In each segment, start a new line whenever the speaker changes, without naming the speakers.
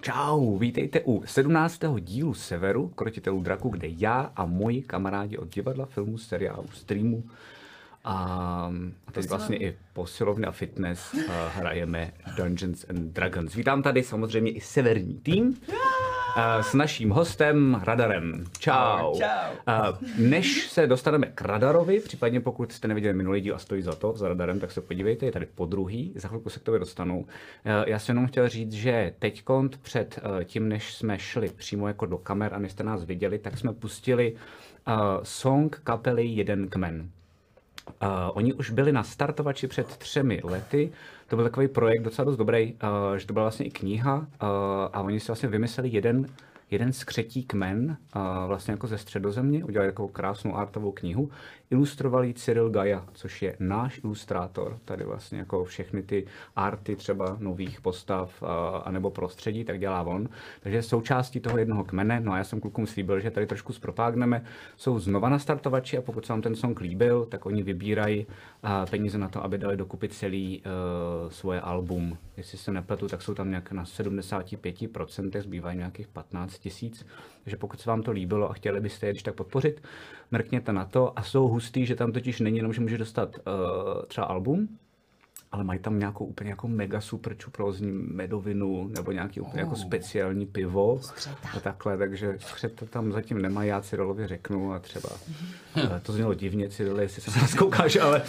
Čau, vítejte u 17. dílu Severu, Krotitelů draků, kde já a moji kamarádi od divadla, filmu, seriálu, streamu a teď vlastně i posilovny a fitness hrajeme Dungeons and Dragons. Vítám tady samozřejmě i severní tým s naším hostem Radarem. Čau. Než se dostaneme k Radarovi, případně pokud jste neviděli minulý díl a stojí za to, za Radarem, tak se podívejte, je tady podruhý, za chvilku se k tobě dostanu. Já jsem jenom chtěl říct, že teďkont před tím, než jsme šli přímo jako do kamer a než jste nás viděli, tak jsme pustili song kapely Jeden kmen. Oni už byli na startovači před 3 lety, to byl takový projekt docela dost dobrý, že to byla vlastně i kniha a oni si vlastně vymysleli jeden skřetí kmen, vlastně jako ze Středozemě, udělali takovou krásnou artovou knihu, ilustroval ji Cyril Gaja, což je náš ilustrátor, tady vlastně jako všechny ty arty třeba nových postav anebo prostředí, tak dělá on. Takže součástí toho jednoho kmene, no a já jsem klukům slíbil, že tady trošku zpropágneme, jsou znova na startovači a pokud se vám ten song líbil, tak oni vybírají peníze na to, aby dali dokupy celý svoje album. Jestli se nepletu, tak jsou tam nějak na 75%, zbývají nějakých 15 000. Takže pokud se vám to líbilo a chtěli byste je když tak podpořit, mrkněte na to a jsou hustý, že tam totiž není jenom, že může dostat třeba album, ale mají tam nějakou úplně jako mega super čuprózní medovinu nebo nějaký úplně jako speciální pivo a takhle, takže skřeta tam zatím nemají, já Cyrilovi řeknu a třeba to znělo divně, Cyril, jestli se nás koukáš, ale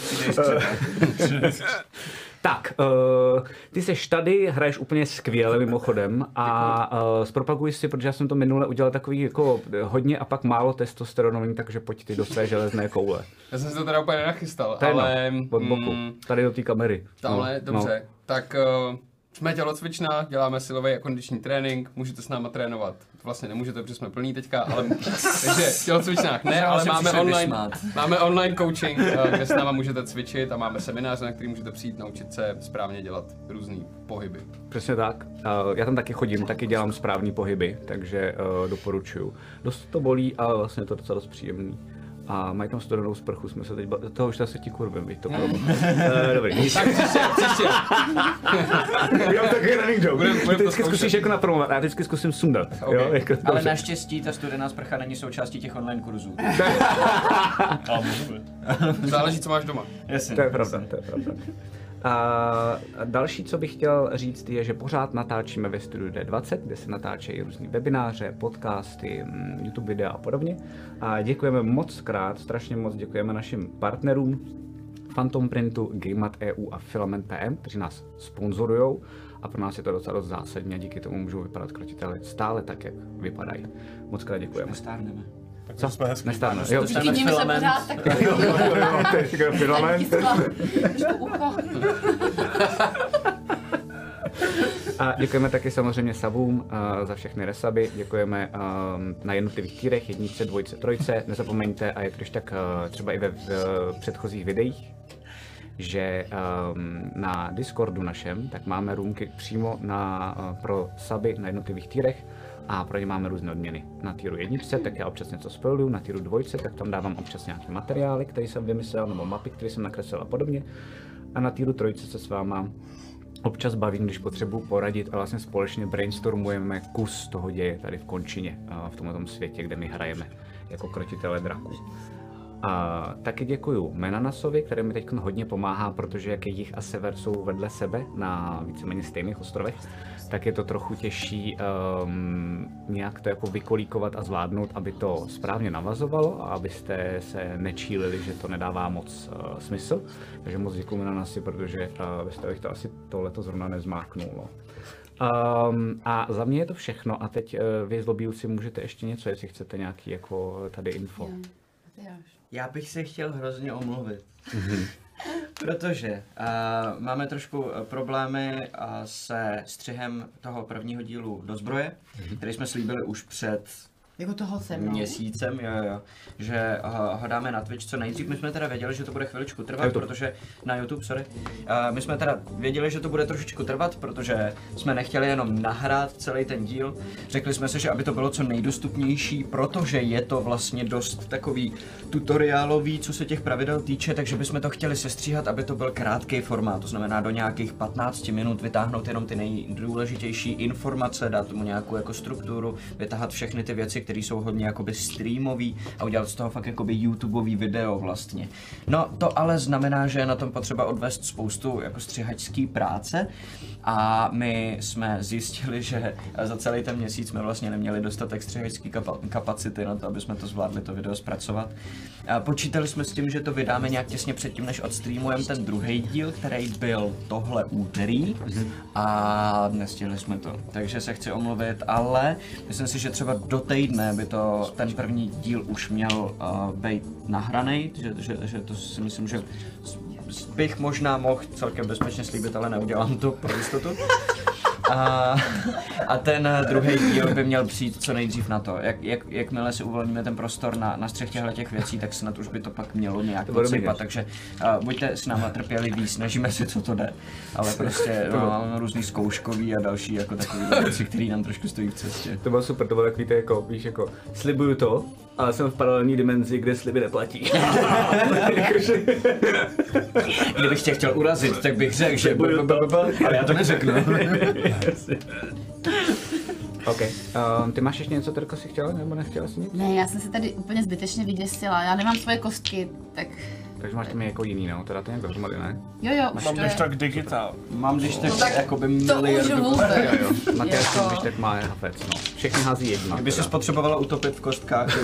tak, ty seš tady, hraješ úplně skvěle mimochodem a zpropaguj si, protože já jsem to minule udělal takový jako hodně a pak málo testosteronový, takže pojď ty do své železné koule.
Já jsem si to teda úplně nenachystal,
ale od boku, tady do té kamery.
Tamhle, dobře, tak jsme tělocvičná, děláme silový a kondiční trénink, můžete s náma trénovat. Vlastně nemůžete, protože jsme plní teďka, ale takže tělocvičnách ne, ale máme online coaching, kde s náma můžete cvičit a máme semináře, na který můžete přijít naučit se správně dělat různý pohyby.
Přesně tak. Já tam taky chodím, taky dělám správný pohyby, takže doporučuju. Dost to bolí, ale vlastně je to docela dost příjemný. A mají tam studenou sprchu, jsme se teď toho už se ti kurvem, víš to problém. Dobrý.
Tak příště.
Já mám takový running joke. Ty vždycky zkusíš jako napromovat, a já vždycky zkusím sundat.
Okay.
Jo, jako
ale naštěstí ta studená sprcha není součástí těch online kurzů.
Záleží, co máš doma.
Jasně.
To je pravda. A další, co bych chtěl říct, je, že pořád natáčíme ve studiu D20, kde se natáčejí různý webináře, podcasty, YouTube videa a podobně. A děkujeme moc krát, strašně moc děkujeme našim partnerům Phantom Printu, Gamemat EU a Filament.pm, kteří nás sponzorujou a pro nás je to docela dost zásadní a díky tomu můžou vypadat krotitele stále tak, jak vypadají. Moc krát děkujeme.
Nestárneme.
Co? Nestárneme.
Vidíme se pořád tak.
Filament. A děkujeme taky samozřejmě subům za všechny resuby, děkujeme na jednotlivých tírech, 1, 2, 3. Nezapomeňte, a je to tak třeba i ve předchozích videích, že na Discordu našem tak máme roomky přímo pro suby na jednotlivých tírech a pro ně máme různé odměny. Na týru 1, tak já občas něco spoiluju, na týru 2, tak tam dávám občas nějaké materiály, které jsem vymyslel, nebo mapy, které jsem nakreslil a podobně. A na týru 3 se s váma občas bavím, když potřebuji poradit a vlastně společně brainstormujeme kus toho děje tady v končině, v tomhle světě, kde my hrajeme jako krotitele draků. A taky děkuju Menanasovi, který mi teď hodně pomáhá, protože jak jich a sever jsou vedle sebe na víceméně stejných ostrovech, tak je to trochu těžší nějak to jako vykolíkovat a zvládnout, aby to správně navazovalo a abyste se nečílili, že to nedává moc smysl. Takže moc děkuju Menanasi, protože byste bych to asi tohleto zrovna nezmáknul. No. A za mě je to všechno a teď vy zlobílci můžete ještě něco, jestli chcete nějaký jako tady info.
Já bych se chtěl hrozně omluvit, protože máme trošku problémy se střihem toho prvního dílu Do zbroje, který jsme slíbili už před
Jako toho se mnou.
Měsícem, jo. Že ho dáme na Twitch co nejdřív. My jsme teda věděli, že to bude chviličku trvat, protože na YouTube, sorry. My jsme teda věděli, že to bude trošičku trvat, protože jsme nechtěli jenom nahrát celý ten díl. Řekli jsme si, že aby to bylo co nejdostupnější, protože je to vlastně dost takový tutoriálový, co se těch pravidel týče, takže bychom to chtěli sestříhat, aby to byl krátký formát, to znamená do nějakých 15 minut vytáhnout jenom ty nejdůležitější informace, dát tomu nějakou jako strukturu, vytáhat všechny ty věci, které jsou hodně jakoby streamový a udělat z toho fakt jakoby YouTubeový video vlastně. No to ale znamená, že je na tom potřeba odvést spoustu jako střihačský práce a my jsme zjistili, že za celý ten měsíc jsme vlastně neměli dostatek střihačský kapacity na to, aby jsme to zvládli to video zpracovat. Počítali jsme s tím, že to vydáme nějak těsně předtím, než odstreamujeme ten druhý díl, který byl tohle úterý a nestihli jsme to. Takže se chci omluvit, ale myslím si, že třeba do týdne by to ten první díl už měl být nahraný, že to si myslím, že bych možná mohl celkem bezpečně slíbit, ale neudělám to pro jistotu. A ten druhý díl by měl přijít co nejdřív na to. Jakmile si uvolníme ten prostor na střech těch věcí, tak snad už by to pak mělo nějak podsypat. Takže buďte s náma trpěliví, snažíme si, co to jde. Ale prostě máme různý zkouškový a další jako takový věci, které nám trošku stojí v cestě.
To bylo super, to bylo takový to jako, víš, jako slibuju to, ale jsem v paralelní dimenzi, kde sliby neplatí.
Kdybych tě chtěl urazit, tak bych řekl, že ale já to neřeknu.
OK. Ty máš ještě něco, Terko, si chtěla, nebo nechtěla si nic?
Ne, já jsem se tady úplně zbytečně vyděsila, já nemám svoje kostky, tak...
Takže máš tam jako jiný, no, teda to je dohromady, ne?
Jo, už
mám
to je.
když tak digitál.
Mám když tak,
No tak
jakoby
to už
miliardu.
vůbec.
Jo. Matyáš,
Jako-
když tak má hafec, no. Všechny hází jedna.
Kdyby se spotřebovala utopit v kostkách.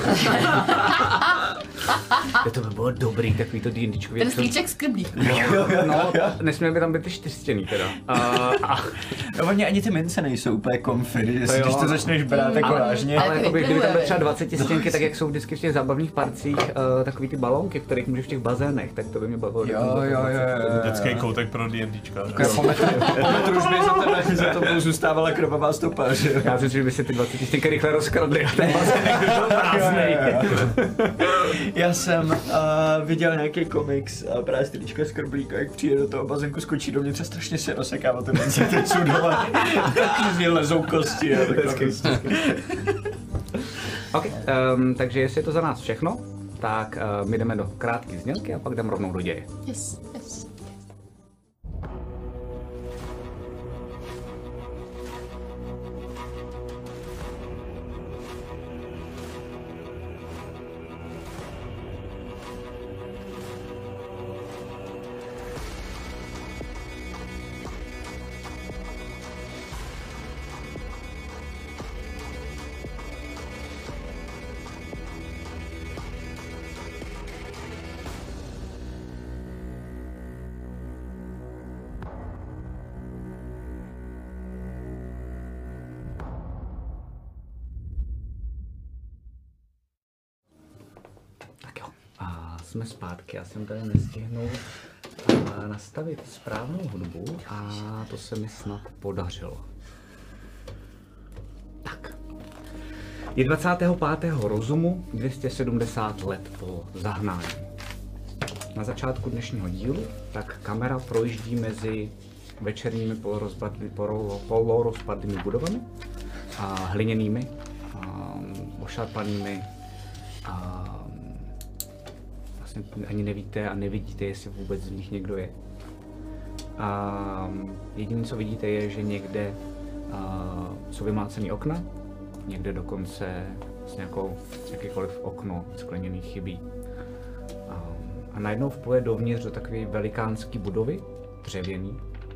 To by bylo dobrý, takový to D&Dčkový.
Ten slíček z krblíku.
No, nesměly by tam být ty čtyřstěný teda.
No, oni ani ty mince nejsou úplně comfy, když to začneš brát jako vážně.
Ale
to
jako kdyby tam
vypiluje.
byly třeba 20 stěnky, tak jak jsou vždycky v těch zábavných parcích takový ty balónky, v kterých můžeš v těch bazénech, tak to by mě bavilo.
Jo.
Dětský koutek pro D&Dčka.
Po metru už by za to zůstávala krovavá stopa, že jo?
Já si myslím, že by se ty 20 stěnky rychle rozkradly a ten bazének by byl prázdnej.
Já jsem viděl nějaký komiks a právě stříčka z krblíka, jak přijde do toho bazénku, skočí dovnitř a strašně se rozsekává ten mince, teď jsou dole. Z něj lezou kosti a takové.
OK, takže jestli je to za nás všechno, tak my jdeme do krátké znělky a pak jdeme rovnou do děje.
Yes.
Tak jo, a jsme zpátky. Já jsem tady nestihnul nastavit správnou hudbu a to se mi snad podařilo. Tak. Je 25. rozumu, 270 let po zahnání. Na začátku dnešního dílu tak kamera projíždí mezi večerními polorozpadlými budovami a hliněnými, ošarpanými a vlastně ani nevíte a nevidíte, jestli vůbec z nich někdo je. A jediné, co vidíte, je, že někde jsou vymlácený okna, někde dokonce jakýkoliv okno skleněný chybí. A najednou vpluje dovnitř do takové velikánské budovy, dřevěný.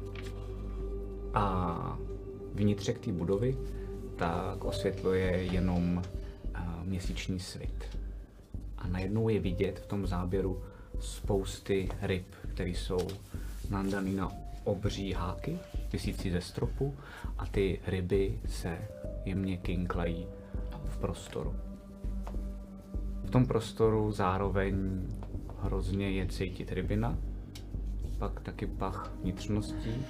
A vnitřek té budovy tak osvětluje jenom měsíční svit. A najednou je vidět v tom záběru spousty ryb, které jsou nandané na obří háky, visící ze stropu, a ty ryby se jemně kinklají v prostoru. V tom prostoru zároveň hrozně je cítit rybina, pak taky pach vnitřností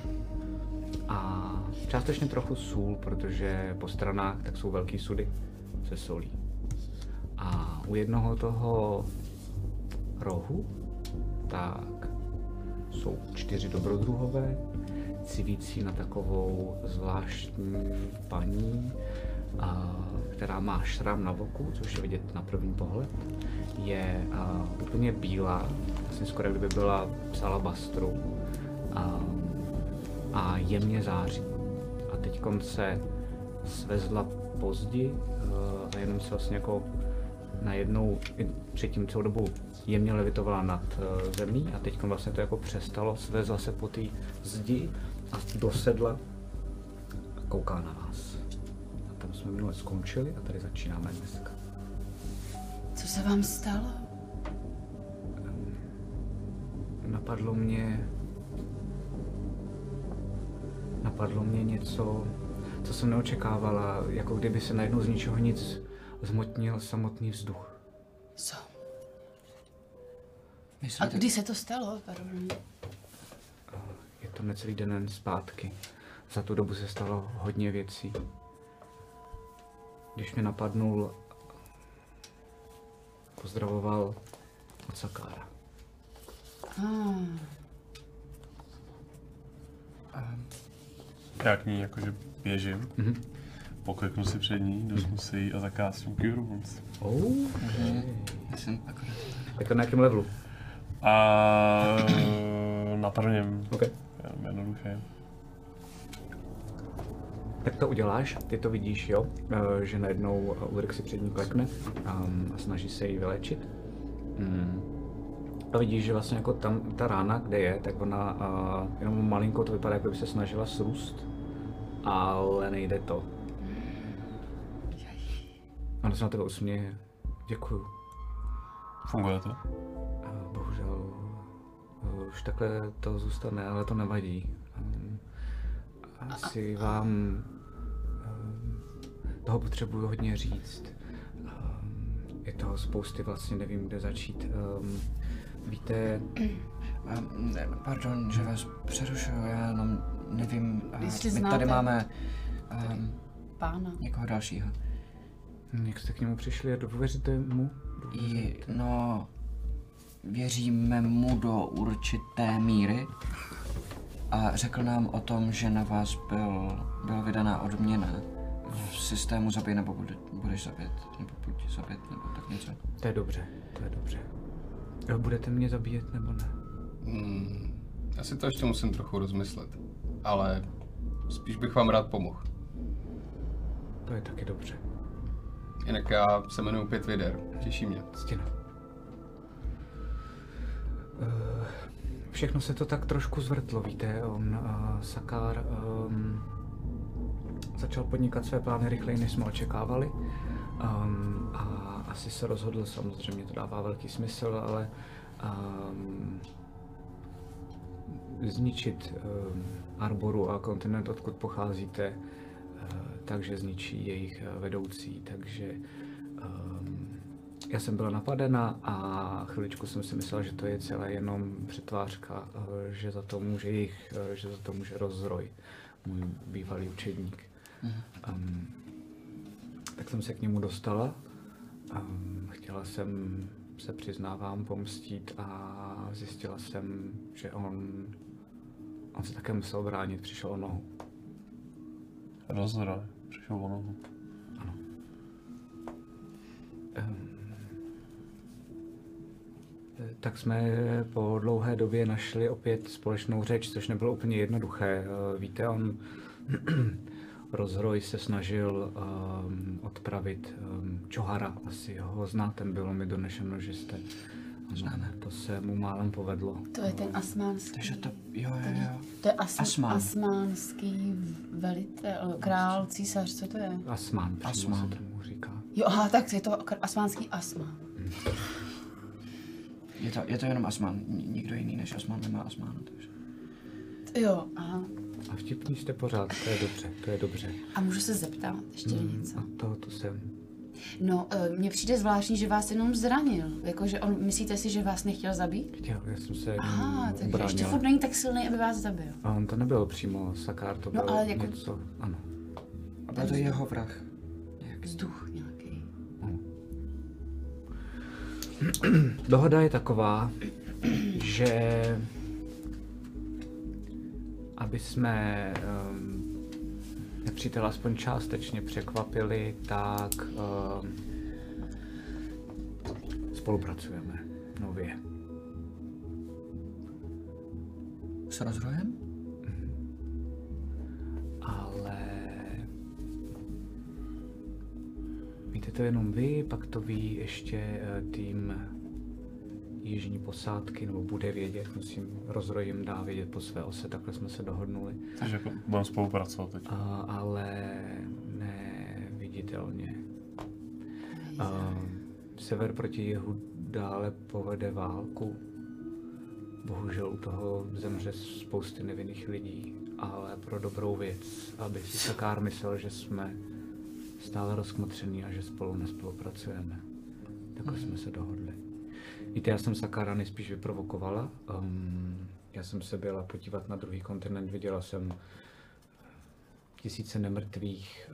a částečně trochu sůl, protože po stranách tak jsou velký sudy se solí. A u jednoho toho rohu tak jsou 4 dobrodruhové, civící na takovou zvláštní paní, která má šrám na voku, což je vidět na první pohled. Je úplně bílá, vlastně skoro kdyby byla z alabastru a jemně září. A teď se svezla pozdi a jenom se vlastně jako najednou předtím celou dobu jemně levitovala nad zemí a teď vlastně to jako přestalo, svezla se po té zdi a dosedla a kouká na vás. A tam jsme minule skončili a tady začínáme dneska.
Co se vám stalo?
Napadlo mě něco, co jsem neočekávala, jako kdyby se najednou z ničeho nic zmotnil samotný vzduch.
Co?
Myslíte?
A kdy se to stalo? Pardon.
Je to necelý den zpátky. Za tu dobu se stalo hodně věcí. Když mě napadnul, pozdravoval od Sakára.
Já k ní jakože běžím, pokleknu si před ní, dostanu si ji a zakásím Cure Wounds.
Je to na jakém levelu?
Na prvním.
Okay.
Jednoduché.
Tak to uděláš, ty to vidíš, jo, že najednou Ulrik si před ní klekne a snaží se jí vylečit. A vidíš, že vlastně jako tam ta rána, kde je, tak ona jenom malinko to vypadá, jako by se snažila srůst, ale nejde to. Ona se na tebe usměje. Děkuju.
Funguje to?
Bohužel už takhle to zůstane, ale to nevadí. Asi vám toho potřebuju hodně říct. Je toho spousty, vlastně nevím, kde začít. Víte...
Pardon, že vás přerušuju, já jenom nevím,
Jestli
my
znáte
tady máme
pána.
někoho dalšího.
Jak jste k němu přišli a důvěříte mu?
No, věříme mu do určité míry a řekl nám o tom, že na vás byla vydaná odměna v systému zabij nebo budeš zabit, nebo buď zabit, nebo tak něco.
To je dobře, to je dobře. Budete mě zabíjet nebo ne?
Asi to ještě musím trochu rozmyslet, ale spíš bych vám rád pomohl.
To je taky dobře.
Jinak já se jmenuji Pět Vider, těší mě.
Ctěno. Všechno se to tak trošku zvrtlo, víte, Sakár začal podnikat své plány rychleji, než jsme očekávali. A asi se rozhodl, samozřejmě to dává velký smysl, ale zničit Arboru a kontinent, odkud pocházíte, takže zničí jejich vedoucí, takže já jsem byla napadena a chviličku jsem si myslela, že to je celé jenom přetvářka, že za to může Rozroj, můj bývalý učedník. Tak jsem se k němu dostala. Chtěla jsem se, přiznávám, pomstít a zjistila jsem, že on se také musel bránit, přišel o nohu.
Rozroj, přišel o nohu.
Ano. Tak jsme po dlouhé době našli opět společnou řeč, což nebylo úplně jednoduché. Víte, Rozroj se snažil odpravit Čohara, asi ho znáte, bylo mi donešeno, že jste.
Známe.
To se mu málem povedlo.
To je ten asmánský.
Takže to, jo.
To je
Asmán.
asmánský velitel, král, císař, co to je?
Asmán, přímo
Asmán.
se tomu říká.
Jo, aha, tak je to asmánský asmán.
Je to jenom Asmán, nikdo jiný než Asmán nemá Asmána, takže.
Jo, aha.
A vtipný jste pořád, to je dobře.
A můžu se zeptat ještě něco?
A to jsem.
No, mně přijde zvláštní, že vás jenom zranil. Jakože myslíte si, že vás nechtěl zabít?
Chtěl, já jsem se
Aha, takže ještě
ubránila.
furt není tak silný, aby vás zabil.
A on to nebyl přímo Sakár, to bylo
ale jako-
něco, ano.
A byl to jeho vrah.
Vzduch nějaký.
Dohoda je taková, že aby jsme nepřítel aspoň částečně překvapili, tak spolupracujeme nově.
S rozrojem?
Ale víte to jenom vy, pak to ví ještě tým jižní posádky, nebo bude vědět, musím rozroj jim dá vědět po své ose, takhle jsme se dohodnuli.
Takže jako budeme spolupracovat teď.
Ale neviditelně. Sever proti jihu dále povede válku. Bohužel u toho zemře spousty nevinných lidí, ale pro dobrou věc, aby si Sakár myslel, že jsme stále rozkmotření a že spolu nespolupracujeme. Takhle jsme se dohodli. Víte, já jsem Sakára nejspíš vyprovokovala. Já jsem se byla podívat na druhý kontinent, viděla jsem tisíce nemrtvých,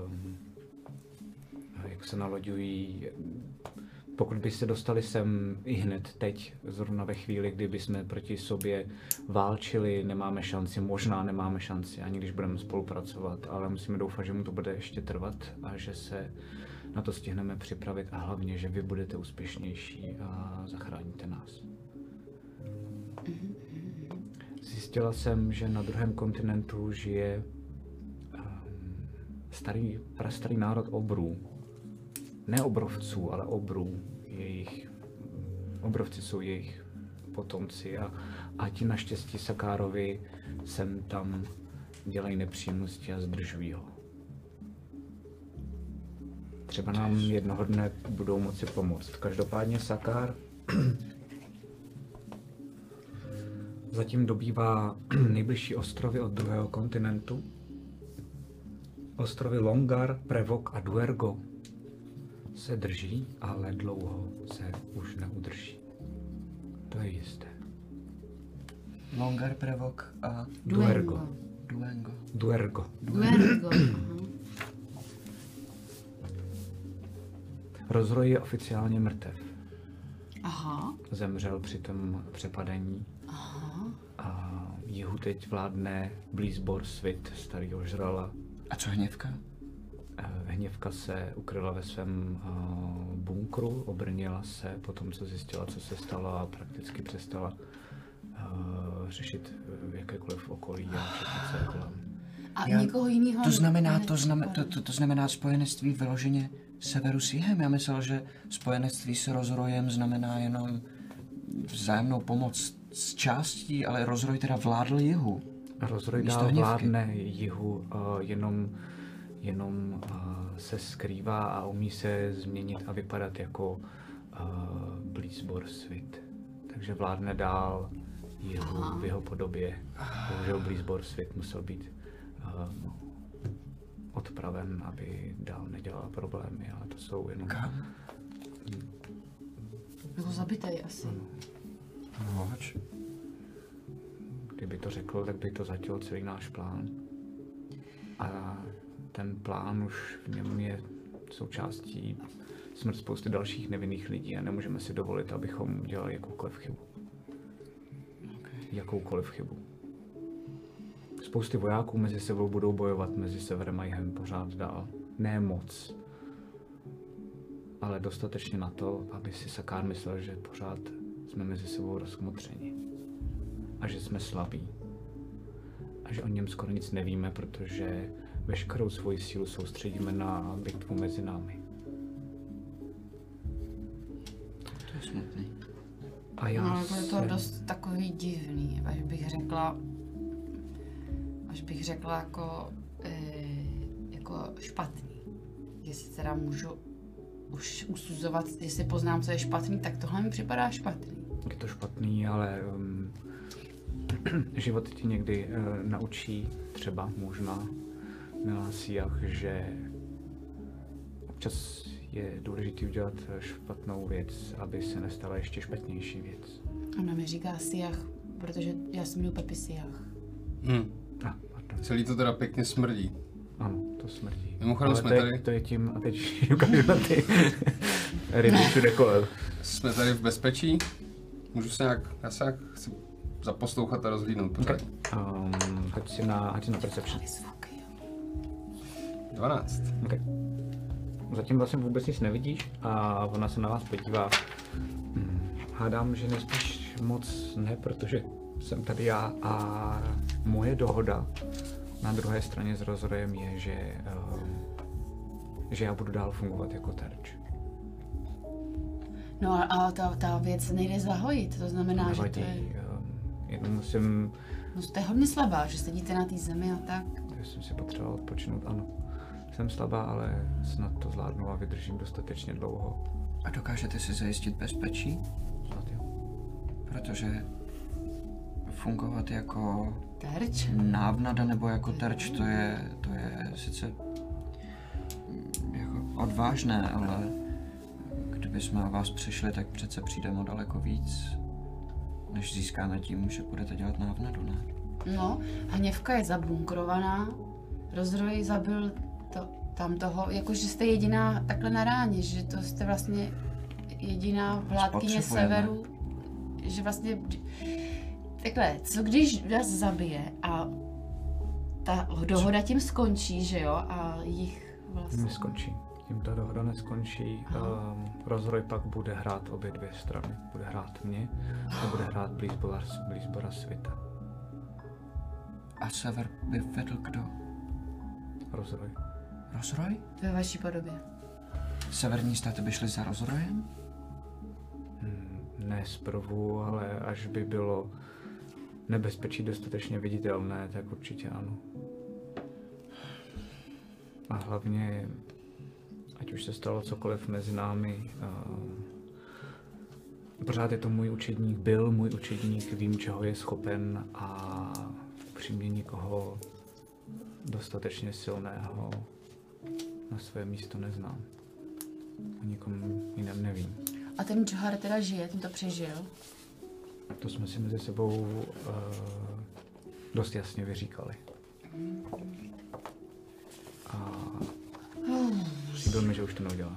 jak se naloďují. Pokud by se dostali sem i hned teď, zrovna ve chvíli, kdyby jsme proti sobě válčili, nemáme šanci, možná nemáme šanci, ani když budeme spolupracovat, ale musíme doufat, že mu to bude ještě trvat a že se na to stihneme připravit a hlavně, že vy budete úspěšnější a zachráníte nás. Zjistila jsem, že na druhém kontinentu žije prastarý národ obrů. Ne obrovců, ale obrů. Obrovci jsou jejich potomci a ti naštěstí Sakárovi sem tam dělají nepříjemnosti a zdržují ho. Třeba nám jednoho dne budou moci pomoct. Každopádně Sakár zatím dobývá nejbližší ostrovy od druhého kontinentu. Ostrovy Longar, Prevok a Duergo se drží, ale dlouho se už neudrží. To je jisté.
Longar, Prevok a
Duergo.
Duergo.
Rozroj je oficiálně mrtev.
Aha.
Zemřel při tom přepadení.
Aha.
A jihu teď vládne Blízbor Svit, starýho žrala.
A co Hněvka?
Hněvka se ukryla ve svém bunkru, obrnila se po tom, co zjistila, co se stalo a prakticky přestala řešit jakékoliv okolí a všechno, co je kolem.
A nikoho jiného...
To znamená spojenectví vyloženě severu s jihem. Já myslel, že spojenectví s rozrojem znamená jenom vzájemnou pomoc s částí, ale rozroj teda vládl jihu.
Rozroj dál vládne jihu, jenom se skrývá a umí se změnit a vypadat jako Blízbor Svit. Takže vládne dál jihu v jeho podobě. Bohužel Blízbor Svit musel být odpraven, aby dál nedělal problémy, ale to jsou jenom...
Byl zabitej asi.
Proč?
Kdyby to řekl, tak by to zatělo celý náš plán. A ten plán už v něm je součástí smrt spousty dalších nevinných lidí a nemůžeme si dovolit, abychom udělali jakoukoliv chybu. Jakoukoliv chybu. Spousty vojáků mezi sebou budou bojovat mezi severem a jihem pořád dál. Ne moc, ale dostatečně na to, aby si Sakár myslel, že pořád jsme mezi sebou rozkmotřeni. A že jsme slabí. A že o něm skoro nic nevíme, protože veškerou svoji sílu soustředíme na bitvu mezi námi.
To je smutný.
A já
no, je to dost takový divný, až bych řekla jako špatný. Jestli teda můžu už usuzovat, jestli poznám, co je špatný, tak tohle mi připadá špatný.
Je to špatný, ale život ti někdy naučí, třeba možná na síjach, že občas je důležité udělat špatnou věc, aby se nestala ještě špatnější věc.
Ona mi říká Siach, protože já jsem měl Pepi Siach.
Celý to teda pěkně smrdí.
Ano, to smrdí.
Mimochodem jsme tady...
To je tím, a teď ukážu na ty ryby všude kolem.
jsme tady v bezpečí. Můžu se nějak, já se nějak chci zaposlouchat a rozhlídnout pořád.
Hoď si na Perception.
12.
Okay. Zatím vlastně vůbec nic nevidíš a ona se na vás podívá. Hádám, že nejspíš moc ne, protože jsem tady já a moje dohoda na druhé straně s rozrojem je, že já budu dál fungovat jako terč.
No a ta věc nejde zahojit, to znamená, že to je...
Jenom musím...
No to je hodně slabá, že sedíte na té zemi a tak.
Já jsem si potřeboval odpočinout, ano. Jsem slabá, ale snad to zvládnu a vydržím dostatečně dlouho.
A dokážete si zajistit bezpečí?
Snad jo.
Protože fungovat jako
Terč?
návnada nebo jako terč, to je sice jako odvážné, ale kdyby jsme o vás přišli, tak přece přijdeme o daleko víc, než získáme tím, že budete dělat návnadu, ne?
No, Hněvka je zabunkrovaná, Rozroj zabil tam toho, jakože jste jediná takhle na ráně, že to jste vlastně jediná vládkyně severu, že vlastně takhle, co když vás zabije a ta dohoda tím skončí, že jo, a jich vlastně...
Neskončí. Tím ta dohoda neskončí. Rozroj pak bude hrát obě dvě strany. Bude hrát mě a bude hrát Blízbora světa.
A sever by vedl kdo?
Rozroj.
Rozroj?
Ve vaší podobě.
Severní státy by šly za rozrojem?
Ne zprvu, ale až by bylo nebezpečí dostatečně viditelné, tak určitě ano. A hlavně, ať už se stalo cokoliv mezi námi, pořád je to můj učedník, byl můj učedník, vím, čeho je schopen a upřímně nikoho dostatečně silného na své místo neznám. O nikom jiném nevím.
A ten Johar teda žije, ten to přežil?
To jsme si mezi sebou dost jasně vyříkali. A slíbil mi, že už to neudělá.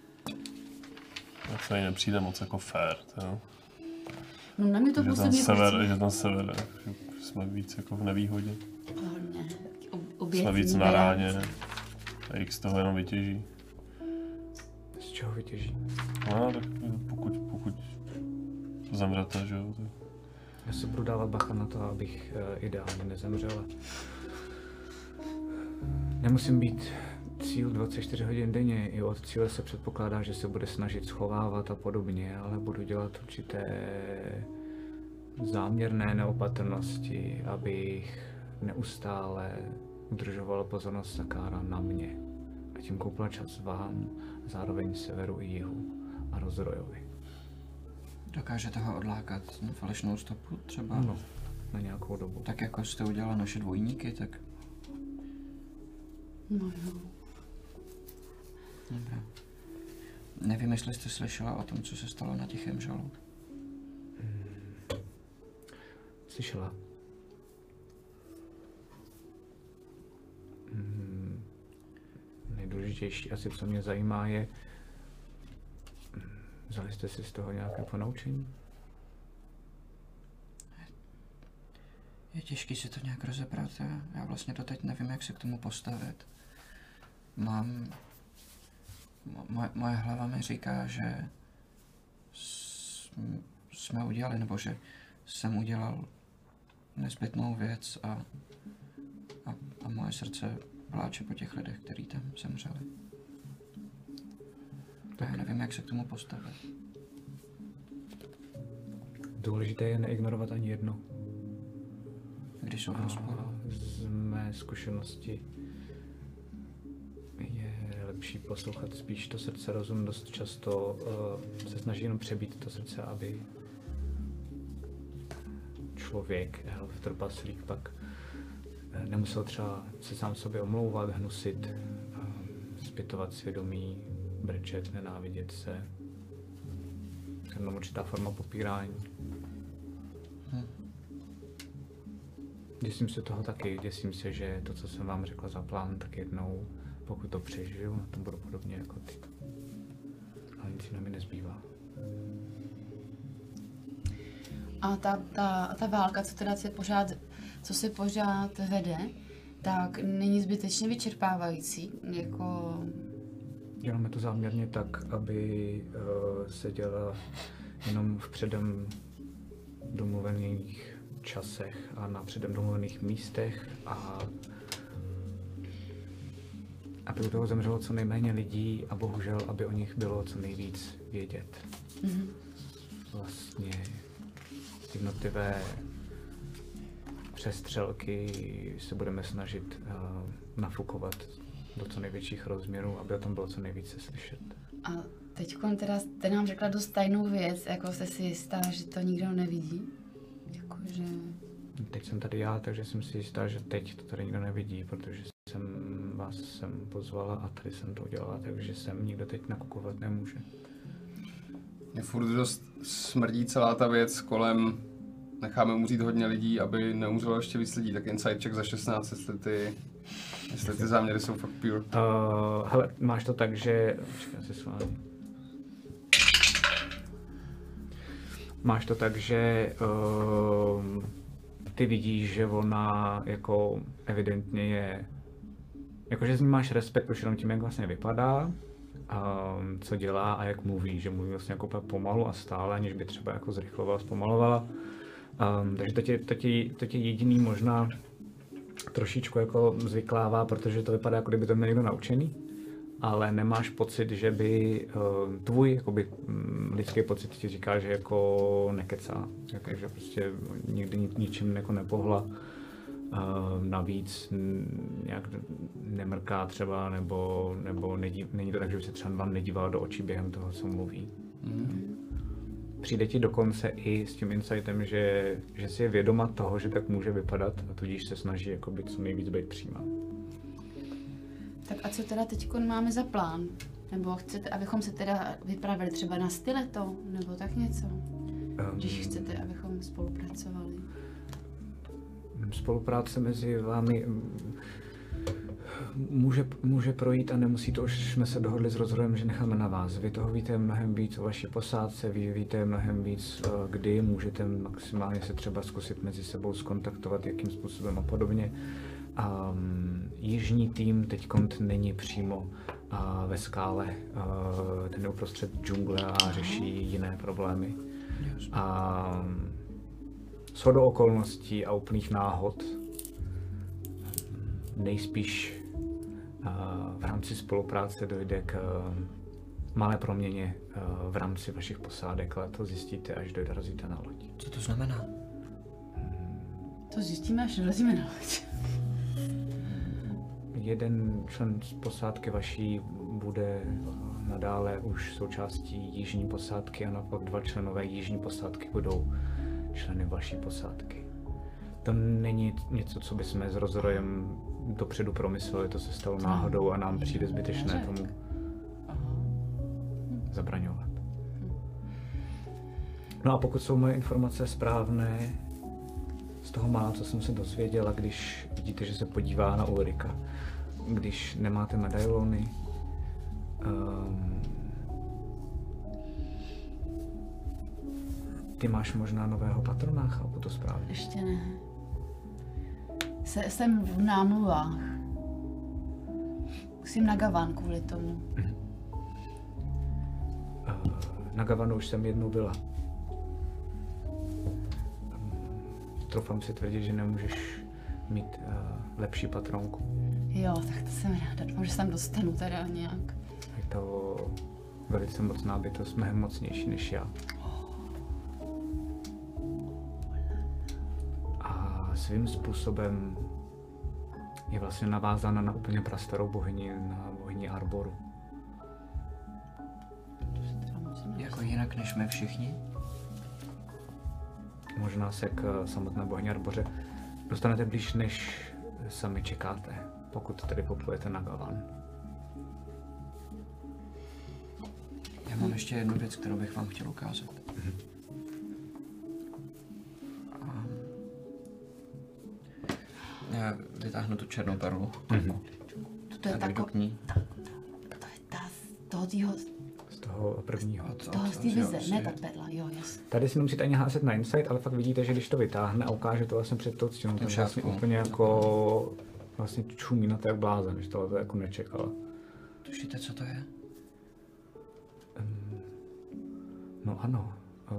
To mi nepřijde moc jako fair, jo?
No na mě to působí
že ten sever, že jsme víc jako v nevýhodě.
Obě
jsme víc na ráně a X z toho jenom vytěží.
Z čeho vytěží?
No, tak pokud zemřete, že jo? Tak...
Já si budu dávat bacha na to, abych ideálně nezemřel. Nemusím být cíl 24 hodin denně. I od cíle se předpokládá, že se bude snažit schovávat a podobně, ale budu dělat určité záměrné neopatrnosti, abych neustále udržoval pozornost Sakára na mě. A tím koupil čas vám, zároveň severu i jihu a Rozrojovi.
Dokážete ho odlákat na falešnou stopu třeba?
Ano, na nějakou dobu.
Tak jako jste udělala naše dvojníky, tak...
No jo.
Dobrá. Nevím, jestli jste slyšela o tom, co se stalo na Tichém žalu.
Slyšela. Nejdůležitější asi, co mě zajímá, je, vzali jste si z toho nějaké ponaučení?
Je těžký si to nějak rozebrat. Já vlastně doteď nevím, jak se k tomu postavit. Moje hlava mi říká, že jsme udělali, nebo že jsem udělal nezbytnou věc a moje srdce pláče po těch lidech, kteří tam zemřeli. Tak já nevím, jak se k tomu postavit.
Důležité je neignorovat ani jedno.
Když jsou v rozporu.
Z mé zkušenosti je lepší poslouchat spíš to srdce. Rozum dost často se snaží jenom přebít to srdce, aby člověk, elf, trpaslík, pak nemusel třeba se sám sobě omlouvat, hnusit, zpytovat svědomí, brečet, nenávidět se. Jenom určitá forma popírání. Děsím se toho taky, děsím se, že to, co jsem vám řekla za plán, tak jednou, pokud to přežiju, na tom budu podobně jako ty. Ale nic jiného mi nezbývá.
A ta válka, co se pořád vede, tak není zbytečně vyčerpávající, jako...
Děláme to záměrně tak, aby se dělala jenom v předem domluvených časech a na předem domluvených místech a aby u toho zemřelo co nejméně lidí a bohužel, aby o nich bylo co nejvíc vědět. Vlastně jednotlivé přestřelky se budeme snažit nafukovat do co největších rozměrů, aby o tom bylo co nejvíce slyšet.
A teď teda jste nám řekla dost tajnou věc, jako jste si jistá, že to nikdo nevidí? Jakože...
Teď jsem tady já, takže jsem si jistá, že teď to tady nikdo nevidí, protože jsem vás sem pozvala a tady jsem to udělala, takže sem nikdo teď nakukovat nemůže.
Mě furt dost smrdí celá ta věc kolem, necháme umřít hodně lidí, aby neumřelo ještě víc lidí, tak inside check za 16, jestli ty záměry jsou fakt pure.
Hele, máš to tak, že... Počkej, si s vámi. Máš to tak, že ty vidíš, že ona jako evidentně je... Jakože z ní máš respekt už jenom tím, jak vlastně vypadá, co dělá a jak mluví, že mluví vlastně jako pomalu a stále, aniž by třeba jako zrychlovala, zpomalovala. Takže to tě jediný možná trošičku jako zvyklává, protože to vypadá, jako kdyby to měl někdo naučený, ale nemáš pocit, že by tvůj jakoby, lidský pocit ti říká, že jako nekecá, že prostě nikdy ničím jako nepohla. Navíc nějak nemrká třeba, nebo není to tak, že by se třeba vám nedíval do očí během toho, co mluví. Přijde ti dokonce i s tím insightem, že si je vědoma toho, že tak může vypadat a tudíž se snaží jakoby co nejvíc být přímá.
Tak a co teda teď máme za plán? Nebo chcete, abychom se teda vypravili třeba na styleto, nebo tak něco? Když chcete, abychom spolupracovali.
Spolupráce mezi vámi může projít a nemusí to, už jsme se dohodli s rozhodem, že necháme na vás. Vy toho víte mnohem víc o vaší posádce, vy víte mnohem víc, kdy můžete maximálně se třeba zkusit mezi sebou skontaktovat, jakým způsobem a podobně. Jižní tým teďkont není přímo ve skále, ten je uprostřed džungle a řeší jiné problémy. Shodou okolností a úplných náhod nejspíš v rámci spolupráce dojde k malé proměně v rámci vašich posádek, ale to zjistíte, až dorazíte na loď.
Co to znamená?
To zjistíme, až dorazíme na loď.
Jeden člen z posádky vaší bude nadále už součástí jižní posádky a naopak 2 členové jižní posádky budou členy vaší posádky. To není něco, co bychom s rozrojem dopředu promysleli, to se stalo náhodou a nám přijde zbytečné tomu zabraňovat. No a pokud jsou moje informace správné, z toho mála, co jsem se dozvěděla, když vidíte, že se podívá na Ulrika, když nemáte medailony, ty máš možná nového patrona, chápu to správně?
Ještě ne. Jsem v námluvách. Musím na Gavan kvůli tomu.
Na Gavanu už jsem jednou byla. Troufám si tvrdit, že nemůžeš mít lepší patronku.
Jo, tak to jsem ráda. Doufám, že se tam dostanu teda nějak.
Je to velice mocná bytost, mnohem mocnější než já. A svým způsobem je vlastně navázána na úplně prastarou bohyni, na bohyni Arboru.
Jako jinak než my všichni?
Možná se k samotné bohyni Arboře dostanete blíž, než sami čekáte, pokud tedy poplujete na Gavan.
Já mám ještě jednu věc, kterou bych vám chtěl ukázat. Já vytáhnu tu černou perlu.
To je
To je ta
z toho
toho prvního.
Toho z té vize, ne ta perla, jo, jasně.
Tady si nemusíte ani házet na insight, ale fakt vidíte, že když to vytáhne a ukáže to vlastně před tou stěnou, tak vlastně úplně jako vlastně čumí na té blázen, že tohle to jako nečekala.
Tušíte, co to je?
No ano.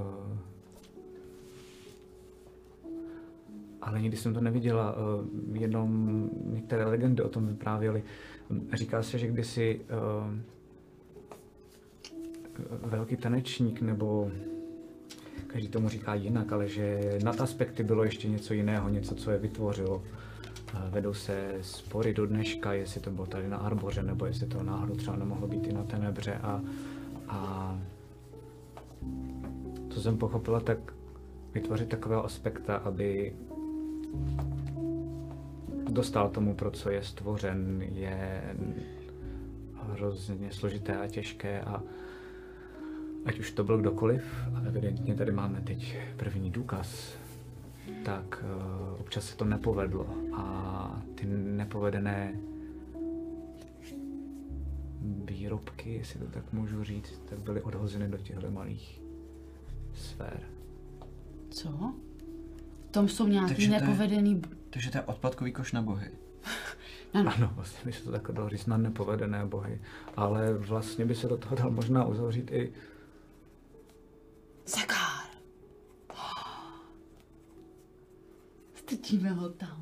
Ale nikdy jsem to neviděla, jenom některé legendy o tom vyprávěly. Říká se, že kdysi velký tanečník, nebo každý tomu říká jinak, ale že nad aspekty bylo ještě něco jiného, něco, co je vytvořilo. Vedou se spory do dneška, jestli to bylo tady na Arboře, nebo jestli to náhodou třeba nemohlo být i na Tenebře. A co jsem pochopila, tak vytvořit takového aspekta, aby dostal tomu, pro co je stvořen, je hrozně složité a těžké a ať už to byl kdokoliv, a evidentně tady máme teď první důkaz, tak občas se to nepovedlo a ty nepovedené výrobky, jestli to tak můžu říct, tak byly odhozeny do těchto malých sfér.
Co? V tom jsou nějaký nepovedený...
Takže to je odpadkový koš na bohy.
Ano, vlastně by se to takhle dalo říct na nepovedené bohy, ale vlastně by se do toho dal možná uzavřít i...
Sekár! Strčíme ho tam.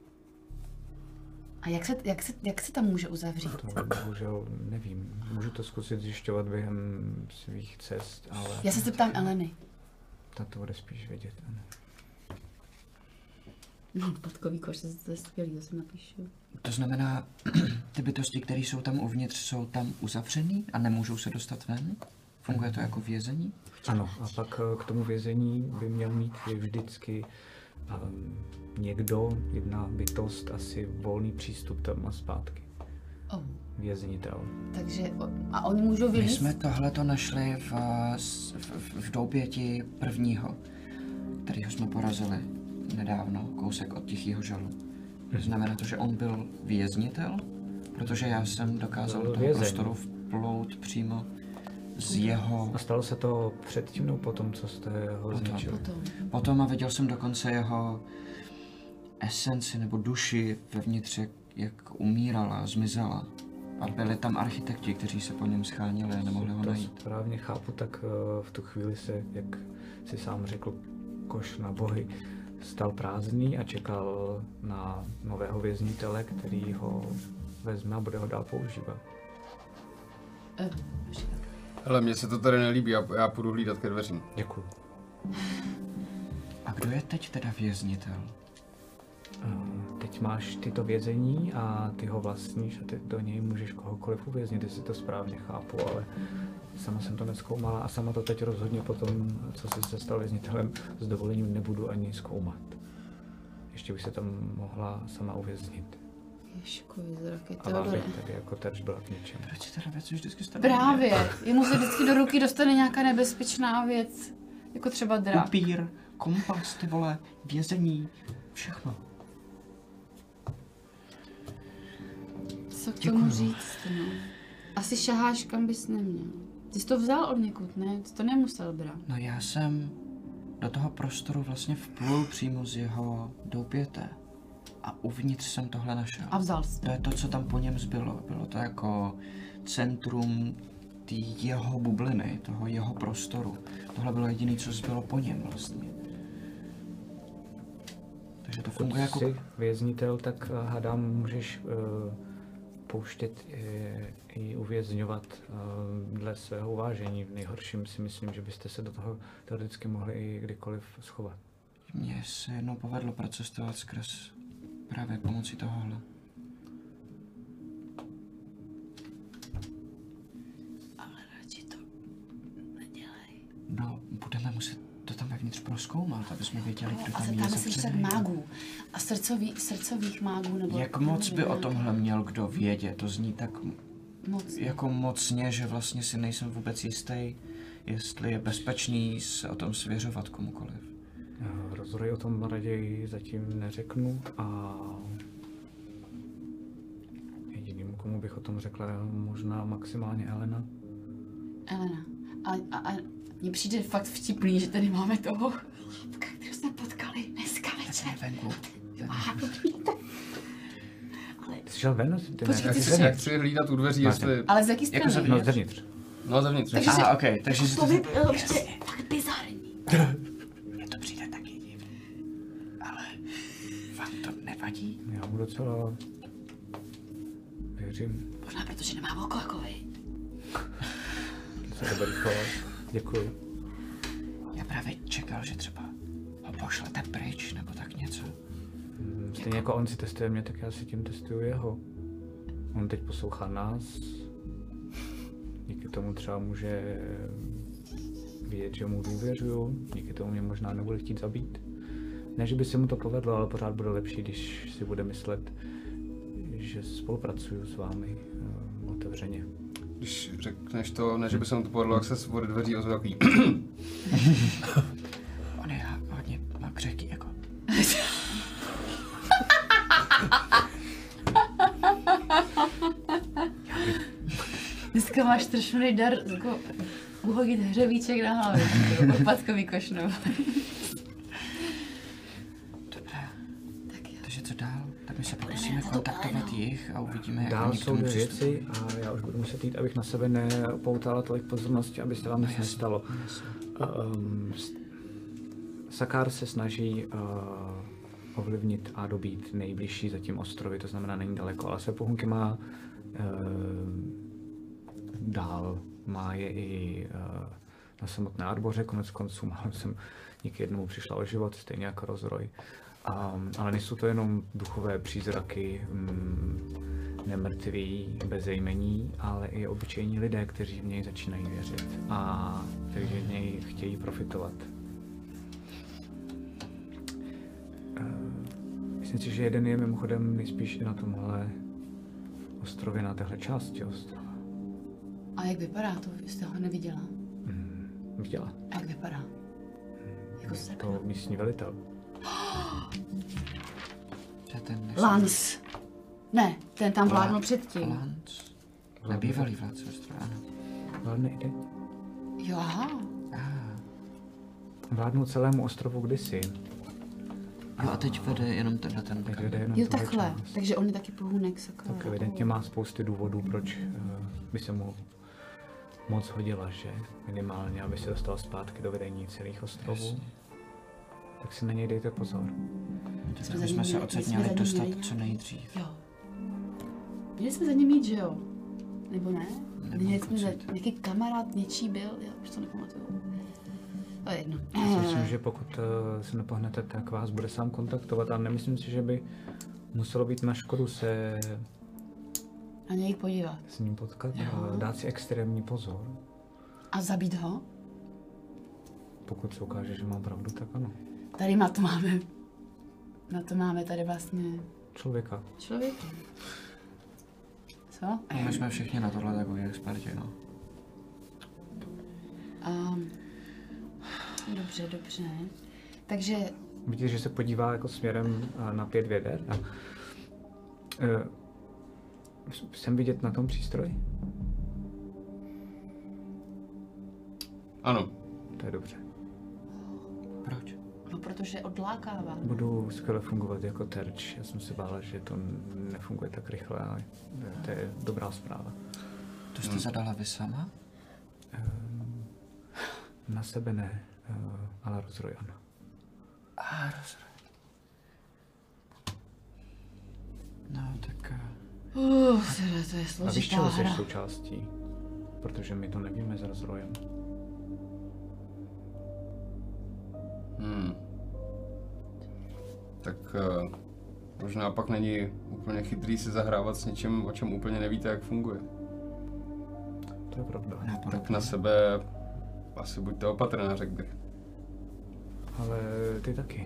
A jak se tam může uzavřít?
To bohužel nevím. Můžu to zkusit zjišťovat během svých cest, ale...
Já se zeptám Eleny.
Ta to bude spíš vědět, ano.
Odpadkový koš, to je skvělý, to si napíšu.
To znamená, ty bytosti, které jsou tam uvnitř, jsou tam uzavřený a nemůžou se dostat ven? Funguje to jako vězení?
Ano, a pak k tomu vězení by měl mít vždycky někdo, jedna bytost, asi volný přístup tam a zpátky. Věznitel.
Takže, a oni můžou vylít?
My jsme tohleto našli v doupěti prvního, kterýho jsme porazili nedávno, kousek od Tichýho žalu. Znamená to, že on byl věznitel, protože já jsem dokázal do toho prostoru vplout přímo z jeho...
A stalo se to předtím nebo potom, co jste ho zničili?
Potom a viděl jsem dokonce jeho esenci nebo duši vevnitř, jak umírala, zmizela. A byli tam architekti, kteří se po něm schánili a nemohli ho najít.
Správně chápu, tak v tu chvíli se, jak si sám řekl, koš na bohy stal prázdný a čekal na nového věznitele, který ho vezme a bude ho dál používat.
Hele, mně se to tady nelíbí, já půjdu hlídat ke dveřím.
Děkuju.
A kdo je teď teda věznitel?
Teď máš tyto vězení a ty ho vlastníš a ty do něj můžeš kohokoliv uvěznit, jestli to správně chápu, ale sama jsem to nezkoumala a sama to teď rozhodně potom, co jsi se stal věznitelem, s dovolením nebudu ani zkoumat. Ještě bych se tam mohla sama uvěznit.
Ježkovi zraky,
a vám bych tady jako terč byla k ničemu.
Proč si teda věc už vždycky stane?
Právě, jemu se vždycky do ruky dostane nějaká nebezpečná věc, jako třeba drak.
Upír, kompas, ty vole, vězení, všechno.
Co k tomu říct, no? Asi šaháš, kam bys neměl. Ty jsi to vzal od někud, ne? Ty to nemusel brát.
No já jsem do toho prostoru vlastně vplul přímo z jeho doupěte. A uvnitř jsem tohle našel.
A vzal jsi.
To je to, co tam po něm zbylo. Bylo to jako centrum té jeho bubliny, toho jeho prostoru. Tohle bylo jediné, co zbylo po něm vlastně. Takže to funguje jako...
Jsi věznitel, tak hádám, můžeš pouštět i uvězňovat dle svého uvážení. V nejhorším si myslím, že byste se do toho teoreticky mohli i kdykoliv schovat.
Mně se jednou povedlo procestovat skrz právě pomocí tohohle.
Ale radši to nedělej.
No, budeme muset to tam vevnitř prozkoumat, aby jsme věděli, kdo tam je
tam si však mágů. A srdcových mágů nebo...
Jak moc by o tomhle měl kdo vědět? To zní tak jako mocně, že vlastně si nejsem vůbec jistý, jestli je bezpečný se o tom svěřovat komukoliv.
Rozhodně o tom raději zatím neřeknu a jediným, komu bych o tom řekla, je možná maximálně Elena.
Elena. A mně přijde fakt vtipný, že tady máme toho chlapka, kterého jsme potkali dneska večer.
Venku.
Ty jsi šel ven?
Jak chci hlídat u dveří, jestli...
Ale z jaký strany?
No, zevnitř.
No, zevnitř.
Aha, okej, takže si
To by bylo ještě fakt bizarní.
Mně to přijde taky divný. Ale vám to nevadí?
Já mu docela věřím.
Možná protože nemá oko jako vy.
To se dobrý chovat. Děkuji.
Já právě čekal, že třeba ho pošlete pryč, nebo tak něco.
Stejně jako on si testuje mě, tak já si tím testuju jeho. On teď poslouchá nás. Díky tomu třeba může vidět, že mu důvěřuju. Díky tomu mě možná nebude chtít zabít. Ne, že by se mu to povedlo, ale pořád bude lepší, když si bude myslet, že spolupracuju s vámi otevřeně.
Když řekneš to, ne, že by se mu to povedlo, jak se od dveří ozve takový...
On je hodně má křehký jako.
Dneska máš strašný dar jako uhodit hřebíček na hlavě. Odpadkový košnou.
Dobré. Takže co dál? Tak my se pokusíme kontaktovat jich a uvidíme, jak
Dál
oni k
jsou
tomu
dvě
přistupují.
věci a já už budu muset jít, abych na sebe nepoutala tolik pozornosti, aby se vám nic nestalo. Sakár se snaží ovlivnit a dobít nejbližší zatím ostrovy, to znamená není daleko, ale se pohunky má dál. Má je i na samotné Arboře, konec konců málem jsem díky jednomu přišla o život, stejně jako Rozroj. Ale nejsou to jenom duchové přízraky, nemrtví, bezejmení, ale i obyčejní lidé, kteří v něj začínají věřit a kteří v něj chtějí profitovat. Myslím si, že jeden je mimochodem nejspíš i na tomhle ostrově, na téhle části ostrova.
A jak vypadá to? Jste ho neviděla?
Viděla.
A jak vypadá? Jako se
To místní velitel.
To je ten
Lance. Ne, ten tam vládnul předtím.
Lance. Nebývalý vládce ostrova, ano.
Vládne i teď.
Jo, aha.
Vládnul celému ostrovu kdysi.
Jo, a teď vede jenom tenhle ten.
Teď vede jenom
Jo,
tuhle
takhle.
část.
Takže on je taky pohůnek sakra.
Tak evidentně má spousty důvodů, proč by se mu moc hodila, že? Minimálně, aby se dostal zpátky do vedení celých ostrovů. Tak si na něj dejte pozor.
Tak bychom se odsud měli dostat co nejdřív.
Jo. Měli jsme za ním jít, že jo? Nebo ne? Měli jsme za nějaký kamarád něčí byl, já už to nepamatuju. To je jedno.
Myslím, že pokud se nepohnete, tak vás bude sám kontaktovat, ale nemyslím si, že by muselo být na škodu se
Na něj podívat.
s ním potkat
Jo.
a dát si extrémní pozor.
A zabít ho?
Pokud se ukáže, že mám pravdu, tak ano.
Tady na to máme. Na to máme tady vlastně
Člověka.
člověk. Co?
My jsme všichni na tohle takový experti, no.
Dobře, dobře. Takže
Vidíte, že se podívá jako směrem na 5 věder a jsem vidět na tom přístroji?
Ano.
To je dobře.
Proč?
no, protože odlákává.
Budu skvěle fungovat jako terč. Já jsem si bála, že to nefunguje tak rychle, ale to je dobrá zpráva.
To jste zadala vy sama?
Na sebe ne, ale Rozroj ano.
Rozroj. No, tak...
To je
A víš,
složitá
čeho jsi
hra.
součástí? Protože my to nevíme s Rozrojem.
Tak možná pak není úplně chytrý si zahrávat s něčím, o čem úplně nevíte, jak funguje.
To je pravda.
Tak na sebe asi buďte opatrná, řekl bych.
Ale ty taky.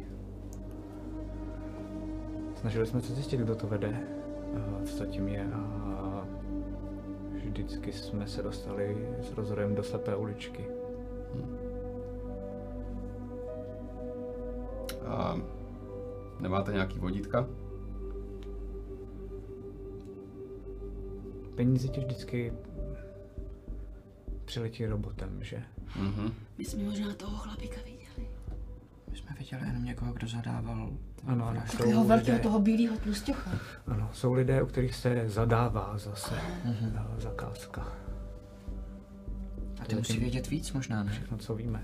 Snažili jsme se zjistit, kdo to vede, co zatím je a vždycky jsme se dostali s Rozrojem do slepé uličky.
A nemáte nějaký vodítka?
Peníze ti vždycky přiletí robotem, že?
My jsme možná toho chlapíka viděli.
My jsme viděli jenom někoho, kdo zadával.
Ano,
Takového velkého, toho bílého tlusťocha.
Ano, jsou lidé, u kterých se zadává zase zakázka.
A ty musí vědět víc možná, ne?
Všechno, co víme.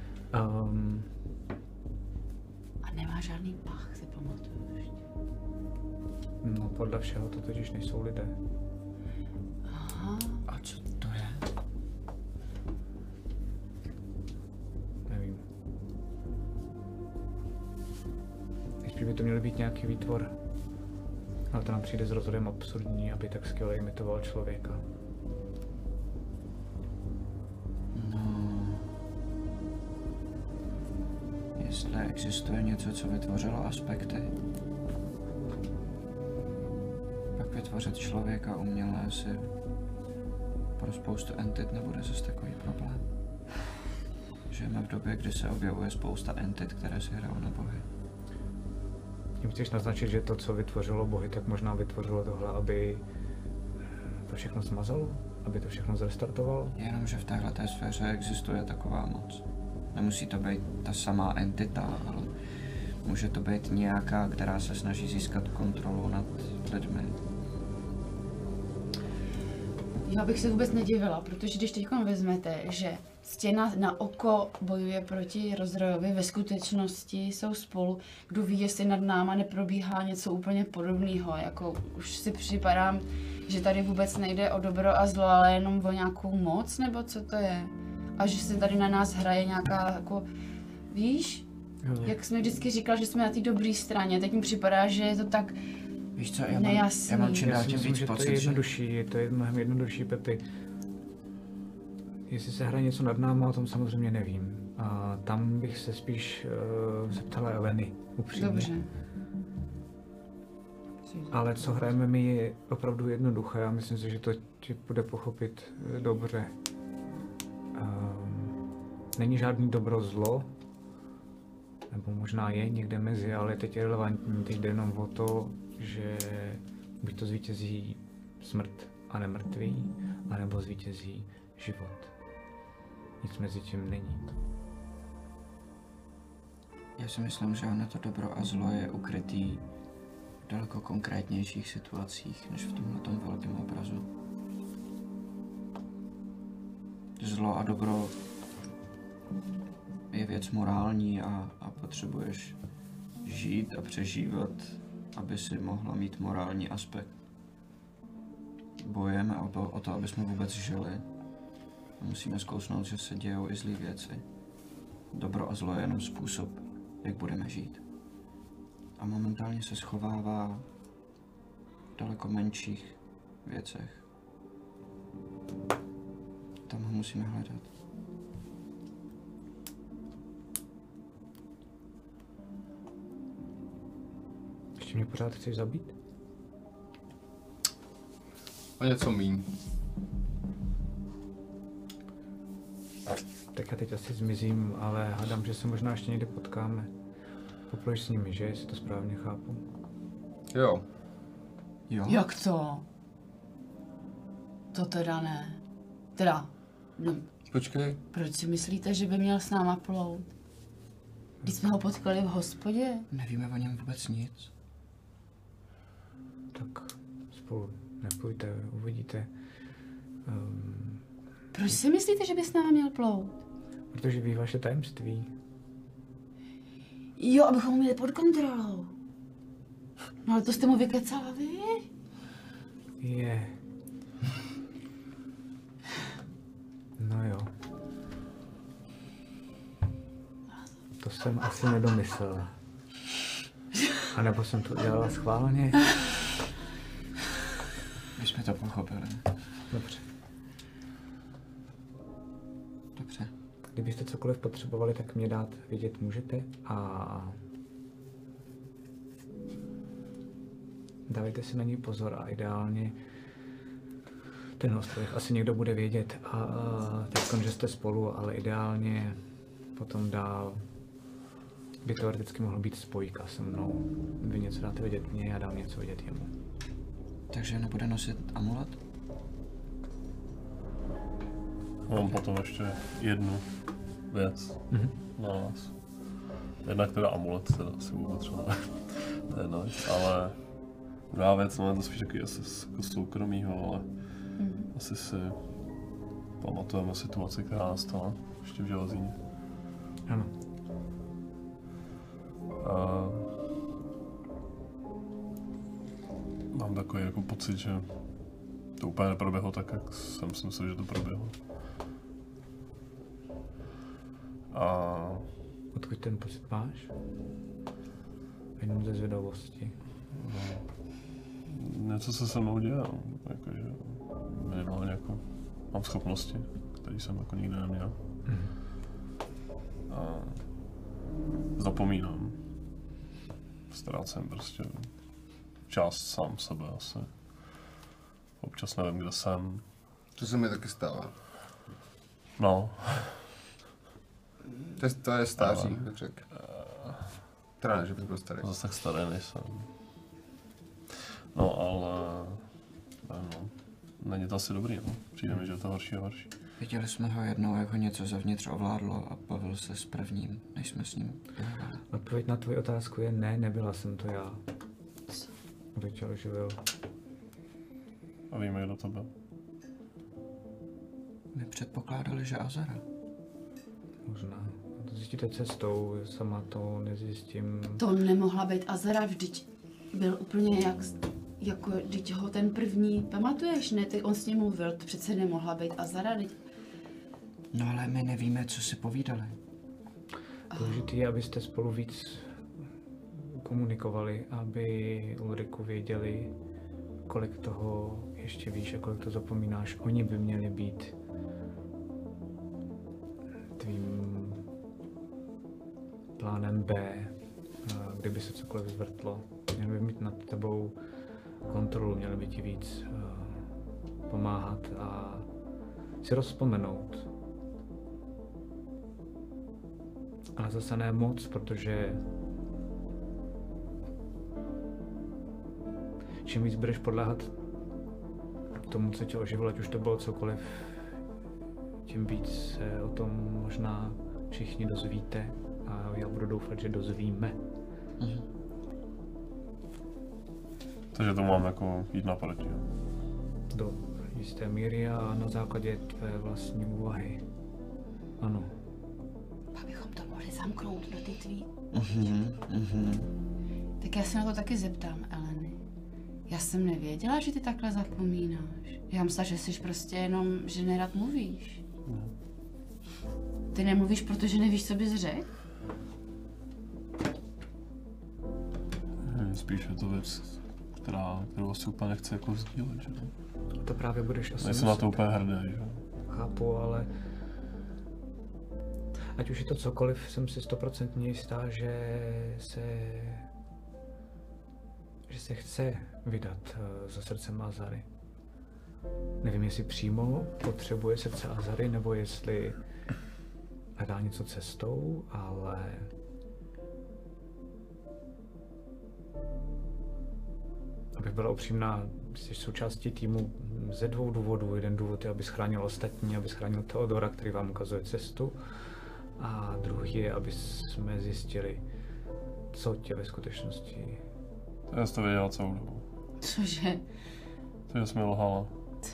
A nemá žádný pach, si pamatuju ještě.
No, podle všeho to totiž nejsou lidé.
Aha.
A co to je?
Nevím. Spíš by to měl být nějaký výtvor. Ale to nám přijde s rozhodem absurdní, aby tak skvěle imitoval člověka.
Jestli existuje něco, co vytvořilo aspekty, pak vytvořit člověka uměle asi pro spoustu entit nebude zase takový problém. Žijeme v době, kdy se objevuje spousta entit, které si hrajou na bohy.
Tím chceš naznačit, že to, co vytvořilo bohy, tak možná vytvořilo tohle, aby to všechno smazalo? Aby to všechno zrestartovalo?
Jenomže v téhleté sféře existuje taková moc. Nemusí to být ta samá entita, ale může to být nějaká, která se snaží získat kontrolu nad lidmi.
Já bych se vůbec nedivila, protože když teď vezmete, že stěna na oko bojuje proti Rozdrojovi, ve skutečnosti jsou spolu, kdo ví, jestli nad náma neprobíhá něco úplně podobného, jako už si připadám, že tady vůbec nejde o dobro a zlo, ale jenom o nějakou moc, nebo co to je? A že se tady na nás hraje nějaká, jako, víš? Jak jsme vždycky říkal, že jsme na té dobré straně, teď mi připadá, že je to tak
víš co,
nejasný.
Já mám čím dál tím
myslím,
víc
že
pocit,
to je jednodušší, to je mnohem jednodušší, Pepi. Jestli se hraje něco nad náma, o tom samozřejmě nevím. A tam bych se spíš zeptala Eleny, upřímně.
Dobře.
Ale co hrajeme my je opravdu jednoduché a myslím si, že to ti bude pochopit dobře. Není žádný dobro zlo, nebo možná je někde mezi, ale teď je relevantní, teď jde jenom o to, že buď to zvítězí smrt a nemrtvý, anebo zvítězí život. Nic mezi tím není.
Já si myslím, že ono to dobro a zlo je ukrytý v daleko konkrétnějších situacích, než v tomhletom velkém obrazu. Zlo a dobro je věc morální a potřebuješ žít a přežívat, aby si mohla mít morální aspekt. Bojujeme o to, aby jsme vůbec žili. A musíme zkousnout, že se dějou i zlý věci. Dobro a zlo je jenom způsob, jak budeme žít. A momentálně se schovává v daleko menších věcech. Tam ho musíme hledat.
Ještě mě pořád chceš zabít?
O něco míň.
Tak já teď asi zmizím, ale hádám, že se možná ještě někde potkáme. Popluješ s nimi, že? Jestli to správně chápu.
Jo.
Jo?
Jak to? To teda ne. Teda, no,
Počkej.
proč si myslíte, že by měl s náma plout? Když jsme ho potkali v hospodě?
Nevíme o něm vůbec nic.
Tak spolu nepůjte, uvidíte.
Proč si myslíte, že by s náma měl plout?
Protože ví vaše tajemství.
Jo, abychom ho měli pod kontrolou. No ale to jste mu vykecala vy?
Je. No jo. To jsem asi nedomyslel. A nebo jsem to dělala schválně?
My jsme to pochopili.
Dobře.
Dobře.
Kdybyste cokoliv potřebovali, tak mě dát vědět můžete a dávejte si na něj pozor a ideálně ten ostrov asi někdo bude vědět a teď, že jste spolu, ale ideálně potom dál by teoreticky mohlo být spojka se mnou. Vy něco dáte vědět mě a dám něco vědět jemu.
Takže nebude nosit amulet?
Mám potom ještě jednu věc na nás. Jednak teda amulet, teda asi vůbec třeba to je náš, ale druhá věc, no je to spíš taky asi jako soukromýho, ale asi si pamatujeme situaci, která nastala ještě v Železíně.
Ano.
A mám takový jako pocit, že to úplně neproběhlo tak, jak jsem si myslel, že to proběhlo. A
Odkud ten pocit máš? Jenom ze zvědavosti.
něco se mnou děje, jakože minimálně jako mám schopnosti, které jsem jako nikdy neměl. A zapomínám. Ztrácím prostě část sám sebe asi. Občas nevím, kde jsem.
To se mi taky stává.
No.
To je stáří, bych řekl. Teda ne, že bych byl starý.
Zase tak starý nejsem. No, ale nevím, no. Není to asi dobrý, no. Přijde mi, že je to horší a horší.
Viděli jsme ho jednou, jak ho něco zevnitř ovládlo a bavil se s prvním, než jsme s ním povídali.
Odpověď na tvoji otázku je ne, nebyla jsem to já. Kdo tě oživil?
A víme, kdo to byl.
My předpokládali, že Azara.
Možná. To zjistíte cestou, sama to nezjistím.
To nemohla být Azara, vždyť byl úplně jako vždyť ho ten první, pamatuješ, ne? Ty on s ním mluvil, to přece nemohla být Azara, vždyť...
No ale my nevíme, co si povídali.
Důležitý je, abyste spolu víc komunikovali, aby Ulriku věděli, kolik toho ještě víš a kolik to zapomínáš. Oni by měli být tvým plánem B, kdyby se cokoliv zvrtlo. Měli by mít nad tebou kontrolu, měli by ti víc pomáhat a si rozpomenout. Ale zase ne moc, protože čím víc budeš podléhat tomu, co tě oživilo, ať už to bylo cokoliv, tím víc se o tom možná všichni dozvíte a já budu doufat, že dozvíme.
Takže to mám jako jít naproti.
Do jisté míry a na základě tvé vlastní úvahy. Ano.
Pak bychom to mohli zamknout do ty tvý. Tak já se na to taky zeptám, Eleny. Já jsem nevěděla, že ty takhle zapomínáš. Já myslela, že jsi prostě jenom, že nerad mluvíš. Ty nemluvíš, protože nevíš, co bys řekl?
Spíš je to věc, kterou asi úplně nechci jako sdílet, že?
To právě budeš asi
Nejsem na to úplně hrdý, že?
Chápu, ale ať už je to cokoliv, jsem si 100% jistá, že se chce vydat za srdcem Azary. Nevím, jestli přímo potřebuje srdce Azary, nebo jestli hledá něco cestou, ale abych byla upřímná, jsi součástí týmu ze dvou důvodů. Jeden důvod je, aby chránil ostatní, aby chránil Theodora, který vám ukazuje cestu. A druhý je, aby jsme zjistili, co tě ve skutečnosti...
To já jsi to věděla celou dobu.
Cože?
To jsi mi lhala.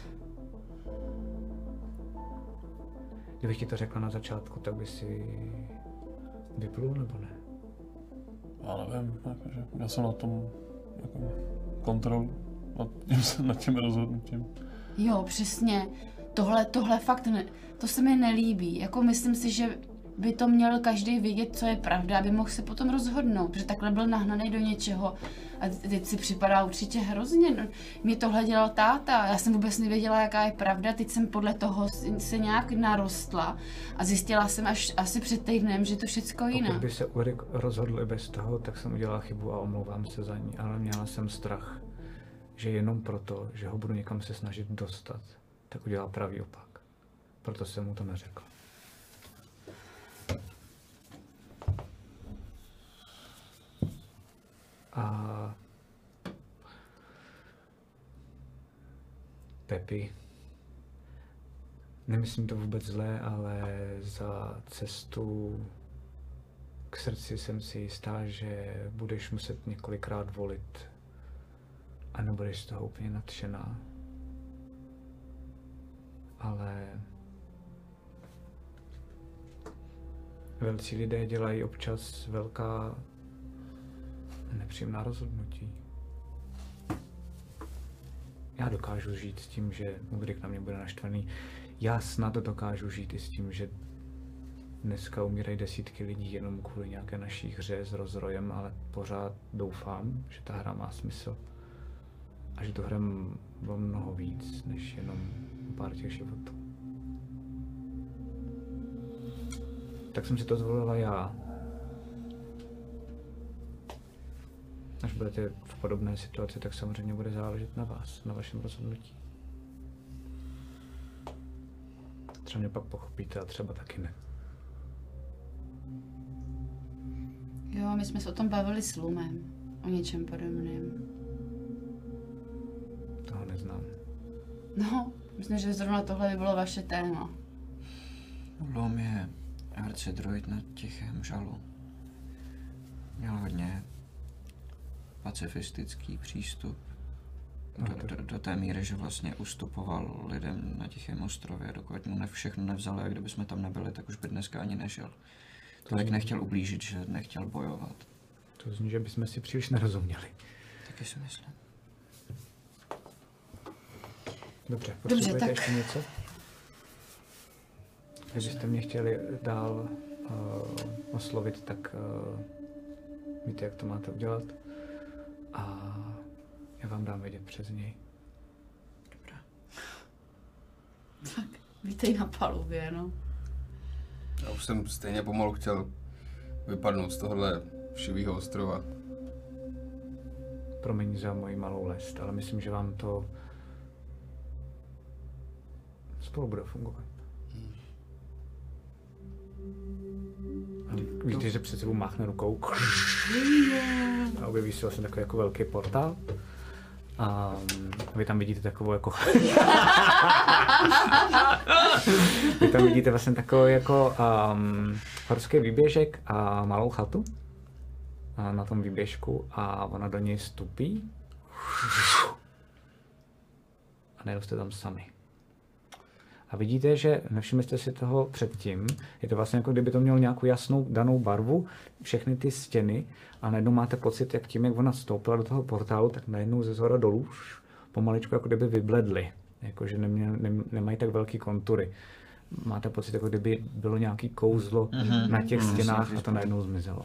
Kdybych ti to řekla na začátku, tak by si vyplul, nebo ne?
Já nevím, jakože já jsem na tom jako kontrolu nad tím rozhodnutím.
Jo, přesně. Tohle fakt ne, to se mi nelíbí. Jako myslím si, že by to měl každý vědět, co je pravda, aby mohl se potom rozhodnout, protože takhle byl nahnaný do něčeho a teď si připadá určitě hrozně. No, mě tohle dělal táta, já jsem vůbec nevěděla, jaká je pravda, teď jsem podle toho se nějak narostla a zjistila jsem až asi před týdnem, že to všecko jinak.
Pokud by se Ulrik rozhodl i bez toho, tak jsem udělala chybu a omlouvám se za ní, ale měla jsem strach, že jenom proto, že ho budu někam se snažit dostat, tak udělá pravý opak. Proto jsem mu to neřekl. A Nemyslím to vůbec zlé, ale za cestu k srdci jsem si jistá, že budeš muset několikrát volit a nebudeš z toho úplně nadšená. Ale velcí lidé dělají občas velká nepříjemná rozhodnutí. Já dokážu žít s tím, že Ulrik na mě bude naštvaný. Já snad dokážu žít i s tím, že dneska umírají desítky lidí jenom kvůli nějaké naší hře s rozrojem, ale pořád doufám, že ta hra má smysl. A že to hrám o mnoho víc, než jenom pár těch životů. Tak jsem si to zvolila já. Až budete v podobné situaci, tak samozřejmě bude záležet na vás, na vašem rozhodnutí. Třeba mě pak pochopíte a třeba taky ne.
Jo, my jsme se o tom bavili s Lumem, o něčem podobném.
Toho neznám.
No, myslím, že zrovna tohle by bylo vaše téma.
Lum je arcidroid na tichém žalu. Měl hodně pacifistický přístup. Do té míry, že vlastně ustupoval lidem na Tichém ostrově, dokud mu všechno nevzali a kdybychom tam nebyli, tak už by dneska ani nežil. Tolik nechtěl ublížit, že nechtěl bojovat.
To zní, že bychom si příliš nerozuměli.
Taky si myslím.
Dobře, potřebujete
tak.
ještě něco? Kdybyste mě chtěli dál oslovit, tak víte, jak to máte udělat. A já vám dám vědět přes něj.
Dobrá.
Tak, vítej na palubě, no.
Já už jsem stejně pomalu chtěl vypadnout z tohohle všivýho ostrova.
Promiň za moji malou lest, ale myslím, že vám to spolu bude fungovat. A víte, že před sebou máchne rukou a objeví se vlastně takový jako velký portál. A vy tam vidíte takovou jako... Vy tam vidíte vlastně takový jako horský výběžek a malou chatu na tom výběžku a ona do něj vstupí a najednou jste tam sami. A vidíte, že nevšimli jste si toho předtím, je to vlastně jako kdyby to mělo nějakou jasnou danou barvu, všechny ty stěny a najednou máte pocit, jak tím, jak ona vstoupila do toho portálu, tak najednou ze zhora dolů pomaličku jako kdyby vybledly, jakože nemají tak velký kontury. Máte pocit, jako kdyby bylo nějaký kouzlo na těch stěnách a to najednou zmizelo.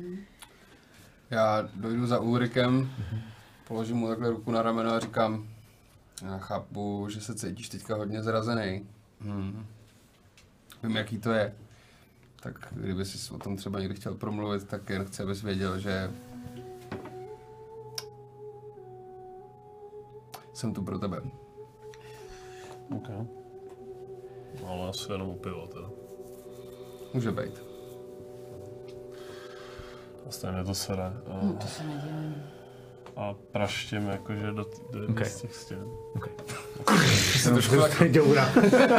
Já dojdu za Ulrikem, položím mu takhle ruku na rameno a říkám, já chápu, že se cítíš teďka hodně zrazený. Vím, jaký to je. Tak kdyby jsi o tom třeba někdy chtěl promluvit, tak jen chci, abys věděl, že jsem tu pro tebe.
OK. Ale asi jenom u pivo teda.
Může být.
A stejně to sere.
No, to se nedělá.
A praštím jakože do jedné z těch stěn.
Okay.
Se to škoda
děura.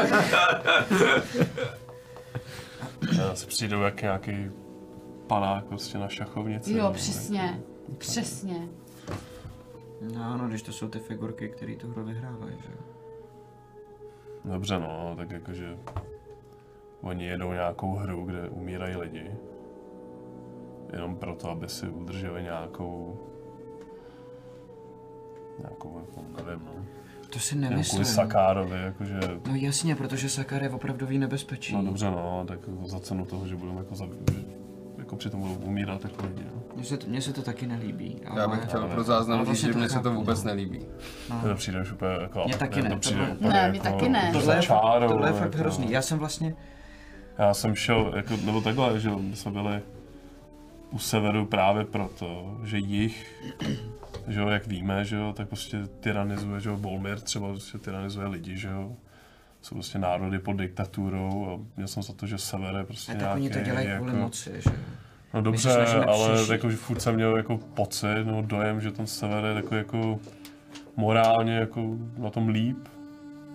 Já si přijdu jak nějaký panák prostě na šachovnici.
Jo, přesně. Přesně.
No ano, když to jsou ty figurky, které tu hru vyhrávají, že jo.
Dobře no, tak jakože oni jedou nějakou hru, kde umírají lidi. Jenom proto, aby si udrželi nějakou, jako, nevím no.
To si nemyslím.
Kvůli Sakárovi, jakože...
No jasně, protože Sakár je opravdový nebezpečí.
No dobře no, tak za cenu toho, že budeme jako přitom budou umírat jako lidi, no.
Mně se to taky nelíbí. Ale...
Já bych chtěl pro záznam říct,
vlastně
že mně se to
chápu,
vůbec
no.
nelíbí.
To přijde už úplně jako...
Mně taky ne.
To přijde úplně
Ne,
jako,
mně taky ne.
Tohle je fakt hrozný. Já jsem vlastně...
Já jsem šel, jako, nebo takhle, že my jsme byli u severu právě proto, že jich, že jo, jak víme, že jo, tak prostě tyranizuje, že jo, Bolmir třeba prostě tyranizuje lidi, že jo. Jsou prostě národy pod diktaturou a měl jsem za to, že sever je prostě nějaký...
Tak oni to dělají
jako,
kvůli moci, že jo.
No dobře, ale jakože furt jsem měl jako pocit, no dojem, že ten sever je takový jako morálně jako na tom líp.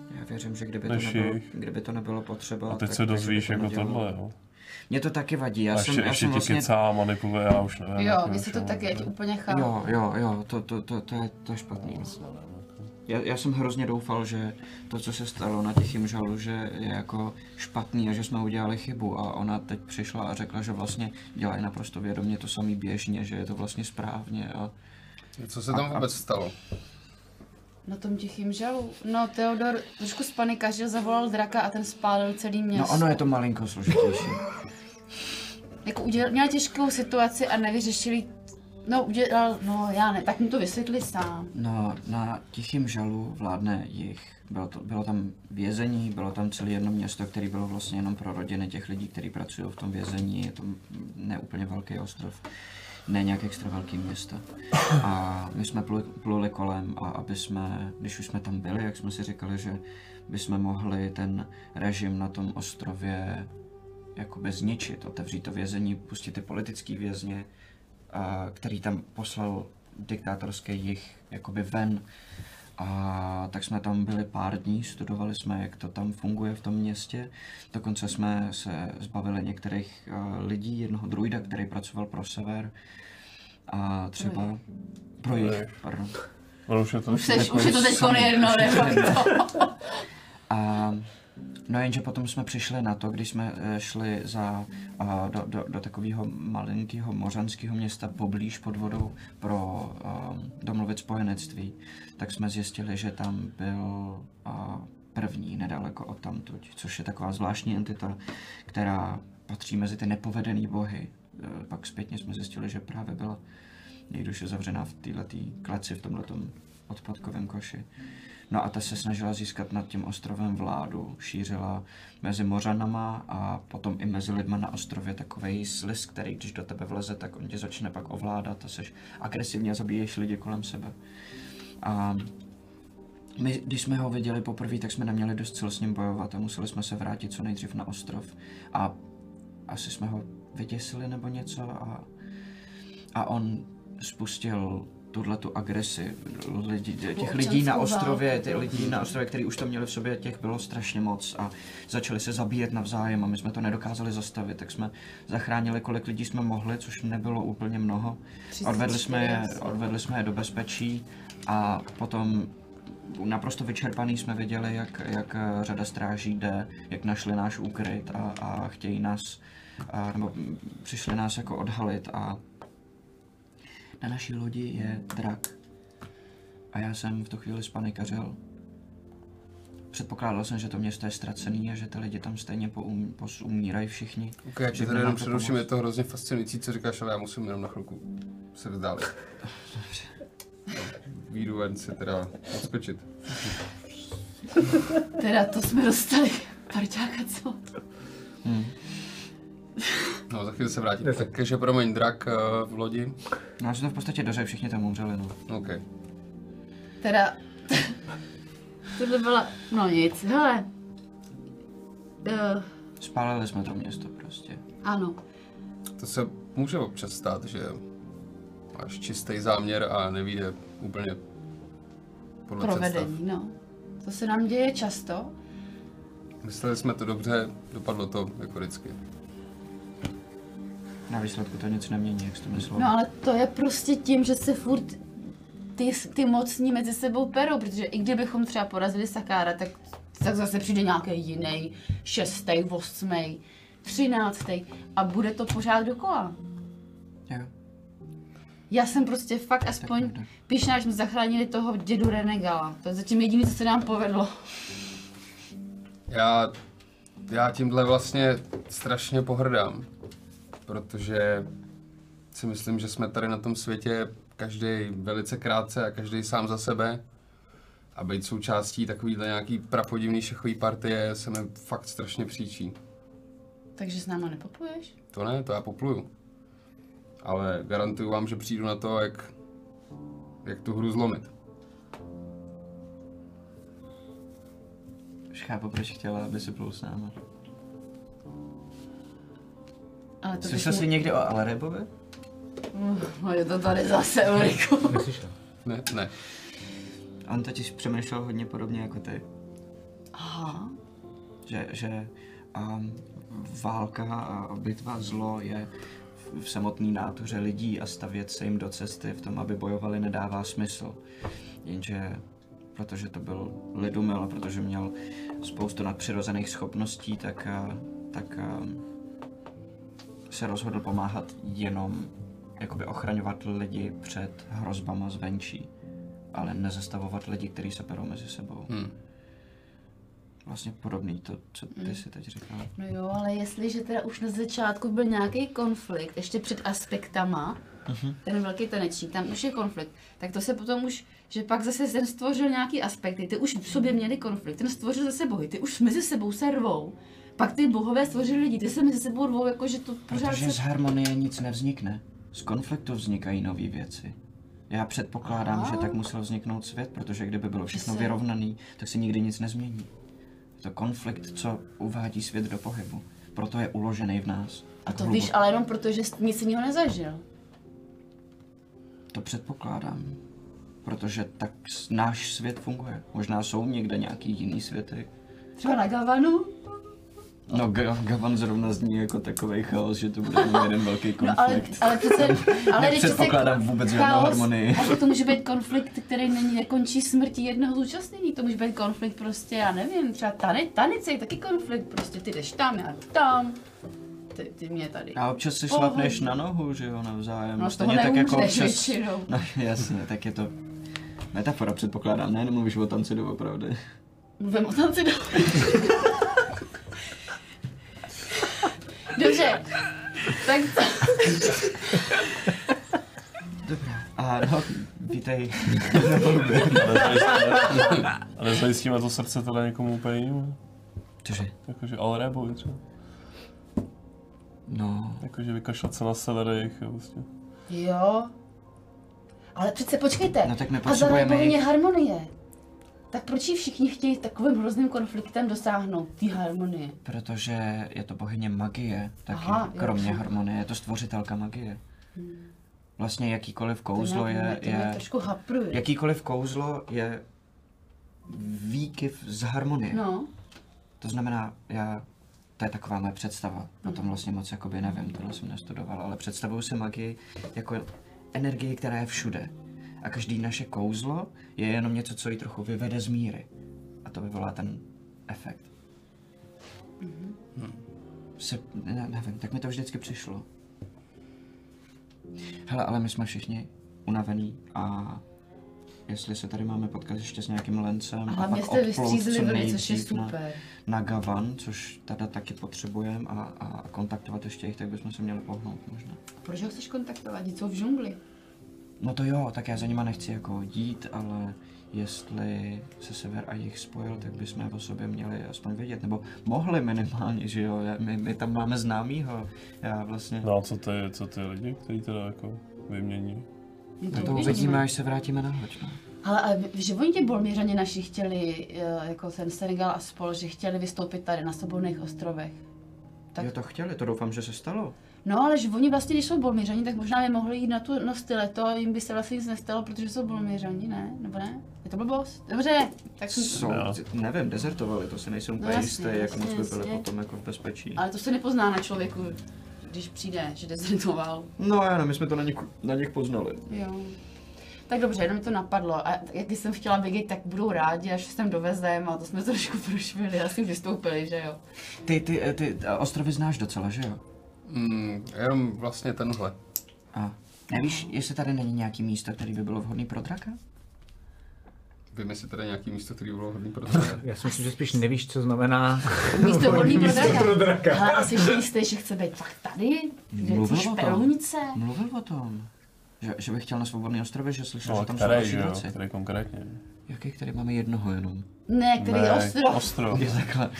Já věřím, že kdyby to nebylo potřeba...
A teď se dozvíš jako tohle, jo?
Mě to taky vadí, já
ještě
jsem vlastně...
kecá, manipuluje, já už nevím.
Jo, mně se to taky, já ti úplně chápu.
Jo, to je špatný. Já jsem hrozně doufal, že to, co se stalo na Tichým žalu, že je jako špatný a že jsme udělali chybu a ona teď přišla a řekla, že vlastně dělají naprosto vědomě to samý běžně, že je to vlastně správně a...
Co se tam vůbec stalo?
Na tom Tichým žalu? No, Theodor trošku spanikařil, zavolal draka a ten spálil celý město.
No ono je to malinko složitější.
Jako měl těžkou situaci a nevyřešili... já ne, tak mu to vysvětli sám.
No, na Tichým žalu vládne jich. Bylo tam vězení, bylo tam celé jedno město, které bylo vlastně jenom pro rodiny těch lidí, kteří pracují v tom vězení. Je to neúplně velký ostrov, ne nějak extra velký město. A my jsme pluli kolem a když už jsme tam byli, jak jsme si říkali, že bychom mohli ten režim na tom ostrově jakoby zničit, otevřít to vězení, pustit ty politický vězně, který tam poslal diktátorský jih jakoby ven. A tak jsme tam byli pár dní, studovali jsme, jak to tam funguje v tom městě. Dokonce jsme se zbavili některých lidí, jednoho druida, který pracoval pro sever. A třeba pro jih, pardon.
Už je to teď jedno,
No jenže potom jsme přišli na to, když jsme šli do takového malinkého mořanského města poblíž pod vodou pro domluvit spojenectví, tak jsme zjistili, že tam byl první nedaleko odtamtud, což je taková zvláštní entita, která patří mezi ty nepovedený bohy. Pak zpětně jsme zjistili, že právě byla nejduše zavřená v této kleci, v tomhletom odpadkovém koši. No a ta se snažila získat nad tím ostrovem vládu, šířila mezi mořanama a potom i mezi lidma na ostrově takovej sliz, který když do tebe vleze, tak on tě začne pak ovládat a seš agresivně zabíješ lidi kolem sebe. A my, když jsme ho viděli poprvé, tak jsme neměli dost sil s ním bojovat a museli jsme se vrátit co nejdřív na ostrov. A asi jsme ho vyděsili nebo něco a on spustil tuhletu agresi těch lidí na ostrově, kteří už to měli v sobě, těch bylo strašně moc a začali se zabíjet navzájem a my jsme to nedokázali zastavit, tak jsme zachránili, kolik lidí jsme mohli, což nebylo úplně mnoho. Odvedli jsme je do bezpečí a potom naprosto vyčerpaný jsme viděli, jak řada stráží jde, jak našli náš úkryt a chtějí nás, nebo přišli nás jako odhalit a na naší lodi je drak. A já jsem v tu chvíli spanikařil. Předpokládal jsem, že to město je ztracený a že ty lidi tam stejně umírají všichni.
Ok, já ti tady jenom především, je to hrozně fascinující, co říkáš, ale já musím jenom na chvilku se vzdálit. Výjdu ven si teda odskočit.
Teda to jsme dostali parťáka, co?
No, za chvíli se vrátím. Takže promiň, drak v lodi.
No, že to v podstatě doře, všichni tam umřeli, no.
OK.
Teda, tohle byla, no nic, hele.
Spálili jsme to město prostě.
Ano.
To se může občas stát, že máš čistý záměr a nevyjde úplně podle
provedení,
představ.
no. To se nám děje často.
Mysleli jsme to dobře, dopadlo to jako vždycky.
Na výsledku to nic nemění, jak jsi to myslel.
No ale to je prostě tím, že se furt ty mocní mezi sebou perou, protože i kdybychom třeba porazili Sakára, tak zase přijde nějaký jiný, 6., 8., 13. a bude to pořád dokola.
Jo.
Já jsem prostě fakt aspoň pyšná, že jsme zachránili toho dědu Renegala. To je zatím jediné, co se nám povedlo.
Já tímhle vlastně strašně pohrdám, protože si myslím, že jsme tady na tom světě každý velice krátce a každý sám za sebe. A být součástí takovýhle nějaký prapodivný šachový partie se mi fakt strašně příčí.
Takže s náma nepopluješ?
To ne, to já popluju. Ale garantuju vám, že přijdu na to, jak tu hru zlomit.
Už chápu, proč chtěla, aby si plul s námi. Slyšel jsi někdy o Alarebovi?
No je to tady zase, Ulriku.
Neslyšel.
Ne.
On totiž přemýšlel hodně podobně jako ty.
Aha.
Že válka a bitva zlo je v samotné nátuře lidí a stavět se jim do cesty v tom, aby bojovali, nedává smysl. Jenže protože to byl lidumil a protože měl spoustu nadpřirozených schopností, tak se rozhodl pomáhat jenom jakoby ochraňovat lidi před hrozbama zvenčí, ale nezastavovat lidi, kteří se perou mezi sebou. Vlastně podobný to, co ty si teď říkala.
No jo, ale jestliže teda už na začátku byl nějaký konflikt, ještě před aspektama, ten velký tanečník, tam už je konflikt, tak to se potom už, že pak zase ten stvořil nějaký aspekty, ty už v sobě měli konflikt, ten stvořil zase bohy, ty už mezi sebou se rvou. Pak ty bohové stvořili lidi, ty se mezi sebou rvou, jakože to pořád
Protože z harmonie nic nevznikne. Z konfliktu vznikají nové věci. Já předpokládám, že tak musel vzniknout svět, protože kdyby bylo všechno vyrovnaný, tak se nikdy nic nezmění. Je to konflikt, co uvádí svět do pohybu. Proto je uložený v nás.
A to víš, ale jenom proto, že nic jiného nezažil.
To předpokládám. Protože tak náš svět funguje. Možná jsou někde nějaký jiný světy.
Třeba na Gavanu?
No, Gavan zrovna zní jako takovej chaos, že to bude jenom jeden velký konflikt.
No, ale přece...
Nepředpokládám vůbec žádnou harmonii.
Ale to může být konflikt, který nekončí smrtí jednoho zúčastnění. To může být konflikt prostě, já nevím, třeba tanec je taky konflikt, prostě ty jdeš tam, já tam. Ty mě tady.
A občas si šlapneš na nohu, že jo, navzájem.
No z toho neumřeš většinou.
No jasně, tak je to metafora, předpokládám, ne? Nemluvíš o tanci doopravdy.
Mluvím o tanci doopravdy. Dobře, tak co?
Dobrá, a no, vítej.
Ale zajistíme to srdce teda někomu úplně jinému?
Cože?
Jakože Alrebovi třeba?
No.
Jakože vykašlat se na sever jejich, vlastně.
Jo. Ale přece počkejte,
No tak my
a za
potřebujeme
bohyně harmonie. Tak proč jí všichni chtějí takovým hrozným konfliktem dosáhnout té harmonie?
Protože je to bohyně magie, taky, kromě harmonie, je to stvořitelka magie. Vlastně jakýkoliv kouzlo jakýkoliv kouzlo je výkyv z harmonie.
No.
To znamená, to je taková moje představa, o tom vlastně moc jakoby nevím, tohle jsem nestudoval, ale představuju si magii jako energii, která je všude. A každý naše kouzlo je jenom něco, co ji trochu vyvede z míry. A to vyvolá ten efekt. Nevím, tak mi to vždycky přišlo. Hele, ale my jsme všichni unavení a jestli se tady máme potkat ještě s nějakým lencem a pak odplout co nejdřív na Gavan, což tady taky potřebujeme a kontaktovat ještě jich, tak bychom se měli pohnout možná.
Proč ho chceš kontaktovat? Jsou v džungli.
No to jo, tak já za nima nechci jako jít, ale jestli se sever a jih spojil, tak bychom o sobě měli aspoň vědět, nebo mohli minimálně, že jo, my tam máme známýho, já vlastně...
No a co ty lidi, kteří teda jako vymění?
No to uvidíme, až se vrátíme na hoď, no.
Ale že oni ti Bolměřani naši chtěli, jako ten Senegal a spol, že chtěli vystoupit tady na Svobodných ostrovech.
Tak... Jo, to chtěli, to doufám, že se stalo.
No, ale že oni vlastně, když jsou Bolměřani, tak možná by mohli jít na tu Nostileto a jim by se vlastně nic nestalo, protože jsou Bolměřani, ne? Nebo ne? Je to blbost? Dobře, tak
jsou, nevím, dezertovali, to si nejsem úplně jistý, jak moc by byli potom jako v bezpečí.
Ale to se nepozná na člověku, když přijde, že dezertoval.
No já my jsme to na nich poznali.
Jo. Tak dobře, jenom mi to napadlo a jak jsem chtěla vědět, tak budou rádi, až sem dovezem a to jsme trošku prošvili, asi vystoupili, že jo.
Ty ostrovy znáš docela, že jo?
Jenom vlastně tenhle.
A nevíš, jestli tady není nějaký místo, který by bylo vhodný pro draka?
Vím, jestli tady nějaký místo, který by bylo vhodný pro draka.
Já si myslím, že spíš nevíš, co znamená
místo vhodný pro draka. Ale asi jistý, že chce být fakt tady?
Mluvil o tom. Že bych chtěl na Svobodný ostrově, že slyšel, že tam
který,
jsou další draci.
Který konkrétně?
Jaký, který máme jednoho jenom?
Ne, který je ostrov.
Ostrov.
Je takhle.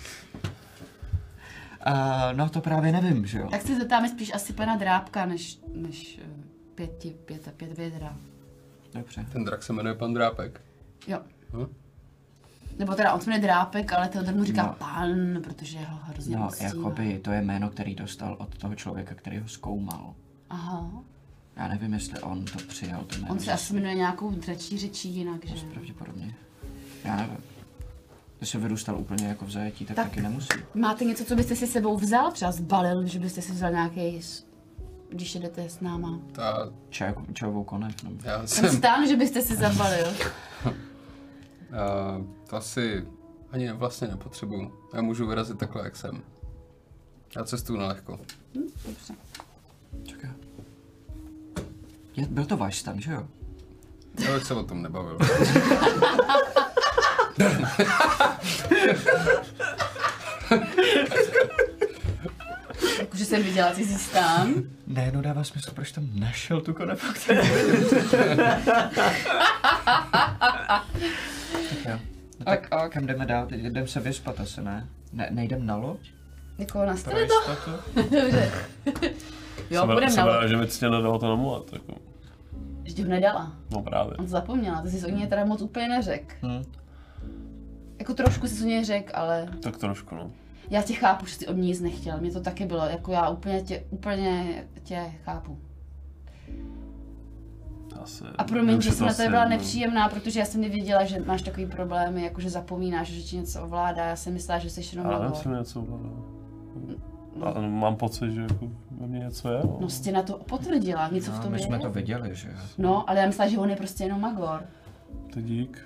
No to právě nevím, že jo.
Tak se zeptáme spíš asi pana Drábka, než pět vědra.
Dobře.
Ten drak se jmenuje pan Drápek.
Jo. Nebo teda on se jmenuje Drápek, ale Teodor mu říká pan, protože ho hrozně
moctí. No, jakoby to je jméno, který dostal od toho člověka, který ho zkoumal.
Aha.
Já nevím, jestli on to přijal, to jméno.
On se asi jmenuje nějakou dračí řečí jinak, že?
Pravděpodobně. Já nevím. Jsi vyrůstal úplně jako v zajetí, tak taky nemusí.
Máte něco, co byste si sebou vzal? Třeba zbalil, že byste si vzal nějaký, když jdete s náma?
Čajovou konev. No.
Já
Ten
jsem...
stán, že byste si zabalil.
To asi ani vlastně nepotřebuju. Já můžu vyrazit takhle, jak jsem. Já cestuju na lehko.
Dobře.
Čeká. Byl to váš stan, že jo?
Já bych se o tom nebavil.
Jakože jsem viděla cizí stán.
Ne, no dává smysl, proč tam našel tu konev. Tak kam jdeme dál? Teď jdem se vyspat asi, ne? Nejdem na loď?
Jako na straně to? Dobře. Jo, budem na loď.
Že mi ctě nedalo to amulet, jako.
Že ti ho nedala.
No právě.
On to zapomněla, ty jsi o něj teda moc úplně neřekl. Jako trošku jsi o něj řekl, ale...
Tak trošku, no.
Já tě chápu, že jsi od ní nic nechtěl, mě to taky bylo, jako já úplně tě chápu.
Asi,
a promiň, že jsem na tebe byla
no.
nepříjemná, protože já jsem nevěděla, že máš takový problémy, jako že zapomínáš, že ti něco ovládá, já jsem myslela, že jsi jenom
Ale
logo.
jsem něco ovládal. Ale mám pocit, že jako ve mně něco je.
No jsi na to potvrdila, něco v tom
my
je.
jsme to viděli, že jo?
No, ale já myslela, že on je prostě jenom magor.
To dík.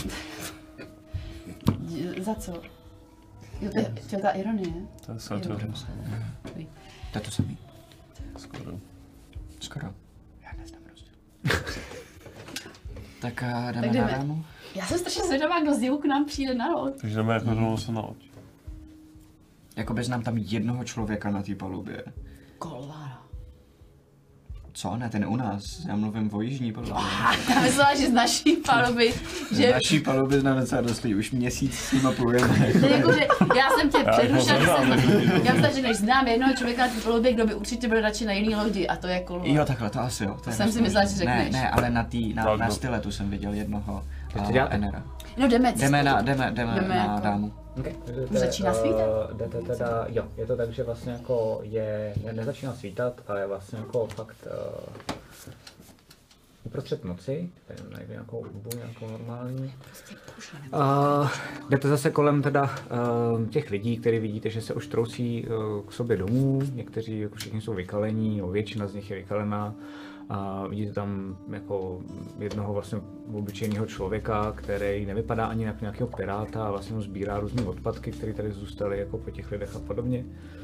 Za co? Jo, to je ta ironie.
To je satira.
To je to samý.
Skoro.
Já neznám rozdíl. Tak jdeme
Tak jdeme.
na rámu.
Já jsem strašně zvědavá, kdo z divu k nám přijde na loď.
Takže jdeme jako rovnou se na loď.
Jakoby znám tam jednoho člověka na té palubě.
Kolvára.
Co? Ne, ten u nás. Já mluvím o jižní palubě.
Já myslela, že z naší paluby,
Z
že...
naší palubě znám docela dost lidí. Už měsíc s nima plujeme.
To jako, že já jsem tě předušila, já myslím, že než znám jednoho člověka na té palubě, kdo by určitě byl radši na jiný lodi, a to je Kolvára.
Jo, takhle, to asi jo. To
jsem si myslela, že řekneš.
Ne, ale na styletu jsem viděl jednoho Enera.
No jdeme.
Jdeme na
jako...
dámu.
Okay.
Začíná svítat?
Jdete teda, jo, je to tak, že vlastně jako nezačíná svítat, ale vlastně jako fakt uprostřed noci, najde nějakou dobu, nějakou normální. Jdete zase kolem teda těch lidí, který vidíte, že se už trousí k sobě domů, někteří, jako všichni jsou vykalení, většina z nich je vykalená. A vidíte tam jako jednoho vlastně obyčejného člověka, který nevypadá ani jako nějakého piráta a vlastně sbírá různé odpadky, které tady zůstaly jako po těch lidech a podobně.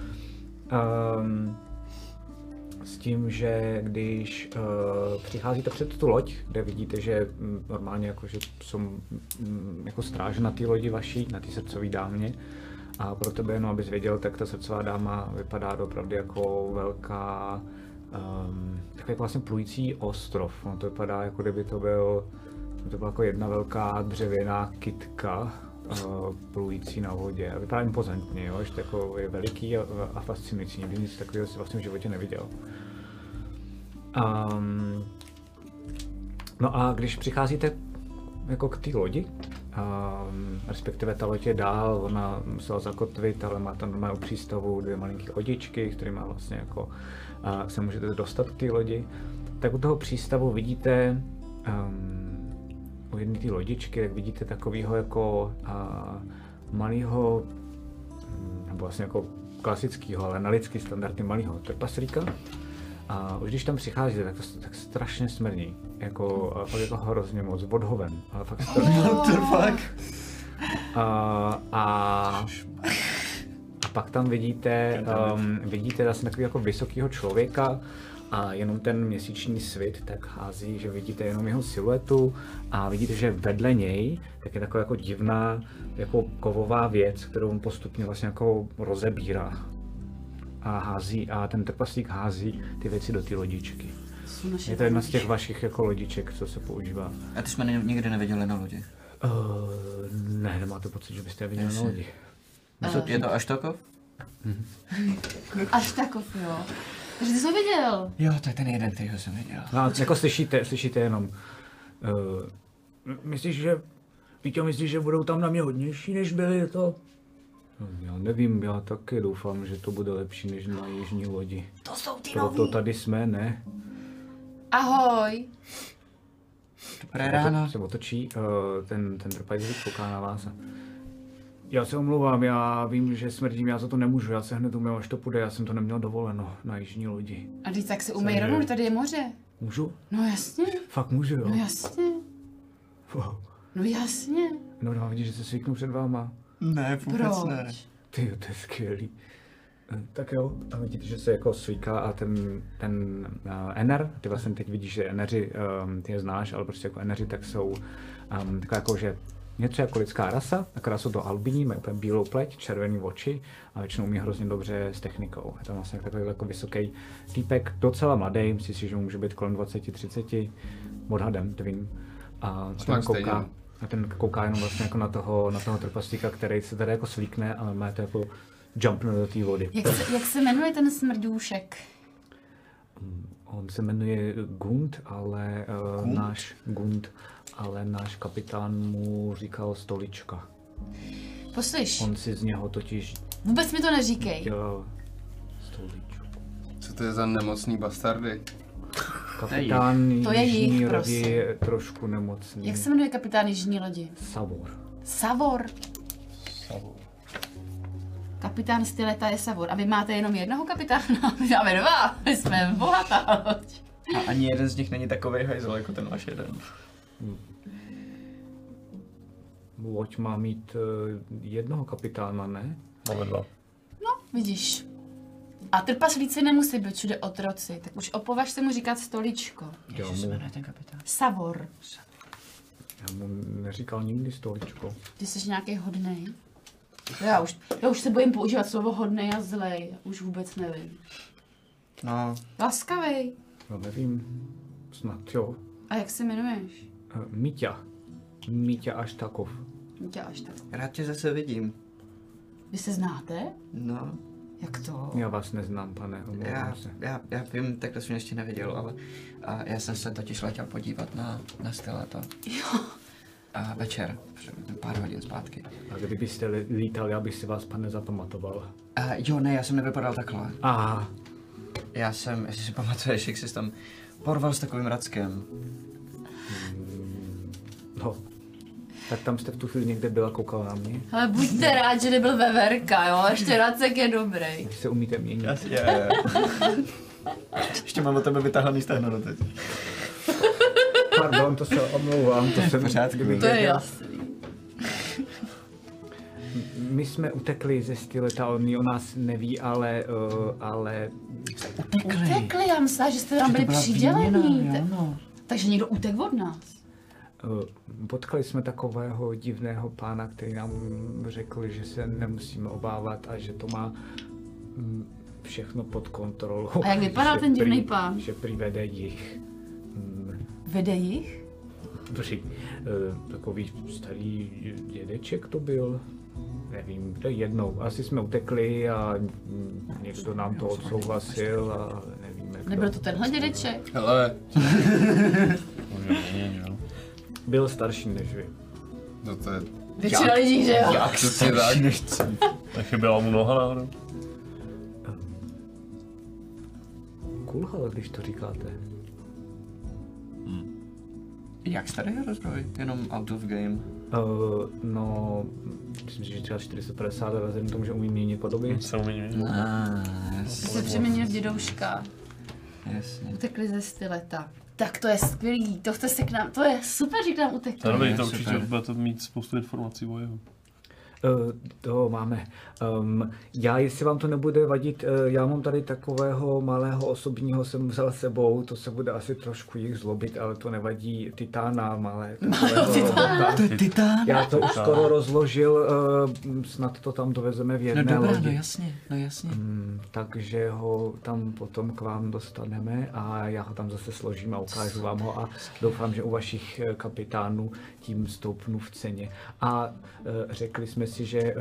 S tím, že když přicházíte před tu loď, kde vidíte, že normálně jako, že jsou jako stráže na té lodi vaší, na té srdcové dámě, a pro tebe jenom abys věděl, tak ta srdcová dáma vypadá opravdu jako velká, takový jako vlastně plující ostrov. No, to vypadá, jako kdyby to byla jako jedna velká dřevěná kytka plující na vodě. A vypadá impozantně, jo? Že to jako je veliký a fascinující. Nikdy nic takového si vlastně v životě neviděl. No a když přicházíte jako k té lodi, respektive ta loď je dál, ona musela zakotvit, ale má tam normálně u přístavu dvě malinké lodičky, kterými vlastně jako se můžete dostat k té lodi. Tak u toho přístavu vidíte u jedné té lodičky, tak vidíte takového jako malého, nebo vlastně jako klasického, ale na lidský standardní malého trpaslíka. A už když tam přicházíte, tak strašně smrdí, jako fakt jako hrozně moc, odhoven, ale fakt strašně. A pak tam vidíte vlastně takového jako vysokého člověka a jenom ten měsíční svit tak hází, že vidíte jenom jeho siluetu a vidíte, že vedle něj tak je taková jako divná jako kovová věc, kterou on postupně vlastně jako rozebírá. A ten trpaslík hází ty věci do té lodičky. Je to jedna z těch vašich jako lodiček, co se používá.
A ty jsme nikdy neviděli na lodi?
Ne, nemáte pocit, že byste je viděli na lodi.
Je to Aštakov?
Aštakov, jo. Takže ty jsi ho viděl.
Jo, to je ten jeden, kterýho jsem viděl.
No, jako slyšíte jenom. Myslíš, že budou tam na mě hodnější, než byli to? Já nevím, já taky doufám, že to bude lepší než na jižní lodi.
To jsou ty
Proto tady jsme, ne?
Ahoj.
Dobré ráno.
Se otočí, ten trpající kouká na vás. Já se omlouvám, já vím, že smrdím, já za to nemůžu, já se hned umyl, až to půjde, já jsem to neměl dovoleno na jižní lodi.
A teď tak se umej rovnou, tady je moře.
Můžu?
No jasně.
Fakt můžu, jo?
No jasně.
Wow.
No jasně.
No dám vidět, že se svítnu před váma.
Ne, vůbec ne.
Proč?
Ty, to je skvělý. Tak jo, a vidíte, že se jako svíká a ten ener, ty vlastně teď vidíš, že eneři, ty je znáš, ale prostě jako eneři tak jsou taková jako, že něco jako lidská rasa, akorát jsou to albíni, mají úplně bílou pleť, červený oči a většinou umí hrozně dobře s technikou. Je tam vlastně takový jako vysoký týpek, docela mladý, myslím si, že může být kolem 20-30, odhadem, to vím. A ten kouká jenom vlastně jako na toho trpaslíka, který se tady jako svlíkne, ale má to jako jumpne do té vody.
Jak se jmenuje ten smrdůšek?
On se jmenuje Gund, ale náš kapitán mu říkal Stolička.
Poslyš.
On si z něho totiž
Vůbec mi to neříkej.
dělal Stoličku.
Co to je za nemocný bastardy?
Kapitán jižní
jich,
lodi je trošku nemocný.
Jak se jmenuje kapitán jižní lodi?
Savor.
Savor. Kapitán Styleta je Savor. A vy máte jenom jednoho kapitána? My máme dva. My jsme bohatá loď.
A ani jeden z nich není takovej hajzel jako ten váš jeden.
Loď má mít jednoho kapitána, ne?
Máme dva.
No, vidíš. A trpaslíci nemusí být všude otroci, tak už opovaž se mu říkat Stoličko.
Jak se jmenuje ten kapitán?
Savor.
Já mu neříkal nikdy Stoličko.
Ty jsi nějaký hodnej. Já už se bojím používat slovo hodnej a zlej. Už vůbec nevím.
No.
Laskavej.
No nevím, snad jo.
A jak se jmenuješ?
Míťa Aštakov.
Míťa až tak.
Rád tě zase vidím.
Vy se znáte?
No.
Jak to?
Já vás neznám, pane, omlouvám se.
Já vím, takhle jsem ještě neviděl, ale já jsem se totiž letěl podívat na Styleta.
Jo.
A večer, pár hodin zpátky.
A kdybyste lítal, já bych si vás, pane, zapamatoval.
Jo, ne, já jsem nevypadal takhle.
Aha.
Já jsem, jestli si pamatuješ, jak jsi tam porval s takovým Rackem.
No. Tak tam jste v tu chvíli někde byla, koukala na mě.
Ale buďte rád, že nebyl Veverka, jo? Ještě Racek je dobrý.
Když se umíte měnit.
Je. Ještě mám od tebe vytáhaný stehno do teď.
Pardon, to se omlouvám. To jsem
pořádku.
To je jasný.
My jsme utekli ze Styleta, on o nás neví, ale
Utekli, já myslela, že jste tam byli přidělení.
No.
Takže někdo utek od nás.
Potkali jsme takového divného pána, který nám řekl, že se nemusíme obávat a že to má všechno pod kontrolou.
A jak vypadá ten divný pán?
Že prý vede jich.
Vede jich?
Takový starý dědeček to byl. Nevím, to je jednou. Asi jsme utekli a někdo nám to odsouhlasil a nevím, jak
Nebyl to tenhle dědeček?
Hele,
Byl starší než vy.
no to je...
Většina lidí, že jo?
Jak to si tak?
Nechyběla mu noha náhodou?
Kulhal, když to říkáte.
Jak starý je rozbroj? Jenom out of game.
No, myslím si, že třeba 450, ale vzhledem tomu, že umí měnit podoby.
Se umí měnit.
Jasně.
Se přeměnil v dědouška.
Jasně.
Utekli ze Styleta. Tak to je skvělý, to chce se k nám, to je super, že k nám utekli.
Dobrý, to
super.
určitě budete mít spoustu informací o jeho.
To máme. Já, jestli vám to nebude vadit, já mám tady takového malého osobního, jsem vzal sebou, to se bude asi trošku jich zlobit, ale to nevadí, titána malé.
To je titán?
Já to už skoro rozložil, snad to tam dovezeme v jedné lodi.
No jasně.
Takže ho tam potom k vám dostaneme a já ho tam zase složím a ukážu vám ho a doufám, že u vašich kapitánů tím stoupnu v ceně. A řekli jsme si, že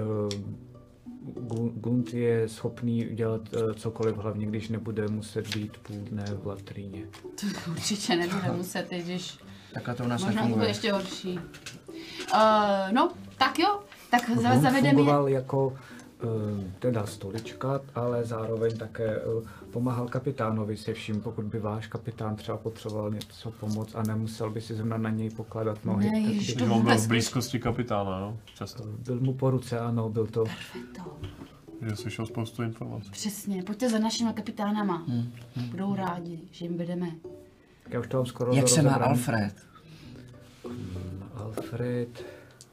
Gund je schopný dělat cokoliv, hlavně když nebude muset být půl dne v latríně.
To určitě nebude muset, když
Takhle to u nás
možná to bude
nefunguje.
ještě horší. No, tak jo, tak
Gund
zavedeme je.
fungoval jako teda stolička, ale zároveň také pomáhal kapitánovi se vším, pokud by váš kapitán třeba potřeboval něco pomoct a nemusel by si zrovna na něj pokládat nohy.
Ne,
Když on byl v blízkosti kapitána, no? Často.
Byl mu po ruce, ano, byl to.
Že slyšel spoustu informací.
Přesně, pojďte za našimi kapitánama. Budou rádi, že jim vedeme.
Já už to mám skoro
Jak se má
rozebran.
Alfred?
Alfred...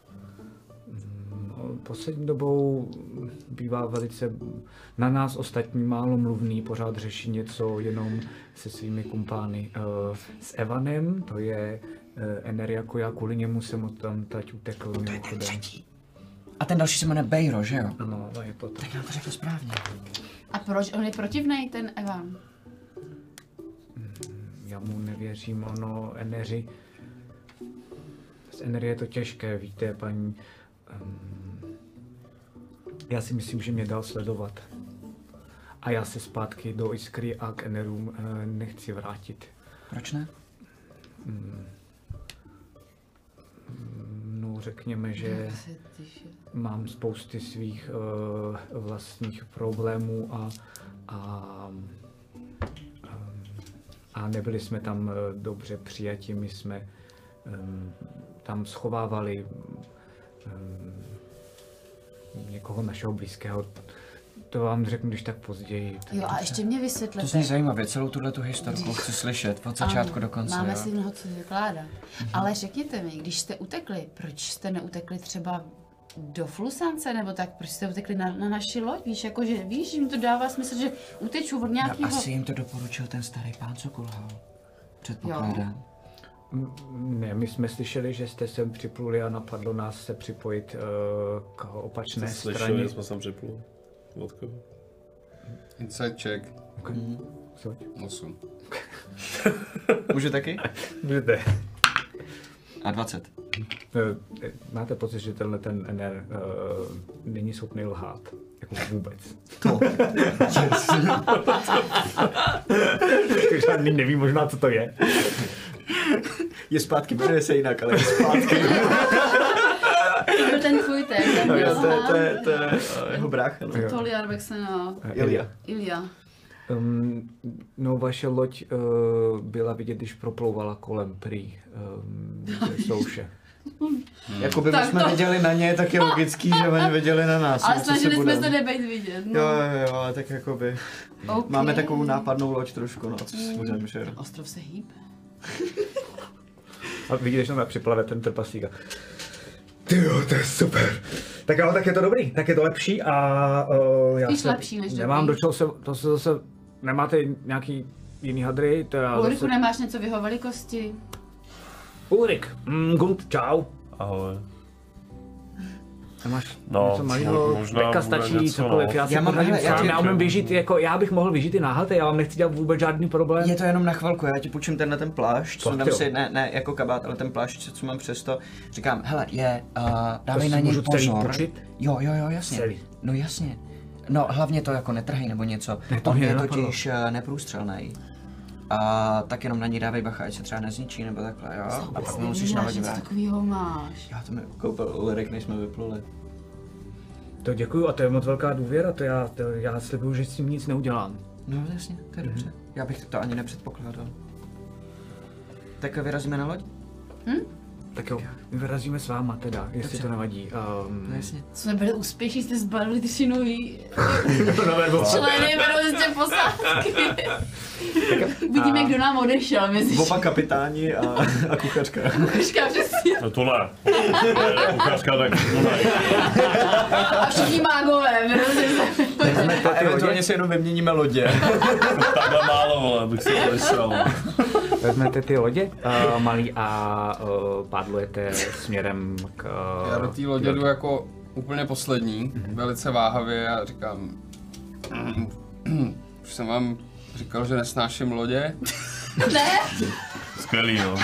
Poslední dobou bývá velice na nás ostatní málo mluvný, pořád řeší něco jenom se svými kumpány. S Evanem, to je Eneriako, já kvůli němu jsem tam teď utekl mimochodem.
A ten další se jmenuje Bejro, že jo?
No, je to tak.
Tak nám to řekl správně.
A proč on je protivnej, ten Evan?
Já mu nevěřím, ono Eneri. S Eneri je to těžké, víte, paní. Já si myslím, že mě dal sledovat. A já se zpátky do Iskry a k Enerům nechci vrátit.
Proč ne?
No, řekněme, že mám spousty svých vlastních problémů a nebyli jsme tam dobře přijati. My jsme tam schovávali někoho našeho blízkého. To vám řeknu, když tak později.
Jo, a ještě mě
To
vysvětlete.
zní zajímavě, celou tuhletu historku chci slyšet, od začátku do konce.
Máme
jo?
si mnoho co vykládat. Ale řekněte mi, když jste utekli, proč jste neutekli třeba do Flusance, nebo tak, proč jste utekli na naši loď, víš, jakože, víš, jim to dává smysl, že uteču od nějakého...
Asi jim to doporučil ten starý pán, co kulhal. Předpokládám.
Ne, my jsme slyšeli, že jste sem připluli a napadlo nás se připojit k opačné
Slyšeli,
straně.
že jsme sem připluli. Od koho?
Inside check.
Okay.
8.
Můžu taky?
Můžete.
A 20.
Máte pocit, že tenhle ten NR není schopný lhát? Jako vůbec.
To.
Žádný neví možná, co to je.
Je zpátky, jmenuje se jinak, ale je zpátky.
To byl ten tvůj ten
To je jeho brácha. No.
Toliar, jak se jmenuje. Ilia.
No, vaše loď byla vidět, když proplouvala kolem prý souše.
Jakoby my
Tak
jsme
to-
viděli na ně, tak je logický, že oni viděli na nás.
Ale
no, co
snažili jsme
budem.
se nebejt vidět, no.
Jo, tak jakoby.
Okay.
Máme takovou nápadnou loď trošku, no, co si budeme, že jo.
Ostrov se hýbe.
A vidíte, že tam připlave ten trpaslík. Tyjo, to je super. Tak jo, tak je to dobrý, tak je to lepší a já
Spíš
se
lepší než
nemám
dobrý.
do čeho to se zase, nemáte nějaký jiný hadry? To já
Ulriku,
zase...
nemáš něco v jeho velikosti?
Ulrik, Gund, čau.
Ahoj.
Nemáš
No,
něco malého,
možná
Beka
bude
stačí,
něco,
cokoliv,
no.
já si
Já mám-
poradím
hele, já
sám,
ti-
já umím vyžít, jako já bych mohl vyžít i náhaté, já vám nechci dělat vůbec žádný problém.
Je to jenom na chvilku, já ti půjčím tenhle ten plášť,
Fakt,
sundám
jo?
si, ne jako kabát, ale ten plášť, co mám přesto. Říkám, hele, dávej
si
na něj
můžu celý
pozor.
půjčit?
Jo, jasně.
Celý.
No jasně. No hlavně to jako netrhej nebo něco.
Ne, to
On
mě
je
nenapadlo.
totiž neprůstřelný. A tak jenom na ní dávej bacha, ať se třeba nezničí nebo takhle, jo? A pak mu musíš na lodi
něco
vrátit.
takovýho máš.
Já to mi koupil Ulrik, než jsme vypluli.
To děkuju a to je moc velká důvěra, to já slibuju, že s tím nic neudělám.
No jasně, to je dobře. Já bych to ani nepředpokládal. Tak vyrazíme na loď?
Tak jo, my vyrazíme s váma teda, jestli
Dobře.
to nevadí.
No jasně.
Jsme byli úspěšní, jste zbalili 3 nový
No,
členy prostě posádky. Vidíme, kdo nám odešel mezi
Oba kapitáni a kuchařka.
Kuchařka, přesně.
No to ne. Ne, kuchařka, tak to ne.
A všichni mágové,
A eventuálně si jenom vyměníme lodě.
Takhle málo, vole, bych si to vysel.
Vezmete ty lodě malý a pádlujete směrem k...
Já do té lodě jdu jako úplně poslední, velice váhavě a říkám... Už jsem vám říkal, že nesnáším lodě.
Ne?
Skvělý, no.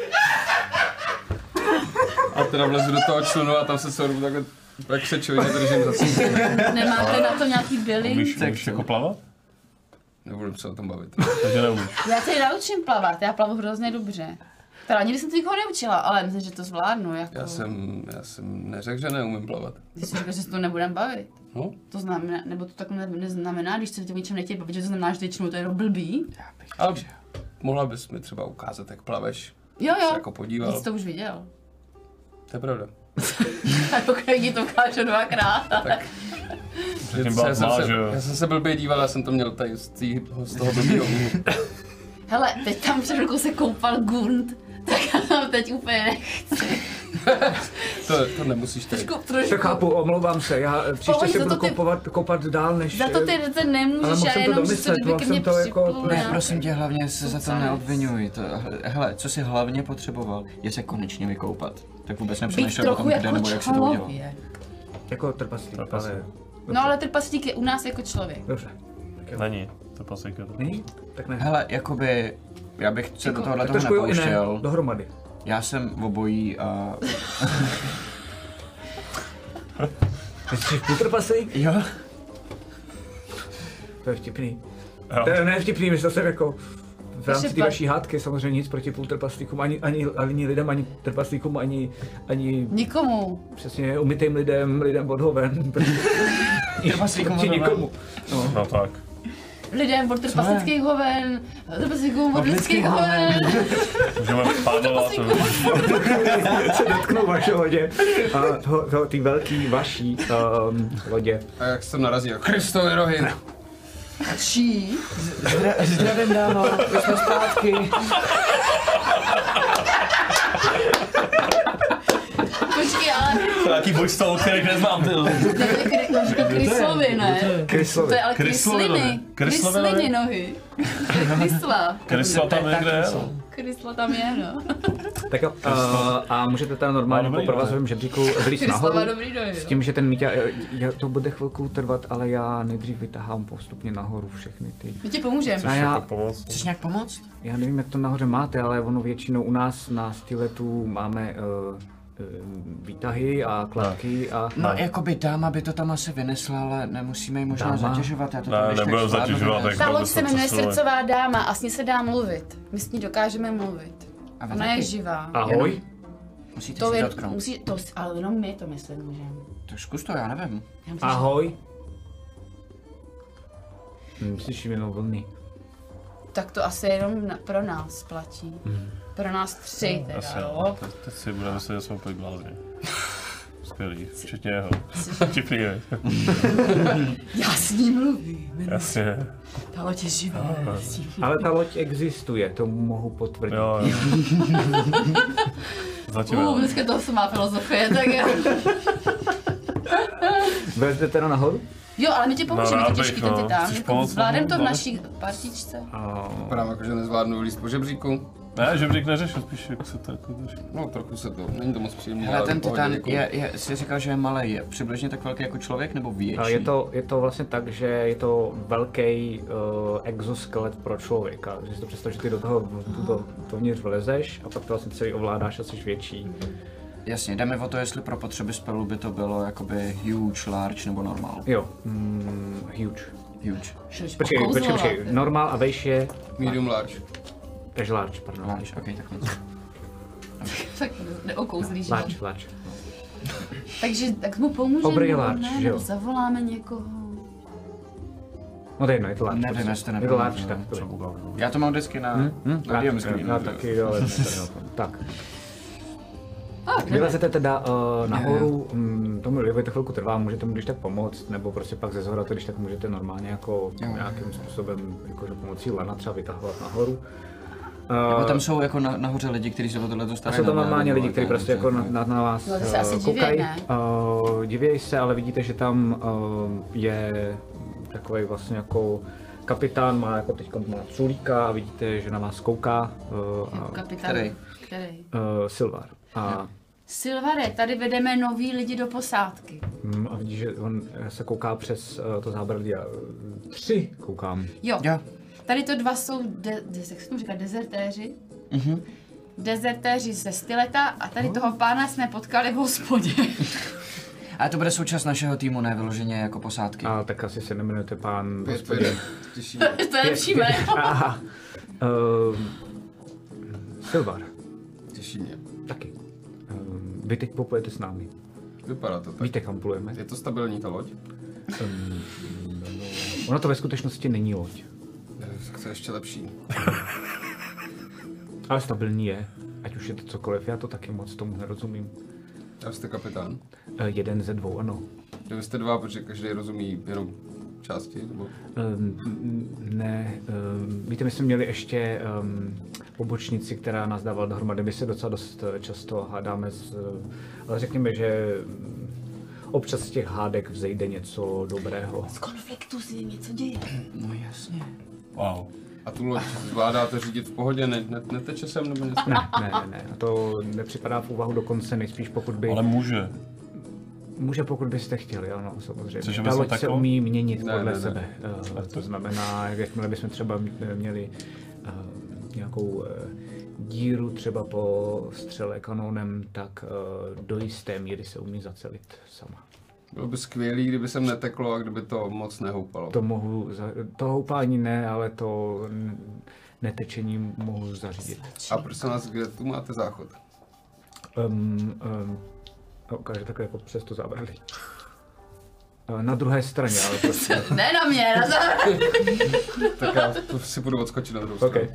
A teda vlezu do toho člunu a tam se soru takhle tak se člověk držím za sebou.
Nemáte na to nějaký billing?
Umíš jako plavat?
Nebudu se o tom bavit.
Takže neumíš.
Já tě naučím plavat, já plavu hrozně dobře. Teda nikdy jsem to nikoho neučila, ale myslím, že to zvládnu. Jako...
Já jsem neřekl, že neumím plavat.
Ty jsi řekl, že se to nebudem bavit.
No?
To znamená, nebo to tak neznamená, když se to ničem nechtějí bavit, že to znamená, že většinou to je jenom blbý.
Ale mohla bys mi třeba ukázat, jak plaveš.
Jo,
Se jako podíval.
jsi to už viděl.
To je pravda.
Tak pokud ti to ukážu 2krát.
Tak. Já jsem se blbě díval, já jsem to měl tady z toho blbýho.
Hele, teď tam před rukou se koupal Gund, tak já tam teď úplně nechci.
to nemusíš tady.
To chápu, omlouvám se, já příště se budu kopat dál než...
Za to ty nemůžeš, já jenom že to kdyby ke mně připlul.
Ne, prosím tě, hlavně se za to neobvinuj. Hele, co jsi hlavně potřeboval, je se konečně vykoupat. Tak vůbec nepřemýšlel o tom, kde nebo jak si to udělal.
Jako trpaslík, ale...
No ale trpaslík je u nás jako člověk.
Dobře.
Není, trpaslík je to.
Není? Tak ne.
Hele, jakoby, já bych se do tohohle toho
trošku jo i ne,
nepouštěl.
dohromady.
Já jsem obojí a...
Ty jsi trpaslík?
Jo.
To je vtipný. To je nevtipný, myslím, že jako v rámci té vaší hádky samozřejmě nic proti půltrpaslíkům, ani lidem, ani trpaslíkům, ani
nikomu.
Přesně umytým lidem od hoven.
Trpaslíkům
od nikomu.
No tak.
Lidem od trpaslických hoven, trpaslíkům od lidských hoven.
Můžeme pánovat.
Se dotknou vaše lodě a ty velký vaší lodě.
A jak jsem narazil, Kristovi rohy.
Čí?
Zdravím, dámo, my jsme zpátky.
Počkej, ale...
To je nějaký boj z toho, který neznám, ty.
Kryslovi, ne?
Kryslovi.
To je ale krysliny. Krysliny nohy. To je krysla.
Krysla tam je, kde je?
Krysla tam je, no.
Tak jo, a můžete teda normálně po provazovém žebříku vylít nahoru. S tím, že ten Míťa, to bude chvilku trvat, ale já nejdřív vytahám postupně nahoru všechny ty.
My ti pomůžeme.
Chceš nějak pomoct?
Já nevím, jak to nahoře máte, ale ono většinou u nás na styletu máme výtahy a kladky a...
No, jakoby dáma by to tam asi vynesla, ale nemusíme ji možná zatěžovat. Já to
ne, nebudu zatěžovat.
Ta loď se jmenuje Srdcová dáma a s ní se dá mluvit. My s ní dokážeme mluvit. Ona je živá.
Ahoj.
Musíte
to
si
je,
dotknout.
ale jenom my to myslím můžeme.
Tak zkus to, já nevím.
Ahoj. Slyším jenom vlny.
Tak to asi jenom pro nás platí. Pro nás 3 teda,
asi,
jo.
Teď si budeme myslet, že jsme úplně blázni. Skvělý, včetně jeho. Vtipný, je.
Já s ním mluvím.
Jasně.
Ta loď je živá.
Ale ta loď existuje, to mohu potvrdit.
Jo. Zatím
dneska to má filozofie, tak jo.
Vezte teda nahoru?
Jo, ale my ti pomůžeme, ty těžký ten titán. Jako zvládem to v naší partičce.
Vypadám jako, že nezvládnu vylízt po žebříku.
Ne, žebřík neřešil, spíš jak se to jako drží.
No, trochu se to, není to moc příjemný.
Ale ten titán jsi říkal, že je malý, je přibližně tak velký jako člověk nebo větší?
Je to vlastně tak, že je to velký exoskelet pro člověka. Že si to představ, že ty do toho dovnitř vlezeš a pak to vlastně celý ovládáš a jsi větší.
Jasně, jde mi o to, jestli pro potřeby spelu by to bylo jakoby huge, large nebo normal.
Jo, huge.
Huge.
Počkej, normal a vejš je...
Medium large.
Takže large, pardon.
Large, ok, tak moc.
Tak neokouzlíš.
Large.
Takže tak mu pomůžeme,
Obry large, že jo?
Zavoláme někoho.
No to je je to large.
Nevím, jestli to
je to
nebylo.
large, tak to je.
Já to mám vždycky na medium screen.
Já taky, ale tak. Vylezete teda nahoru, tomu lidovi to chvilku trvá, můžete mu když tak pomoct, nebo prostě pak ze zhora to když tak můžete normálně jako nějakým způsobem jakože pomocí lana třeba vytahovat nahoru.
Nebo tam jsou jako nahoře lidi, kteří se o tohle dostávají.
A jsou tam normálně lidi, kteří prostě jako na vás koukají, divějí se, ale vidíte, že tam je takový vlastně jako kapitán, má jako teď má culíka a vidíte, že na vás kouká.
Kapitán? Který?
Silvar.
Silvare, tady vedeme nový lidi do posádky.
A vidíš, že on se kouká přes to zábradlí a 3 koukám.
Jo. Tady to 2 jsou, jak se tomu říká, dezertéři. Dezertéři ze Styleta a tady toho pána jsme potkali v hospodě.
A to bude součást našeho týmu, ne vyloženě jako posádky.
A tak asi se nemenujete pán v hospodě.
To je lepší jméno.
Silvar.
Těší mě.
Taky. Vy teď popojete s námi.
Vypadá to tak.
Víte, kam plujeme?
Je to stabilní ta loď?
Ono to ve skutečnosti není loď.
To je ještě lepší.
Ale stabilní je. Ať už je to cokoliv, já to taky moc tomu nerozumím.
A jste kapitán?
Jeden ze dvou, ano.
Vy jste dva, protože každý rozumí jenom části, nebo?
Ne, víte, my jsme měli ještě pobočnici, která nás dávala dohromady. My se docela dost často hádáme, ale řekněme, že občas z těch hádek vzejde něco dobrého.
Z konfliktu si něco děje.
No jasně.
Wow.
A tu loď zvládáte řídit v pohodě, neteče sem nebo něco?
Ne. A to nepřipadá v úvahu dokonce, nejspíš pokud by...
Ale může.
Může, pokud byste chtěli, ano, samozřejmě.
Cože
Ta loď se umí měnit
Ne,
podle
ne.
sebe. To znamená, jakmile bychom třeba měli nějakou díru třeba po střele kanónem, tak do jisté míry se umí zacelit sama.
Bylo by skvělý, kdyby sem neteklo a kdyby to moc nehoupalo.
To houpání ne, ale to netečení mohu zařídit.
A prosím vás, kde tu máte záchod?
Ukáže takhle jako přes to zábradlí. Na druhé straně, ale prostě.
Ne na mě, na záhradu.
Tak já si budu odskočit na druhou stranu.
Okay.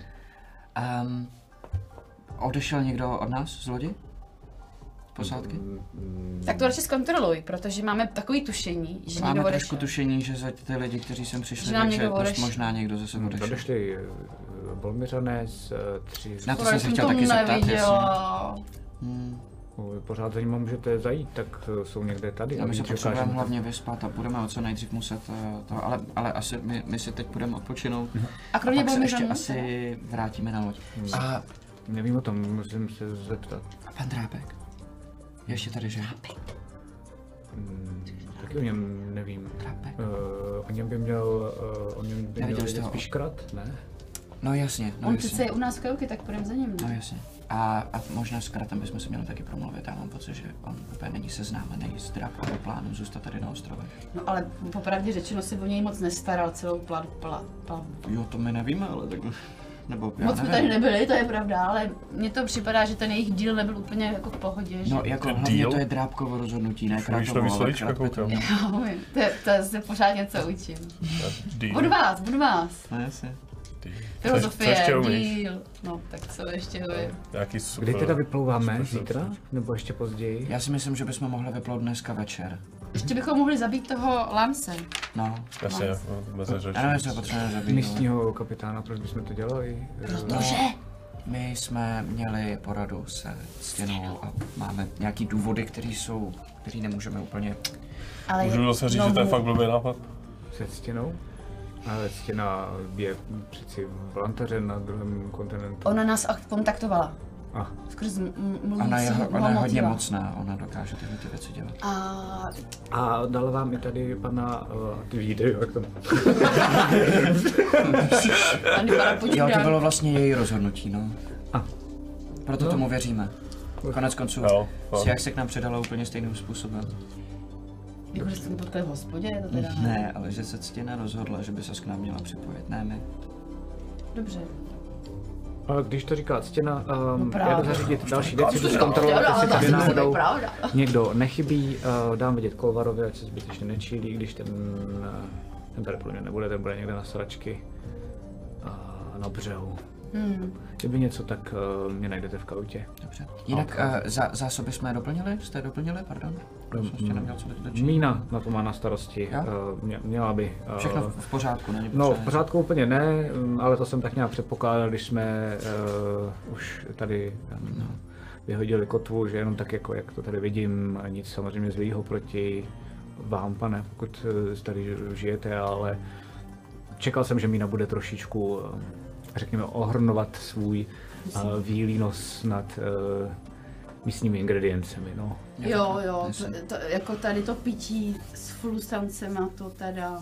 Odešel někdo od nás z lodi? Posádky?
Tak to radši zkontroluj, protože máme takový tušení, že
Máme
někdo
trošku
odešel.
tušení, že za ty lidi, kteří sem přišli,
Že nám
takže
někdo
dost
odešel.
možná někdo zase odešel.
Odešli Bolmiřané z 3.
Na to jsem se chtěl taky zeptat,
neviděla.
Pořád zajímá, můžete zajít, tak jsou někde tady.
No, my se
vím, že
potřebujeme
ukážeme.
hlavně vyspat a budeme o co nejdřív muset to, ale asi my si teď budeme odpočinout.
A kromě
Pak se ještě
Bolmiřanů?
asi vrátíme na loď. A
Nevím o tom, musím se zeptat.
pan Drápek? Ještě tady, že?
Taky o něm nevím.
Drápek?
O něm by měl
Neviděl jste
vědět
ho?
spíš Krat, ne?
No jasně, no
On
jasně.
přece je u nás v Keuky, tak půjdeme za ním.
No
Ne?
jasně. A možná s Kratem bychom si měli taky promluvit. Já mám pocit, že on úplně není seznámený s Drápkovým plánem zůstat tady na ostrově.
No ale popravdě řečeno se o něj moc nestaral celou plavbu.
Jo, to my nevíme, ale tak... Nebo já
Moc jsme
nevím.
tady nebyli, to je pravda, ale mně to připadá, že ten jejich díl nebyl úplně jako v pohodě. Že?
No jako
Ten
hlavně
deal?
to je Drápkovo rozhodnutí, ne
Víš
Kratovo,
nový
ale
slovíčka,
Krat by to
koukám.
měl.
to se pořád něco učím.
Deal.
Od vás.
No jasně.
Deal.
Filozofie,
Co ještě umíš?
díl. No, tak co ještě vím.
Nějaký super...
Kdy teda vyplouváme?
super
Zítra?
slovíčko.
Nebo ještě později?
Já si myslím, že bychom mohli vyplout dneska večer.
Ještě bychom mohli zabít toho Lance.
No.
Jasně, mezi řeči.
Já nevím, jestli ho potřebujeme zabít.
Místního kapitána, proč bychom to dělali?
Protože
My jsme měli poradu se Stěnou a máme nějaký důvody, které nemůžeme úplně...
ale
Můžu zase říct, že to je fakt blbý nápad?
Se Stěnou? Ale Stěna je přeci v Lantaře na druhém kontinentu.
ona nás kontaktovala.
Ah,
Skrz
Ona je
mluvícího
hodně
motiva.
mocná, ona dokáže tyhle ty věci dělat.
A
a dal vám i tady pana, ty víte, jak to...
pan vypadá
Jo, to
počítá.
bylo vlastně její rozhodnutí, no.
A.
Proto tomu věříme. Konec konců,
Jo, fakt.
jak se k nám předala úplně stejným způsobem.
Jako, že jste po té hospodě, to teda
Ne, ale že se Ctěna rozhodla, že by se k nám měla připojit, ne my.
Dobře.
A když to říká Stěna,
No
já
právě.
jdu zařídit další věci, jdu zkontrolovat, jestli tady náhodou
pravda.
někdo nechybí, dám vidět Kolvarovi, ať se zbytečně nečílí, když ten tady podle mě nebude, ten bude někde na sračky na břehu. Kdyby něco, tak mě najdete v kautě.
Dobře. Jinak zásoby jsme doplnili? Jste je doplnili? Pardon? Jsem ještě neměl co dočinit.
Mína na to má na starosti,
Jo?
měla by.
Všechno v pořádku, není
No, v
potřeba.
pořádku úplně ne, ale to jsem tak nějak předpokládal, když jsme už tady vyhodili kotvu, že jenom tak jako, jak to tady vidím, a nic samozřejmě zlýho proti vám, pane, pokud tady žijete, ale čekal jsem, že Mína bude trošičku, řekněme, ohrnovat svůj výlínos nad místními ingrediencemi, no.
Jo, to, jako tady to pití s flusancema, to teda...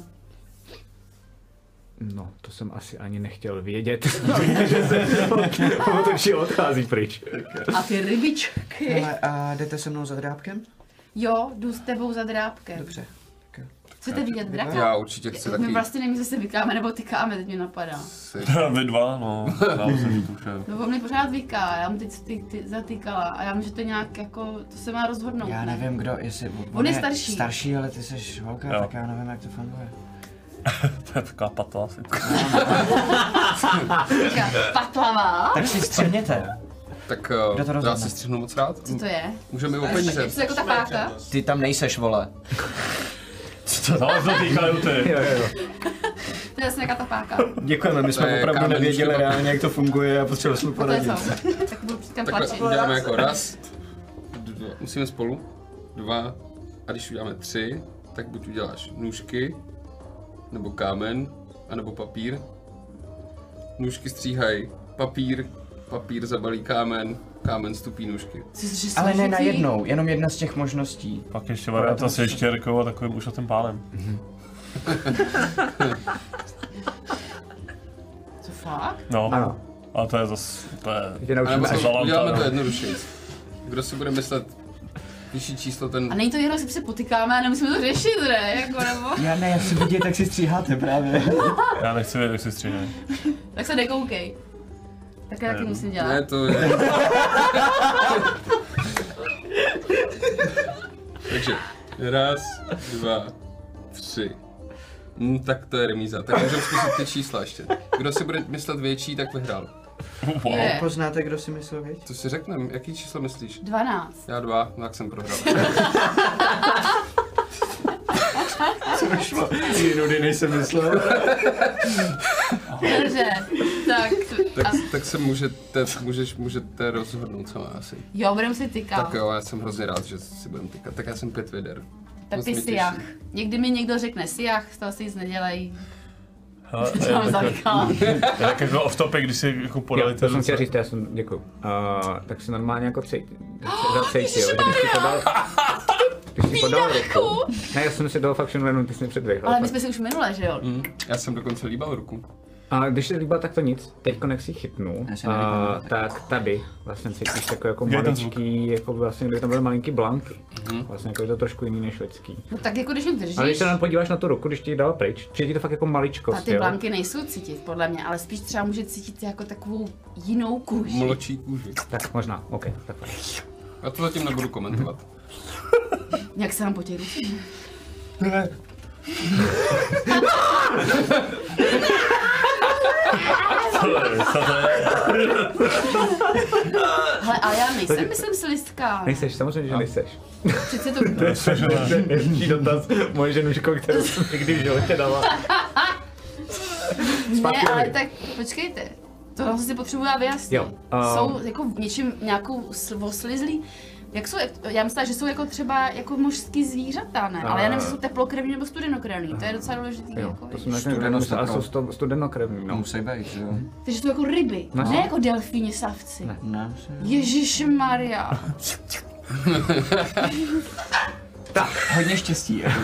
No, to jsem asi ani nechtěl vědět, že se otočí odchází pryč.
A ty rybičky.
Ale a jdete se mnou za Drápkem?
Jo, jdu s tebou za Drábkem.
Dobře. Tak jo.
Chcete vidět draka?
Já určitě chci taky.
My vlastně nevím, jestli se vykáme nebo tykáme, teď mě napadá.
Vy dva, no. Dám se to už.
No on mě pořád vyká, já mu teď zatýkala a já myslím, že to nějak jako, to se má rozhodnout.
Já nevím kdo, jestli
On je starší.
Starší, ale ty jsi holka,
Jo.
tak já nevím jak to funguje.
To je taková patla asi.
Říká, patlavá.
Tak si střihněte.
Tak
Kdo to
já
rozhodne?
si střihnu moc rád.
Co to je?
Můžeme i o peníze.
To je jako ta páka?
Ty tam nejseš, vole.
Co to dotýkají ty?
Jo.
To je jasně ta páka.
Děkujeme, my
To
jsme
je
opravdu
kámen
nevěděli
šlipak.
reálně, jak to funguje a potřebovali jsme
A to je
poradit.
co? Tak budu říkám
Takhle
tlačit.
uděláme jako raz, dva, musíme spolu, 2, a když uděláme 3, tak buď uděláš nůžky, nebo kámen, anebo papír. Nůžky stříhají papír zabalí kámen stupí nůžky.
Ale ne najednou, jenom jedna z těch možností.
Pak ještě varianta s ještěrkou a takovým ušatým pánem.
Co fakt?
No,
Ano.
a to je zase, to je...
Tě
A
naučíme
nebo
se
to
žalám
uděláme
tady.
to jednodušeji. Kdo si bude myslet vyšší číslo,
A
ten...
není to jenom, že se potýkáme a nemusíme to řešit, ne? Jako, nebo...
Já ne, já si vidět, jak si stříháte právě.
Já nechci vědět, jak si stříhají.
Tak se nekoukej. Tak já taky musím dělat.
Ne, to je... Takže, 1, 2, 3. Tak to je remíza. Tak můžeme zkusit ty čísla ještě. Kdo si bude myslet větší, tak vyhrál.
Wow.
Je.
Poznáte, kdo si myslel, věď?
To si řekneme, jaký číslo myslíš?
12.
Já 2, no tak jsem prohrál.
Co došlo? Jinudy než jsem myslel.
Dobře,
Tak se můžete rozhodnout, co má asi.
jo, budeme si tykat.
Tak jo, já jsem hrozně rád, že si budeme tykat. Tak já jsem 5 věder.
Tak
Moc
ty
mě
siach.
těší.
Někdy mi někdo řekne siach, z toho si nic nedělej.
Hele,
To mám zamykala.
je tak jako off topic, když si jako podali
Jo,
ty
to jsem chtěl
ruce.
říct, já jsem, děkuju. Tak si normálně jako zacejtil, že když si podal... Když si podal ruku... Ne, já jsem si dal fakt všechno jenom, ty jsi mi předběhl.
Ale my jsme si už minule, že jo?
Já jsem dokonce líbal ruku.
A když se líbá, tak to nic. Teďko jak si chytnu,
Já si nelíbám.
tak tady vlastně cítíš jako
Kde je ten zvuk?
maličký, jako vlastně, kdyby tam byly malinký blanky. Vlastně jako je to trošku jiný než lidský.
No tak jako když jim
Ale když
držíš,
se nám podíváš na tu ruku, když ti ji dala pryč, přijde ti to fakt jako
a
maličkost,
ty
jo?
blanky nejsou cítit, podle mě, ale spíš třeba může cítit jako takovou jinou kůži.
Mločí kůži.
Tak možná, ok, tak fajn.
Já to zatím nebudu komentovat.
Jak se nám po těch rucích? Hele, ale já nejsem, myslím si listka.
Nejseš, samozřejmě, že nejseš.
Přece to...
To je nejlepší dotaz moje ženuško, kterou jsem někdy v životě dala.
Ne, ale tak počkejte. To si potřebuji já vyjasnit.
Jo,
Jsou jako v něčím nějakou oslizlí. Jak jsou, já myslím, že jsou jako třeba jako mužský zvířata, ne? Ale já nevím, jestli jsou teplokrevní nebo studenokrevní. To je docela důležitý.
Jo,
Jako,
to jsem
Studenost
nevěděl, ale
opravdu.
jsou studenokrevní, no.
Musí být, že jo?
takže jsou jako ryby,
No.
ne jako delfíni savci.
Ne.
Ne.
Ježišmarja.
Hodně štěstí, jako.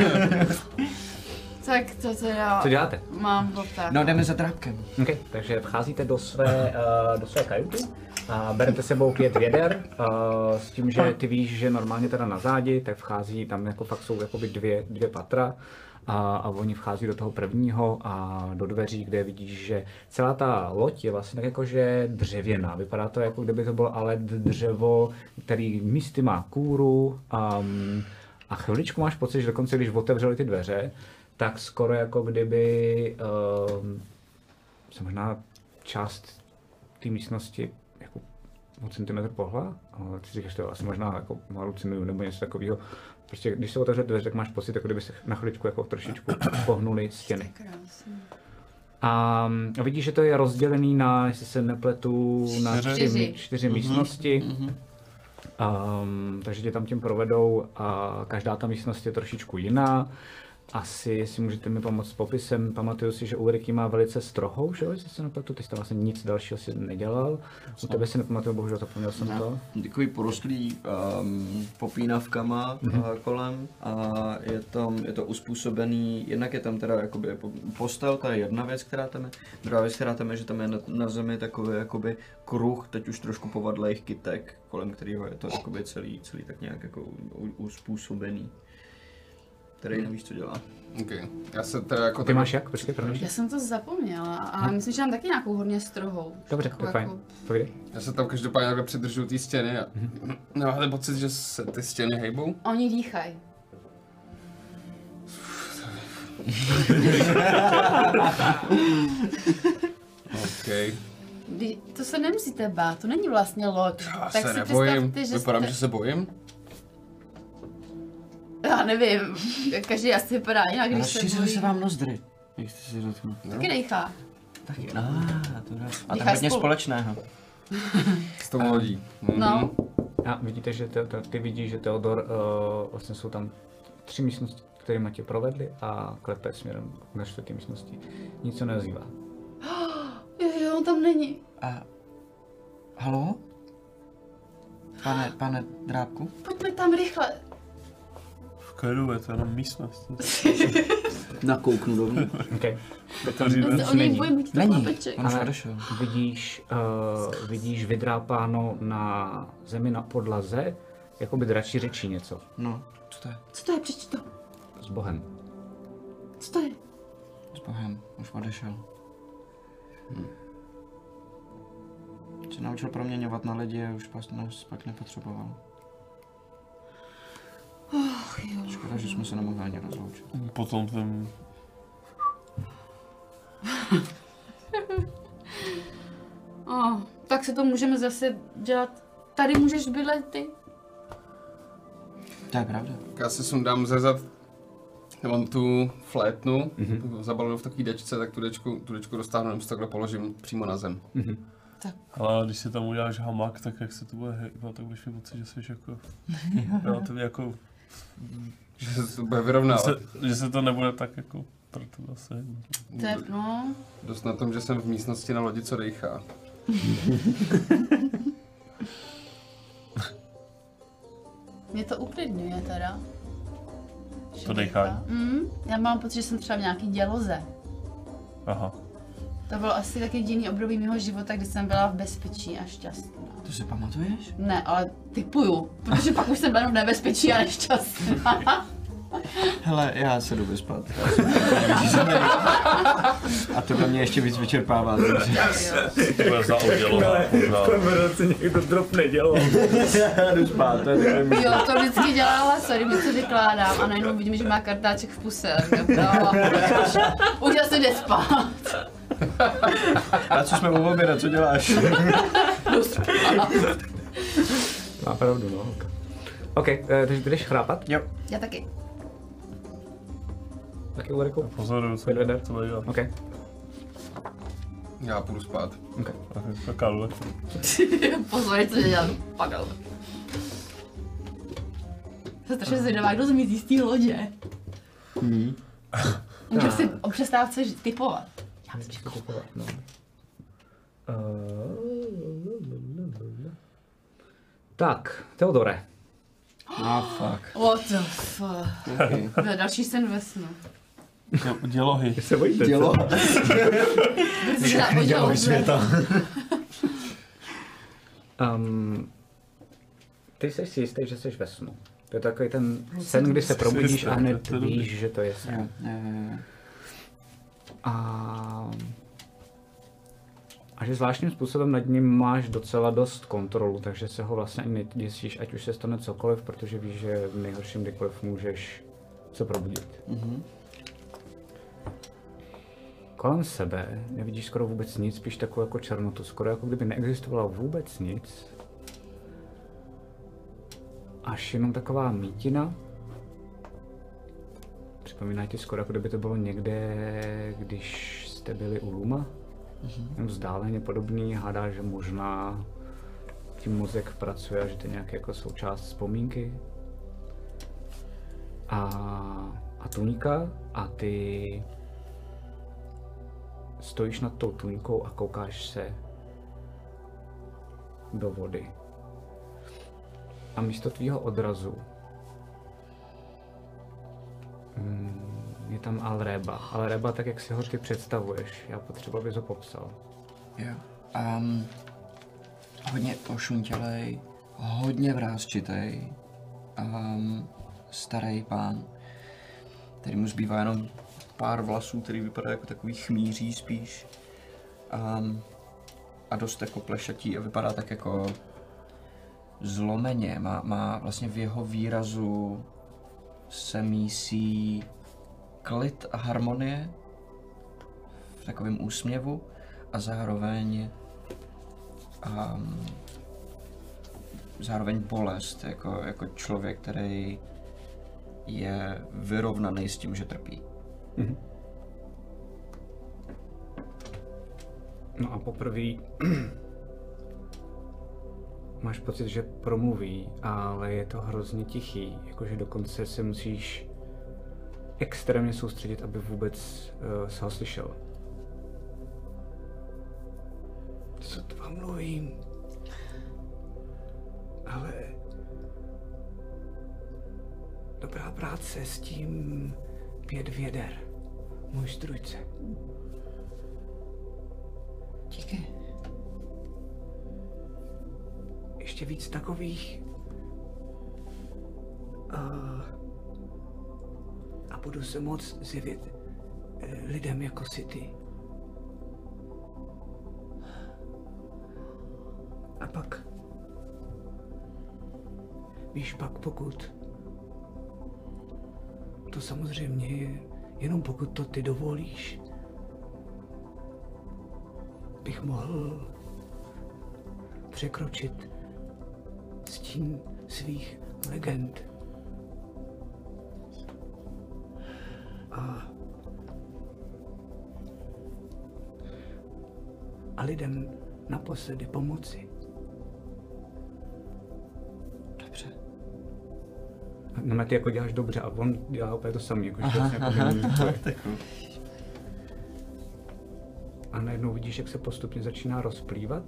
Tak to teda
Co děláte?
mám poptat.
No jdeme za drápkem.
Okay, takže vcházíte do své kajuty a berete sebou 5 věder s tím, že ty víš, že normálně teda na zádi, tak vchází, tam jako fakt jsou jakoby dvě patra a oni vchází do toho prvního a do dveří, kde vidíš, že celá ta loď je vlastně tak jakože dřevěná. Vypadá to jako kdyby to bylo ale dřevo, který místy má kůru a chviličku máš pocit, že dokonce když otevřeli ty dveře, tak skoro jako kdyby se možná část té místnosti jako o centimetr pohla, ale ty říkáš, to asi možná jako halucinuju nebo něco takového. Prostě když se otevře dveře, tak máš pocit, jako kdyby se na chviličku jako trošičku pohnuly stěny. A vidíš, že to je rozdělený na, jestli se nepletu, na čtyři místnosti. Takže tě tam tím provedou a každá ta místnost je trošičku jiná. Asi si můžete mi pomoct s popisem. Pamatuju si, že Ulriky má velice strohou, že jo, jestli se nepletu, ty jsi tam vlastně nic dalšího si nedělal. U tebe si nepamatuju, bohužel zapomněl jsem to.
Takový porostlý popínavkama kolem a je to uspůsobený, jednak je tam teda jakoby postel, to je jedna věc, která tam je. Druhá věc, která tam je, že tam je na zemi takový jakoby kruh, teď už trošku povadlejch kytek, kolem kterého je to jakoby celý tak nějak jako uspůsobený. který nevíš, co dělá.
Okay. Já se teda jako...
Ty máš jak? Počkej, promiň.
Já jsem to zapomněla, ale myslím, že mám taky nějakou hodně strohou.
Dobře, to je fajn. Povídej.
Já se tam každopádně takhle přidržuju té stěny a nemáte pocit, že se ty stěny hejbou?
Oni dýchají.
OK.
To se nemusíte bát, to není vlastně loď.
Já
tak
se
si
nebojím,
že
vypadám, že se bojím.
Já nevím, každý asi vypadá jinak, když se
Rozšířily
bojí.
se vám nozdry. Jak jste si dotknul.
Taky dejchá.
Taky, to dá. A to
Dýchá
je hodně
spolu.
společného.
S tou lodí.
No.
A vidíte, že ty vidíš, že Teodor, vlastně jsou tam 3 místnosti, kterými tě provedli a klepe směrem na 4. místnosti. Nic se neozývá.
Jo, on tam není.
A... Haló? Pane Drábku?
Pojďme tam rychle.
V klidu, je to jenom místnost.
Nakouknu dovnitř.
Okay.
Oni bojí mít to
Není,
chlapeček.
on už odešel.
Vidíš vydrápáno na zemi na podlaze, jako by dračí řečí něco.
No, co to je?
Co to je, přečti to.
S Bohem.
Co to je?
S Bohem, už odešel. Se naučil proměňovat na lidi a už nás pak nepotřeboval. Škoda, že jsme se nemohli ani rozloučit.
Potom ten...
Tak se to můžeme zase dělat. Tady můžeš bydlet ty.
To je pravda.
Já si sundám ze zad, já mám tu flétnu, zabalenu v takové dečce, tak tu dečku roztáhnu, nebo si takhle položím přímo na zem.
Ale když si tam uděláš hamak, tak jak se to bude hejbat, tak budeš mít pocit, že jsi jako... relativně jako...
Že se to bude vyrovnávat.
Že se to nebude tak jako... pro to zase.
To je, no.
Dost na tom, že jsem v místnosti na lodi, co dejchá.
Mě to uklidňuje teda.
To dejchání.
Já mám pocit, že jsem třeba v nějaký děloze.
Aha.
To bylo asi taky jediný období mého života, kdy jsem byla v bezpečí a šťastná.
To si pamatuješ?
Ne, ale typuju, protože pak už jsem byla v nebezpečí a nešťastná.
Hele, já se jdu vyspat. A to mě ještě víc vyčerpává.
To bude za oddělová.
se někdo drobne dělo.
Jdu spát, to je takový...
Jo, to vždycky dělá Lasa, když něco vykládám a najednou vidím, že má kartáček v puse. No, už asi jde spát.
A co jsme u oběda, co děláš?
Jdu spát.
Má pravdu, no. OK, takže ty jdeš chrápat?
Jo.
Já taky.
Taky Ulriku?
Pozoruju, co bude dělat.
OK.
Já půjdu spát.
OK.
Kakadu.
Pozor, co dělám. Pak ale. To strašně zvědavá, kdo zmizí z té lodě. Můžu si o přestávce typovat. Já si
Kupovat, no. Tak, Teodore.
Fuck.
What the fuck. To je další sen ve snu.
Dělohy.
Se bojíte?
Dělo.
Dělo světa.
Ty jsi si jistý, že jsi ve snu. To je takový ten sen, kdy se probudíš a hned víš, že to je sen. A že zvláštním způsobem nad ním máš docela dost kontrolu, takže se ho vlastně ani neděsíš, ať už se stane cokoliv, protože víš, že v nejhorším kdykoliv můžeš se probudit. Kolem sebe nevidíš skoro vůbec nic, spíš takovou jako černotu, skoro jako kdyby neexistovalo vůbec nic. Až jenom taková mítina. Připomíná ti skoro, jako kdyby to bylo někde, když jste byli u Luma. Vzdáleně podobný, hádá, že možná tím mozek pracuje a že to je nějaká jako součást vzpomínky. A tunika a ty stojíš nad tou tunikou a koukáš se do vody. A místo tvýho odrazu je tam Alreba. Alreba tak, jak si ho ty představuješ. Já potřebuji, abys ho popsal.
Jo. Hodně ošuntělej, hodně vrásčitej, starý pán. který mu zbývá jenom pár vlasů, který vypadá jako takový chmíří spíš. A dost jako plešatí a vypadá tak jako zlomeně. Má vlastně v jeho výrazu se mísí klid a harmonie v takovém úsměvu a zároveň bolest, jako člověk, který je vyrovnaný s tím, že trpí.
Mhm. No a poprvé máš pocit, že promluví, ale je to hrozně tichý, jakože dokonce se musíš extrémně soustředit, aby vůbec se ho slyšel. Sotva mluvím, ale dobrá práce s tím 5 věder, můj strůjce.
Díky.
Ještě víc takových a budu se moc zjevit lidem jako si ty. A pak víš, pak pokud to samozřejmě je jenom pokud to ty dovolíš, bych mohl překročit stín svých legend. A lidem naposledy pomoci.
Dobře.
No, ty jako děláš dobře a on dělá úplně to samé. Jako a najednou vidíš, jak se postupně začíná rozplývat.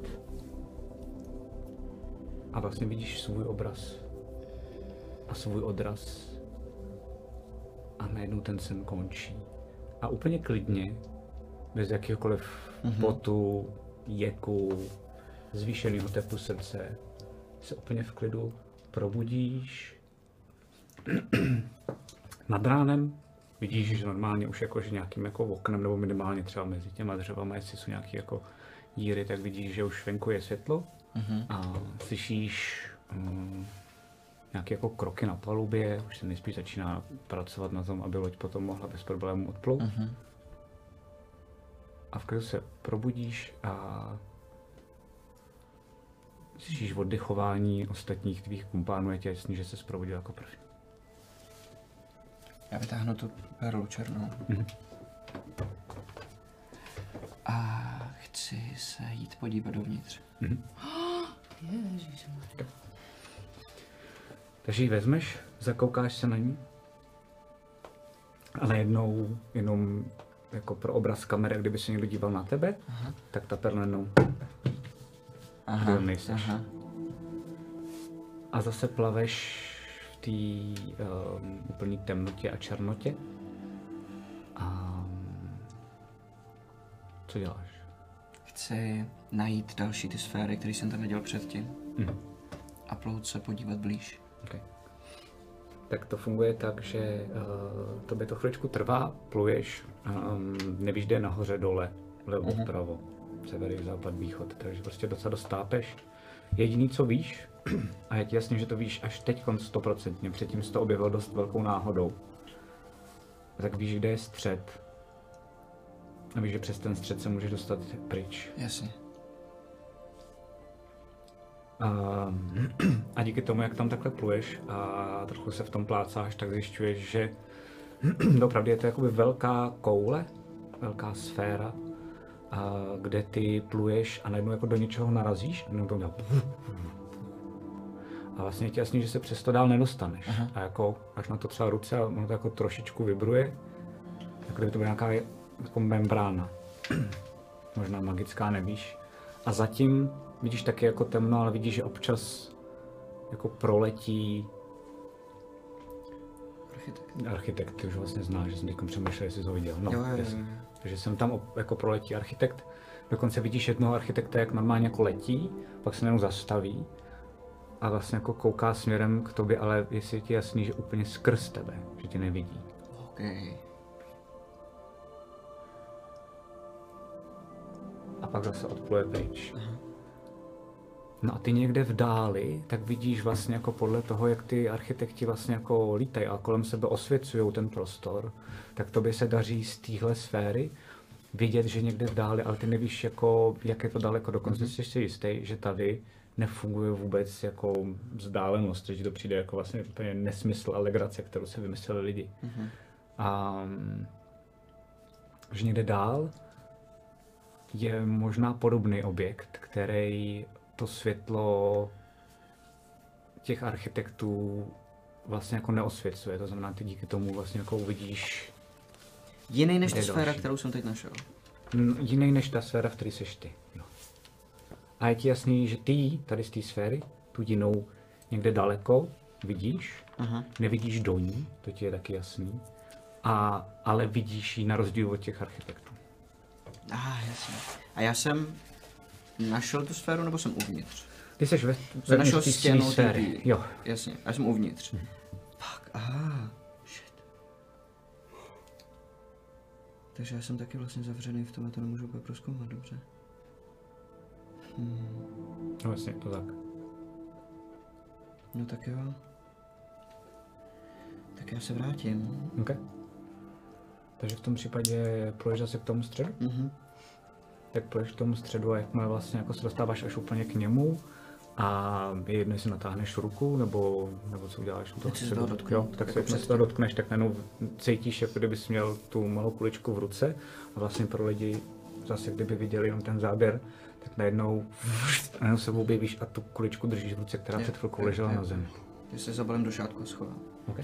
A vlastně vidíš svůj obraz. A svůj odraz. A najednou ten sen končí. A úplně klidně, bez jakéhokoliv potu, jeku, zvýšeného tepu srdce, se úplně v klidu probudíš. Nad ránem vidíš, že normálně už jakože nějakým jako oknem, nebo minimálně třeba mezi těma dřevama, jestli jsou nějaké jako díry, tak vidíš, že už venku je světlo. A slyšíš nějaké jako kroky na palubě, už se nejspíš začíná pracovat na tom, aby loď potom mohla bez problémů odplout. A v klidu se probudíš a slyšíš oddechování ostatních tvých kumpánů, je tě jasný, že se probudil jako první.
Já vytáhnu tu perlu černou. A chci se jít podívat dovnitř.
Ježišmarja.
Takže ji vezmeš, zakoukáš se na ní a najednou jenom jako pro obraz kamery, kdyby se někdo díval na tebe, tak ta perla najednou nejseš. A zase plaveš v té úplné temnotě a černotě. A co děláš?
Chci najít další ty sféry, které jsem tam viděl předtím. A plout se podívat blíž.
Okay. Tak to funguje tak, že tobě to chvíličku trvá, pluješ, nevíš, kde je nahoře, dole, levo, pravo, sever, západ, východ, takže prostě docela dostápeš. Jediný, co víš, a je ti jasně, že to víš až teď 100%, předtím jsi to objevil dost velkou náhodou, tak víš, kde je střed. A víš, že přes ten střed se můžeš dostat pryč.
Jasně.
A díky tomu, jak tam takhle pluješ a trochu se v tom plácáš, tak zjišťuješ, že opravdu je to jakoby velká koule, velká sféra, kde ty pluješ a najednou jako do něčeho narazíš a to dělá. A vlastně je ti jasný, že se přes to dál nedostaneš. A jako až na to třeba ruce a ono to jako trošičku vibruje, jako kdyby to byla nějaká jako membrána. Možná magická, nevíš. A zatím vidíš taky jako temno, ale vidíš, že občas jako proletí architekt, ty už vlastně znáš, že jsem teď přemýšlel, jestli jsi ho viděl. No, jo. Takže jsem tam jako proletí architekt. Dokonce vidíš jednoho architekta, jak normálně jako letí, pak se jenom zastaví a vlastně jako kouká směrem k tobě, ale jestli je ti jasný, že úplně skrz tebe, že tě nevidí.
OK.
A pak zase odpluje pryč. No a ty někde v dáli, tak vidíš vlastně jako podle toho, jak ty architekti vlastně jako lítají a kolem sebe osvěcují ten prostor, tak tobě se daří z téhle sféry vidět, že někde v dáli, ale ty nevíš, jako, jak je to daleko, dokonce jsi si jistý, že tady nefunguje vůbec jako vzdálenost, že to přijde jako vlastně úplně nesmysl a legrace, kterou si vymysleli lidi. A že někde dál je možná podobný objekt, který to světlo těch architektů vlastně jako neosvěcuje, to znamená, ty díky tomu vlastně jako uvidíš
jiný než ta sféra, kterou jsem teď našel.
Jiný než ta sféra, v které seš ty. Jo. A je ti jasný, že ty tady z té sféry, tu jinou někde daleko vidíš, nevidíš do ní, to ti je taky jasný, ale vidíš ji na rozdíl od těch architektů.
Jasně. A já jsem našel tu sféru, nebo jsem uvnitř?
Ty jsi
jsem našel stěnu
sféry. Jo.
Jasně, já jsem uvnitř. Fuck, shit. Takže já jsem taky vlastně zavřený v tom, a to nemůžu úplně prozkoumat, dobře.
No vlastně, to tak.
No tak jo. Tak já se vrátím.
OK. Takže v tom případě půjdeš zase k tomu středu? Tak půjdeš k tomu středu a jakmile vlastně jako se dostáváš až úplně k němu a je jedno, jestli natáhneš ruku, nebo co uděláš u toho středu. Jo, tak se to dotkneš, tak najednou cítíš, jako kdybys měl tu malou kuličku v ruce a vlastně pro lidi zase kdyby viděli jenom ten záběr, tak najednou se objevíš a tu kuličku držíš v ruce, která před chvilkou ležela na zemi.
Já se zabalím do šátku a schovám.
Okay.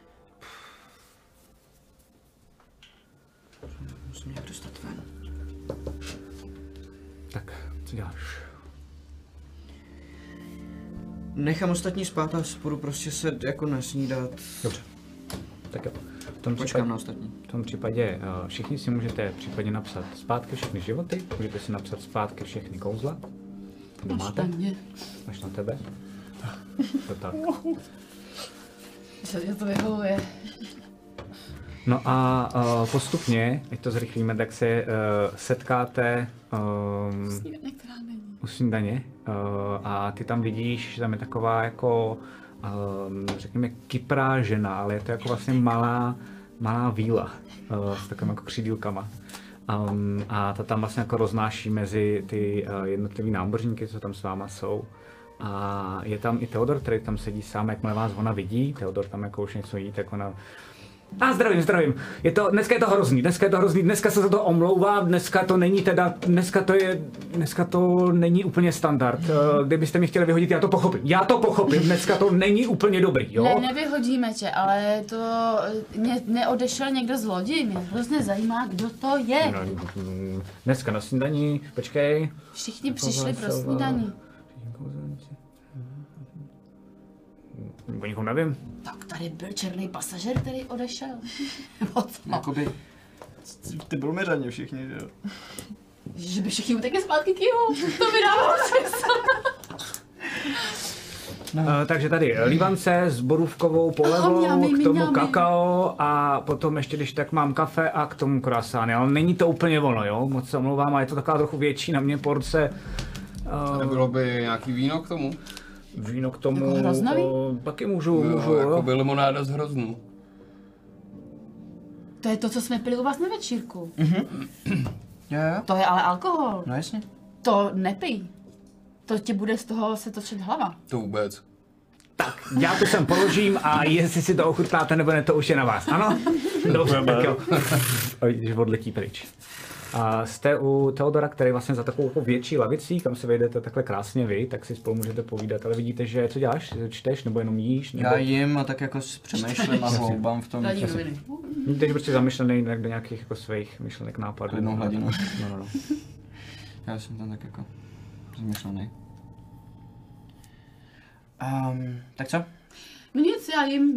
Musím nějak dostat ven.
Tak, co děláš?
Nechám ostatní spát a budu prostě se jako nasnídat.
Dobře. Tak jo.
Počkám na ostatní.
V tom případě všichni si můžete případně napsat zpátky všechny životy, můžete si napsat zpátky všechny kouzla. Kdo máte? Až na tebe. To tak.
Co to vyhovuje?
No a postupně, ať to zrychlíme, tak se setkáte u snídaně a ty tam vidíš, že tam je taková jako, řekněme, kyprá žena, ale je to jako vlastně malá víla s takovými jako křídílkama. A ta tam vlastně jako roznáší mezi ty jednotlivý námořníky, co tam s váma jsou. A je tam i Theodor, který tam sedí sám, jakmile vás ona vidí, Theodor tam jako už něco jí, tak ona... Zdravím. Dneska je to hrozný, dneska se za to omlouvám, dneska to není úplně standard. Kdybyste mě chtěli vyhodit, já to pochopím, dneska to není úplně dobrý, jo?
Ne, nevyhodíme tě, ale to neodešel někdo z lodi, mě hrozně zajímá, kdo to je.
Dneska na snídaní, počkej.
Všichni přišli pro snídaní.
O nikom nevím.
Tak tady byl černý pasažér, který odešel.
Jakoby, ty Brumiraně všichni, že jo?
Že by všichni utekli zpátky k jihu, to by dávalo smysl.
Takže tady lívance s borůvkovou polevou, k tomu kakao a potom ještě, když tak mám kafe a k tomu croissány, ale není to úplně ono, jo? Moc se omlouvám, ale je to taková trochu větší na mě porce.
Nebylo by nějaký víno k tomu?
Víno k tomu,
jako hroznový?
Taky můžu,
jako by limonáda z hroznů.
To je to, co jsme pili u vás na večírku.
Jo.
To je ale alkohol.
No jasně.
To nepij. To ti bude z toho se točit hlava.
To vůbec.
Tak, já to sem položím a jestli si to ochutnáte nebo ne, to už je na vás, ano? Dobře, tak jo. Když odletí pryč. A jste u Theodora, který vlastně za takovou větší lavicí, kam se vejdete takhle krásně vy, tak si spolu můžete povídat, ale vidíte, že co děláš? Čteš nebo jenom jíš? Nebo...
Já jim a tak jako přemýšlím a hloubám v tom.
Vidíte, že prostě zamyšlený do nějakých jako svých myšlenek, nápadů.
Klidnou hladinu.
No.
Já jsem tam tak jako zamyšlený. Tak co?
No nic, já jim...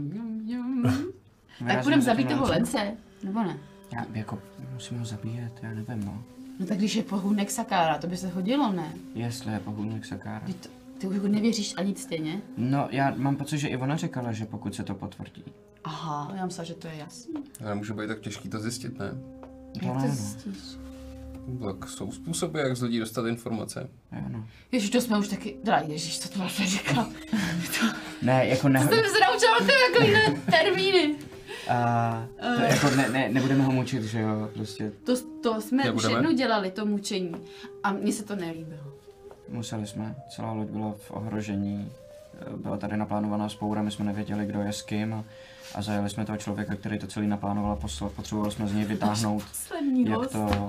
Tak budeme zabít toho lence, nebo ne?
Já jako musím ho zabíjet, já nevím, no.
No tak když je pohůnek Sakára, to by se hodilo, ne?
Jestli je pohůnek Sakára.
Ty už nevěříš ani stejně?
No, já mám pocit, že i ona říkala, že pokud se to potvrdí,
Aha, já myslím, že to je jasný.
Ale může být tak těžký to zjistit, ne?
Jak to zjistíš?
Tak jsou způsoby, jak z lidí dostat informace.
Ježiš, to jsme už taky... Ježiš, to vlastně říkal.
Ne, jako ne...
To jsem se naučila ty jako jiné termíny.
To jako nebudeme ho mučit, že jo, prostě.
To jsme už jednou dělali, to mučení. A mně se to nelíbilo.
Museli jsme, celá loď byla v ohrožení. Byla tady naplánovaná vzpoura, my jsme nevěděli, kdo je s kým. A zajeli jsme toho člověka, který to celý naplánoval a poslat. Potřebovali jsme z něj vytáhnout, jak to...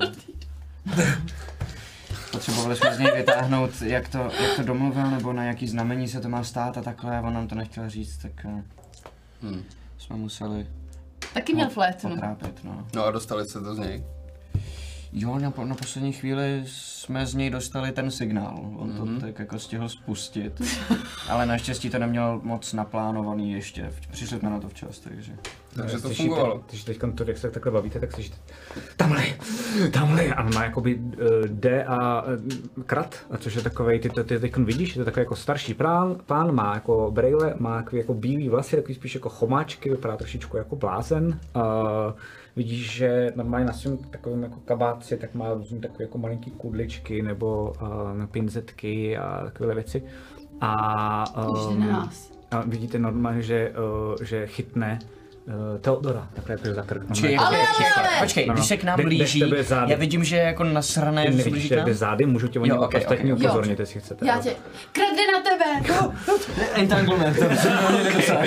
Potřebovali jsme z něj vytáhnout, jak to domluvil, nebo na jaký znamení se to má stát a takhle. A on nám to nechtěl říct, tak jsme museli...
Taky měl flétnu.
Potrápit, no.
No a dostali se to z něj?
Jo, na poslední chvíli jsme z něj dostali ten signál. On to tak jako stihl spustit. Ale naštěstí to neměl moc naplánovaný ještě. Přišli jsme na to včas, takže...
Takže to fungovalo.
Když teď to, jak se takhle bavíte, tak slyšíte tamhle, a má jakoby D a krat, a což je takovej, ty teď vidíš, je to takový jako starší pán, má jako brejle, má jako bílý vlasy, takový spíš jako chomáčky, vypadá trošičku jako blázen. Vidíš, že normálně na svém takovém jako kabátci, tak má různý takové jako malinký kudličky nebo pinzetky a takové věci. A vidíte normálně, že chytne Teodora, takhle to je za krk.
Počkej, když se k nám blíží, já vidím, že je jako nasrané, že se blíží k nám.
Zády, můžu tě o něm ostatní upozornit, jestli chcete.
Já tě kradne na tebe!
Entanglement, to se mě nedosáhl.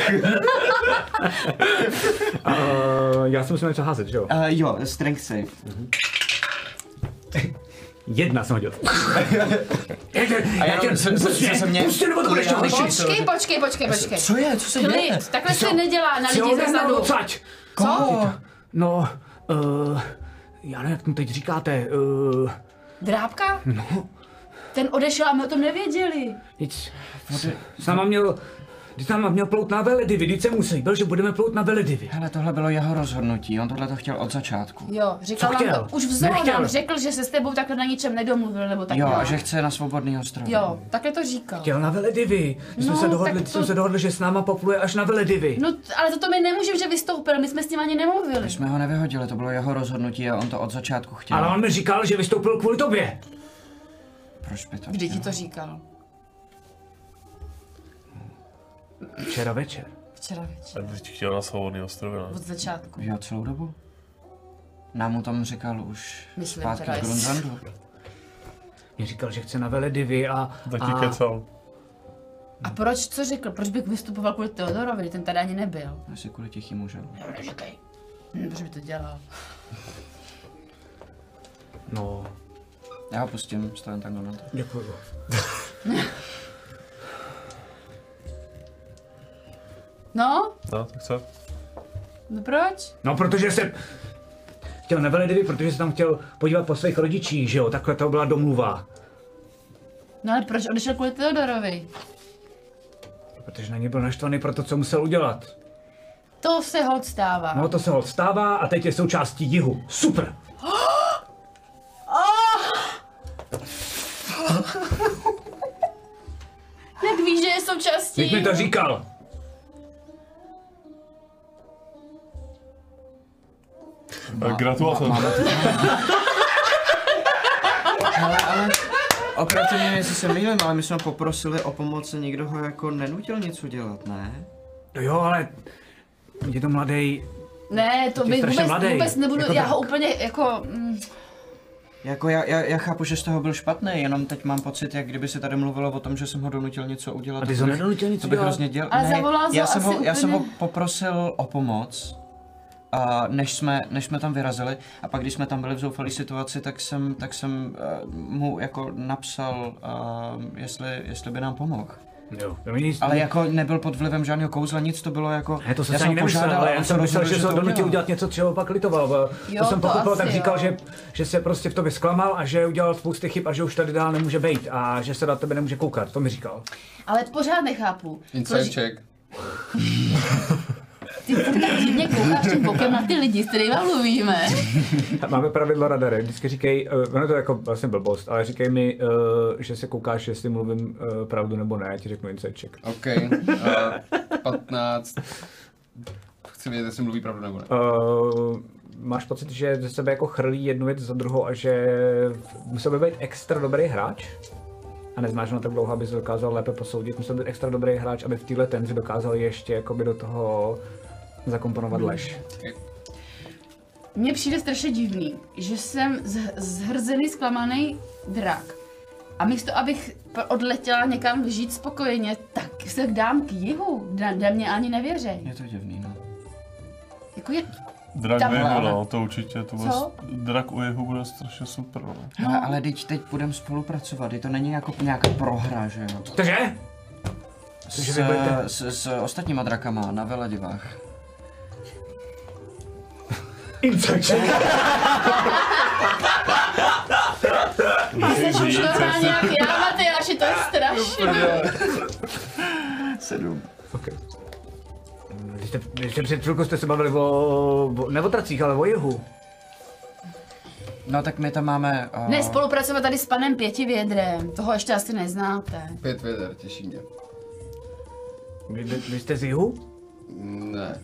Já si musím něco házet, že jo?
Jo, strength save.
1 jsem hodil.
A já se mě...
Počkej.
Co je? Co se děje?
Klid, takhle se nedělá na lidi zezadu.
Co? No, já nevím, jak tomu teď říkáte.
Drábka?
No.
Ten odešel a my o tom nevěděli.
Nic. Když nám měl plout na Veledivy, vždyť jsem mu slíbil, že budeme plout na Veledivy.
Hele, tohle bylo jeho rozhodnutí, on tohle to chtěl od začátku.
Jo, říkal nám to, už vzal nám řekl, že se s tebou takhle na ničem nedomluvil, nebo tak.
Jo, a že chce na svobodný ostrov.
Jo, takhle to říkal.
Chtěl na Veledivy. My jsme se dohodli, že s náma popluje až na Veledivy.
No, ale to my nemůžeme, že vystoupil, my jsme s ním ani nemluvili.
My jsme ho nevyhodili, to bylo jeho rozhodnutí a on to od začátku chtěl.
Ale on mi říkal, že vystoupil kvůli tobě.
Proč by to
Vždyť ti to říkal.
Včera večer.
A teď chtěl na svobodný ostrově, ne?
Od začátku.
Jo, celou dobu? Nám mu tom říkal už zpátky v Grunzandu.
Mě říkal, že chce na Veledivy a...
Taky kecal.
A proč, co řekl? Proč bych vystupoval kvůli Teodorovi, ten tady ani nebyl?
Asi kvůli tichým mužem.
Jo, neříkej. Proč by to dělal?
No...
Já ho pustím, stavím tak na to.
Děkuju.
No?
No, tak co?
No proč?
No, protože jsem chtěl na Veledivy, protože jsem tam chtěl podívat po svých rodičích, že jo? Takhle to byla domluva.
No ale proč odešel kvůli Teodorovi?
Protože na ně byl naštvaný pro to, co musel udělat.
To se holt stává.
No, to se holt stává a teď je součástí Jihu. Super!
Jak víš, že je součástí?
Teď mi to říkal.
Gratulace.
Ale opravdu nevím, jestli se mýlím, ale my jsme poprosili o pomoc, nikdo ho jako nenutil něco dělat, ne?
No jo, ale je to mladý.
Ne, to by vůbec nebudu, jako já ho úplně jako...
Jako já chápu, že z toho byl špatný, jenom teď mám pocit, jak kdyby se tady mluvilo o tom, že jsem ho donutil něco udělat.
A ty jsi ho nedonutil něco
dělat?
Ale
ne,
zavolal
já jsem ho poprosil o pomoc, než jsme tam vyrazili, a pak když jsme tam byli v zoufalé situaci, tak jsem mu jako napsal, jestli by nám pomohl.
Jo,
ale jako nebyl pod vlivem žádného kouzla, nic, to bylo jako...
Ne, to jsem ani nemyslel, ale já jsem myslel, že se ho donutil udělat něco, čeho pak litoval. To jsem pochopil, tak říkal, že se prostě v tobě zklamal a že udělal spousty chyb a že už tady dál nemůže bejt a že se na tebe nemůže koukat, to mi říkal.
Ale pořád nechápu.
Inside check.
Ty tak divně koukáš tím bokem na ty lidi, s kterými mluvíme.
Máme pravidlo radary, vždycky říkej, ono je to jako vlastně blbost, ale říkej mi, že se koukáš, jestli mluvím pravdu nebo ne, já ti řeknu inside check.
OK, 15. chci vědět, jestli mluví pravdu nebo ne.
Máš pocit, že ze sebe jako chrlí jednu věc za druhou a že musel by být extra dobrý hráč? A neznáš na tak dlouho, abys dokázal lépe posoudit. Musel být extra dobrý hráč, aby v téhle tenzi dokázal ještě jakoby do toho zakomponovat lež.
Mně přijde strašně divný, že jsem zhrzený, zklamaný drak. A místo, abych odletěla někam žít spokojeně, tak se dám k jihu, kde mě ani nevěří.
Je to divný, no.
Jako je...
Drak
Tam
u jihu,
máme.
no, to určitě, to bude,
Co?
drak u jihu bude strašně super, no.
Hele, ale teď budeme spolupracovat, to není jako nějaká prohra, že jo?
Takže?
S ostatníma drakama na Veledivách.
Jsi už normálně jak já, Matyáši, to je strašné.
7.
Okay. Když jste před chvilkou jste se bavili ne o tracích, ale o jihu.
No tak my tam máme...
Ne, spolupracujeme tady s panem Pětivědrem, toho ještě asi neznáte.
5 věder, těší mě.
Vy jste z jihu?
Ne.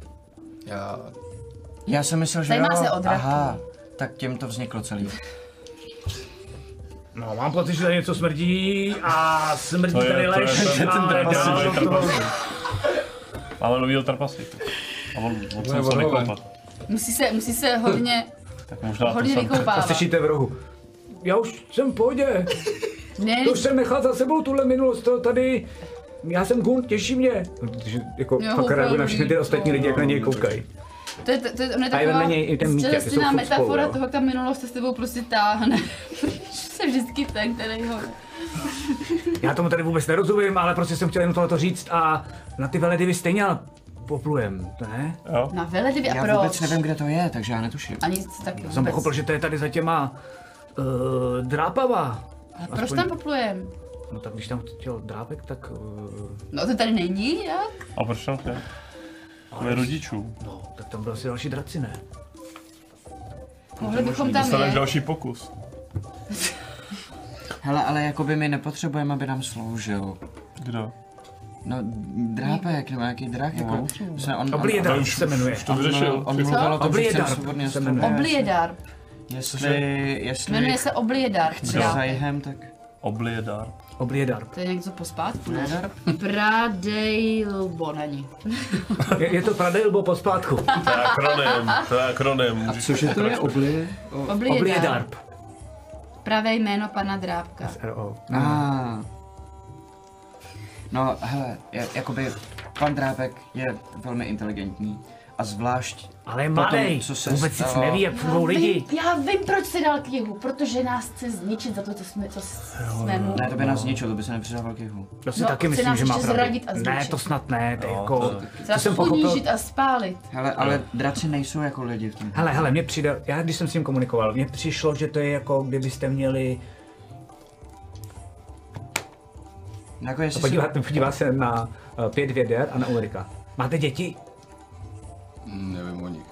Já jsem myslel, že
Zajímá se o draky.
Aha, tak tím to vzniklo celý.
No, mám pocit, že tady něco smrdí a smrdí
To je-
tady
to je
lež.
ten
a
trpasík. Máme novýho trpasík. A on se musel vykoupat.
Musí se hodně,
Tak možná to
hodně
jsem.
A
vykoupávat.
slyšíte v rohu. Já už jsem v pohodě.
Ne,
To už jsem nechal za sebou tuhle minulost, to tady. Já jsem Gun, těší mě. Protože jako
Jo,
fakt reagují na
úplně
všechny ty ostatní lidi, jak na něj koukají.
to je
A
taková
jeden na něj i ten Mítě, ty jsou
stělesněná
furt
metafora
spolu, jo.
toho, jak ta minulost se s tebou prostě táhne. Jsem vždycky ten, který ho...
Já tomu tady vůbec nerozumím, ale prostě jsem chtěl jenom tohleto říct a na ty Veledivy stejně ale poplujem, ne?
Jo.
Na Veledivy a
Já
proč?
vůbec nevím, kde to je, takže já netuším.
Ani nic taky
Jsem
vůbec.
pochopil, že to je tady za těma drápava.
Ale proč tam poplujem?
No tak když tam chtěl drápek, tak...
No to tady není, jak?
A proč tam chtěl? Kvůli rodičů.
No, tak tam byl asi další draci, ne?
Mohli bychom tam
Dostaneš
jet.
další pokus.
Hele, ale jakoby my nepotřebujeme, aby nám sloužil.
Kdo?
No, drápek, nebo nějaký drák, jako...
Obliedar
už-
se jmenuje.
už to vyřešil.
On mluvil o tom, že
Obliedar
chcem svobodně
se jmenuje.
vstupovat.
Obliedar.
Jestli
Jmenuje se Obliedar.
chce Sajhem, tak...
Obliedar.
Obliedar.
To je něco pospátku, ne? Pradejlbo není.
Je to Pradejlbo pospátku.
To je akronym.
Cože to je obli?
Obliedar.
Obliedarp.
Pravé jméno pana Drábka.
R.O.
No, hele, jakoby pan Drápek je velmi inteligentní a zvlášť
Ale je
potom,
mladej,
co se
vůbec nic
stalo-
neví, jak fungují lidi.
Já vím, proč se dal k jihu, protože nás chce zničit za to, co jsme mu...
Ne, to by nás zničilo, to by se nepřidával k jihu.
To si
No,
taky
chce
myslím,
nás
že má
ještě
pravdu.
zradit a
Ne,
zničit.
to snad ne, to
No,
jako...
to
To jsem pochopil.
Ponížit a spálit.
Hele, ale draci nejsou jako lidi v tom.
Hele, mně přijde, já když jsem s ním komunikoval, mně přišlo, že to je jako kdybyste měli...
Jako jestli si...
Podívá se na 5 věder a na Ulrika. Máte děti?
Nevím o nich.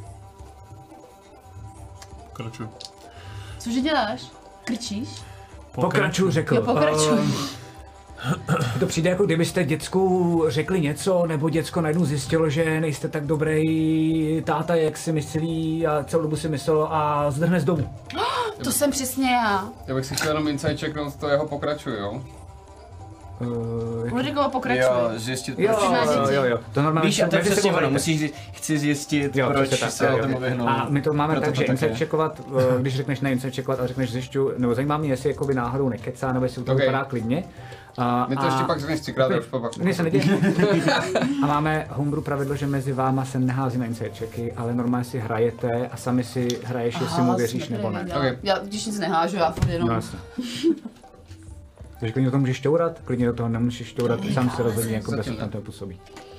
Pokračuj.
Cože děláš? Krčíš?
Pokračuju, řekl.
Jo, pokračuj.
To přijde jako kdybyste děcku řekli něco, nebo děcko najednou zjistilo, že nejste tak dobrý táta, jak si myslí a celou dobu si myslelo a zdrhne z domu.
To jsem přesně já.
Já bych si chtěl jenom inside checknout to jeho pokračuju, jo?
Ulrikovo pokračuj.
zjistit
Jo,
Proč má děti?
jo. To normálně
Víš, a to je
mezi
přesně
sebou
ono,
hrajete.
chci zjistit,
Jo,
proč
přesně tak,
se
jo,
o
jo.
tom vyhnout.
A my to máme
Proto
tak,
to
že
tak
insight
je.
checkovat, když řekneš na insight checkovat a řekneš zjišťu, nebo zajímá mě, jestli jakoby náhodou nekecá, nebo jestli to
Ok.
vypadá klidně.
My to ještě pak řekneš 3krát, já už pak.
Ne, se neděje. A máme homebrew pravidlo, že mezi váma se nehází na insight checky, ale normálně si hrajete a sami si hraješ, jestli mu věříš nebo ne.
Ok.
Já když nic nehážu, já furt jenom...
No jasně. Takže klidně do toho můžeš šťourat, klidně do toho nemůžeš šťourat, sám se rozhodně, jako bez
zatím
tam to působí.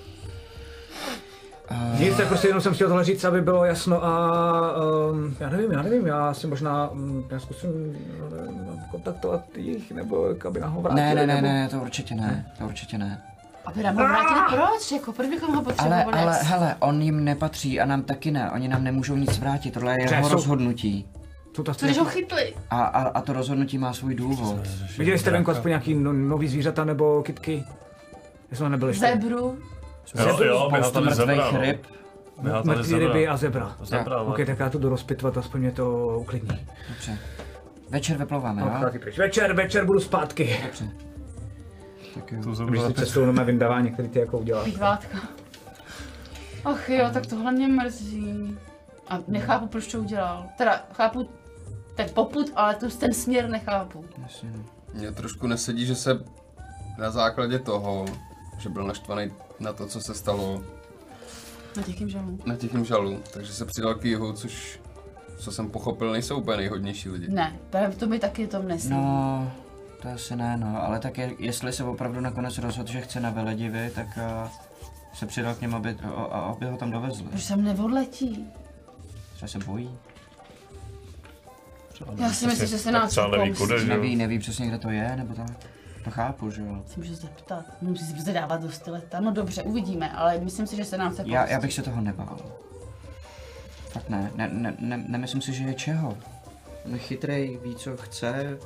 Nic, tak prostě jenom jsem chtěl tohle říct, aby bylo jasno a já nevím, já si možná, já zkusím kontaktovat jich, nebo aby nám ho vrátili.
Ne, to určitě ne.
Aby nám ho vrátili, proč? Jako, proč bychom ho potřebovali?
Ale hele, on jim nepatří a nám taky ne, oni nám nemůžou nic vrátit, tohle je jeho
jsou-
rozhodnutí.
Protože ho chytli.
A to rozhodnutí má svůj důvod.
Viděli jste venku aspoň nějaký nový zvířata nebo kytky? Jestli to nebyly ještě.
Zebru.
Jo, vyházali zebra, no.
ryb.
Mrtvý ryby a zebra.
No.
Ok, tak já to jdu rozpitvat, aspoň mě to uklidní.
Dobře. Večer vyplouváme, jo?
Večer budu zpátky.
Dobře. Tak jo.
Když si cestou na vyndávání, který ty jako uděláš.
Pihvátka. Ach jo, tak tohle mě mrzí. A nechápu, proč to udělal. Teda chápu ten popud, ale ten směr nechápu.
Jasně.
Mně trošku nesedí, že se na základě toho, že byl naštvaný na to, co se stalo
Na těch
žalů, takže se přidal k jihu, což, co jsem pochopil, nejsou úplně nejhodnější lidi.
Ne, to mi taky to nesedí.
No, to asi ne, no, ale tak jestli se opravdu nakonec rozhodl, že chce na Veledivy, tak se přidal k něm, aby ho tam dovezli.
Proč sem neodletí?
Třeba se bojí.
Já si myslím, že se nás
třeba neví kude, že jo?
Neví přesně, kde to je, nebo tak. To chápu, že jo.
Se můžu zeptat, musí si prostě dávat do styleta. No dobře, uvidíme, ale myslím si, že se nám chce pomůct.
Já bych se toho nebál. Fakt ne, nemyslím si, že je čeho. On je chytrej, ví, co chce.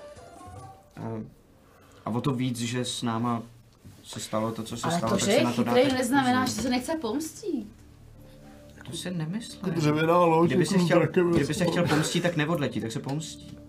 A o to víc, že s náma se stalo to, co se
ale
stalo,
to,
tak
že
se
je
na to dá
chytrý,
tak
neznamená,
pozor.
že se nechce pomstít.
To si nemyslím.
Dřevěná loď,
Kdyby se chtěl pomstit, tak neodletí, tak se pomstí.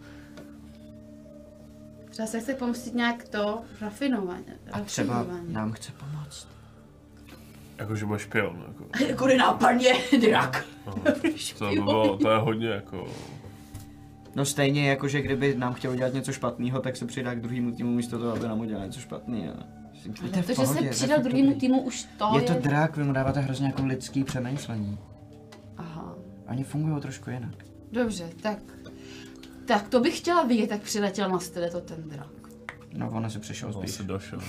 Třeba se chce pomstit nějak to rafinovaně.
A třeba nám chce pomoct.
Jakože bude špion, jako.
Kudy nápadně, drak.
To je hodně jako...
No stejně jako, že kdyby nám chtěl dělat něco špatného, tak se přidá k druhému týmu místo toho, aby nám udělal něco špatného.
Ale to, že se přidal druhému týmu, už to
je... to drak, vy mu dáváte hrozně jako lidský přemýšlení.
Aha.
Oni fungují trošku jinak.
Dobře, tak to bych chtěla vidět, jak přiletěl na styleto ten drak.
No, on se přišel spíš.
On se došel.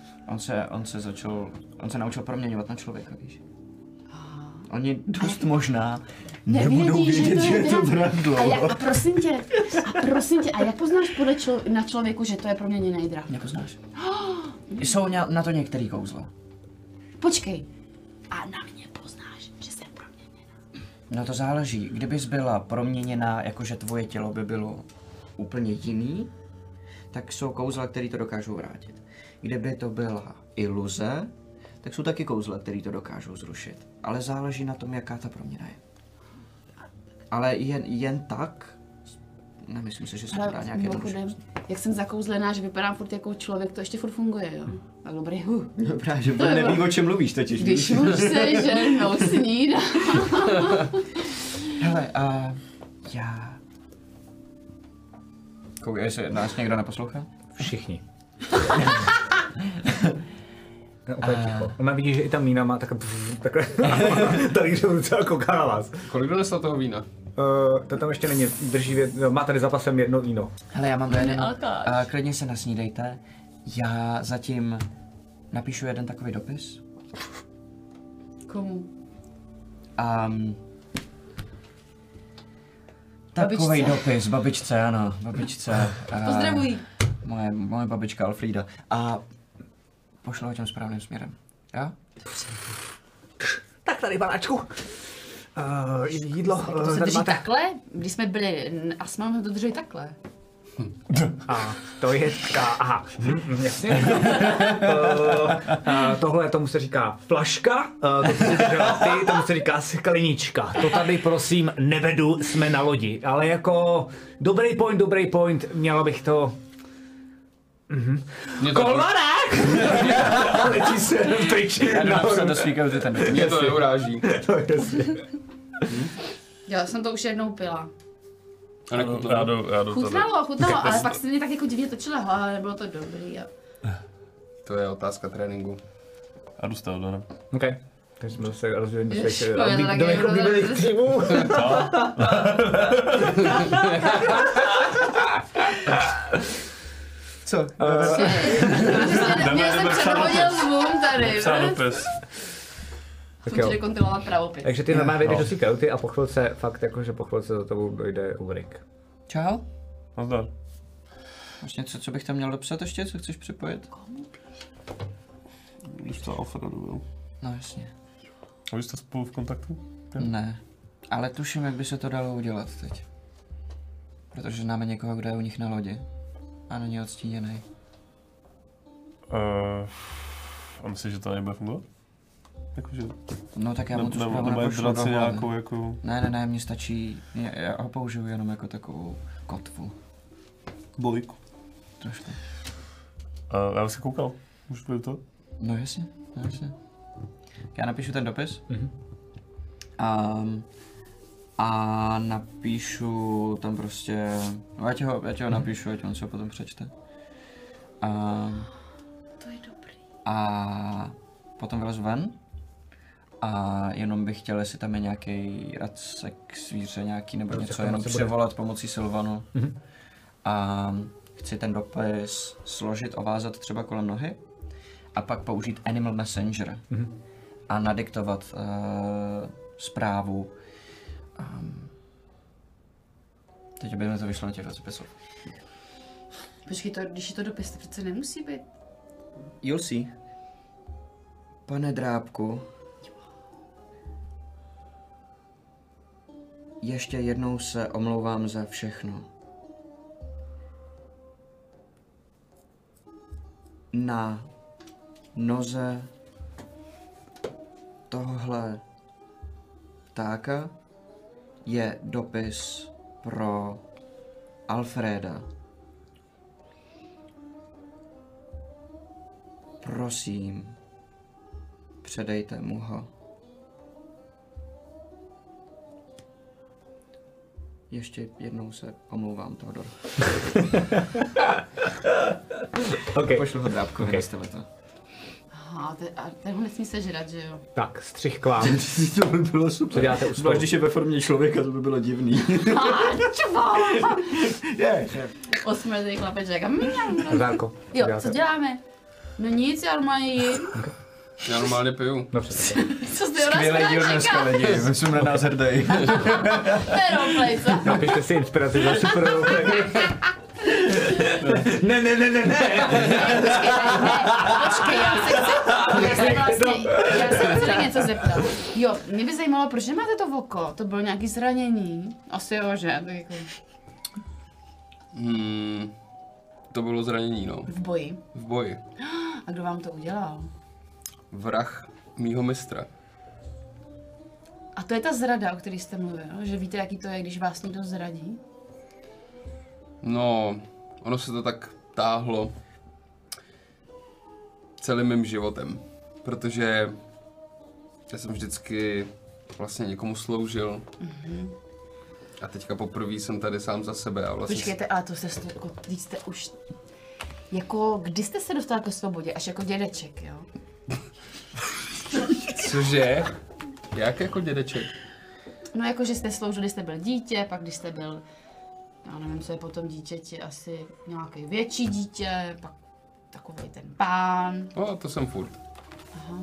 On se naučil proměňovat na člověka, víš. Oni dost možná
nevědí,
nebudou vědět, že je to drak.
A prosím tě, a jak poznáš na člověku, že to je proměněný drak?
Nepoznáš? Jsou na to některý kouzla.
Počkej, a na mě poznáš, že jsem proměněná?
No to záleží. Kdybys byla proměněná, jakože tvoje tělo by bylo úplně jiný, tak jsou kouzla, které to dokážou vrátit. Kdyby to byla iluze, tak jsou taky kouzla, které to dokážou zrušit. Ale záleží na tom, jaká ta proměna je. Ale jen tak, nemyslím si, že se to dá nějak jednoduše.
Jak jsem zakouzlená, že vypadám furt jako člověk, to ještě furt funguje, jo? Tak dobrý,
Dobrá, že neví, o čem mluvíš totiž.
Když už se ženou snídá.
Hele, já... Koukej, jestli nás někdo neposlouchá?
Všichni. Úplně ticho. Ona vidí, že i ta mína má takhle talíře v ruce a kouká na vás.
Kolik donesla toho vína?
To tam ještě není, má tady zapasem jedno víno.
Hele, já mám jeden,
Alkáč.
klidně se nasnídejte. Já zatím napíšu jeden takový dopis.
Komu?
Takový dopis, babičce, ano, babičce.
Pozdravuj.
Moje babička Alfrida. A pošlu ho těm správným směrem, jo?
Tak tady, panáčku. Jídlo.
To se drží takhle? Když jsme byli Asman, to drží takhle.
A to je aha, jasně. Tohle tomu se říká flaška, to si držela ty, tomu se říká sklenička. To tady prosím nevedu, jsme na lodi, ale jako dobrý point, měla bych to... Kolvarák! Letí se pryč.
Já do svýka už ten dopis.
Mě to neuráží.
To je jasně.
Já jsem to už jednou pila.
Já jdu
Chutnalo, ale pak se mě tak jako divně točila hlava, nebylo to dobrý.
To je otázka tréninku.
Já jdu s Teodorem.
OK. Takže jsme se rozdělili do svých
do
mých oblíbených týmů.
Co?
Mě jsem předhodil zvuk tady.
Psá dopis.
Tak
Musím
jo.
kontrolovat pravopis.
Takže ty normálně vejdeš do svý kauty a po chvilce, fakt jako, že po chvilce za tebou dojde Ulrik.
Čau.
Nazdar.
Máš něco, co bych tam měl dopsat ještě, co chceš připojit?
Když to Alfredu, jo.
No jasně.
A vy jste spolu v kontaktu?
Ne. Ale tuším, jak by se to dalo udělat teď. Protože známe někoho, kdo je u nich na lodi. A není odstíněný.
A myslíš, že to nebude fungovat? Jakože...
No tak já mu tu zprávu
Nebo
nepošlu
draci
do hlavy.
nějakou jako...
Ne, mně stačí, já ho použiju jenom jako takovou kotvu.
Bolíku.
Trošku.
Já bych si koukal. Můžu být to?
No jasně. Já napíšu ten dopis. A napíšu tam prostě, no já ti ho napíšu, ať on si ho potom přečte.
To je dobrý.
A potom vylezu ven a jenom bych chtěl, jestli tam je nějaký racek, zvíře nějaký nebo něco, jenom přivolat pomocí Sylvanu. A chci ten dopis složit, ovázat třeba kolem nohy a pak použít Animal Messenger a nadiktovat zprávu. Teď by mi to vyšlo na těch 25 slov.
Počkej, když je to dopis, to přece nemusí být.
You'll see. Pane Drábku, ještě jednou se omlouvám za všechno. Na noze tohohle ptáka je dopis pro Alfreda. Prosím, předejte mu ho. Ještě jednou se omlouvám, Teodor.
Okay.
Pošlu ho Drábkovi, dostali to.
Aha, a ten ho nesmí sežrat, že jo?
Tak, střih k vám.
To by bylo super.
Co děláte u stolu?
Když je ve formě člověka, to by bylo divný.
Osmletý chlapeček.
Zárko,
Jo, co děláme? No nic, já normálně jim.
Já normálně piju.
Dobře.
Co jste
Skvělý díl dneska, lidi. My jsme na nás hrdej.
To je roleplay, co?
Napište si inspiraci za super roleplay. Ne.
Počkej, já se chci něco zeptat. Jo, mě by zajímalo, proč nemáte to oko? To bylo nějaké zranění? Asi jo, že? Tak jako...
To bylo zranění, no.
V boji.
V boji.
A kdo vám to udělal?
Vrah mýho mistra.
A to je ta zrada, o které jste mluvil, že víte, jaký to je, když vás někdo zradí?
No, ono se to tak táhlo celým mým životem, protože já jsem vždycky vlastně někomu sloužil a teďka poprvé jsem tady sám za sebe a vlastně...
Počkejte, ale to jste už... Jako, kdy jste se dostal ke svobodě? Až jako dědeček, jo?
Cože? Jak jako dědeček?
No jako, že jste sloužili, jste byl dítě, pak když jste byl, já nevím, co je potom dítěti, asi nějaké větší dítě, pak takovej ten pán.
No, to jsem furt. Aha.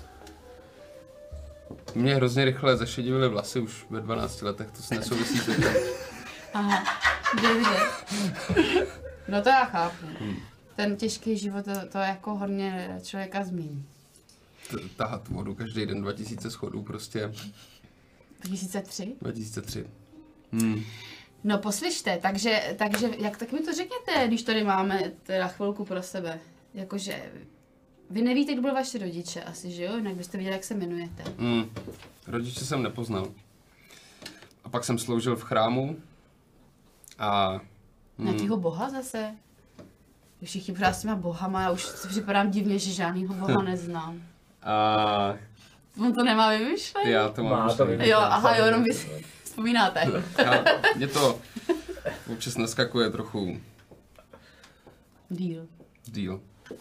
Mě hrozně rychle zašedivily vlasy už ve 12 letech, to se nesouvisí s tím.
Aha, kde. No to já chápu. Ten těžký život, to jako hodně člověka změní.
Tahat vodu každý den, 2000 schodů prostě.
2003?
2003.
No poslyšte, takže jak tak mi to řekněte, když tady máme teda chvilku pro sebe. Jakože, vy nevíte, kdo byl vaše rodiče asi, že jo? Jinak byste věděli, jak se jmenujete.
Rodiče jsem nepoznal. A pak jsem sloužil v chrámu a...
Nějakýho boha zase? Všichni pořád s těma bohama, já už si připadám divně, že žádnýho boha neznám.
A...
On to nemá vymyšlet?
Já to mám
vymyšlet.
Jo, aha, jo, jenom vy si vzpomínáte.
Mě to občas naskakuje trochu. Deal.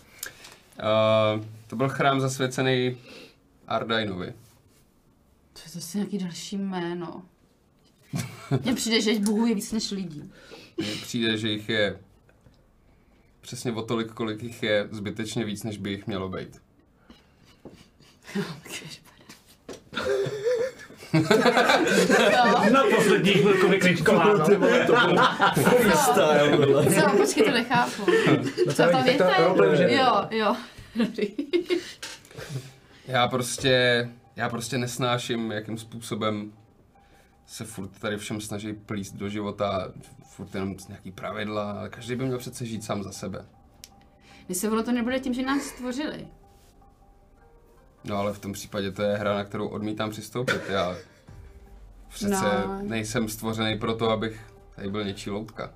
To byl chrám zasvěcený Ardainovi.
To je zase nějaký další jméno. Mně přijde, že bohů je víc než lidí.
Mně přijde, že jich je přesně o tolik, kolik jich je, zbytečně víc, než by jich mělo být.
Na poslední chvilku vykřičkováno.
Co, počkej, to nechápu. Co to víte? Jo.
Já prostě nesnáším, jakým způsobem se furt tady všem snaží plíst do života, furt jenom nějaký pravidla, ale každý by měl přece žít sám za sebe.
Jestli ono to nebude tím, že nás stvořili.
No ale v tom případě to je hra, na kterou odmítám přistoupit. Já přece nejsem stvořený pro to, abych tady byl něčí loutka.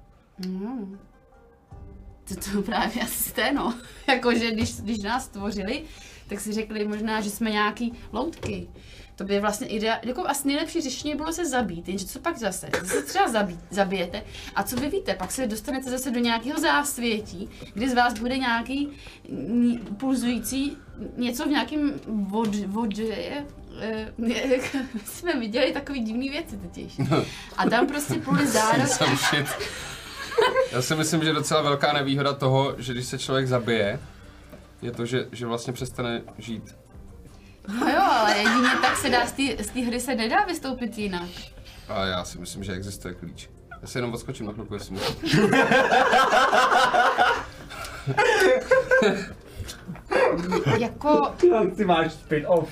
To právě asi no. Jakože když nás stvořili, tak si řekli možná, že jsme nějaký loutky. To by vlastně jako asi nejlepší řešení bylo se zabít, jenže co pak zase? Zase třeba zabijete a co vy víte, pak se dostanete zase do nějakého zásvětí, kde z vás bude nějaký pulzující něco v nějakém vodě. Jsme viděli takový divný věci totiž. A tam prostě půjde zároveň.
Já si myslím, že docela velká nevýhoda toho, že když se člověk zabije, je to, že vlastně přestane žít.
No jo, ale jedině tak se dá, z té hry se nedá vystoupit jinak.
A já si myslím, že existuje klíč. Já si jenom odskočím na chvilku, jestli můžu.
Jako...
Ty máš spin-off.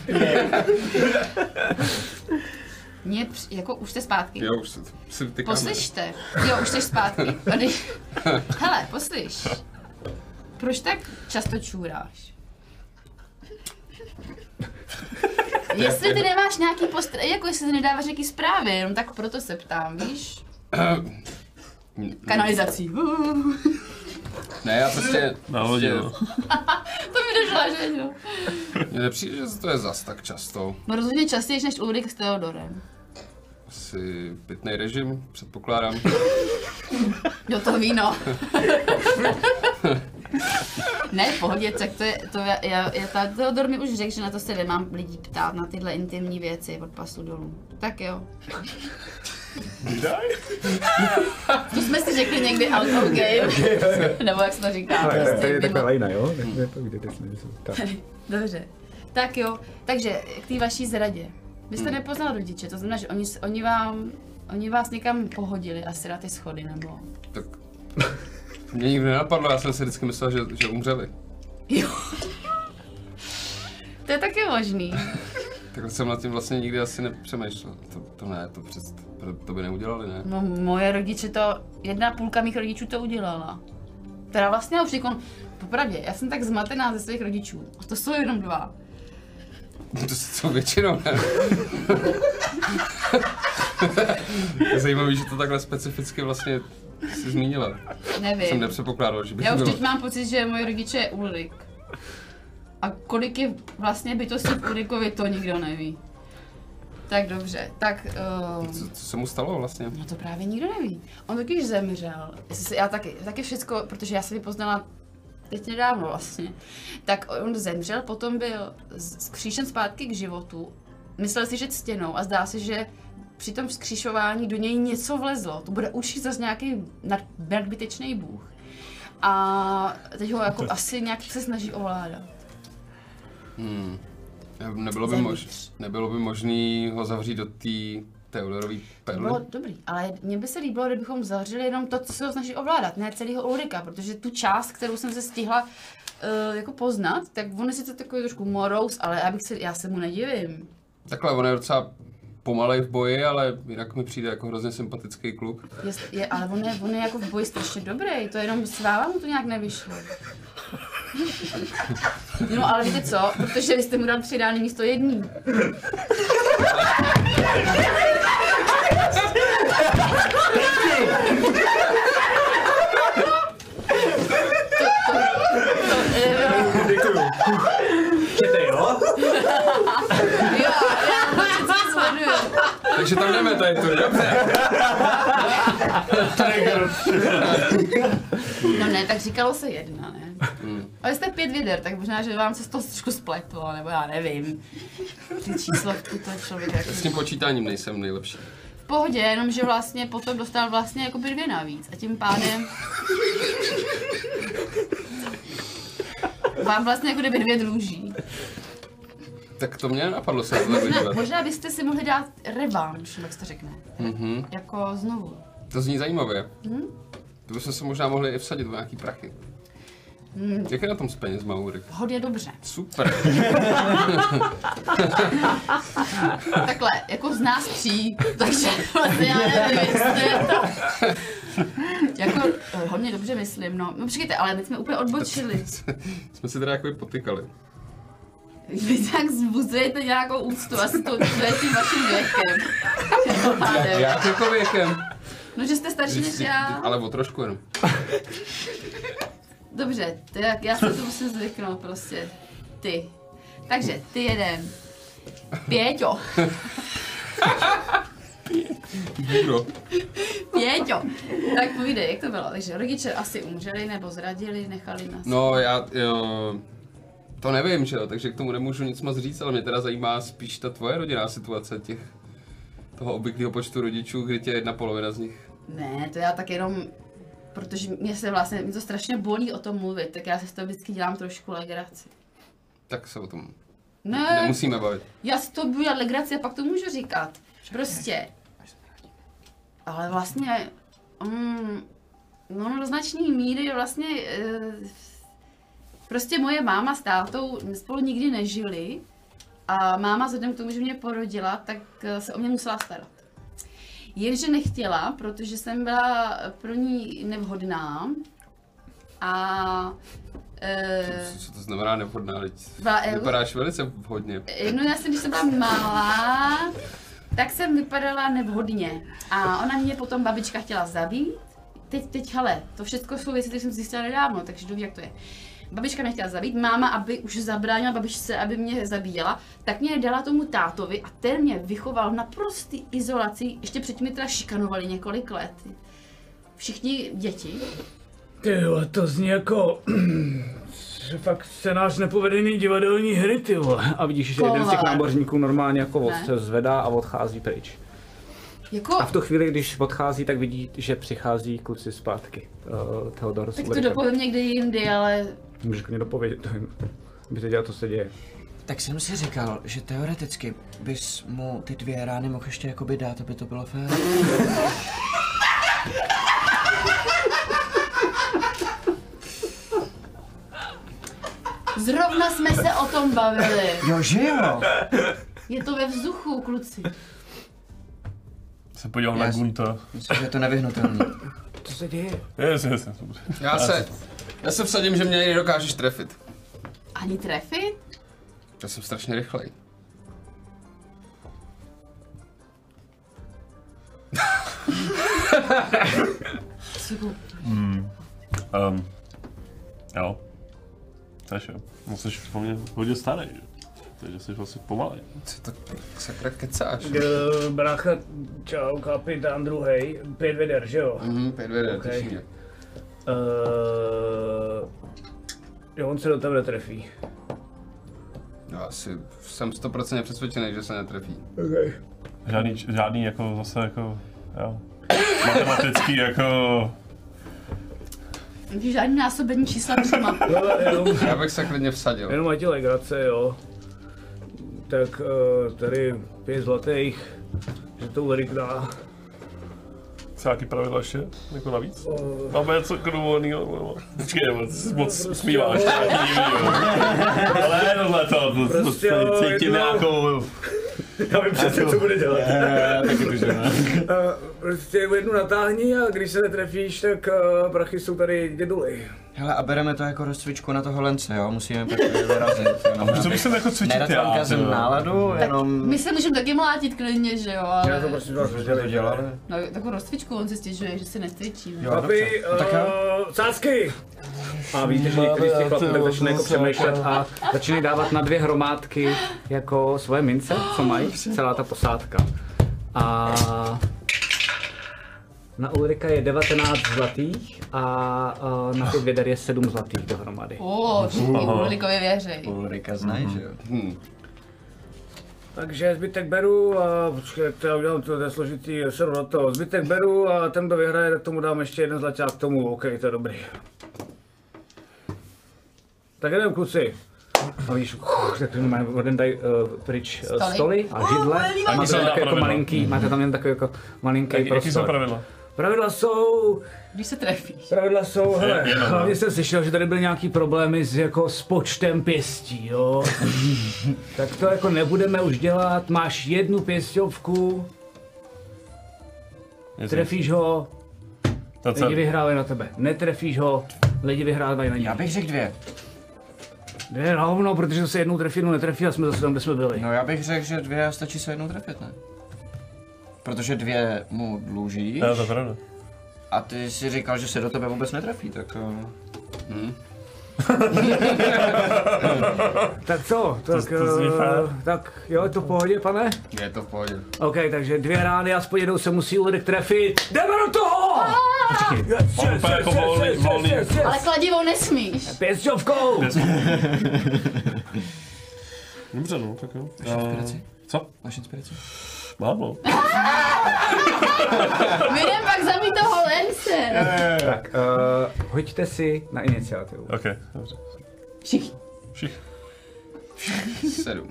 Jako už jste zpátky.
Jo, už si tykáme.
Poslyšte. Jo, už jste zpátky. Hele, poslyš. Proč tak často čůráš? Jestli ty nemáš nějaký jako jestli ty nedáváš nějaký zprávy, jenom tak proto se ptám, víš? Kanalizací.
Ne, já prostě...
To mi došlo, že jo?
Mně nepřijde, že to je zas tak často.
No rozhodně častěji než Ulrik s Theodorem.
Asi pitnej režim, předpokládám.
Jo, to víno. Ne, v pohodě, tak Theodor mi už řekl, že na to se nemám lidí ptát, na tyhle intimní věci od pasu dolů. Tak jo. To jsme si řekli někdy out of game, nebo jak se to říká.
To je taková lajna, jo?
Dobře. Tak jo, takže k té vaší zradě. Vy jste nepoznal rodiče, to znamená, že oni vás někam pohodili asi na ty schody, nebo?
Tak mě nikdy nenapadlo, já jsem si vždycky myslel, že umřeli.
Jo. To je taky možný.
Takhle jsem nad tím vlastně nikdy asi nepřemýšlel. To by neudělali, ne?
No moje rodiče jedna půlka mých rodičů to udělala. Teda vlastně už popravdě, já jsem tak zmatená ze svých rodičů. A to jsou jenom 2.
To jsou většinou, ne? Je zajímavé, že to takhle specificky vlastně si zmínila.
Nevím.
Jsem nepředpokládal, že by
já
to
už
bylo.
teď mám pocit, že moje rodiče je Ulrik. A kolik je vlastně bytostí v Ulrikovi, to nikdo neví. Tak dobře, tak...
Co se mu stalo vlastně?
No to právě nikdo neví. On totiž zemřel. Já taky všecko, protože já jsem ji poznala teď nedávno vlastně. Tak on zemřel, potom byl vzkříšen zpátky k životu. Myslel si, že ctěnou a zdá se, že při tom vzkříšování do něj něco vlezlo. To bude určitě zase nějaký nadbytečný bůh. A teď ho jako asi nějak se snaží ovládat.
Nebylo by možný ho zavřít do té Theodorové perly?
Bylo dobrý, ale mně by se líbilo, kdybychom zavřeli jenom to, co se ho snaží ovládat, ne celého Ulrika, protože tu část, kterou jsem se stihla jako poznat, tak on je sice takový trošku morous, ale já se mu nedivím.
Takhle, on je docela pomalej v boji, ale jinak mi přijde jako hrozně sympatický kluk.
Ale on je jako v boji strašně dobrý, to jenom s váma mu to nějak nevyšlo. No ale víte co, protože vy jste mu dal 3 rány místo 1.
Děkuju. Čete, jo?
Jo, já to sleduju.
Takže tam jdeme, tady to, dobře.
No ne, tak říkalo se 1, ne? Ale jste 5 věder, tak možná, že vám se z toho trošku spletlo, nebo já nevím. Ty číslovky, to člověk jako...
S tím počítáním nejsem nejlepší.
V pohodě, jenomže vlastně potom dostal vlastně jako 2 navíc a tím pádem... Vám vlastně jako kdyby 2 dluží.
Tak to mě napadlo se tohle podívat.
Možná byste si mohli dát revanš, jak se to řekne. Jako znovu.
To zní zajímavě. To bychom se možná mohli i vsadit o nějaký prachy. Jak je na tom s penězma, Ulrik?
Hodně dobře.
Super.
Takhle, jako z nás 3, takže vlastně já nevím, jestli je to... Jako hodně dobře myslím, no. No počkejte, ale my jsme úplně odbočili.
Jsme si teda jako potykali.
Vy tak vzbuzujete nějakou úctu, asi to je tím vaším věkem.
Jak jako věkem?
No, že jste starší než já.
Ale o trošku jenom.
Dobře, tak já se to musím zvyknout prostě. Ty. Takže, ty jeden. Pěťo. Pěťo. Tak povídej, jak to bylo? Takže rodiče asi umřeli nebo zradili, nechali nás.
No to nevím, že jo, takže k tomu nemůžu nic moc říct, ale mě teda zajímá spíš ta tvoje rodinná situace toho obvyklého počtu rodičů, kdy tě jedna polovina z nich.
Ne, to já tak jenom, protože mě to strašně bolí o tom mluvit, tak já se z toho vždycky dělám trošku legraci.
Tak se o tom
nemusíme
bavit.
Já si to budu dělat legraci a pak to můžu říkat. Prostě. Ale vlastně, do značné míry vlastně, prostě moje máma s tátou spolu nikdy nežili a máma vzhledem k tomu, že mě porodila, tak se o mě musela starat. Jenže nechtěla, protože jsem byla pro ní nevhodná a...
Co to znamená nevhodná? Vypadáš velice vhodně.
No já jsem, když jsem byla malá, tak jsem vypadala nevhodně a ona mě potom babička chtěla zabít. Teď hele, to všechno jsou věci, které jsem zjistila nedávno, takže doví, jak to je. Babička mě chtěla zabít, máma, aby už zabránila babičce, aby mě zabíjela, tak mě dala tomu tátovi a ten mě vychoval v naprosté izolaci, ještě předtím mě teda šikanovali několik let. Všichni děti.
Tyjo, to zní jako... fakt scénář nepovedený divadelní hry, tyjo. A vidíš, že jeden z těch námořníků normálně jako se zvedá a odchází pryč.
Jako...
A v tu chvíli, když odchází, tak vidí, že přichází kluci zpátky. Theodor s
Tak to dopovím někde jindy, ale...
Můžeš klidně dopovědět, by to dělat, co se děje.
Tak jsem si říkal, že teoreticky bys mu ty 2 rány mohl ještě jakoby dát, aby to bylo fér.
Zrovna jsme se o tom bavili.
Jo, že jo?
Je to ve vzduchu, kluci.
Se podíval na Gunta.
Myslím, že je to nevyhnutelný.
Co se děje?
Jasně.
Já se vsadím, že mě ani nedokážeš trefit.
Ani trefit?
Já jsem strašně rychlej.
Jo. Takže musíš po mně hodně starý, že? Takže jsi vlastně pomalej.
Co to sakra kecáš?
Brácha, čau, kapitán druhej, 5 veder, že jo?
5 veder,
okay.
Těžně.
Jo, on se do tebe netrefí.
Já asi jsem 100% přesvědčený, že se netrefí.
Okay.
Žádný jako zase jako, jo. Matematický jako...
Žádný násobení čísla příma.
Já bych se klidně vsadil.
Jenom ať je legrace, jo. Tak tady 5 zlatých, že to Ulrik dá.
Chce nějaký pravidla ještě? Jako navíc? Máme něco dovolenýho? Počkej, ty se moc usmíváš. Ale tohle to cítím nějakou...
Já vím přesně, co bude dělat. Prostě jednu natáhni a když se netrefíš, tak prachy jsou tady děduly.
Hele, a bereme to jako rozcvičku na toho lence, jo? Musíme pak vyrazit.
A co bych se jako cvičit
já? Nedat vám náladu, jenom...
My se můžeme taky mlátit klidně, že jo, ale...
Já to prostě vás
dělali.
No, takovou rozcvičku, on se stěžuje, že se necvičí.
Papi, sázky! A víte, že některý z těch chlapů tak začne jako přemýšlet a začínají dávat na 2 hromádky jako svoje mince, co mají, celá ta posádka. A na Ulrika je 19 zlatých a na 5 věder je 7 zlatých dohromady.
Všichni Ulrikovi věřej.
Ulrika znají, že jo?
Takže zbytek beru a počkej, já udělám to je složitý, seru na to. Zbytek beru a ten, kdo vyhraje, tak tomu dám ještě 1 zlaťák k tomu, OK, to je dobrý. Tak jdem, kluci. A víš, tak jeden dají pryč stoly a židle. A máte tam takový jako malinký, máte tam jen takový jako malinký prostor.
Jaký jsou pravidla?
Pravidla jsou...
Když se trefíš.
Pravidla jsou, hele, hlavně jsem slyšel, že tady byly nějaký problémy s počtem pěstí, jo. Tak to jako nebudeme už dělat, máš 1 pěsťovku, trefíš ho, lidi vyhrávají na tebe. Netrefíš ho, lidi vyhrávají na něj.
Já bych řekl 2.
Ne, hovno, protože se jednou trefí, netrefí a jsme zase tam, kde jsme byli.
No já bych řekl, že 2 stačí se jednou trefit, ne? Protože 2 mu dlužíš.
Jo, to je pravda.
A ty si říkal, že se do tebe vůbec netrefí, tak...
Tak co? Tak jo, je to v pohodě, pane?
Je to v pohodě.
OK, takže 2 rány, aspoň jednou se musí Ulrik trefit. Jdeme do toho!
Volný.
Ale kladivou nesmíš.
Pěsťovkou!
Dobře, no, tak jo.
Máš inspiraci?
Co?
Máš inspiraci?
Mám, no.
My jdem pak zabít toho Lence.
Tak, hoďte si na iniciativu.
OK, dobře.
Všichni.
Všichni.
7.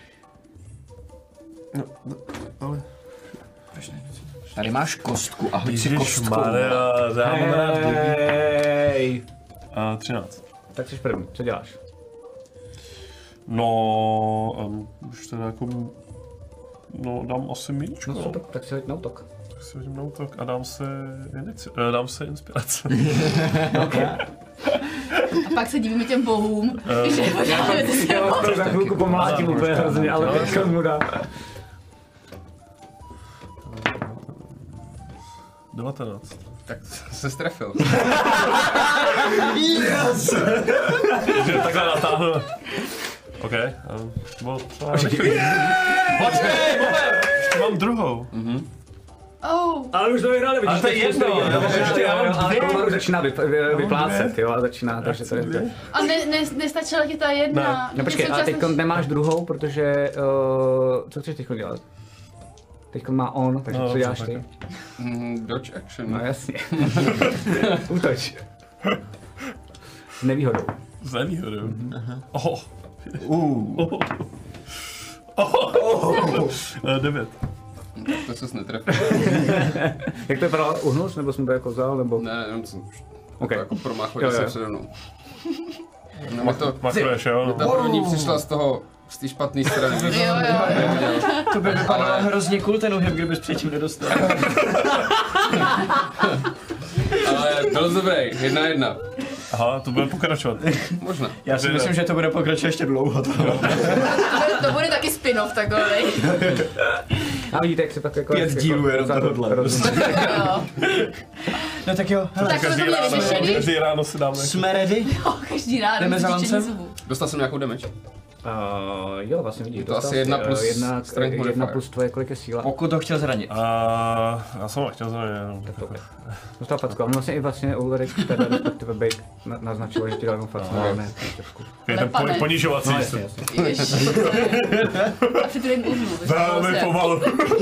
No, ale...
Tady máš kostku a hoď si kostku.
Ježišmarja, já mám rád blbý.
Hej!
13.
Tak jsi první, co děláš?
No, už teda jako... No, dám asi míčko,
No super, tak si hoď na útok.
Tak si hodím na útok a dám se inspirace.
A pak se divíme těm bohům, že
Já vám to za chvilku pomlátím úplně hrozně, ale teď mu dá.
19.
Tak se strefil.
Yes! Že takhle natáhnu. OK. Počkej, ještě mám druhou.
Ale už to vyhráli, vidíš?
Ale to je jedno.
Ale Komaru začíná vyplácet, jo, a začíná, takže to je...
A nestačila ti ta jedna.
No počkej, ale teď nemáš druhou, protože... Co chceš teď dělat? Teď má on, takže co děláš ty?
Dodge action.
No jasně. Útoč. S nevýhodou.
S nevýhodou? Oh. 9.
To ses netrefil.
Jak to je pravda? Uhnul jsi, nebo jsem to jako vzal, nebo?
Ne, jenom jsem
Okay.
jako promáchl, že jsem přede mnou. No,
Makruješ, jo?
ta první přišla z té špatné strany.
Jo.
To by vypadalo hrozně cool ten uhyb, kdybys předtím nedostal.
Ale byl dobrý, 1-1.
Aha, to bude pokračovat.
Možná.
Já si myslím, že to bude pokračovat ještě dlouho.
To bude taky spin-off takovej.
A vidíte, jak se tak jako...
5 dílů jenom tohohle.
Jo.
No tak jo, hele.
Tak jsme to měli vyřešený.
Každý ráno si dáme.
Jsme ready?
Každý rád.
Jdeme za lancem?
Dostal jsem nějakou damage.
Jo, vlastně vidíš.
To asi 1 plus strength modifier.
1 plus tvoje, kolik je síla.
Pokud ho chtěl zranit.
Já jsem ho chtěl zranit.
Dostal facku. A vlastně i vlastně Ulrik teda respektive Bake naznačil, že ti dal jenom facku, ale ne trošku.
Ten ponižovací.
No jasně.
A při jim uhnu.
Velmi pomalu.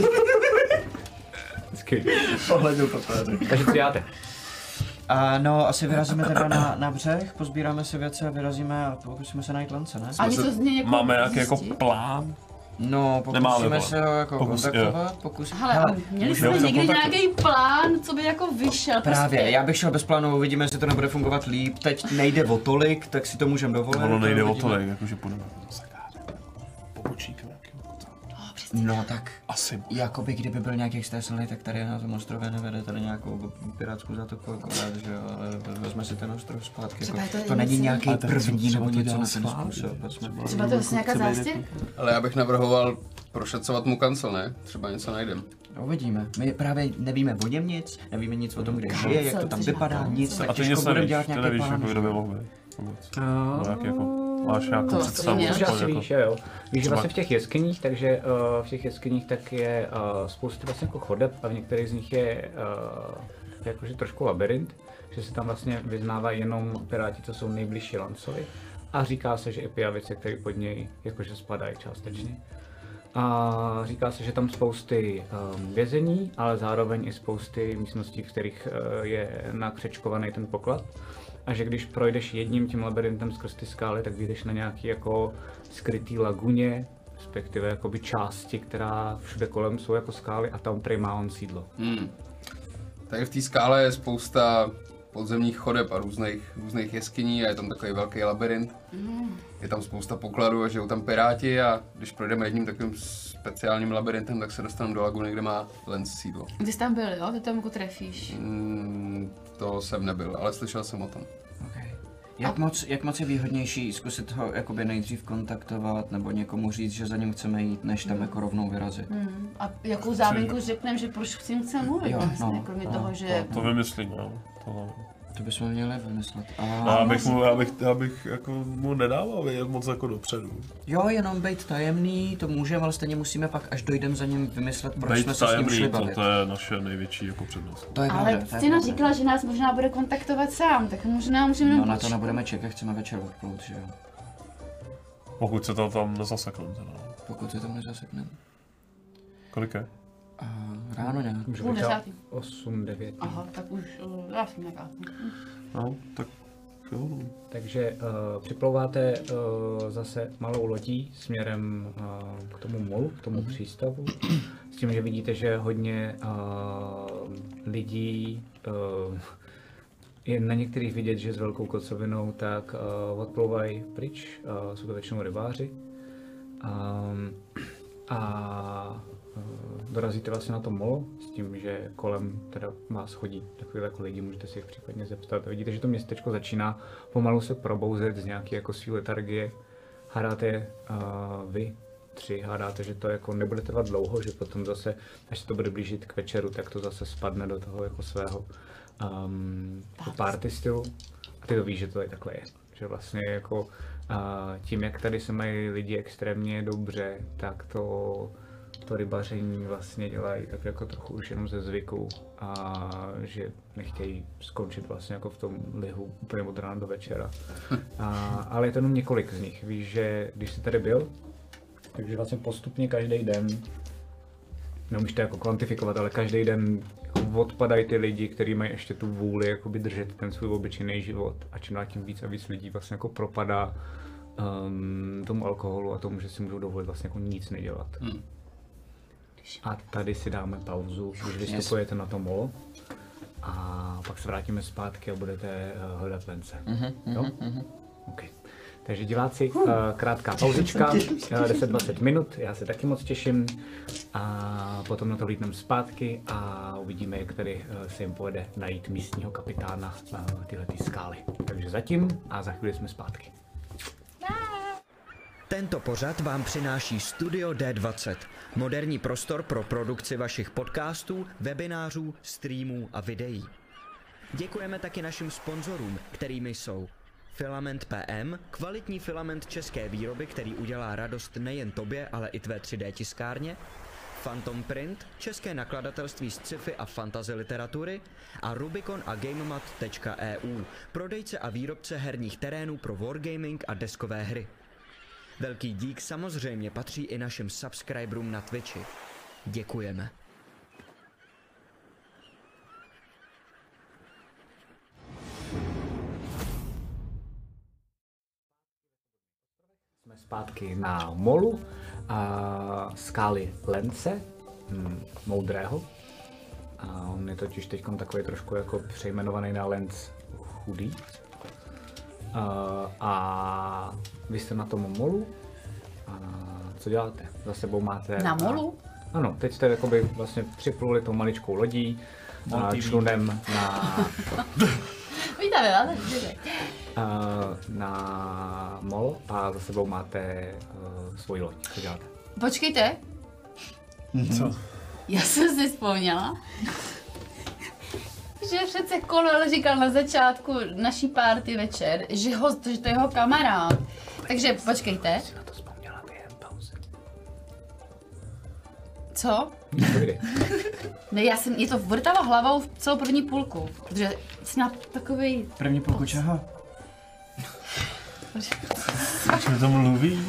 Skvělý.
Pohlednu papéry.
Takže co děláte?
No, asi vyrazíme teda na břeh, pozbíráme si věci a vyrazíme a pokusíme se najít Lence, ne?
A něco z něj jako
Máme nějaký jako
zjistit?
plán?
No, pokusíme se ho jako kontaktovat,
Hele, měli jsme někdy nějaký plán, co by jako vyšel.
Právě,
prostě.
já bych šel bez plánu, uvidíme, jestli to nebude fungovat líp. Teď nejde o tolik, tak si to můžeme dovolit.
Ono nejde o tolik, jakože půjdeme pobočík nějaký.
No tak,
asi.
jakoby kdyby byl nějaký extra silný, tak tady na tom ostrově nevede tady nějakou pirátskou zátoku akorát, že jo, ale vezme si ten ostrov zpátky. Jako, to není nějaký první nebo něco na ten způsob.
Třeba to je vlastně nějaká zástěr?
Ale já bych navrhoval prošetřovat mu kancel, ne? Třeba něco najdem.
Uvidíme. My právě nevíme o něm nic, nevíme nic o tom, kde žije, jak to tam vypadá, nic, tak
a ty
těžko
nic
budeme
nevíš,
dělat
ty
nějaké
nevíš, jako
plány.
kdo by mohl být. Máš nějakou
To
představu.
asi
Což asi
jako-
víš, jo. Víš, že vlastně v těch jeskyních, takže v těch jeskyních tak je spoustu vlastně jako chodeb a v některých z nich je jakože trošku labirint, že se tam vlastně vyznávají jenom piráti, co jsou nejbližší Lancovi a říká se, že i pijavice, které pod něj jakože spadají částečně. A říká se, že tam spousty vězení, ale zároveň i spousty místností, v kterých je nakřečkovaný ten poklad. A že když projdeš jedním tím labirintem skrz ty skály, tak vyjdeš na nějaký jako skrytý laguně, respektive jakoby části, která všude kolem jsou jako skály a tam prý má on sídlo.
Tady v té skále je spousta podzemních chodeb a různých jeskyní a je tam takový velký labirint. Je tam spousta pokladů a žijou tam piráti a když projdeme jedním takovým speciálním labirintem, tak se dostaneme do laguny, kde má Lance sídlo.
Ty jsi tam byl, jo? Ty tam jako trefíš.
To jsem nebyl, ale slyšel jsem o tom.
Okay. Jak moc je výhodnější zkusit ho jakoby nejdřív kontaktovat nebo někomu říct, že za ním chceme jít, než tam jako rovnou vyrazit?
A jakou záminku řekneme, že proč chceme mluvit
Jo,
vlastně,
no,
kromě toho, že...
To vymyslím, no.
To bychom měli vymyslet.
Abych jako mu nedával vědět moc jako dopředu.
Jo, jenom být tajemný, to můžeme, ale stejně musíme pak, až dojdem za ním vymyslet, proč jsme se s ním šli bavit.
To je naše největší jako přednost.
To je
ale
pravda,
Stina říkala, že nás možná bude kontaktovat sám, tak možná můžeme...
No na to nebudeme čekat, chceme večer odplout, že jo?
Pokud se to tam nezasekneme teda.
Pokud se tam nezasekneme.
Kolik je?
Ráno nějak.
Můžu být 8, 9.
Aha, tak už já jsem nějaká.
No, tak jo.
Takže připlouváte zase malou lodí směrem k tomu molu, k tomu přístavu. S tím, že vidíte, že hodně lidí je na některých vidět, že s velkou kocovinou, tak odplouvají pryč. Jsou to většinou rybáři. A dorazíte vlastně na to molo s tím, že kolem teda vás chodí takový jako lidi, můžete si jich případně zeptat. A vidíte, že to městečko začíná pomalu se probouzet z nějaké jako svý letargie. Hádáte vy 3, hádáte, že to jako nebude trvat dlouho, že potom zase, až se to bude blížit k večeru, tak to zase spadne do toho jako svého party stylu. A ty to víš, že to je takhle je. Že vlastně jako tím, jak tady se mají lidi extrémně dobře, tak to rybaření vlastně dělají tak jako trochu už jenom ze zvyku a že nechtějí skončit vlastně jako v tom lihu úplně od rána do večera. Ale je to jenom několik z nich. Víš, že když jsi tady byl, takže vlastně postupně každý den, neumíš to jako kvantifikovat, ale každý den odpadají ty lidi, kteří mají ještě tu vůli jakoby držet ten svůj obyčejný život a čím dál tím víc a víc lidí vlastně jako propadá tomu alkoholu a tomu, že si můžou dovolit vlastně jako nic nedělat. A tady si dáme pauzu, když vystupujete na to molo a pak se vrátíme zpátky a budete hledat Lence. Jo? Okay. Takže diváci, krátká pauzička, 10-20 minut, já se taky moc těším a potom na to vlítneme zpátky a uvidíme, jak tady se jim povede najít místního kapitána na tyhle skály. Takže zatím a za chvíli jsme zpátky.
Tento pořad vám přináší Studio D20, moderní prostor pro produkci vašich podcastů, webinářů, streamů a videí. Děkujeme taky našim sponzorům, kterými jsou Filament PM, kvalitní filament české výroby, který udělá radost nejen tobě, ale i tvé 3D tiskárně, Phantom Print, české nakladatelství z sci-fi a fantasy literatury a Rubicon a GameMat.eu, prodejce a výrobce herních terénů pro wargaming a deskové hry. Velký dík samozřejmě patří i našim subscriberům na Twitchi. Děkujeme.
Jsme zpátky na molu a skály Lence, moudrého. A on je totiž teď takový trošku jako přejmenovaný na Lens chudý. A vy jste na tom molu. A co děláte? Za sebou máte...
Na molu?
Ano, teď jste jakoby vlastně připluli tou maličkou lodí člunem na mol a za sebou máte svoji loď. Co děláte?
Počkejte.
Co?
Já jsem si vzpomněla, že přece Konel říkal na začátku naší party večer, že to je jeho kamarád. Takže počkejte.
Jsi na to vzpomněla během pauzy.
Co? Ne, je to vrtalo hlavou v celou první půlku, protože jsi na takovej...
První půlku čeho?
Co to mluví?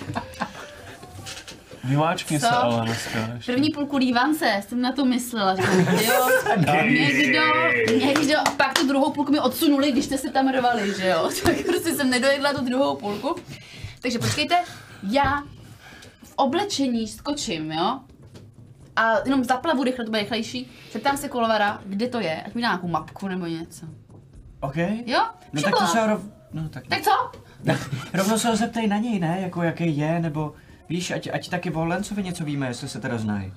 Vymáčkni se ale dneska.
První půlku Lívance jsem na to myslela, že jo, někdo, a pak tu druhou půlku mi odsunuli, když jste se tam rvali, že jo, tak prostě jsem nedojedla tu druhou půlku. Takže počkejte, já v oblečení skočím, jo, a jenom zaplavu rychle, to bude rychlejší, zeptám se Kolovara, kde to je, ať mi dá nějakou mapku nebo něco.
OK.
Jo?
No tak to se
Tak co?
Rovnou se ho zeptej na něj, ne? Jako jaký je, nebo víš, ať taky o Lencovi něco víme, jestli se teda znají.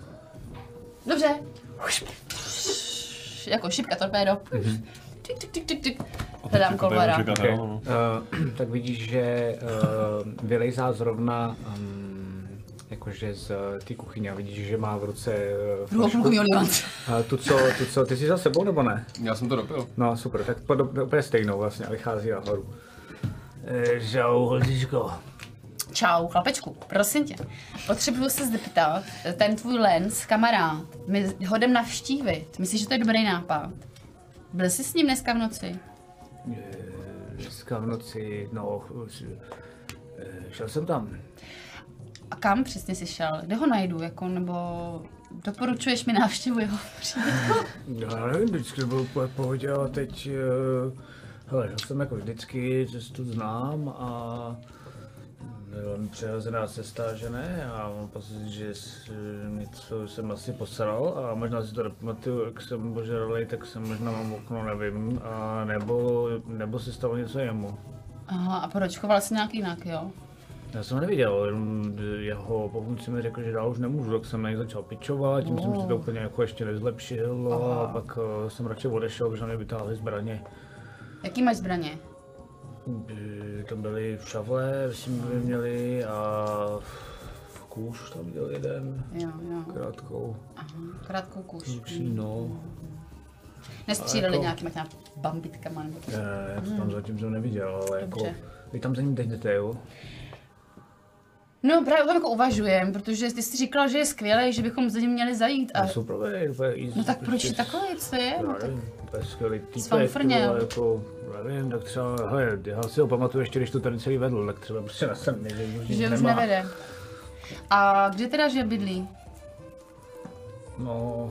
Dobře. Jako šipka torpédo. Tik. Hledám Kolvara.
Okay. Tak vidíš, že vylejzá zrovna jakože z té kuchyně a vidíš, že má v ruce flašku. Ty jsi za sebou nebo ne?
Já jsem to dopil.
No super, tak úplně stejnou vlastně a vychází nahoru. Čau, holčičko.
Čau, chlapečku, prosím tě. Potřebuju se zeptat, ten tvůj Lens, kamarád, my ho jdem navštívit. Myslíš, že to je dobrý nápad? Byl jsi s ním dneska v noci?
Dneska v noci, no, šel jsem tam.
A kam přesně jsi šel? Kde ho najdu, jako, nebo doporučuješ mi návštěvu jeho
Já nevím, vždycky byl v pohodě, ale teď, hele, šel jsem jako vždycky, cestu znám a byla mi přirozená cesta, že ne, a mám pocit, že něco jsem asi posral a možná si to nepamatuju, jak jsem požralej, tak jsem možná mám okno, nevím, a nebo se stalo něco jemu.
Aha, a poročkoval jsi nějak jinak, jo?
Já jsem ho neviděl, jeho pomůcci mi řekl, že dál už nemůžu, tak jsem na něj začal pičovat, tím jsem si to úplně jako ještě nezlepšil a pak jsem radši odešel, protože mě vytáhli zbraně.
Jaký máš zbraně?
To byly šavle, myslím, by měli a kůž tam měl jeden,
jo.
krátkou.
Aha, krátkou kůž.
No.
Nestříleli
jako
nějakýma bambitkama nebo to?
Ne, to tam zatím jsem neviděl, ale
Dobře.
jako, vy tam za ním teď jdete, jo?
No právě o tom jako uvažujem, protože ty jsi říkal, že je skvělý, že bychom za ním měli zajít a...
No
tak proč je takový, co je? No, tak...
nevím, to je skvělý týpek,
Svanfrněl.
jako, nevím, tak třeba, hele, já si ho pamatuju ještě, když to tady celý vedl, tak třeba prostě nasadný,
že už nevede. A kde teda že bydlí?
No...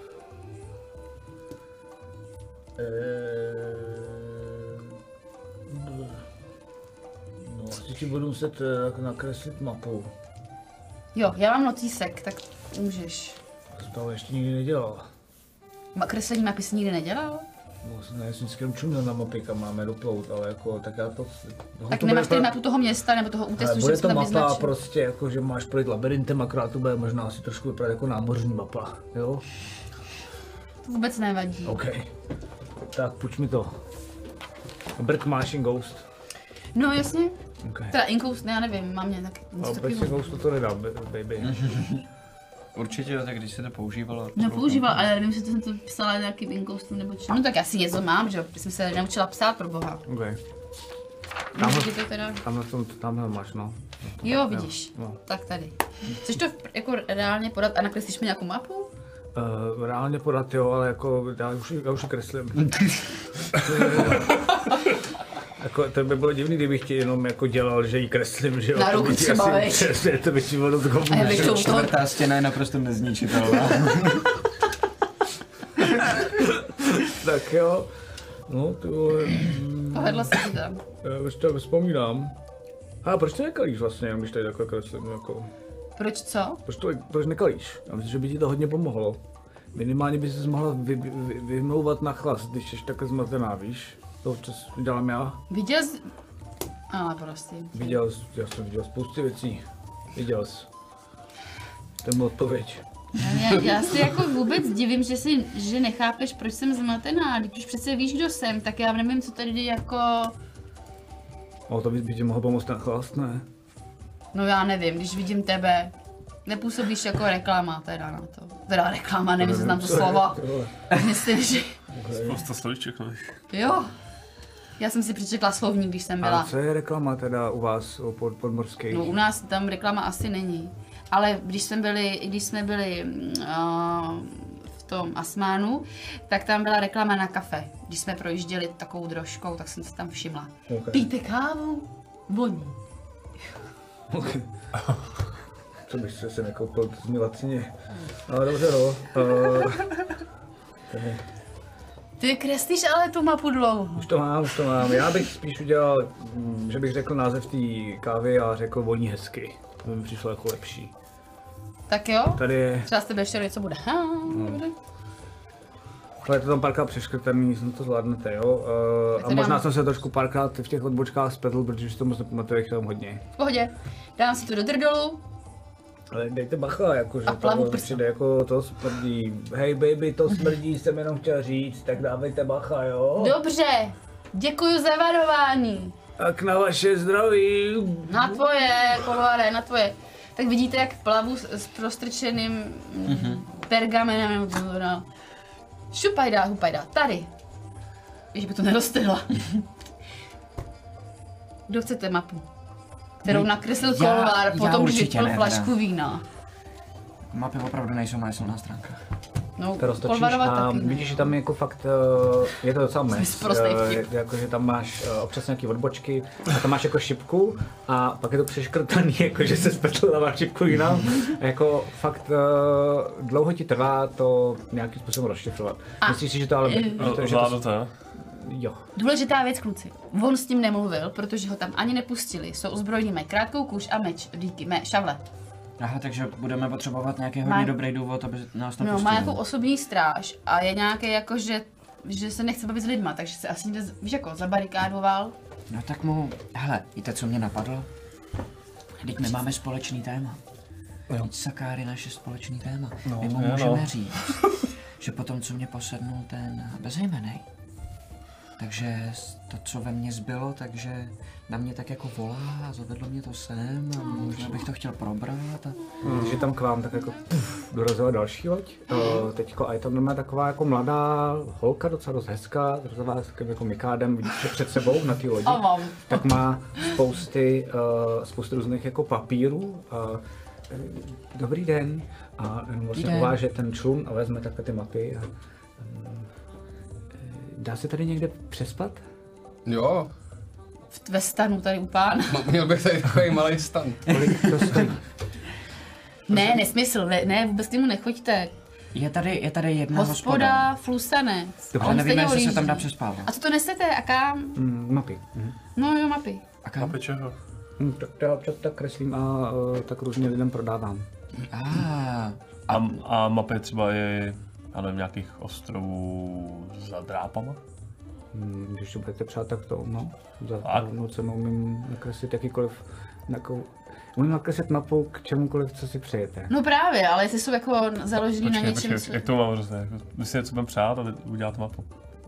No, asi ti budu muset nakreslit mapu.
Jo, já mám notísek, tak můžeš.
To jsem toho ještě nikdy nedělal.
Kreslení mapy jsi nikdy nedělal?
No, ne, já jsem vždycky čuměl na mapy, kam máme doplout, ale jako, tak já to...
Tak nemáš tady mapu toho města nebo toho útesu, že
bude
jsme
to
tam
mapa
vyznačili?
prostě, jako, že máš projít labirintem, akorát to bude možná asi trošku vypadat jako námořní mapa, jo?
To vůbec nevadí.
OK. Tak, půjč mi to. Brk máš in Ghost.
No jasně.
Okay.
Teda Inkoust, ne, já nevím, mám mě tak něco
Ale bez
takového.
Ghostu to nedám, baby.
Určitě, tak když se to používalo.
Nepoužíval, ale nevím, že to jsem to psala nějakým Inkoustem nebo čím. No tak já si něco mám, že jo, jsem se naučila psát pro boha.
OK.
Můžu ti to teda...
Tamhle máš, no.
Jo, vidíš.
No.
Tak tady. Chceš to jako reálně podat a nakreslíš mi nějakou mapu?
Reálně podat, jo, ale jako já už ji kreslím. Jako, to by bylo divný, kdybych ti jenom jako dělal, že ji kreslím, že jo?
Na ruku třeba, veď.
Přesně, to by ti bylo dost
A já bych to
Čtvrtá stěna je naprosto nezničitelná.
Tak jo. No, ty vole.
Povedlo se ti tam.
Já už to vzpomínám. A proč to nekalíš vlastně, jenom když tady takhle kreslím, jako...
Proč co?
Proč nekalíš? Já myslím, že by ti to hodně pomohlo. Minimálně by ses mohla vymlouvat na chlast, když jsi takhle zmatená, víš? To občas dělám já.
Viděl jsi... Ale prostě.
Já jsem viděl spousty věcí. Viděl jsi. To je moje odpověď.
Já si jako vůbec divím, že nechápeš, proč jsem zmatená. Když už přece víš, kdo jsem, tak já nevím, co tady jako...
O, to by ti mohl pomoct ten chlast, ne?
No já nevím, když vidím tebe, nepůsobíš jako reklama teda na to. Teda reklama, nevím, jestli znám to slovo. Myslím, že...
Spousta slovíček, ne?
Jo. Já jsem si přečetla slovník, když jsem byla.
A co je reklama teda u vás, u podmorských?
No u nás tam reklama asi není. Ale když jsme byli v tom Asmánu, tak tam byla reklama na kafe. Když jsme projížděli takovou drožkou, tak jsem se tam všimla.
Okay.
Pijte kávu? Voní.
Okay. Co bych se nekoupil, to zní lacině. Ale dobře, no.
Ty kreslíš ale tu mapu dlouho.
Už to mám. Já bych spíš udělal, že bych řekl název té kávy a řekl voní hezky. To mi přišlo jako lepší.
Tak jo?
Tady je...
Třeba z tebe ještě něco bude.
Ale je to tam párkrát přeškrtaný, jsem to zvládnete, jo? A možná jsem se trošku párkrát v těch odbočkách spletl, protože si to moc nepamatuju, tam hodně.
V pohodě. Dám si to do drdolu.
Ale dejte bacha, jakože
to
přijde jako to smrdí. Hej baby, to smrdí, jsem jenom chtěl říct, tak dávejte bacha, jo?
Dobře. Děkuju za varování.
Tak na vaše zdraví.
Na tvoje, Kolvare, na tvoje. Tak vidíte, jak plavu s prostrčeným pergamenem. Šupajda, hupajda, tady. Víš, by to neroztrhla. Kdo chcete mapu? Kterou nakreslil Kolvar, potom když vypil flašku vína.
Mapy opravdu nejsou moje silná stránka.
No,
To roztočíš
Kolvarova
a
taky ne.
vidíš, že tam jako fakt, je to docela mes,
Sprostej vtip.
jakože tam máš občas nějaký odbočky a tam máš jako šipku a pak je to přeškrtaný, jakože se spletl a máš šipku jinam. A jako fakt dlouho ti trvá to nějakým způsobem rozšifrovat. Myslíš si, že to ale...
Zvládnu to, jo?
Jo.
Důležitá věc, kluci. On s ním nemluvil, protože ho tam ani nepustili. Jsou ozbrojení, mají krátkou kůž a meč, díky, šavle.
Aha, takže budeme potřebovat nějaký hodně dobrý důvod, aby nás tam
No,
pustili.
má nějakou osobní stráž a je nějaký jako, že se nechce bavit s lidma, takže se asi někde, víš jako, zabarikádoval.
No tak mu, hele, víte, co mě napadlo? Teď my máme společný téma. Teď Sakáry naše společný téma. My mu můžeme říct, že potom, co mě posednul ten bezejmenej, takže to, co ve mně zbylo, takže na mě tak jako volá a zavedlo mě to sem a možná bych to chtěl probrat a...
Že tam k vám tak jako dorazila další loď teďko a je tam normálně taková jako mladá holka, docela dost hezká, dorazila s takovým jako mikádem, vidíš, že před sebou na té lodi, tak má spousty různých jako papírů. Dobrý den. A vlastně uváže ten člun a vezme takhle ty mapy. A, dá se tady někde přespat?
Jo.
Ve stanu tady u pána.
Měl bych tady takový malý stan.
Kolik to stojí?
Ne, nesmysl, ne, vůbec k němu nechoďte.
Je tady jedna
Hospoda Flusanec.
Ale nevíme, jestli se tam dá přespávat.
A co to nesete a kam?
Mapy.
No jo, mapy.
A kam?
Mapy čeho?
Tak já občas tak kreslím a tak různě lidem prodávám.
A mapy třeba je, já nevím, nějakých ostrovů za drápama?
Když to budete přát, tak to, no. Za rovnou cenu umím nakreslit jakýkoliv, umím nakreslit mapu k čemukoliv, co si přejete.
No právě, ale jestli jsou jako založený na něčem,
Počkej, jak to mám rozhodně? Vy si něco budeme přát a udělat mapu.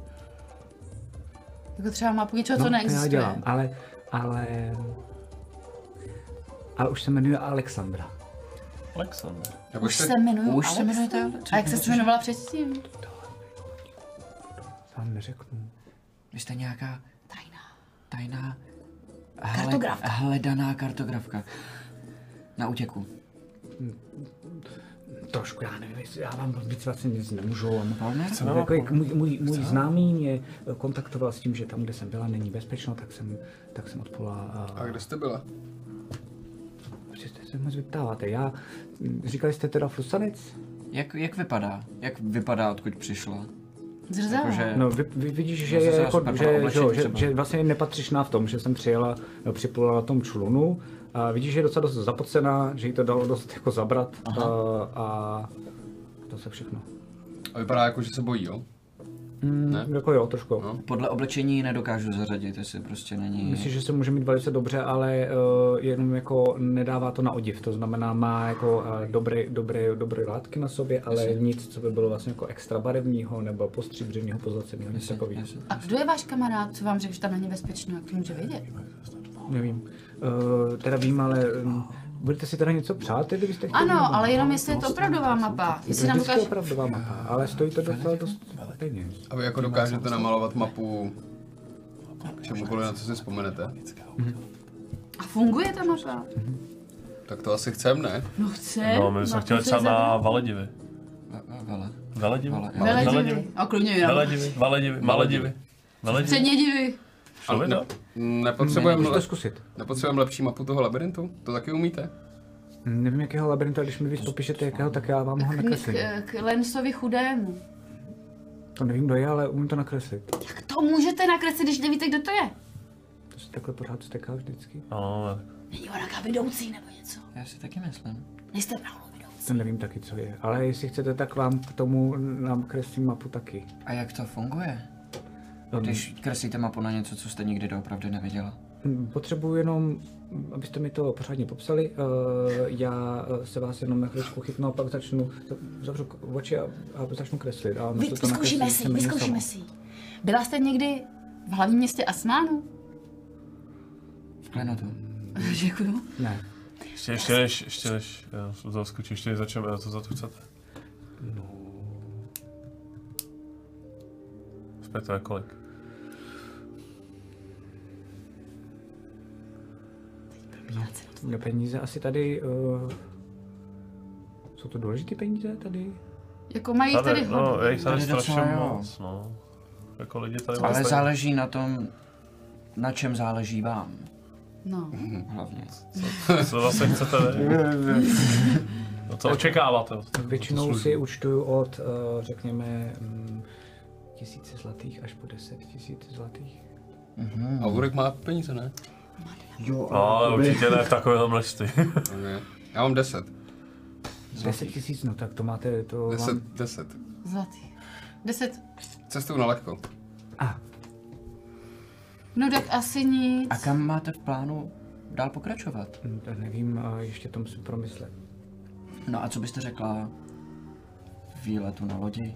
jako třeba mapu něčeho, co
No, to já
neexistuje.
dělám, ale už se jmenuje Alexandra.
Alexandr.
Už se jmenuju
Už se jmenujete
Alexa? A jak se jmenovala předtím?
Vám neřeknu.
Vy jste nějaká tajná
Kartografka.
hledaná kartografka. Na útěku.
Trošku, já nevím, já vám víc vlastně nic nemůžu.
Ale
Jako, můj známý mě kontaktoval s tím, že tam, kde jsem byla, není bezpečno, tak jsem odplula.
A kde jste byla?
Přesně se moc vyptáváte. Říkali jste teda Flusanec?
Jak vypadá? Jak vypadá, odkud přišla?
Zrzala.
Jakože-
No, vy vidíš, že,
No,
je
zase
jako,
super
že,
pro oblečení
že,
třeba.
že vlastně nepatřičná v tom, že jsem připlula na tom člunu. A vidíš, že je docela dost zapocená, že jí to dalo dost jako zabrat a to se všechno.
A vypadá jako, že se bojí, jo? Ne?
Jako jo, trošku.
No.
Podle oblečení nedokážu zařadit, jestli prostě není...
Myslím, že se může mít velice dobře, ale jenom jako nedává to na odiv. To znamená, má jako dobré látky na sobě, ale nic, co by bylo vlastně jako extra barevního nebo postříbřenýho, pozlacenýho, nic takového.
A kdo je váš kamarád, co vám řekl, že tam není bezpečno, jak to může vědět?
Nevím. Teda vím, ale budete si teda něco přát, kdybyste chtěli?
Ano, ale jenom jestli je to opravdová mapa. Jestli nám
Vždycky
ukáže...
opravdová mapa, ale stojí to docela dost peněz.
A vy jako dokážete namalovat mapu k čemukoliv, na co si vzpomenete?
A funguje ta mapa?
Tak to asi chcem, ne?
No chce.
No, my jsme chtěli třeba na Valedivy.
Vele.
Veledivy. A klidně jinak.
Maledivy.
Předně divy.
Šlo by to?
Nepotřebujeme
Můžete zkusit.
lepší mapu toho labirintu? To taky umíte?
Nevím, jakého labirintu, ale když mi víc popíšete jakého, tak já vám ho nakreslím.
K Lensovi chudému.
To nevím, kdo je, ale umím to nakreslit.
Jak to můžete nakreslit, když nevíte, kdo to je?
To se takhle pořád steká vždycky.
No,
Není ona nějaká vedoucí nebo něco?
Já si taky myslím.
Nejste náhodou vedoucí.
To nevím taky, co je. Ale jestli chcete, tak vám k tomu nám kreslím mapu taky.
A jak to funguje? Když kreslíte mapu na něco, co jste nikdy doopravdy neviděla.
Potřebuji jenom, abyste mi to pořádně popsali. Já se vás jenom na chvíličku chytnu a pak zavřu oči a začnu kreslit. A
Vyzkoušíme si. Byla jste někdy V hlavním městě Asmánu?
V Klenotu.
Děkuju.
Ne.
Ještě než já jsem zaskočil, ještě než začneme, co za to chcete?
No.
Zpět kolik?
No, peníze asi tady... jsou to důležité peníze tady?
Jako mají tady hodně.
No, je tady strašně
docela
moc, no. Jako lidi tady
Ale
vlastně-
záleží na tom, na čem záleží vám.
No.
Hlavně.
Co zase chcete? No, co očekáváte?
Většinou si účtuju od, řekněme, 1000 zlatých až po 10 000 zlatých.
A Urek má peníze, ne?
Jo,
No, ale určitě ne v takovém množství.
Okay. Já mám 10.
10 000, no tak to máte, to
10.
Zlatý. 10.
Cestou na lehko.
No tak asi nic.
A kam máte v plánu dál pokračovat?
Tak nevím, ještě to musím promyslet.
No a co byste řekla výletu na lodi?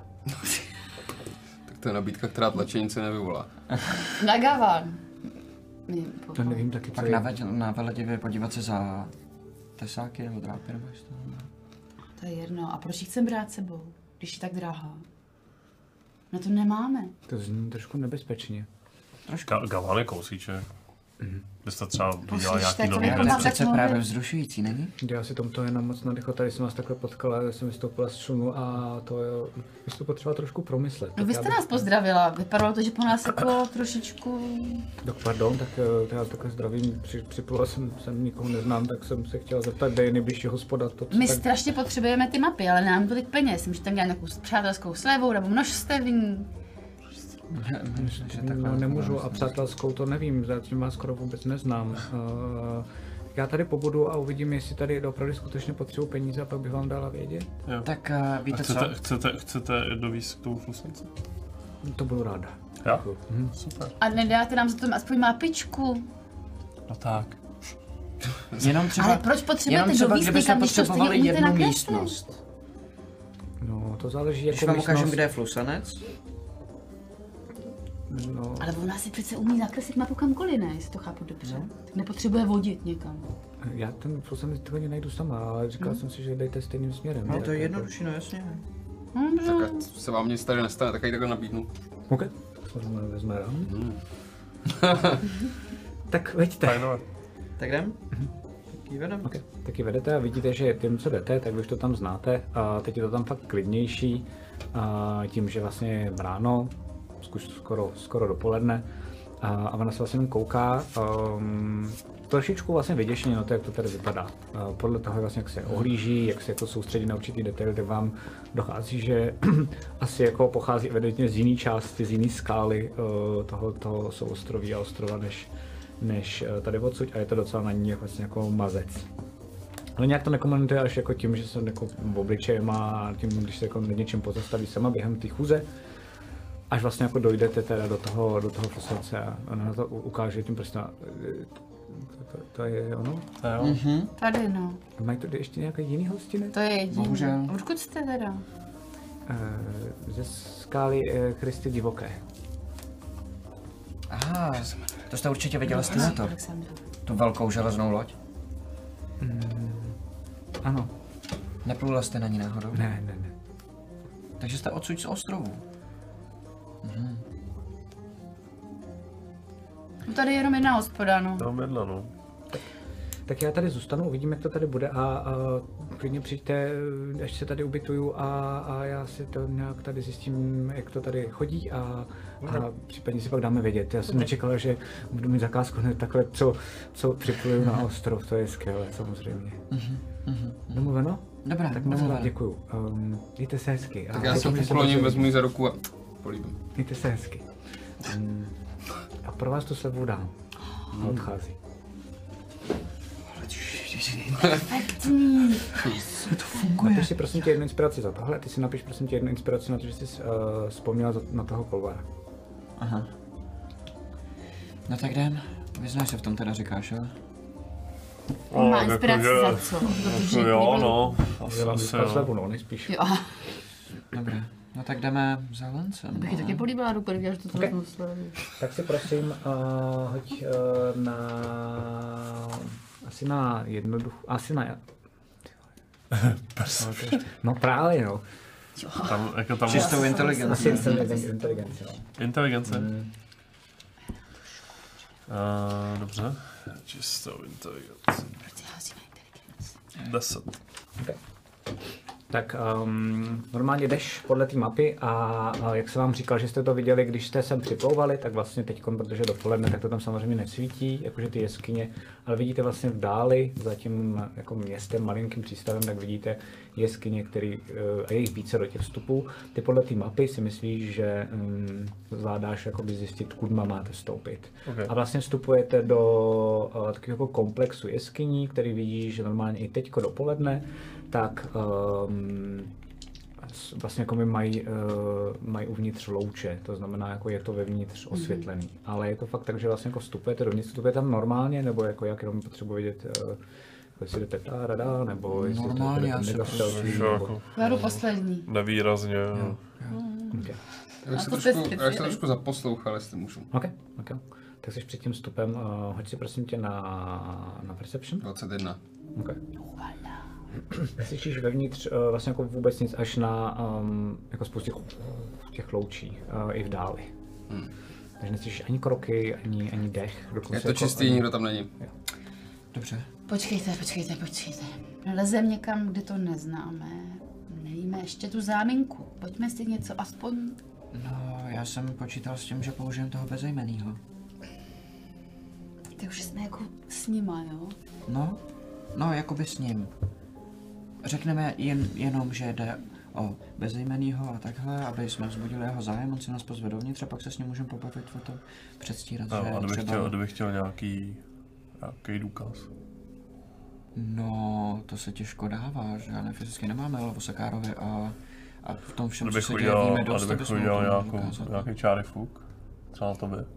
Tak to je nabídka, která tlačenice nevyvolá.
Na Gavan.
To nevím taky, co
Pak
je.
na Veledivě podívat se za tesáky nebo drápy nebo jestli to ne?
To je jedno. A proč ji chcem brát sebou, když je tak drahá? No to nemáme.
To zní trošku nebezpečně.
Gavan je kousíček. Byste třeba viděla
Poslyšte,
nějaký
to
nový
jako
To je
mám
věc.
tak
přece
mluvit.
právě vzrušující, není?
Já si tomto jenom moc nadechal, tady jsem vás takhle potkal, já jsem vystoupila z člunu a to je, bych to potřeba trošku promyslet.
No
Tak
vy
já
jste
bych-
nás pozdravila. Vypadalo to, že po nás jako trošičku...
Tak pardon, tak já takhle zdravím, připlula jsem nikoho neznám, tak jsem se chtěl zeptat, kde je nejbližší hospoda. To, co
My
tak...
strašně potřebujeme ty mapy, ale nám tolik peněz. Můžete tam dělat nějakou přátelskou slevu nebo množstevní.
No, nemůžu a přátelskou to nevím, zatím vás skoro vůbec neznám. Já tady pobudu a uvidím, jestli tady opravdu skutečně potřebuji peníze a pak bych vám dala vědět.
Jo.
Tak
A
víte co?
chcete dovízt k tomu flusence?
To budu ráda.
Já? Super.
A nedáte nám za to aspoň mapičku.
No tak.
Jenom třeba,
Ale proč potřebujete
jenom třeba
dovíst
kdybyste
někam, když to stejně
potřebovali
umíte
jednu
nakreslit?
místnost.
No, to záleží
Když
jako
vám ukážem,
místnost.
kde je flusanec,
No,
Ale ona si přece umí nakreslit mapu kamkoliv, ne? Jestli to chápu dobře. Tak nepotřebuje vodit někam.
já ten flusanec toho najdu sama, ale říkal jsem si, že jdete stejným směrem.
no
tak
to je
jako-
jednodušší, no jasně.
Tak ať se vám nic tady nestane, tak ať takhle nabídnu.
OK, to vezme Tak veďte.
Fajnové.
Tak jdem? Taky vedem?
Okay. Taky vedete a vidíte, že tím, co jdete, tak vy už to tam znáte. A teď je to tam fakt klidnější. A tím, že vlastně je ráno, skoro dopoledne. A ona se vlastně kouká. Trošičku vlastně vyděšeně na to, jak to tady vypadá. Podle toho, vlastně, jak se ohlíží, jak se jako soustředí na určitý detail, tak vám dochází, že asi jako pochází evidentně z jiné části, z jiné skály toho souostroví a ostrova, než tady odsud a je to docela na ní vlastně jako mazec. Ale nějak to nekomentuje až jako tím, že se jako v obličejem a tím, když se jako něčím pozastaví sama během té chůze, až vlastně jako dojdete teda do toho flusence a ona to ukáže tím prostě to je ono?
To jo.
Tady no.
Mají tu ještě nějaké jiný hostiny?
To je jediné.
Bohužel.
Odkud jste teda?
Ze skály Christy divoké.
Aha, to jste určitě viděla z to.
Alexandra.
Tu velkou železnou loď.
Ano.
Neplula jste na ní náhodou?
Ne.
Takže jste odsud z ostrovu.
No tady je jenom jedna hospoda, no.
Tam jedla, no.
Tak já tady zůstanu, uvidíme, jak to tady bude a klidně přijďte, až se tady ubytuju a já si to nějak tady zjistím, jak to tady chodí a případně si pak dáme vědět. Já jsem nečekala, že budu mít zakázku hned takhle, co připluju na ostrov, to je skvělé samozřejmě. Domluveno?
Dobrá,
Tak moc vám
domluveno.
děkuju. Mějte se hezky.
Tak já se pokloním, vezmu ji za ruku a políbím.
Mějte se hezky. A pro vás tu slevu dám. A odchází. Napiš si prosím tě jednu inspiraci za tohle, ty si napiš prosím tě jednu inspiraci na to, že jsi vzpomněl na toho Kolvara.
Aha. No tak jdem. Vyznáš se v tom teda, říkáš, jo?
On má
jako,
inspiraci
že-
za co? Protože
Jo,
kdyby-
no.
Já vám
Asi
vypadá
jo.
slevu, no, nejspíš.
Jo.
Dobré. No tak jdeme za Lencem.
Bych ji taky políbila do první, až to
Okay.
sleduju.
Tak si prosím hoď na... Asi na jednoduchou... Asi na... No právě, no.
Tam, jako tam
Čistou inteligenci.
Asi inteligenci, no.
Inteligence? Dobře. Čistou inteligenci. 10.
Okay. Tak normálně jdeš podle té mapy a jak jsem vám říkal, že jste to viděli, když jste sem připlouvali, tak vlastně teď, protože dopoledne, tak to tam samozřejmě nesvítí, jakože ty jeskyně, ale vidíte vlastně v dáli, za tím jako městem, malinkým přístavem, tak vidíte jeskyně, který, a je jich více do těch vstupů. Ty podle té mapy si myslíš, že zvládáš jakoby zjistit, kudma máte vstoupit. Okay. A vlastně vstupujete do takového jako komplexu jeskyní, který vidíš, že normálně i teďko dopoledne, tak vlastně jako mají uvnitř louče, to znamená, jako je to vevnitř osvětlený. Ale je to fakt tak, že vlastně jako vstupujete dovnitř, vstupujete tam normálně, nebo jako jak jenom potřebuji vidět, jestli jdete rada, nebo jestli
normálně,
to
asi
Varu poslední.
Nevýrazně.
Okay.
Já bych se trošku zaposlouchal, jestli můžu.
Okay. Tak jsi před tím vstupem, hoď si prosím tě na Perception.
21.
Okay. Neslyšíš vevnitř vlastně jako vůbec nic, až na jako spoustě těch loučí i v dáli. Takže neslyšíš ani kroky, ani dech.
Je to čistý, nikdo tam není.
Jo.
Dobře.
Počkejte. Lezem někam, kde to neznáme. Nevíme ještě tu záminku. Pojďme si něco aspoň...
No, já jsem počítal s tím, že použijem toho bezejmenýho.
Tak už jsme jako s nima, jo?
No, jakoby s ním. Řekneme jenom, že jde o bezejmenýho a takhle, aby jsme vzbudili jeho zájem, on si nás pozve dovnitř a pak se s ním můžeme pobavit o tom, předstírat, že
A
třeba...
kdybych chtěl nějaký důkaz.
No, to se těžko dává, že já fyzicky nemáme hlavu Sakárovi a v tom všem, co se děje, víme dost, aby jsme
nějaký čáry fuk, třeba na tobě.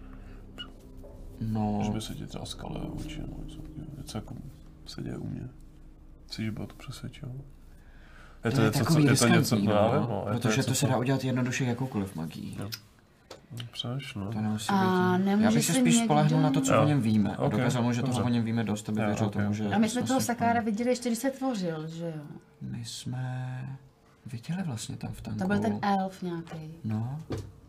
No...
Že by se ti třeba skaly oči, nebo něco jako se děje u mě. Chci, že by to přesvědčil. Je to něco,
no, protože to se dá udělat jednoduše jakoukoliv magii.
Přeš, no.
To nemusí být. Já bych se spíš spolehnul na to, co o něm víme. A dokázal mu, že toho o něm víme dost, aby věřil tomu, že...
A my jsme toho Sakára viděli ještě, když se tvořil, že jo?
My jsme viděli vlastně tam v tanku.
To byl ten elf nějaký.
No.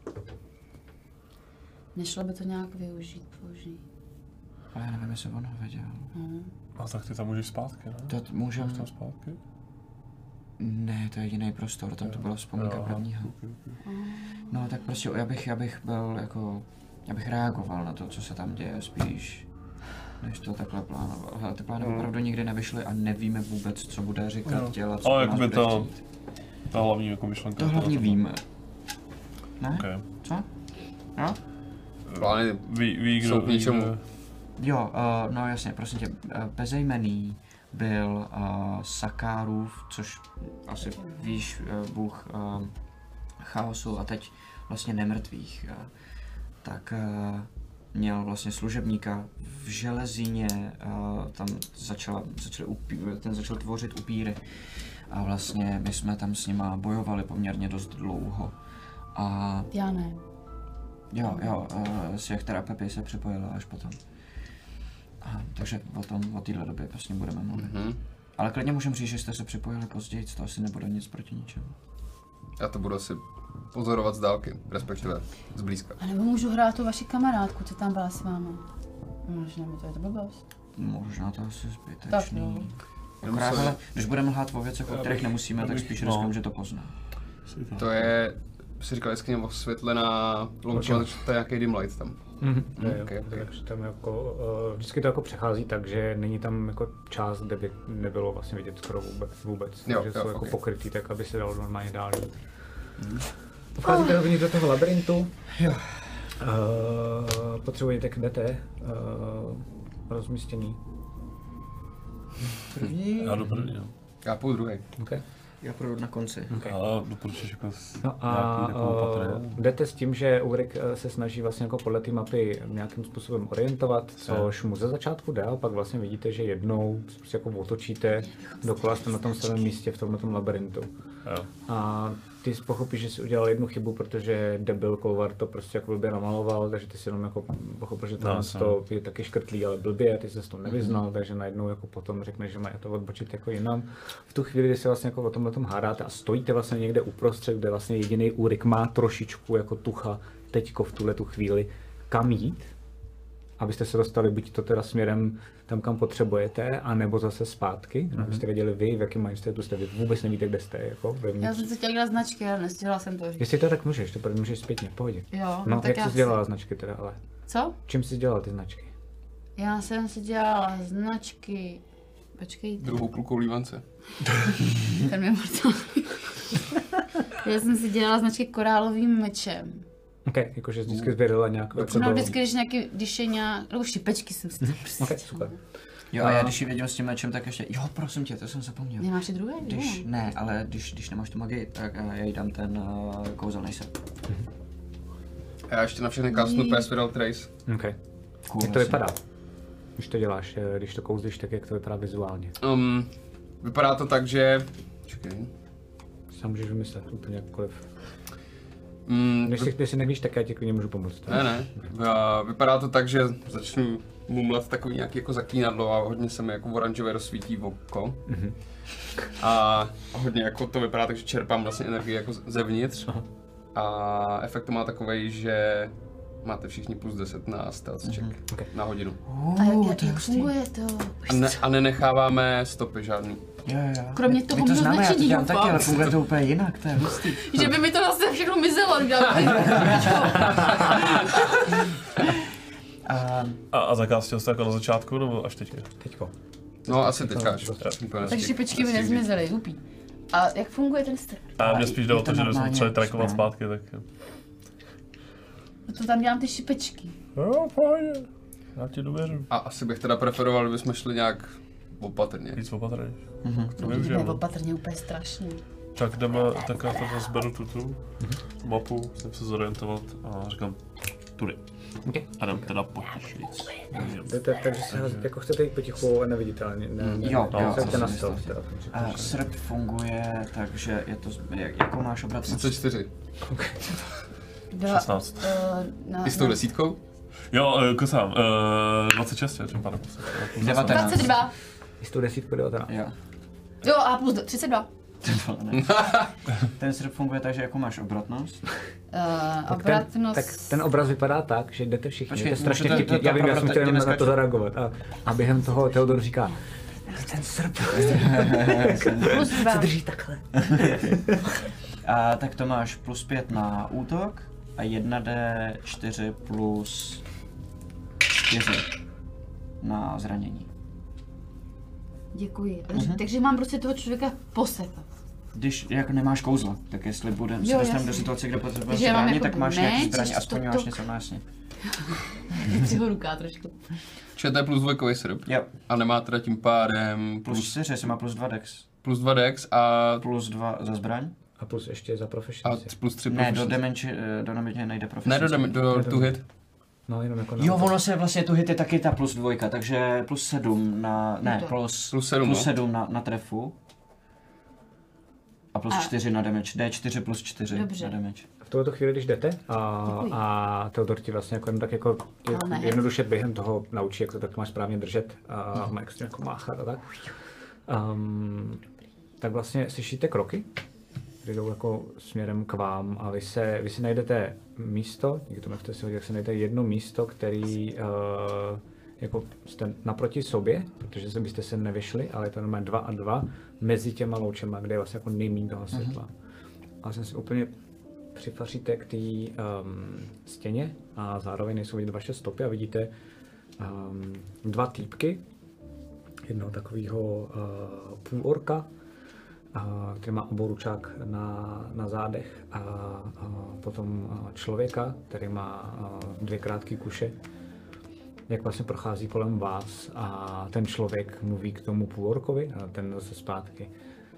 Nešlo by to nějak využít, použít.
Ale já nevím, jestli on ho viděl.
A tak ty tam můžeš zpátky, ne?
To můžeme...
tam zpátky?
Ne, to je jiný prostor, tam to byla vzpomínka prvního. No tak prostě já bych byl jako... Já bych reagoval na to, co se tam děje spíš, než to takhle plánoval. Ale ty plány opravdu nikdy nevyšly a nevíme vůbec, co bude říkat, dělat, co
ale
nás bude chtít.
Ta hlavní jako myšlenka.
To hlavní víme. Ne?
Okay.
Co? Jo?
Plány
jsou k ničemu.
Jo, no jasně, prosím tě, bezejmenný byl Sakárův, což asi víš, bůh chaosu a teď vlastně nemrtvých. Tak měl vlastně služebníka v Železíně, tam ten začal tvořit upíry a vlastně my jsme tam s nima bojovali poměrně dost dlouho. A
já ne.
Jo, Sjechtar a Pepi se připojila až potom. Takže o téhle době prostě budeme mluvit. Ale klidně můžeme říct, že jste se připojili později, to asi nebude nic proti ničemu.
Já to budu asi pozorovat z dálky, respektive zblízka.
A nebo můžu hrát tu vaši kamarádku, co tam byla s vámi. Možná mi to je to blbost.
Možná to asi zbytečný.
Tak jo.
Akorát, když budeme lhát o věcech, o kterých nemusíme, tak spíš riskujeme, že to pozná.
To je, jsi říkal, jeskyně osvětlená loučí, to je nějaký dim light tam.
Okay. Takže tam jako, vždycky to jako přechází tak, že není tam jako část, kde by nebylo vlastně vidět skoro vůbec. Takže jsou jako pokrytý tak, aby se dalo normálně dál jít. Vcházíte dovnitř do toho labirintu.
Jo.
Potřebujete, kde jdete rozmístěný.
První?
Já jdu první, jo.
Já půjdu druhý.
Okay.
Já půjdu na konci.
Okay. Já doporučíš jako
jdete s tím, že Ulrik se snaží vlastně jako podle té mapy nějakým způsobem orientovat, což mu ze začátku jde, a pak vlastně vidíte, že jednou prostě jako otočíte dokola, jste na tom samém místě v tomto labirintu.
Jo.
A ty pochopíš, že jsi udělal jednu chybu, protože debil Kolvar to prostě jako blbě namaloval, takže ty si jenom jako pochopil, že to je taky škrtlý, ale blbě, ty se s tom nevyznal, takže najednou jako potom řekneš, že mají to odbočit jako jinam. V tu chvíli, kdy se vlastně jako o tomhletom hádáte a stojíte vlastně někde uprostřed, kde vlastně jediný Úrik má trošičku jako tucha teďko v tuhletu chvíli, kam jít, abyste se dostali buď to teda směrem tam, kam potřebujete, anebo zase zpátky, abyste věděli vy, v jakém mindsetu jste, vy vůbec nevíte, kde jste, jako vevnitř.
Já jsem si chtěla dělat značky, ale nestihla jsem to říct.
Jestli to tak můžeš, to můžeš zpětně, v pohodě.
Jo,
no
tak
jak jsi dělala značky teda, ale?
Co?
Čím jsi dělala ty značky?
Já jsem si dělala značky, počkejte.
Druhou půlkou lívance.
Ten mě mortal. Já jsem si dělala značky korálovým mečem.
Ok, jakože vždycky zvěděla nějak.
No vždycky, když je nějak, nebo šipečky jsem si
Ok, super.
Jo, a já když ji věděl s tím mečem, tak ještě, jo, prosím tě, to jsem zapomněl.
Nemáš i druhé?
Ne, ale když nemáš tu magii, tak já jí dám ten kouzelný set.
A já ještě na všechny kastnu Pass Without Trace.
Ok. Jak to vypadá? Když to děláš, když to kouzlíš, tak jak to vypadá vizuálně?
Vypadá to tak, že... Čekej.
Sám můžeš vymyslet úplně jakkoliv. Když si nevíš, tak já ti klidně můžu pomoct.
Ne. Vypadá to tak, že začnu mumlat takový nějaký jako zaklínadlo a hodně se mi jako oranžové rozsvítí v oko. A hodně jako to vypadá tak, že čerpám vlastně energii jako zevnitř. A efekt to má takovej, že máte všichni plus 10 na stealth check na hodinu.
A jak funguje to?
A nenecháváme stopy žádný.
Jo.
Kromě toho
to známe, já to
značení,
dělám taky, ale funguje to úplně jinak, to je hustý.
Že by mi to vlastně všechno mizelo,
A zakázal jste jako na začátku, nebo až teďka?
Teďko.
No asi teďka až.
Takže šipečky by nezmizely, hupí. A jak funguje ten strp?
A mě spíš jde o to, že jsme potřebovali trackovat zpátky, tak jo.
To tam dělám ty šipečky.
Jo, pohodě. Já ti důvěřím.
A asi bych teda preferoval, kdybychom šli nějak opatrně.
Víc opatrně. To
To
využijeme.
je opatrně úplně strašně.
Tak jdeme, tak já to zberu tu mapu, jsem se zorientovat a říkám tudy.
Okay.
A jdem teda potišit.
Takže se jako chcete jít potichu a neviditelně.
Jo.
Na stealth teda.
Srp funguje, takže je to, jakou máš obratnost?
34.
16.
I s tou desítkou?
Jo, kosám. 26, čím pane.
22.
I s tou desítkou 19.
Jo, a plus 32.
Ten srp funguje tak, že jakou máš obratnost?
Obratnost...
Tak ten obraz vypadá tak, že jdete všichni.
Počkej,
je to strašně
můžete
vtipný. Já vím, já jsem chtěl na to zareagovat. A během toho Theodor říká, ten srp
Plus 2.
se drží takhle.
A tak to máš plus 5 na útok a 1d4 plus 4 na zranění.
Děkuji. Takže mám prostě toho člověka posekat.
Když jako nemáš kouzla, tak jestli budeme se dostaneme do situace, kde potřebuješ
Takže mám
zbraně,
jako
tak máš nějaký zbraně,
meč,
aspoň máš něco jasně.
Přihoruká trošku.
Čili to je plus 2 srp.
Jo.
A nemá teda tím pádem
Plus 4, jestli má plus 2 dex.
plus 2 dex a
Plus 2 za zbraň.
A plus ještě za
a
proficiency.
plus 3
Ne, do damage nejde
Ne,
proficiency.
do tu hit.
No, jenom jako na
Jo,
útok.
ono se vlastně tu hit je taky ta plus 2, takže plus 7 na, ne, plus 7 na trefu. A plus 4 na damage, D4 plus 4
Dobře.
na damage.
V tuto chvíli, když jdete a Theodor ti vlastně jako jen tak jako jednoduše během toho naučí, jak to tak máš správně držet a má extrémně jako máchat a tak. Tak vlastně slyšíte kroky, které jdou jako směrem k vám a vy si najdete místo, díky tomu, jak jste si hodili, jak si najdete jedno místo, který jako jste naproti sobě, protože byste se nevyšli, ale je to normálně 2 a 2 mezi těma loučema, kde je vlastně jako nejméně toho světla. A jsem si úplně přifaříte k té stěně a zároveň nejsou vidět vaše stopy a vidíte dva týpky, jednoho takového půlorka, který má oboručák na zádech a potom člověka, který má 2 krátké kuše, jak vlastně prochází kolem vás a ten člověk mluví k tomu půlorkovi a ten zase zpátky.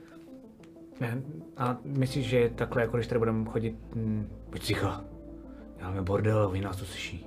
A myslíš, že takhle, jako když tady budeme chodit, buď ticho, děláme bordel a oni nás tu slyší.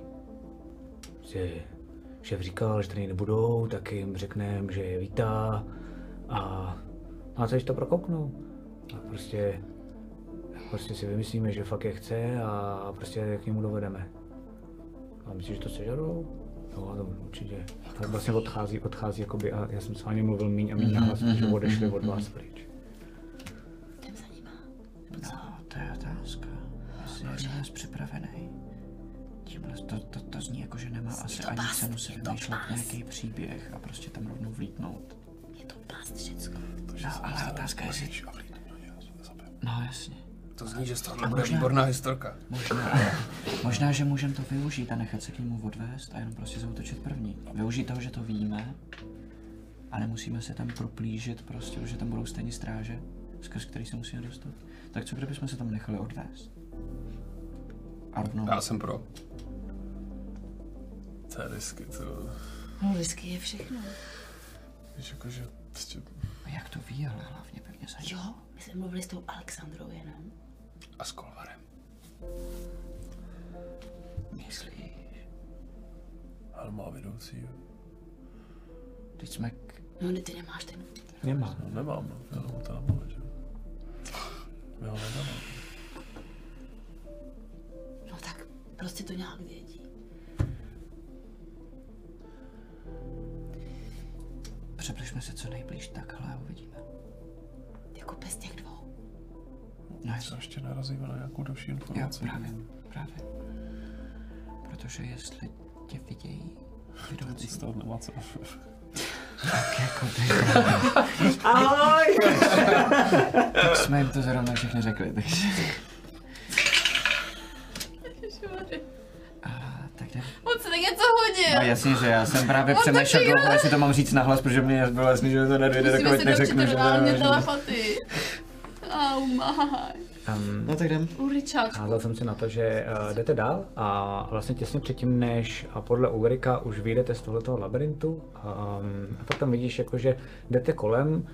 Šéf říkal, že tady nebudou, tak jim řekneme, že je vítá a co když to prokouknou? A prostě prostě si vymyslíme, že fakt je chce a prostě k němu dovedeme. A myslíš, že to sežerou? Jo, to určitě. Tak vlastně odchází jakoby, a já jsem s vámi mluvil míň a míň nahlas, že odešli od vás pryč.
Jdem za nima.
No, to je otázka. Jestli je nás připravený. Tímhle to zní jako, že nemá asi ani cenu si vymýšlet nějaký příběh a prostě tam rovnou vlítnout.
Je to past všecko.
No, ale otázka je, jestli... No, jasně.
To zní, že z toho bude výborná historka.
Možná, že můžeme to využít a nechat se k němu odvést a jenom prostě zaútočit první. Využít toho, že to víme a nemusíme se tam proplížit prostě, protože tam budou stejně stráže, skrz který se musíme dostat. Tak co kdybychom se tam nechali odvést? A rovnou...
Já jsem pro.
To je risky, to...
No, risky je všechno.
Víš, jakože prostě...
A jak to ví, ale hlavně by mě zajímalo.
Jo, my jsme mluvili s tou Alexandrou jenom.
A s Kolvarem.
Myslíš?
Ale má vedoucí, jo.
Teď jsme
No, ty nemáš ten.
Nemá.
No, nemám, no. Já mám to na paměť, jo. Já ho nemám.
No tak, prostě to nějak vědí.
Přibližme se co nejblíž takhle a uvidíme.
Jako bez těch dvou.
No,
Se ještě narazíme na nějakou další
jo,
informaci.
právě. Protože jestli tě vidějí vedoucí,
Z toho nemá co.
tak jako tak jsme jim to zrovna všechny řekli, takže... Tak jdem.
On se tak něco hodil.
No jasně, že já jsem právě přemýšlel dlouho, jestli to mám říct nahlas, protože mě bylo jasný, že to nedojde,
Musíme
takový
si
neřeknu,
dočit
že to
reálně
je...
telepatii. Au, máj.
No tak jdem.
Uričáčku.
Házal jsem si na to, že jdete dál a vlastně těsně předtím, než podle Ulrika už vyjdete z tohoto labirintu a pak tam vidíš, jako, že jdete kolem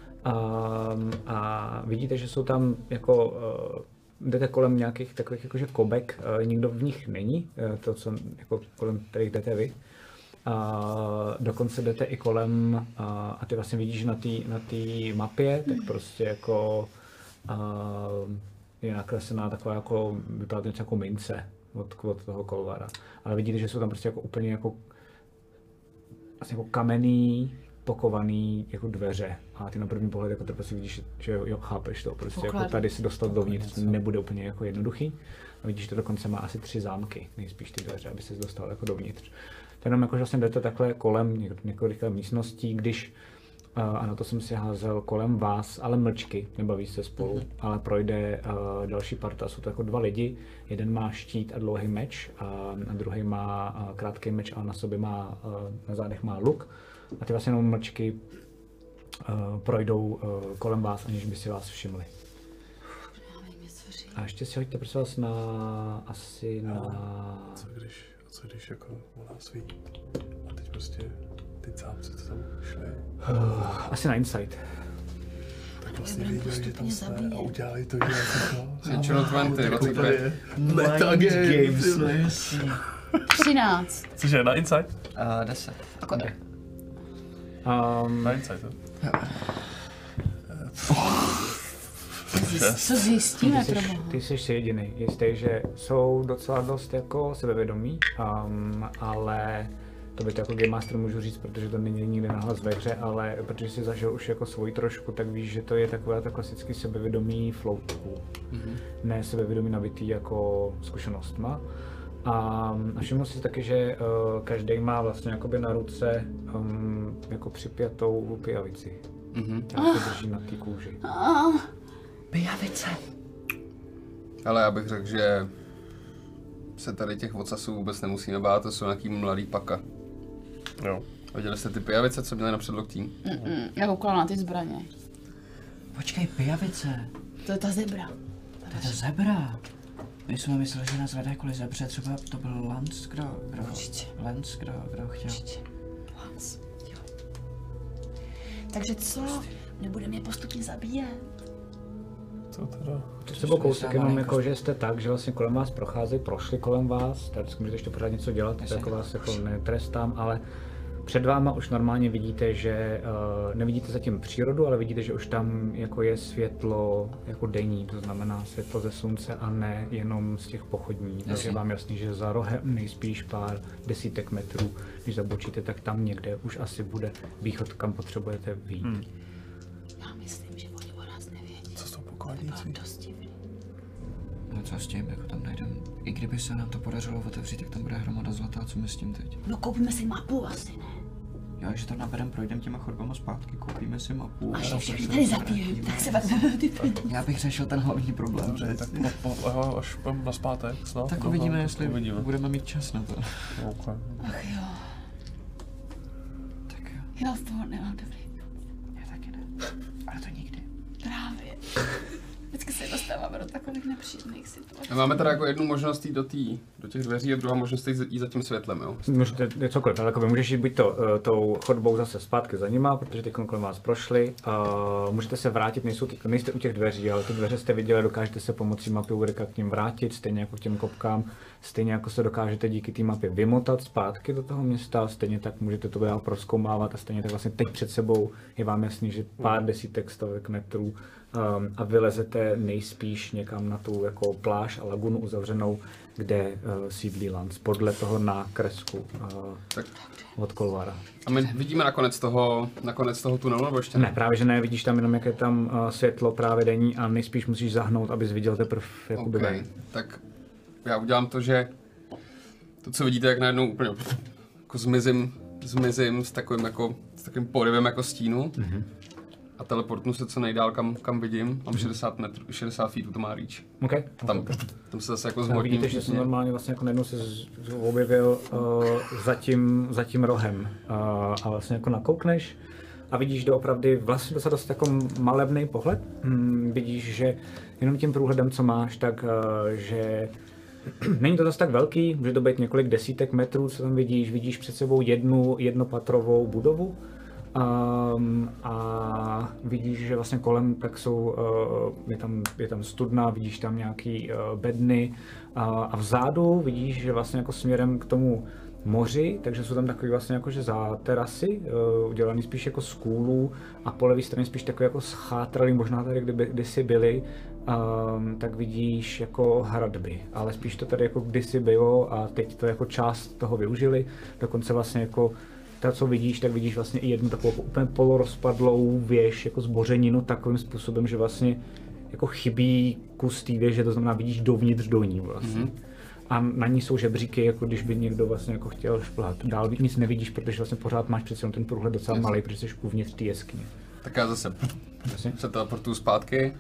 a vidíte, že jsou tam jako jdete kolem nějakých takových jakože kobek, nikdo v nich není, to, co jako kolem kterých jdete vy. Dokonce jdete i kolem a ty vlastně vidíš na té mapě, tak prostě jako je nakreslená taková jako, vypadá to něco jako mince od toho Kolvara. Ale vidíte, že jsou tam prostě jako úplně jako vlastně jako kamenný, pokovaný jako dveře. A ty na první pohled jako to prostě vidíš, že jo, chápeš to, prostě jako tady se dostat dovnitř nebude úplně jako jednoduchý. A vidíš, že to dokonce má asi 3 zámky, nejspíš ty dveře, aby se dostal jako dovnitř. To jenom jako, že vlastně jdete takhle kolem několika místností, když a na to jsem si házel kolem vás, ale mlčky, nebaví se spolu, ale projde další parta. Jsou to jako 2 lidi, jeden má štít a dlouhý meč a druhý má krátký meč a na sobě má, na zádech má luk. A ty vlastně jenom mlčky projdou kolem vás, aniž by si vás všimli. A ještě si hoďte prosím vás asi na...
Co když jako u nás vidí a teď prostě ty cápci, co tam šli.
Asi na insight.
Tak vlastně věděli, že tam jsme a udělali to, že jako
Většinou 25.
Metagame.
13.
Cože, na insight?
10.
Okay.
Na insight, jo?
Co zjistíme,
Ty jsi si jediný. Jistý, že jsou docela dost jako sebevědomí, ale to by to jako Game Master můžu říct, protože to není nikdy nahlas ve hře, ale protože jsi zažil už jako svoji trošku, tak víš, že to je taková ta klasický sebevědomí floatku. Ne sebevědomí nabitý jako zkušenostma. A všiml si taky, že každý má vlastně jakoby na ruce jako připjatou pijavici. Já se drží na té kůži.
Pijavice.
Ale já bych řekl, že se tady těch vocasů vůbec nemusíme bát, to jsou nějaký mladý paka.
Jo.
Viděli jste ty pijavice, co měli na předloktí?
Já koukala na ty zbraně.
Počkej, pijavice.
To je ta zebra.
To je ta zebra. My jsme mysleli, že nás vede kvůli zebře, třeba to byl Lance, kdo chtěl.
Určitě. Lance, jo. Takže co? Nebudeme je postupně zabíjet?
Co teda?
To se kousek jenom jako, že jste tak, že vlastně kolem vás procházejí, prošli kolem vás, tak můžete ještě pořád něco dělat, to jako vás jako netrestám, ale Před váma už normálně vidíte, že nevidíte zatím přírodu, ale vidíte, že už tam jako je světlo jako denní, to znamená světlo ze slunce a ne jenom z těch pochodní. Takže je vám jasný, že za rohem nejspíš pár desítek metrů, když zabočíte, tak tam někde už asi bude východ, kam potřebujete vyjít.
Já myslím, že oni o nás nevědí.
Co s tou pokladnicí?
No co s tím, jako tam najdeme. I kdyby se nám to podařilo otevřít, tak tam bude hromada zlata, co my s tím teď?
No koupíme si mapu asi, ne?
Jo, že to naberem, projdeme těma chodbama zpátky, koupíme si mapu.
Až všechny tady zapijeme, tak se vezmeme ty peníze.
Já bych řešil ten hlavní problém.
Dobře, tak až půjdeme nazpátek snad.
Tak uvidíme, jestli budeme mít čas na to.
Okay.
Ach jo.
Tak jo.
Já z toho nemám dobrý.
Já taky ne. Ale to nikdy.
Právě. Vždycky se dostáváme do takových nepříjemných situací.
Máme teda jako jednu možnost jít do těch dveří a druhá možnost jít za tím světlem, jo?
Můžete cokoliv, ale jako můžeš jít buď tou chodbou zase zpátky za nima, protože ty kolem vás prošli. Můžete se vrátit, nejste u těch dveří, ale ty dveře jste viděli, dokážete se pomocí mapy Ulrika k ním vrátit, stejně jako k těm kopkám, stejně jako se dokážete díky té mapě vymotat zpátky do toho města, stejně tak můžete to dál prozkoumávat a stejně tak vlastně teď před sebou je vám jasný, že pár desítek, stovek metrů a vylezete nejspíš někam na tu jako pláž a lagunu uzavřenou, kde sídlí Lance, podle toho nákresku od Kolvara.
A my vidíme nakonec toho tunelu, nebo ještě
ne? Právě že ne, vidíš tam jenom, jak je tam světlo právě denní a nejspíš musíš zahnout, abys viděl teprve jakoby ven.
Tak já udělám to, že to, co vidíte, jak najednou úplně jako zmizím s takovým porivem jako stínu. A teleportnu se co nejdál, kam vidím. Mám 60 feetů, to má reach.
Okay.
Tam se zase jako zhmotním.
Vidíte, že se normálně vlastně jako najednou se objevil za tím rohem. A vlastně jako nakoukneš a vidíš doopravdy vlastně dost jako malebný pohled. Vidíš, že jenom tím průhledem, co máš, tak že není to zase tak velký, může to být několik desítek metrů, co tam vidíš před sebou jednopatrovou budovu. A vidíš, že vlastně kolem tak je tam studna, vidíš tam nějaký bedny a vzadu vidíš, že vlastně jako směrem k tomu moři, takže jsou tam takový vlastně jakože záterasy, udělaný spíš jako z kůlů a po levé straně spíš takový jako schátralý, možná tady kdysi byly, tak vidíš jako hradby, ale spíš to tady jako kdysi bylo a teď to jako část toho využili, dokonce vlastně jako to, co vidíš, tak vidíš vlastně i jednu takovou úplně polorozpadlou věž, jako zbořeninu takovým způsobem, že vlastně jako chybí kus té věže, to znamená vidíš dovnitř do ní vlastně. A na ní jsou žebříky, jako když by někdo vlastně jako chtěl šplhat. Dál nic nevidíš, protože vlastně pořád máš přece ten průhled docela malý, protože jsi uvnitř té jeskyně.
Tak já zase se teleportuju zpátky.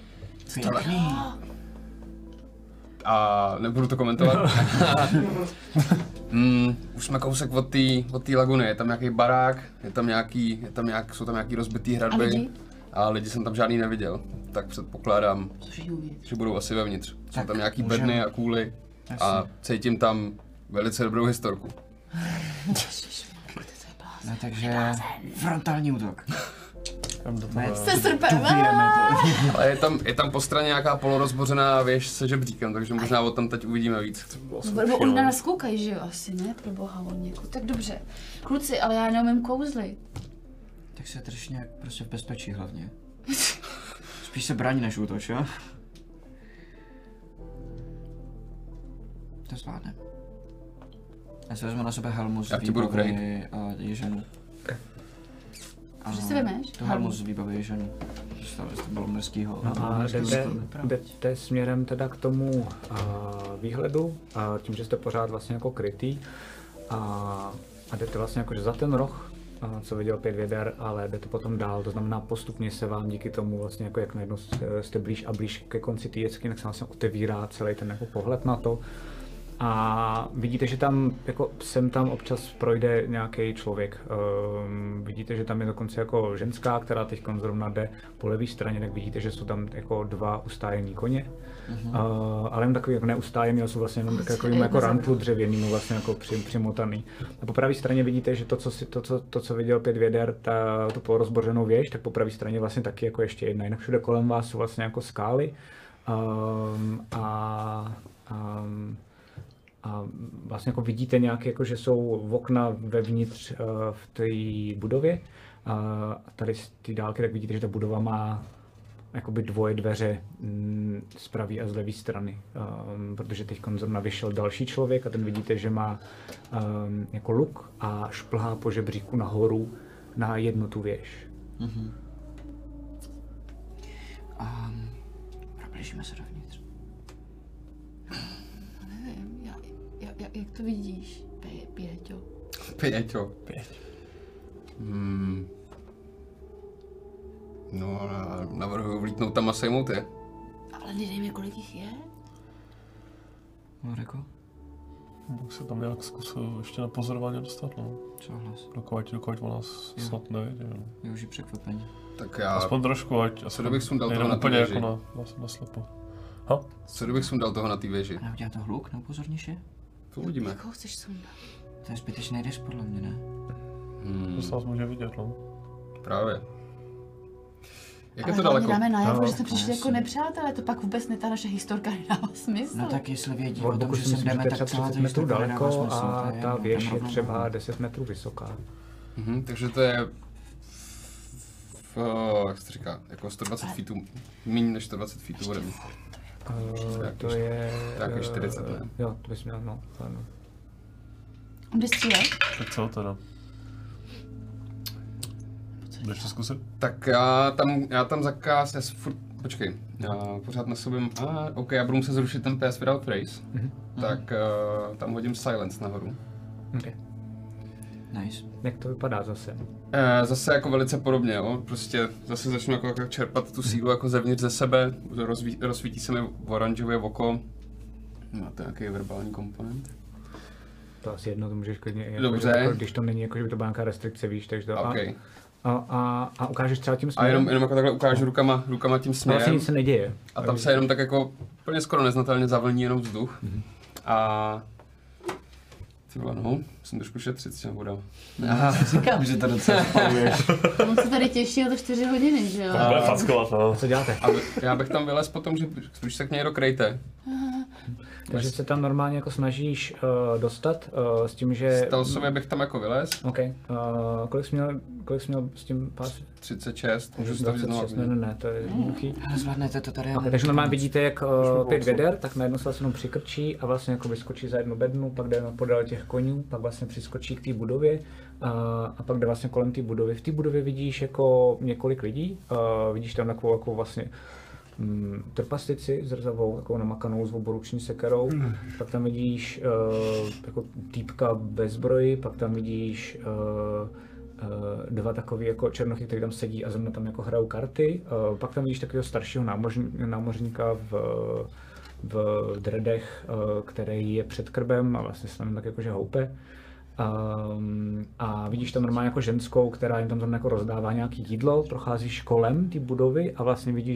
A nebudu to komentovat. Už jsme kousek od té laguny, je tam nějaký barák, jsou tam nějaký rozbitý hradby a lidi jsem tam žádný neviděl, tak předpokládám, že budou asi vevnitř. Jsou tam nějaký bedny a kůly a cítím tam velice dobrou historku.
No takže frontální útok.
Se srpem.
Ale je tam po straně nějaká polorozbořená věž se žebříkem, takže možná o tom teď uvidíme víc.
Nebo oni na nás koukají, že jo? Asi ne, pro boha od někud. Tak dobře. Kluci, ale já neumím kouzlit.
Tak se drž nějak prostě v bezpečí hlavně. Spíš se brání než útoč, jo? To zvládne. Já si vezmu na sebe helmu z výbavy a ježenu.
Že si vemeš?
To helmu z výbavy ježenu. To bylo mrzkýho.
No a jdete směrem teda k tomu výhledu, tím, že jste pořád vlastně jako krytý a jdete vlastně jakože za ten roh, co viděl 5 věder, ale jdete potom dál, to znamená postupně se vám díky tomu vlastně jako jak najednou jste blíž a blíž ke konci té jeskyně, tak se vlastně otevírá celý ten jako pohled na to. A vidíte, že tam jako sem tam občas projde nějaký člověk. Vidíte, že tam je dokonce jako ženská, která teď zrovna jde po levé straně, tak vidíte, že jsou tam jako 2 ustájení koně. Ale jen takový jako neustájený, ale jsou vlastně jenom takovým jako rantlu dřevěnýmu vlastně jako přimotaný. A po pravé straně vidíte, že to, co viděl 5 věder, tu polorozbořenou věž, tak po pravé straně vlastně taky jako ještě jedna. Jinak všude kolem vás jsou vlastně jako skály. A vlastně jako vidíte nějaké, jako že jsou okna vevnitř v té budově. A tady z té dálky tak vidíte, že ta budova má jakoby dvoje dveře z pravé a z levé strany, protože teď zrovna vyšel další člověk a ten vidíte, že má jako luk a šplhá po žebříku nahoru na jednu tu věž.
Přiblížíme se dovnitř.
Nevím, jak to vidíš, Pěťo?
Pěťo. No, navrhuji vlítnout tam a sejmout je.
Ale nevím, kolik jich je.
Mareko?
Bych se tam nějak zkusil ještě na pozorování dostat, no.
Souhlas.
Dokud o nás snad nevidí, no.
Využij překvapení.
Tak já...
Aspoň trošku, ať
Co kdybych sundal toho na té
úplně
věži?
jako na slepo. Ha?
Co kdybych sundal toho na té věži?
A neudělá to hluk, neupozorníš je?
To uvidíme.
Jak ho chceš sundat?
To je zbytečný risk podle mě, ne?
To se nás může vidět, no.
Právě. Jak
Ale
je to daleko?
dáme najevo,
No,
že jsme přišli jako
jasně.
nepřátelé, to pak vůbec ta naše historka nedává smysl.
No tak jestli vědí o
Od
tom,
boku
že
si
sem
myslím, že
jdeme,
to je
tak
třeba
celá
30
ta
metrů
historka nedává
daleko
smysl.
a
to je
ta
jedno,
věž
tam
je
rovnou
třeba
máme.
10 metrů vysoká.
Takže to je... jak se to říká? Jako 120 feetů. Méně než 120 feetů ode mě.
To je...
Nějaké 40, ne?
Jo, to bys měl, no. Ano.
On jde střílet?
Tak co teda? Jdeš to zkusit?
Tak já tam zakázal, počkej, já pořád na sobě, ok, já budu muset zrušit ten PS without phrase, tak tam hodím silence nahoru.
Okay.
Nice.
Jak to vypadá zase?
Zase jako velice podobně, jo, prostě zase začnu jako čerpat tu sílu jako zevnitř ze sebe, rozsvítí se mi oranžové oko, máte nějaký verbální komponent?
To asi jedno, to můžeš klidně, jako,
Dobře.
jako, když to není, jako, že by to byla nějaká restrikce, víš, takže to...
Okay.
A ukážeš třeba tím
A
směrem?
jenom jako takhle ukážu rukama tím
A vlastně
směrem.
nic se neděje.
A tam se jenom tak jako úplně skoro neznatelně zavlní jenom vzduch. A... Ty vole, no, jsem trošku šetřit s těm vodama.
Říkám, že to docela spaluješ.
On se tady těší o to 4 hodiny, že jo?
To bude fackovat, no.
Co děláte?
A já bych tam vylez potom, že když se k něj někdo krejte.
Takže se tam normálně jako snažíš dostat s tím, že...
Stealthově bych tam jako vylez.
OK. Kolik jsi měl s tím pás?
36, můžu stavit znovu.
26, ne, to je jednoduchý.
Ale zvládnete to tady.
Okay, takže normálně vidíte, jak 5 věder, tak najednou se vlastně jenom přikrčí a vlastně jako vyskočí za jednu bednu, pak jde podél těch konňů, pak vlastně přiskočí k té budově a pak jde vlastně kolem té budovy. V té budově vidíš jako několik lidí, vidíš tam takovou jako vlastně trpastici zrzavou, takovou namakanou s oboruční sekerou, pak tam vidíš jako týpka bez zbroji, pak tam vidíš dva takový jako černochy, který tam sedí a zrovna tam jako hrajou karty, pak tam vidíš takového staršího námořníka v dreadech, který je před krbem a vlastně se tam tak jakože houpe. A vidíš tam normálně jako ženskou, která jim tam jako rozdává nějaký jídlo, procházíš kolem té budovy a vlastně vidíš,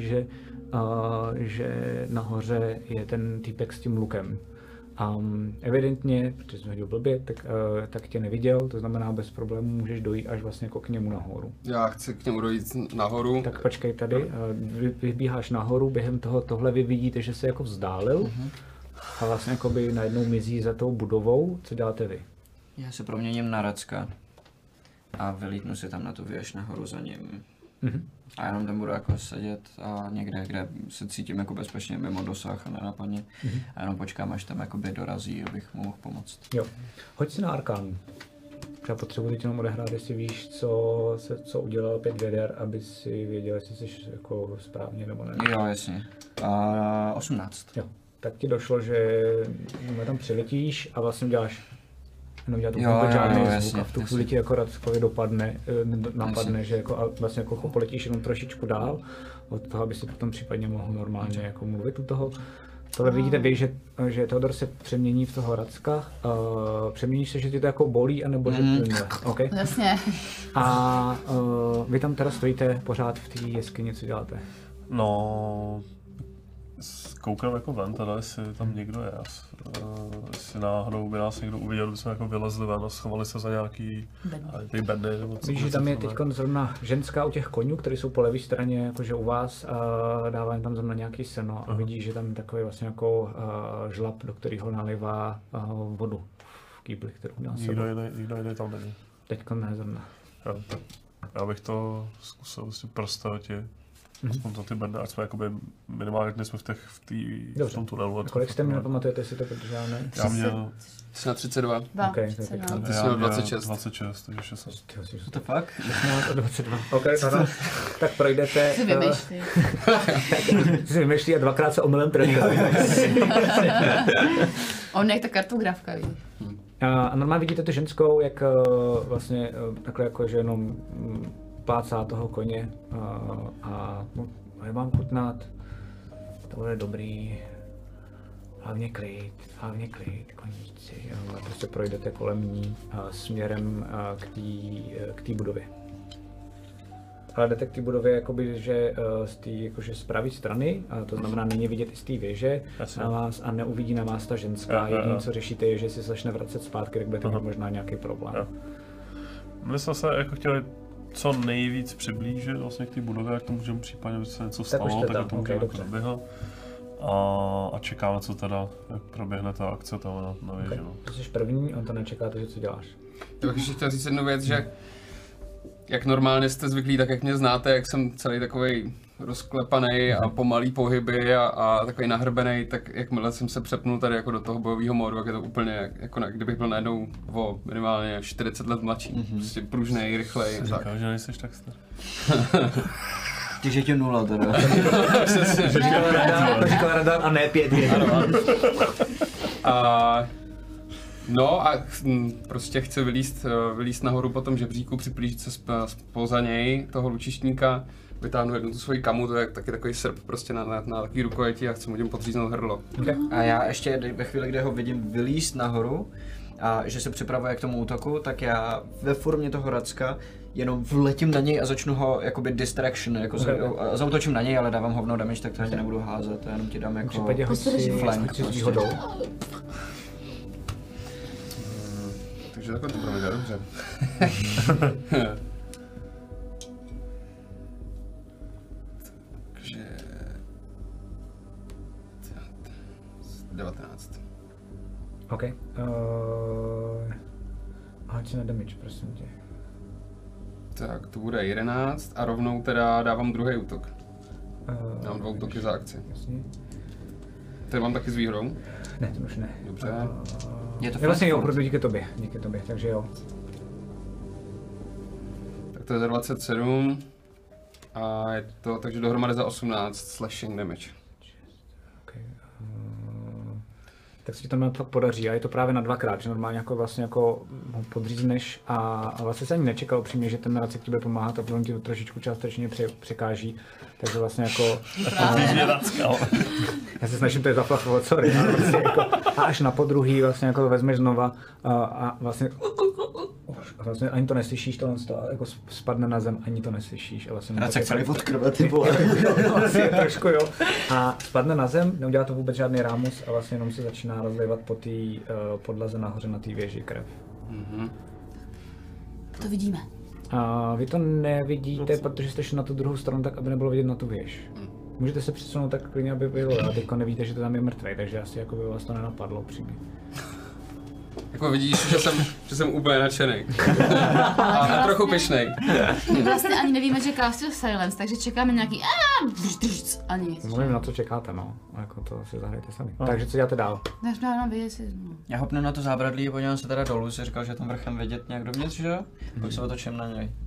že nahoře je ten týpek s tím lukem. Evidentně, protože jsem hodil blbě, tak tě neviděl, to znamená bez problémů můžeš dojít až vlastně jako k němu nahoru.
Já chci k němu dojít nahoru.
Tak počkej tady, vybíháš nahoru, během tohle vy vidíte, že se jako vzdálil a vlastně jakoby najednou mizí za tou budovou. Co děláte vy?
Já se proměním na Racka a vylítnu si tam na tu věž nahoru za ním. A jenom tam budu jako sedět a někde, kde se cítím jako bezpečně mimo dosah a nenapadně. A jenom počkám, až tam jakoby dorazí, abych mu mohl pomoct.
Jo. Hoď si na Arkánu. Já potřebuji teď jenom odehrát, jestli víš, co udělal 5 věder, aby si věděl, jestli jsi jako správně nebo ne.
Jo, jasně. 18.
Jo. Tak ti došlo, že tam přiletíš a vlastně uděláš jenom dělat vůbec žádný zvuk
jasně,
a v tu chvíli ti jako Rackovi napadne, že jako, a vlastně jako poletíš jenom trošičku dál od toho, aby si potom případně mohl normálně jako mluvit u toho. Tohle vidíte vy, že Theodor se přemění v toho Racka. Přeměníš se, že ti to jako bolí, anebo že plynule. Okay?
Jasně.
A vy tam teda stojíte pořád v té jeskyni, co děláte?
No, koukám jako ven, teda, jestli tam někdo je. Jestli náhodou by nás někdo uviděl, kdyby jsme jako vylezli ven a schovali se za nějaký ty bedny.
Víš, že tam je teď zrovna ženská u těch konňů, které jsou po levé straně, jakože u vás, a dává jim tam zrovna nějaký seno a vidíš, že tam je takový vlastně jako žlab, do kterého nalivá vodu v kýbli, kterou měl sebou.
Nikdo jiný tam není.
Teďko ne zrovna.
Jo, tak já bych to zkusil si prostavit aspoň to ty bedny, ať jsme jakoby minimálně dnes jsme v tom tunelu.
A kolik jste mi nepamatujete, jestli to protože já ne?
Já měl...
Jsi na 32.
Okay,
ty jsi měl 26.
26, takže 16.
To fakt?
Já 22. OK, no. Tak projdete...
Si vymýšlí.
Si vymýšlí a dvakrát se omylem trefil.
On jak ta kartografka, víš.
A normálně vidíte tu ženskou, jak vlastně takhle jako, že jenom plácá toho koně a já mám chutnat, to bude dobrý, hlavně klid, koníčci, a prostě projdete kolem ní směrem k té budově. Ale jdete k té budově jakoby, že z pravé strany, a to znamená není vidět i z té věže na vás a neuvidí na vás ta ženská. Jediné, co řešíte, je, že si začne vracet zpátky, tak budete mít možná nějaký problém.
My jsme se jako chtěli co nejvíc přiblížit vlastně k té budově, jak to můžeme případně, když se něco stalo, tak to můžeme proběhat. A čekáme, co teda, jak proběhne ta akce tam na věži.
Ty jsi první, on to nečeká, takže co děláš?
Já bych ještě chtěl říct jednu věc, že jak normálně jste zvyklí, tak jak mě znáte, jak jsem celý takovej rozklepaný a pomalý pohyby a takový nahrbený, tak jakmile jsem se přepnul tady jako do toho bojového módu, jak je to úplně jako kdybych byl najednou o minimálně 40 let mladší, prostě pružnej, rychlej.
Říkal, že nejseš tak starý.
Takže tě 0 teda.
Říkal radar a ne 5
No a prostě chci vylízt nahoru po tom žebříku, připlížit se spoza něj, toho lučištníka, vytáhnu jednu tu svoji kamu, to je taky takový srp prostě na takový rukojeti a chci mu tím podříznout hrdlo.
Okay. A já ještě ve chvíli, kdy ho vidím vylízt nahoru a že se připravuje k tomu útoku, tak já ve formě toho Racka jenom vletím na něj a začnu ho jakoby distraction, jako zautočím na něj, ale dávám hovno damage, tak to ani nebudu házet, jenom ti dám jako flank.
Takže takhle to proběhne, dobře. Takže... 19.
OK. Háď si na damage, prosím tě.
Tak, to bude 11 a rovnou teda dávám druhý útok. Dám 2 útoky za akci.
Jasně.
Tady mám taky s výhrou?
Ne, to už ne.
Dobře.
Je to
vlastně jo, opravdu díky tobě, takže jo.
Tak to je za 27 a je to, takže dohromady za 18 slashing damage.
Okay. Tak se ti to fakt podaří a je to právě na dvakrát, že normálně jako vlastně jako ho podřízneš a vlastně se ani nečekal upřímně, že ten Racek ti bude pomáhat a on ti to trošičku částečně překáží, takže vlastně jako... Já se snažím to je zaplachovat, sorry, ale vlastně jako, a až na podruhý vlastně jako vezmeš znova a vlastně ani to neslyšíš, to jako spadne na zem, ani to neslyšíš.
Racek celý od krve, ty vole.
Vlastně trošku jo. A spadne na zem, neudělá to vůbec žádný rámus a vlastně jenom se začíná rozlivat po té podlaze nahoře na té věži krev.
To vidíme.
A vy to nevidíte, protože jste šli na tu druhou stranu tak, aby nebylo vidět na tu věž. Můžete se přesunout tak klidně, aby bylo, a teďko nevíte, že to tam je mrtvý, takže asi jako by vás to nenapadlo přímě.
Jako vidíš, že jsem úplně nadšený. A trochu pyšnej.
My vlastně ani nevíme, že castil silence, takže čekáme nějaký a nic.
Mluvím, na co čekáte, no. Jako to si zahrajte sami. Takže co děláte dál?
Já hopnu na to zábradlí a podívám se teda dolů, jsi říkal, že tam vrchem vidět nějak dovnitř, že jo? Pak se otočím na něj.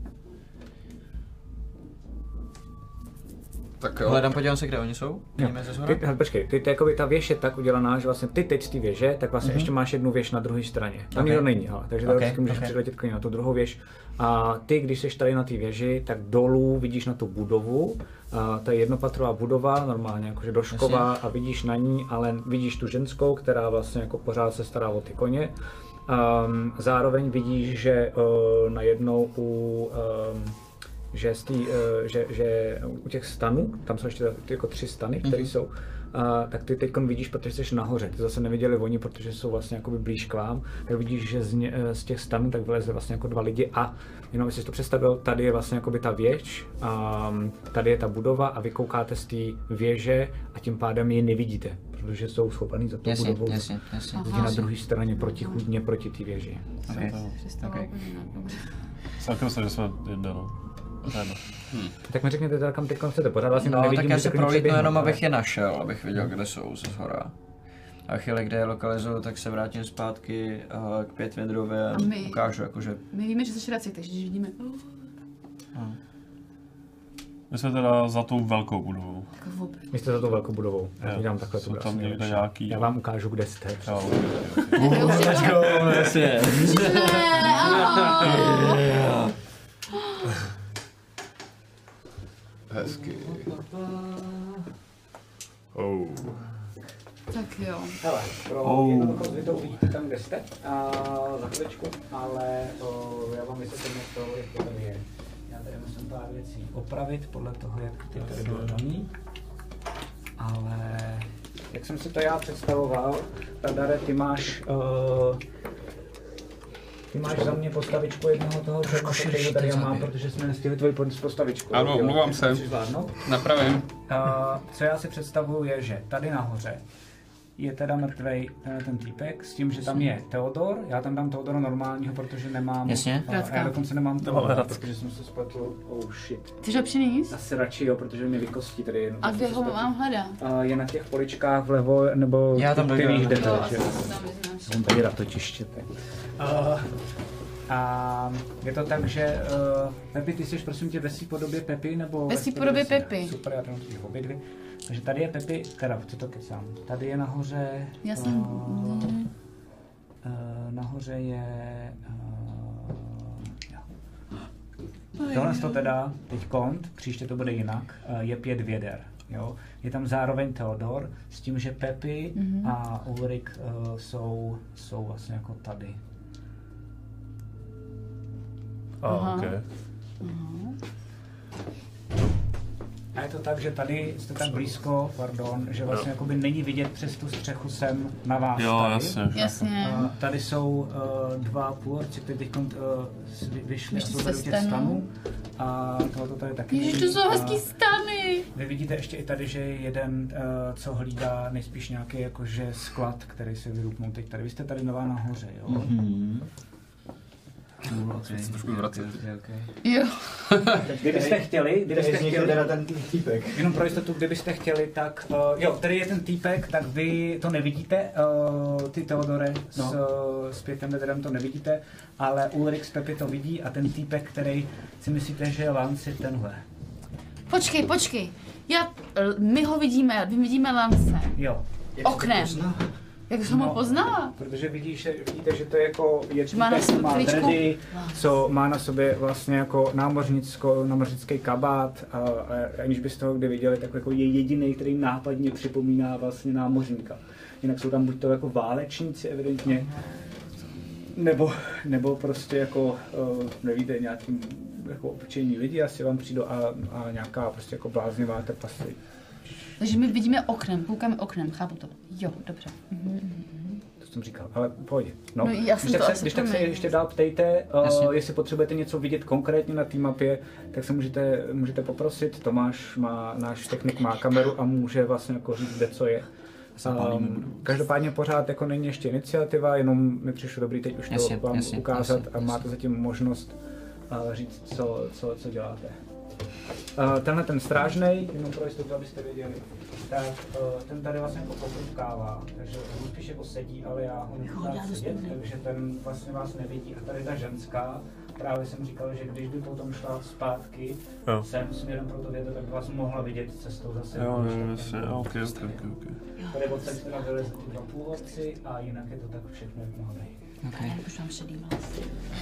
Tak jo.
Hledám, podívám se, kde oni jsou.
Počkej, ty jakoby ta věž je tak udělaná, že vlastně ty teď z té věže, tak vlastně ještě máš jednu věž na druhé straně. Tam nikdo není, ale, takže tady můžeš přiletět klidně na tu druhou věž. A ty, když jsi tady na té věži, tak dolů vidíš na tu budovu. To je jednopatrová budova, normálně jakože došková a vidíš na ní, ale vidíš tu ženskou, která vlastně jako pořád se stará o ty koně. Zároveň vidíš, že najednou že, že u těch stanů, tam jsou ještě ty jako 3 stany, které jsou, tak ty teď vidíš, protože jsi nahoře, ty zase neviděli oni, protože jsou vlastně jakoby blíž k vám, tak vidíš, že z těch stanů tak vyleze vlastně jako 2 lidi a jenom jsi to představil, tady je vlastně jakoby ta věž, tady je ta budova a vy koukáte z té věže a tím pádem ji nevidíte, protože jsou schopení za tou budovou.
Jasně.
Na druhé straně protichůdně proti té věži.
Okay.
Celkem se, že jsme jinde, no.
Tak mi řekněte teda, kam teď chcete, pořád vlastně
No,
nevidím,
tak já se prolítnu jenom,
ale...
abych je našel, abych viděl, kde jsou ze shora. A chvíli, kde je lokalizuju, tak se vrátím zpátky k 5 Vidrově a ukážu, jakože...
My víme, že jsi raci, takže vidíme...
My jsme teda za tou velkou budovou.
Vy jste za tou velkou budovou. Já ti dám takhle tu
tam někde nějaký...
Já vám ukážu, kde jste.
Let's go, jasně.
Hezky.
Tak jo.
Hele, pro jednoduchost vy to uvidíte tam, kde jste, za chviličku, ale já vám vysvětlím to, jak to tady je. Já tady musím pár věcí opravit podle toho, jak ty tady bylo daný. Ale jak jsem si to já představoval, Tadare, ty máš za mě postavičku jednoho toho, kterého tady já mám, protože jsme nestihli tvoji postavičku.
Ano, omlouvám se. Napravím.
Co já si představuju je, že tady nahoře je teda mrtvej ten týpek s tím, že tam je Theodor. Já tam dám Theodora normálního, protože nemám...
Jasně.
Já dokonce nemám Theodora, protože jsem se spletl. Oh shit.
Chceš ho přinést?
Asi radši jo, protože mi vykostí tady jenom.
A kde ho mám hledat?
Je na těch poličkách vlevo, nebo
já tam
ty víš, kde to je.
Jsem
tady rád to čištěte. A je to tak, že Pepi, ty jsi prosím tě ve svý podobě Pepi, nebo...
Ve svý podobě Pepi.
Super, já tam chci obě dvě. Takže tady je Pepi, teda, co to kecám, tady je nahoře...
Já jsem...
nahoře je... Tohle to teda, teď kont, příště to bude jinak, je 5 věder. Jo? Je tam zároveň Theodor, s tím, že Pepi a Ulrik jsou vlastně jako tady.
Okay.
A je to tak, že tady jste tak blízko, že vlastně jakoby není vidět přes tu střechu sem na vás.
Jo,
tady.
Jasně.
Tady jsou 2 půlorci, kteří teď vyšli a jsou tady u těch stanů. A tohoto tady taky.
Ježiš, to jsou hezký stany.
Vy vidíte ještě i tady, že je jeden, co hlídá nejspíš nějaký jakože sklad, který se vyrupnul teď tady. Vy jste tady nová nahoře, jo?
Jo.
Kdybyste chtěli, ten týpek. Jenom pro jistotu, kdybyste chtěli, tak jo, tady je ten týpek, tak vy to nevidíte, ty Theodore s 5 Vedrem to nevidíte, ale Ulrik s Pepi to vidí a ten týpek, který si myslíte, že je Lance, je tenhle.
Počkej. My ho vidíme, my vidíme Lance.
Jo.
Oknem. Jak jsem ho poznala?
Protože vidíte, že to je jako
má
dredy, co má na sobě vlastně jako námořnický kabát a aniž byste ho kdy viděli, tak jako je jediný, který nápadně připomíná vlastně námořníka. Jinak jsou tam buď to jako válečníci evidentně, nebo prostě jako, nevíte, nějaký jako obyčejní lidi asi vám přijdou a nějaká prostě jako bláznivá trpasy.
Takže my vidíme oknem, koukáme oknem, chápu to. Jo, dobře.
To jsem říkal, ale pohodě. No, když tak se ještě dál ptejte, jestli potřebujete něco vidět konkrétně na té mapě, tak se můžete poprosit. Náš technik má kameru a může vlastně jako říct, kde co je. Každopádně pořád jako není ještě iniciativa, jenom mi přišlo dobrý teď už to vám ukázat a máte zatím možnost říct, co děláte. Tenhle ten strážnej, jenom pro jistotu, abyste věděli, tak ten tady vlastně jako poprvkává, takže on spíš jako sedí, ale já ho nechám sedět, takže ten vlastně vás nevidí. A tady ta ženská, právě jsem říkal, že když by potom šla zpátky sem směrem pro to vědět, tak by vás mohla vidět cestou zase.
Jo, jasně, ok.
Tady odsaď teda vylezli 2 původci a jinak je to tak všechno, jak mohlo být.
Okay. Už mám šedý vlasy.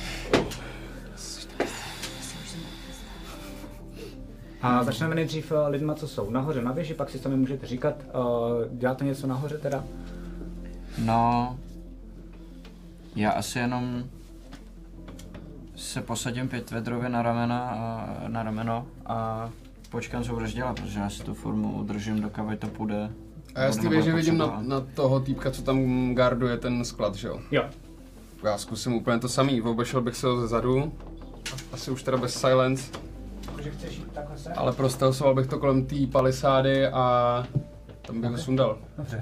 A začneme nejdřív lidma, co jsou nahoře na věži, pak si to můžete říkat. Děláte něco nahoře teda?
No, já asi jenom se posadím Pětvedrově na rameno a počkám, co budeš dělat, protože já si tu formu udržím, dokud to půjde.
A já si že vidím na toho týpka, co tam garduje ten sklad, že jo?
Jo.
Já zkusím úplně to samý, obešel bych se ho zezadu. Asi už teda bez silence. Ale prostelsoval bych to kolem té palisády a tam bych ho sundal.
Dobře.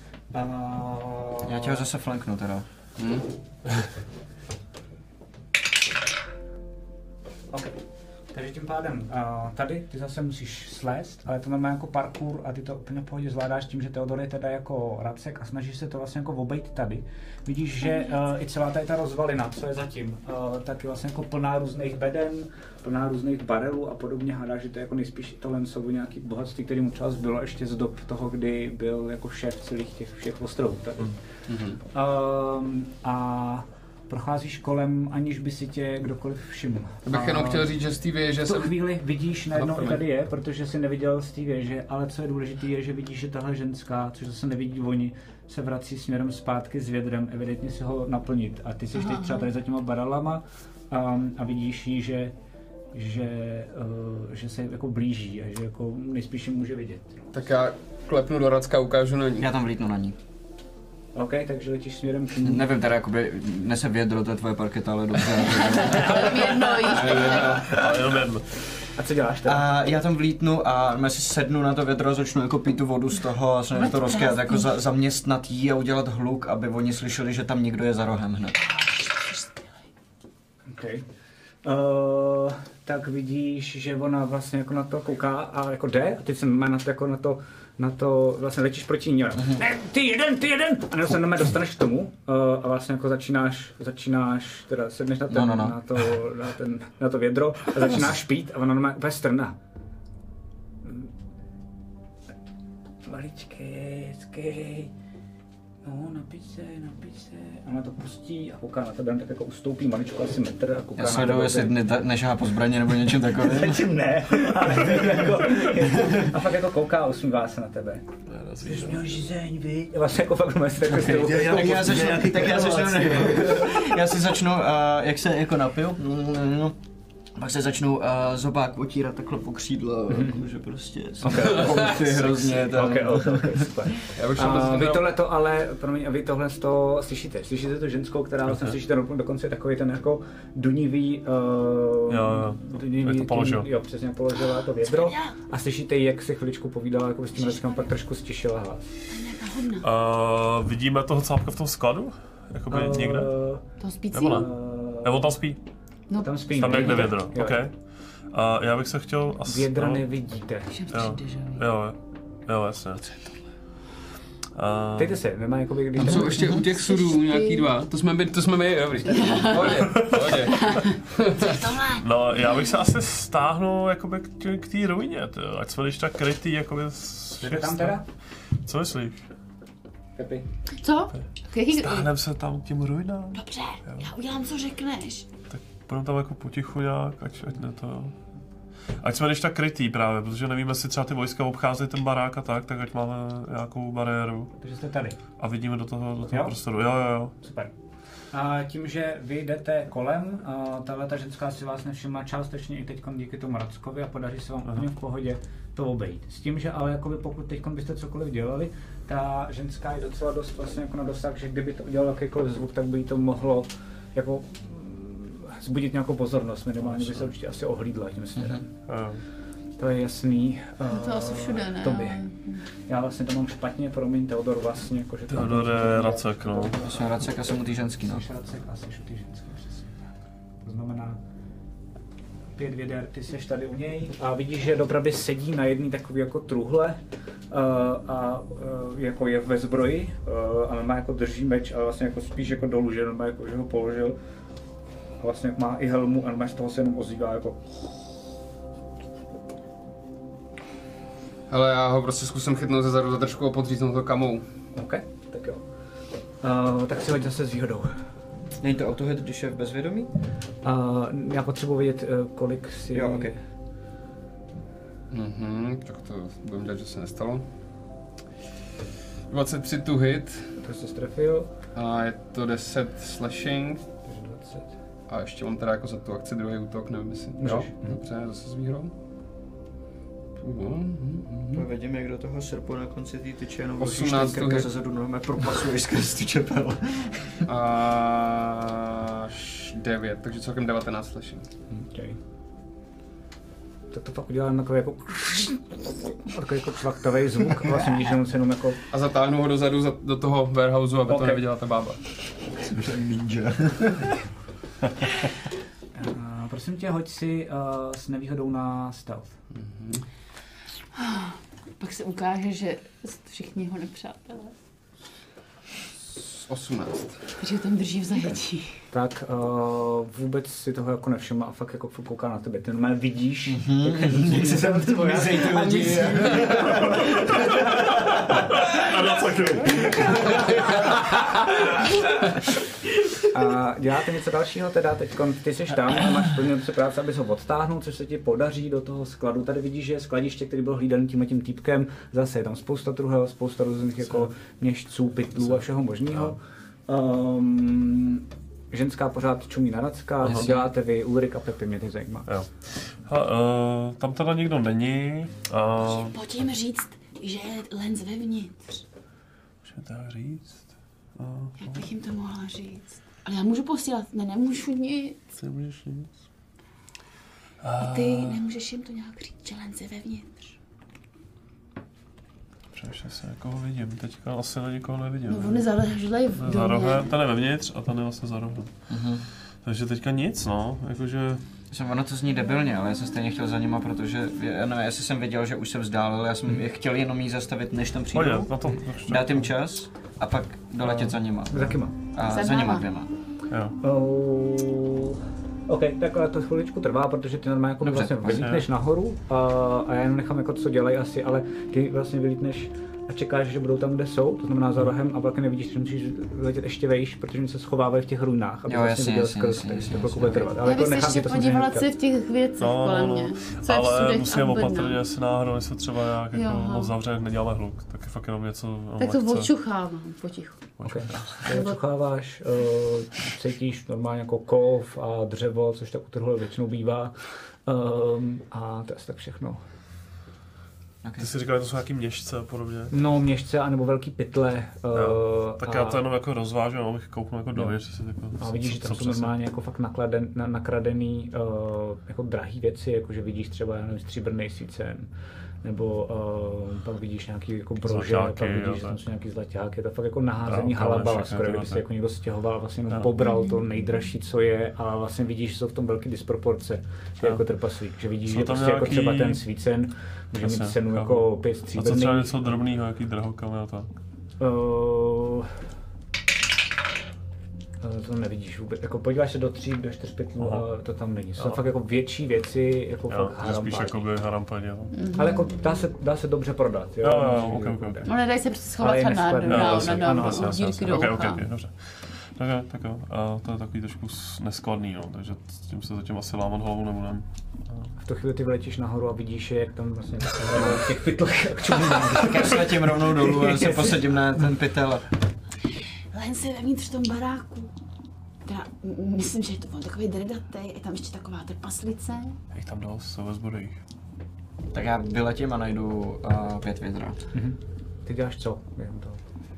Já tě ho zase flanknu teda.
Okay. Takže tím pádem tady ty zase musíš slézt, ale to má jako parkour a ty to úplně v pohodě zvládáš tím, že Teodor je teda jako Racek a snažíš se to vlastně jako obejít tady. Vidíš, že i celá tady ta rozvalina, co je zatím, tak je vlastně jako plná různých beden, plná různých barelů a podobně. Hádáš, že to je jako nejspíš tohle jsou nějaký bohatství, který mu třeba zbylo ještě z dob toho, kdy byl jako šéf celých těch všech ostrovů tady. A procházíš kolem, aniž by si tě kdokoliv všiml.
Bych jenom chtěl říct, že z té věže
v tu chvíli vidíš najednou i tady je, protože jsi neviděl z té věže, ale co je důležité je, že vidíš, že tahle ženská, což zase nevidí oni, se vrací směrem zpátky s vědrem, evidentně si ho naplnit. A ty jsi teď třeba tady za těma barelama a vidíš jí, že se jako blíží a že jako nejspíš ji může vidět.
Tak já klepnu do Racka a ukážu na ní.
Já tam vlítnu na ní.
OK, takže letíš směrem k ní.
Nevím, teda jakoby nese vědro, to je tvoje parketa, ale dobře.
Jenom jedno.
A co děláš teda?
A já tam vlítnu a si sednu na to vědro a začnu jako pít tu vodu z toho a snažím to rozkázat, jako zaměstnat jí a udělat hluk, aby oni slyšeli, že tam někdo je za rohem hned.
Okay. Tak vidíš, že ona vlastně jako na to kouká a jako jde a ty se má na to vlastně letíš proti ní. Ne, ty jeden! A nebo se dostaneš k tomu a vlastně jako začínáš teda sedneš na to vědro a začínáš pít a ona normálně úplně strná. Maličkej, no napij se. A ona to pustí a kouká na tebe, tak jako ustoupí maličko asi metr a kouká na tebe.
Já sleduju, jestli nešáhá po zbraně nebo něčím takovým.
Zatím ne, ale jako, a fakt jako kouká a usmívá se na tebe. Jsi měl žízeň, vy? Vlastně jako fakt mezi takhle stylu.
Já si začnu, jak se jako napiju, pak se začnu zobák otírat takhle po křídle, že prostě jsou hrozně.
Okay, super. Vy tohle slyšíte. Slyšíte tu ženskou, která vlastně slyšíte dokonce takový ten jako dunivý,
jak to položil.
Jo, přesně položila to vědro a slyšíte, jak se chviličku povídala jako s tím Rackem, pak trošku stišila hlas.
Vidíme toho cápka v tom skladu? Jakoby někde?
To spící?
Nebo ne? Nebo tam spí?
No, tam spí.
Tam někde vědro, OK. Já bych se chtěl asi...
Vědra nevidíte.
Jo, jasně.
Dejte se, nemá jakoby, když...
Tam jsou ještě u těch sudů nějaký dva, to jsme my, dobrý. Pohodě.
No, já bych se asi stáhnul jakoby k té ruině, ať jsme když tak krytý, jakoby...
Jdete tam teda?
Co myslíš?
Pepi. Co?
Stáhnem se tam tím ruinám.
Dobře, já udělám, co řekneš.
Tak půjdeme tam jako potichu nějak, ať ne to... Ať jsme když tak krytý právě, protože nevíme, jestli třeba ty vojska obcházejí ten barák a tak ať máme nějakou bariéru.
Takže jste tady.
A vidíme do toho prostoru, jo.
Super. A tím, že vy jdete kolem, tahleta ženská si vás nevšimla částečně i teď díky tomu Rackovi a podaří se vám úplně v pohodě to obejít. S tím, že ale jakoby pokud teď byste cokoliv dělali, ta ženská je docela dost vlastně jako na dosah, že kdyby to udělalo jakýkoliv zvuk, tak by jí to mohlo jako zbudit nějakou pozornost, minimálně by se určitě asi ohlídla tím směrem. To je jasný.
To asi všude, ne?
Tobě. Já vlastně to mám špatně, promiň, Teodor vlastně, jakože...
Teodor je Racek, no.
Jsem Racek a jsem u té ženský, no.
Jsi Racek a jsi u té ženský, přesně tak. To znamená 5 věder, ty jsi tady u něj a vidíš, že dopravdy sedí na jedný takový jako truhle jako je ve zbroji a normálně jako drží meč, ale vlastně jako spíš jako dolů, že normálně jako, že ho položil. A vlastně má i helmu a normálně z toho se jenom ozývá jako...
Hele, já ho prostě zkusím chytnout ze zadu za držku a podříznout to kamou.
OK, tak jo. Tak si hoď zase s výhodou.
Není to autohit, když je v bezvědomí?
Já potřebuji vědět, kolik si...
Jo, OK.
Tak to budeme dělat, že se nestalo. 23 to hit.
To jsi strefil.
A je to 10 slashing.
Takže 20.
A ještě mám teda jako za tu akci druhý útok, nevím jestli. Jo, dobře, zase s výhrou.
Vidím, jak do toho srpu na konci té tyče, jenom
18
krka zezadu nohama propasuješ skrz tu čepel.
Až 9, takže celkem 19 slashing.
Okay. Tak to fakt udělám takový jako čvaktový zvuk, vlastně když se jenom jako...
A zatáhnu ho dozadu do toho warehouseu, aby to neviděla ta bába.
Jsem ninja.
Prosím tě, hoď si s nevýhodou na stealth.
Pak se ukáže, že všichni jeho nepřátelé.
18.
Že tam drží v zajetí.
Tak vůbec si toho jako nevšiml a fakt jako kouká na tebe. Ty normálně vidíš, jak se tam tvoje lidi. A děláte něco dalšího teda, ty jsi tam a máš plně se práce, abys ho odtáhnul, což se ti podaří do toho skladu. Tady vidíš, že je skladiště, který byl hlídaný tím týpkem, zase je tam spousta druhého, spousta různých jako měšců, pytlů a všeho možného. Ženská pořád čumí na rackách, děláte vy, Ulrik a Pepi, mě to zajímá.
Jo. Tam teda nikdo není.
Pojď jim říct, že je Lenz vevnitř.
Můžeme tak říct?
Jak bych jim to mohla říct? Ale já můžu posílat, nemůžu nic.
Nemůžeš nic.
A ty nemůžeš jim to nějak říct, že Lenz je vevnitř.
Přemýšlím se, jakoho vidím. Teďka asi na nikoho nevidím.
No oni zaleželi v domě.
Za rohem, ten je vevnitř a ten je vlastně za rohem. Takže teďka nic, no, jakože...
Ono to zní debilně, ale já jsem stejně chtěl za nima, protože já nevím, jestli jsem věděl, že už se vzdálil, já jsem je chtěl jenom jí zastavit, než tam přijdou, dát jim čas a pak doletět za nima.
Za kýma?
A za nima dvěma.
Jo.
OK, tak ale to chviličku trvá, protože ty normálně jako vlastně vylítneš nahoru a já jenom nechám jako co dělají asi, ale ty vlastně vylítneš a čekáš, že budou tam, kde jsou, to znamená za rohem a pak nevidíš, že musíš letět ještě vejš, protože oni se schovávají v těch runách, aby vlastně viděl skrz, takže to chvilku bude trvat. Ale
já bych se ještě podívala, co je v těch věcech kolem mě. Co
ale musím opatrně, jestli náhodou něco třeba nějak jako moc zavře, neděláme hluk, tak je fakt jenom něco.
Tak to odčuchávám potichu.
Okay. Odčucháváš, cítíš normálně jako kov a dřevo, což tak u tohle většinou bývá a to je asi tak všechno.
Ty jsi říkal, že to jsou nějaký měšce a podobně?
No, měšce anebo velký pytle.
Tak já to jenom jako rozvážu, abych kouknul jako dovnitř. Jako,
a vidíš, že tam jsou normálně jako fakt nakradený jako drahý věci, jako že vidíš třeba, já nevím, stříbrný svícen, nebo pak vidíš nějaký jako brože, pak vidíš, že tam jsou nějaký zlaťáky, je to fakt jako naházený halabala, skoro kdyby se jako někdo stěhoval, vlastně pobral to nejdražší, co je, a vlastně vidíš, že jsou v tom velké disproporce, jako trpaslík, že vidíš, že prostě jako třeba ten svícen může mít cenu jako 5 stříbrných.
A co třeba něco drobného, jaký drahokamy a tak?
To nevidíš vůbec, jako podíváš se do 3, do 4 pytlů a to tam není. Jsou fakt jako větší věci, jako fakt harampádi.
Spíš jakoby harampádi, jo.
Ale jako dá se dobře prodat, jo.
Okay.
No nedají se prostě schovat na dírky do ucha.
Dobře. Tak jo, a to je takový trošku neskladný, no, takže s tím se zatím asi lámat hlavu nebudem.
V tu chvíli ty vyletíš nahoru a vidíš, jak tam vlastně v těch pytlech jak čumí.
Tak já se letím rovnou dolů a se posadím na ten pytel.
Len se vevnitř v tom baráku. Teda, myslím, že je to takový drdatej, je tam ještě taková trpaslice.
Jak tam dal, jsou ve zbrodejích.
Tak já vyletím a najdu 5 vědra.
Ty děláš co během toho?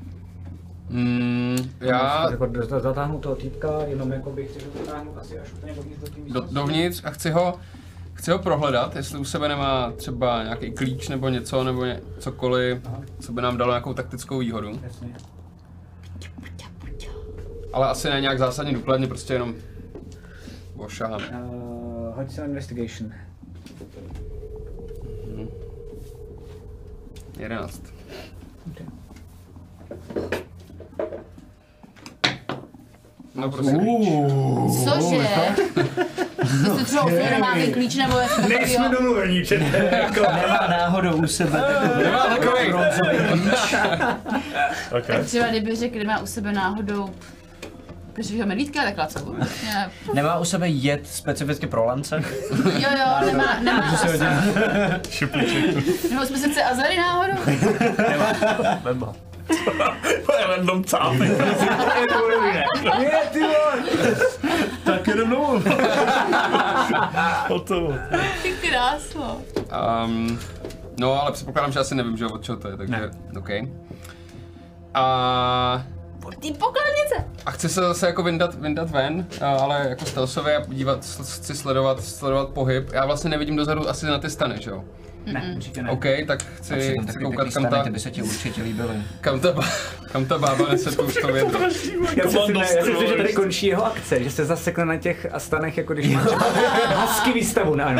Já
zatáhnu toho týpka, jenom jako bych chci zatáhnout asi až úplně
dovnitř a chci ho prohledat, jestli u sebe nemá třeba nějaký klíč nebo něco, nebo cokoliv, co by nám dalo nějakou taktickou výhodu.
Jasně.
Ale asi ne nějak zásadně důkladně, prostě jenom ošahám.
Hoď se na investigation.
11.
Okay.
No prostě
Cože? To jsi třeba úplně nemá klíč nebo jestli
nejsme domluvení, že
nemá náhodou u sebe takový bronzový klíč.
Tak třeba kdyby řekl, nemá u sebe náhodou protože medvídka je takhle co?
Nemá u sebe jed specificky pro lance?
Jo, nemá
Šuplíček.
Nebo jsme sice azary náhodou?
Nemá. To je random cápek.
Je, ty vole!
Tak jdem domů. Hotovo.
Ty krásno.
No, ale předpokládám, že asi nevím, že od čeho to je, takže OK. A
Ty pokladnice.
A chci se zase jako vyndat ven, ale jako stealthově a chci sledovat pohyb. Já vlastně nevidím dozadu asi na ty stany, že jo?
Ne, určitě ne.
OK, tak chci koukat
ty by se ti určitě líbily.
Kam ta bába nese to vědro.
Já si myslím, že tady končí jeho akce, že se zasekne na těch stanech, jako když máš husky výstavu, ano.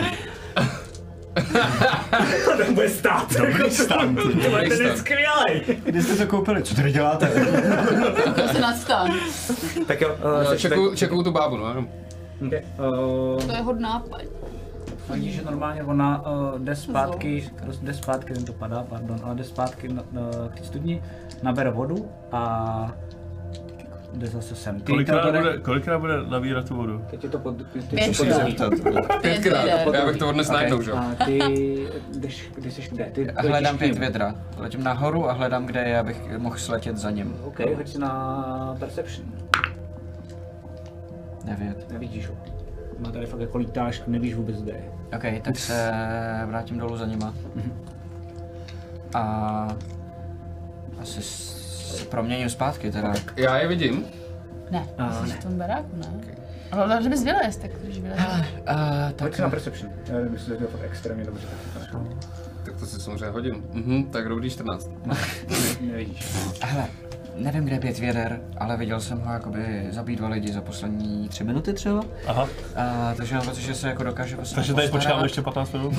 To bude stát.
Dobrý stan.
To je skvělej.
Kde jste to koupili? Co tady děláte?
To se nastan.
Tak jo,
čekuju tu bábu, no ano.
Okay,
To je hodná paň.
vidíš, že normálně ona jde zpátky, ten to padá, pardon, ale jde zpátky k té studni, nabere vodu a jde zase sem.
Kolikrát bude nabírat tu vodu?
Teď je to pod...
Pětkrát, já bych to odnes najednou, že jo?
A ty, když jsi kde? Ty
hledám 5 vědra. Letím nahoru a hledám, kde je, abych mohl sletět za ním.
OK, hoď si na Perception.
9.
Nevidíš ho. Má tady fakt jako lítáš, nevíš vůbec kde je.
OK, tak se vrátím dolů za nima. A asi proměním zpátky teda.
Já je vidím.
Ne, jsi v tom baráku, ne? Ale že bys vylez, tak když vylez.
Hoď si na Perception. Já myslím, že to je fakt extrémně dobře.
Tak to si samozřejmě hodím. Tak dobrý 14.
Nevidíš.
Hele, nevím, kde je 5 věder, ale viděl jsem ho jakoby zabít 2 lidi za poslední 3 minuty třeba.
Aha.
Takže mám pocit, že se jako dokáže vlastně
Takže tady počkáme ještě 15 minut.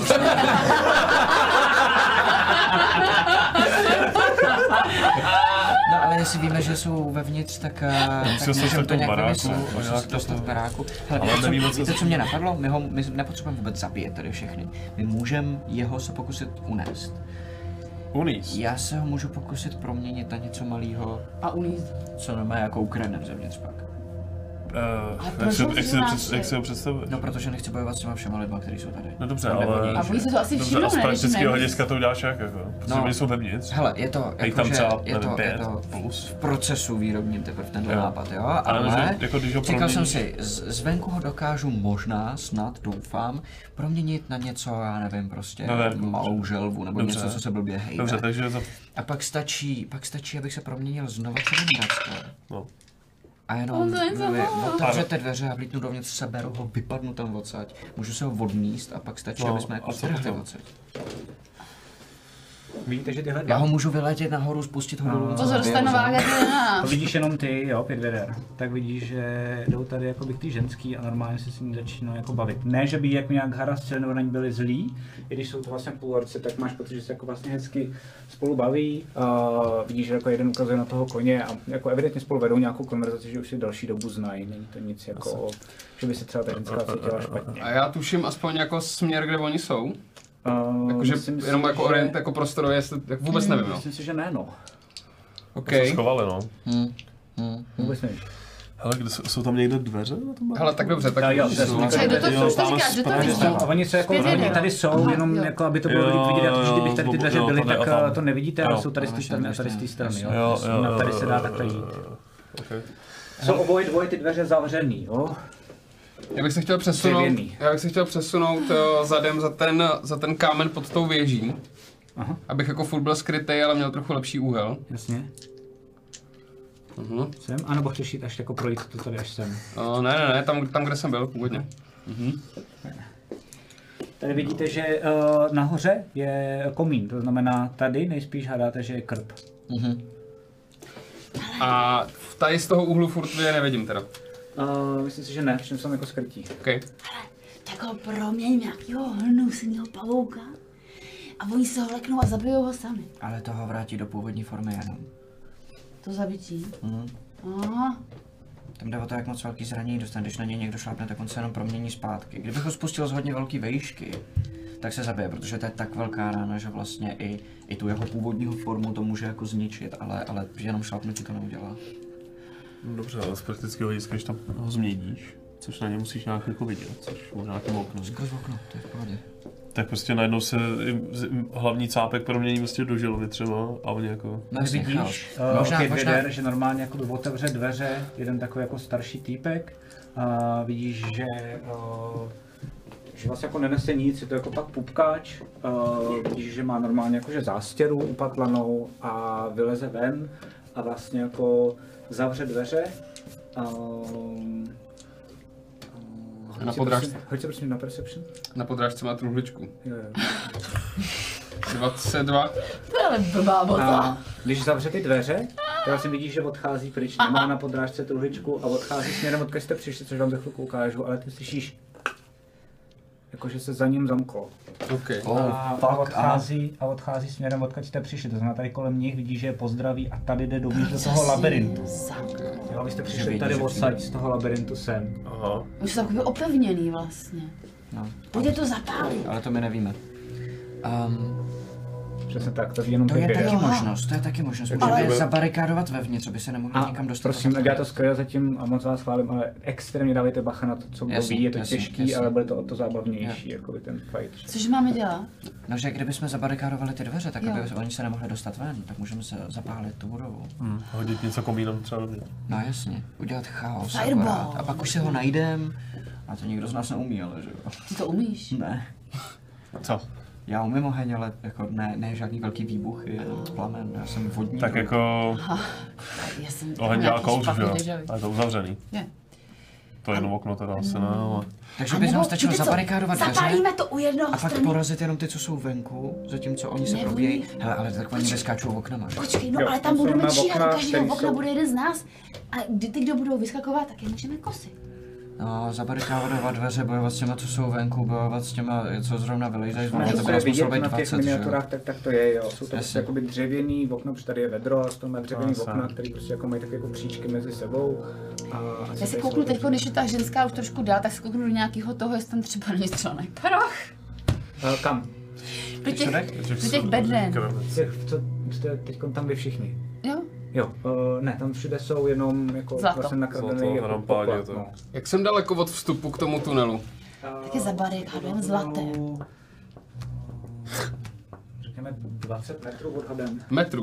No ale jestli víme, že jsou vevnitř, tak můžeme to nějak vymyslet. Musíme se dostat v baráku. Víte, co mě napadlo? My nepotřebujeme vůbec zabíjet tady všechny. My můžeme jeho se pokusit unést.
Uníst?
Já se ho můžu pokusit proměnit na něco malého.
A uníst.
Co normálně jako ukradnem zevnitř pak.
Jak si ho představuješ?
No, protože nechci bojovat s těma všema lidma, kteří jsou tady.
No dobře, ale...
A oni se to asi všimnou,
a z
ne?
praktického hlediska to uděláš jak, jako? Protože oni jsou vevnitř.
Hele, je to
jako, tam třeba,
je to
plus.
v procesu výrobním teprve tenhle nápad, jo?
Ale jako, když ho
říkal jsem si, zvenku ho dokážu možná, snad, doufám, proměnit na něco, já nevím, prostě malou želvu, nebo něco, co se blbě hejbe.
Dobře, takže...
A pak stačí, abych se proměnil znova třeba no. A jenom otevřete dveře a vlítnu dovnitř, seberu ho, vypadnu tam odsaď, můžu se ho odníst a pak stačí, aby jsme jako strhli odsaď.
Vidíte, že tyhle
Já ho můžu vyletět nahoru, spustit ho dolů.
Pozor, stanová hrdina.
To vidíš jenom ty, jo, 5 věder. Tak vidíš, že jdou tady jako ty ženský a normálně se s ním začínají jako bavit. Ne, že by jako nějak harastřili nebo na ní byli zlí, i když jsou to vlastně půlorci, tak máš pocit, že se jako vlastně hezky spolu baví. Vidíš, že jako jeden ukazuje na toho koně a jako evidentně spolu vedou nějakou konverzaci, že už si další dobu znají. Není to nic jako, že by se třeba ta ženská cítila špatně.
A já tuším aspoň jako směr, kde oni jsou. Jakože jenom jako orient, jako prostorově, tak vůbec nevím, no.
Myslím si, že ne, no.
OK.
To se schovali, no.
Vůbec nevím.
Hele, jsou tam někde dveře na tom?
Hele, tak dobře, tak
jo,
to
oni se jako tady jsou, jenom jako aby to bylo vidět, protože kdybych tady ty dveře byly, tak to nevidíte, ale jsou tady z té strany a tady z té strany, jo. Tady se dá takhle jít. Jsou oboje dvoje ty dveře zavřený, jo.
Já bych se chtěl přesunout zadem za ten kámen pod tou věží.
Aha.
Abych jako furt byl skrytej, ale měl trochu lepší úhel.
Jasně. Sem? A nebo chceš jít až jako projít to tady až sem?
Ne, tam kde jsem byl původně.
Tady vidíte, že nahoře je komín, to znamená tady nejspíš hádáte, že je krb.
A tady z toho úhlu furt je nevidím teda.
Myslím si, že ne, protože jsou jako skrytí.
Okay.
Tak ho proměň nějakýho hnusnýho pavouka a oni se ho leknou a zabijou ho sami.
Ale toho vrátí do původní formy jenom.
To zabití?
Aha. Tam jde o to, jak moc velký zranění dostane, když na něj někdo šlápne, tak on se jenom promění zpátky. Kdybych ho spustil z hodně velký výšky, tak se zabije, protože to je tak velká rána, že vlastně i tu jeho původního formu to může jako zničit, ale jenom šlápnutí to neudělá.
Dobře, ale z praktického hlediska, když tam ho změníš. což na ně musíš nějak jako vidět, což možná nějakým oknem.
Skrz okno, to je v pohodě.
Tak prostě najednou se hlavní cápek promění prostě do želvy třeba a oni jako...
Vidíš,
možná,
že normálně jako otevře dveře jeden takový jako starší týpek a vidíš, že vlastně jako nenese nic, je to jako pak pupkáč, vidíš, že má normálně jakože zástěru upatlanou a vyleze ven a vlastně jako zavře dveře.
Na podrážce.
Hoďte prosím na perception.
Na podrážce má truhličku.
Jo.
22.
To je ale blbá bota.
Když zavře ty dveře, tak vlastně vidíš, že odchází pryč, nemá na podrážce truhličku a odchází směrem, odkud jste přišli, což vám za chvilku ukážu, ale ty slyšíš, jakože se za ním zamklo.
Okay.
A odchází směrem, odkud jste přišli, to znamená tady kolem nich vidíš, že je pozdraví a tady jde dovnitř do toho labirintu. Jo, vy jste přišli tady odsaď z toho labirintu sem.
Aha.
Už jsou takový opevněný vlastně.
No.
Pojďte to zapálit.
Ale to my nevíme.
Přesně tak, to jenom
to je taky možnost, to je taky možnost. Můžeme zabarikádovat vevnitř, aby se nemohli nikam dostat.
Prosím, tak já to skvěle zatím a moc vás chválím, ale extrémně dávejte bacha na to, co kdo ví, je to těžký, ale bude to o to zábavnější, jako ten fight.
Což máme dělat?
No, že kdybychom zabarikádovali ty dveře, tak aby oni se nemohli dostat ven, tak můžeme se zapálit tu budovu.
Hodit něco komínem třeba do mě.
No jasně, udělat chaos
Fireball.
A pak už si ho najdem, a to nikdo z nás neumí, ale že jo.
Ty to umíš?
Ne.
Co?
Já umím oheň, ale jako ne žádný velký výbuch, jenom plamen, já jsem vodní.
Tak jako...
Oheň
dělá kouř, že jo? A je to uzavřený.
Je.
To je jenom okno teda asi, ne, ale...
Takže by nám stačilo zabarikádovat dveře.
Zapálíme to u jednoho
a pak porazit jenom ty, co jsou venku, zatímco oni se probíjejí. Hele, ale tak oni vyskačou oknama, že?
Počkej, no ale tam budeme číhat, u každého okna bude jeden z nás. A ty, kdo budou vyskakovat, tak je můžeme kosit.
No, zabarikádovat dveře, bojovat s těma, co jsou venku, bojovat s těma, co zrovna vylejzají,
No,
to bylo muselo být
na těch
20,
miniaturách, tak to je, jo. Jsou to prostě jakoby dřevěný okno, protože tady je vedro a z toho má dřevěný okna, který prostě jako mají takové jako příčky mezi sebou.
Já si kouknu teď, když je ta ženská už trošku dál, tak si kouknu do nějakého toho, jestli tam třeba není střelený prach.
Kam?
Do těch bedren.
Co jste teď tam vy všichni?
Jo.
Jo, ne, tam všude jsou jenom jako vlastně nakradený jako poklad, no.
Jak jsem daleko od vstupu k tomu tunelu?
Tak je zabarikádujeme zlatem.
Řekněme 20 metrů odhadem.
Metrů?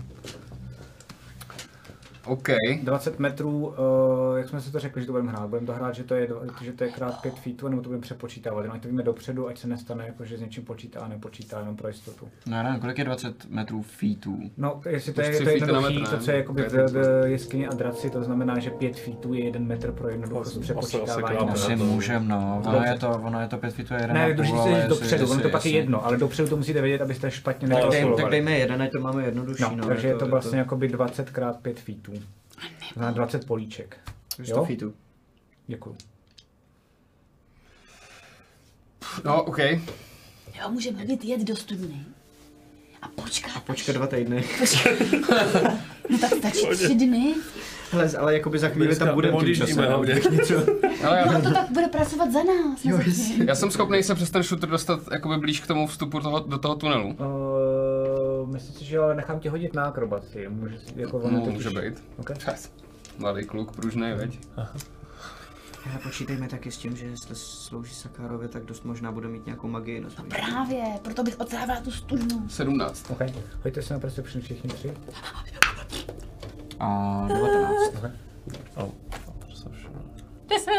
OK.
20 metrů, jak jsme si to řekli, že to budeme hrát? Budeme to hrát, že to je krát 5 feetů, nebo to budeme přepočítávat, jenom ať to víme dopředu, ať se nestane, jako, že s něčím počítá a nepočítá, jenom pro jistotu.
No, kolik je 20 metrů feetů?
No, jestli to je jednoduchý, to, co je jakoby v jeskyni a draci, to znamená, že 5 feetů je 1 metr pro jednoduchost přepočítávání.
Asi můžem, no, ono je to 5 feetů a 1,5.
Ne, důležitý je dopředu, ono to pak je jedno, ale dopředu to musíte vědět, abyste špatně nekalkulovali.
Tak dejme 1, ať to máme jednodušší.
No, takže je to vlastně jakoby 20 krát 5 feetů. Na 20 políček.
100 feetů.
Děkuju.
No, OK.
Jo, můžeme jet do studny. A počkat
2 týdny.
No tak stačí 3 dny.
Hele, ale jakoby za chvíli tam budeme tím časem.
Ale to tak bude pracovat za nás.
Já jsem schopný se přes ten shooter dostat jakoby blíž k tomu vstupu do toho tunelu.
Myslím si, že jo, ale nechám tě hodit na akrobaci.
Může být.
Okay.
Mladý kluk, pružnej, veď?
Ale počítejme taky s tím, že jestli slouží Sakárovi, tak dost možná bude mít nějakou magii na svůj.
Právě, proto bych odsávala tu studnu.
17.
Okay. Hoďte se na perception všichni 3.
A 19.
Okay.
10.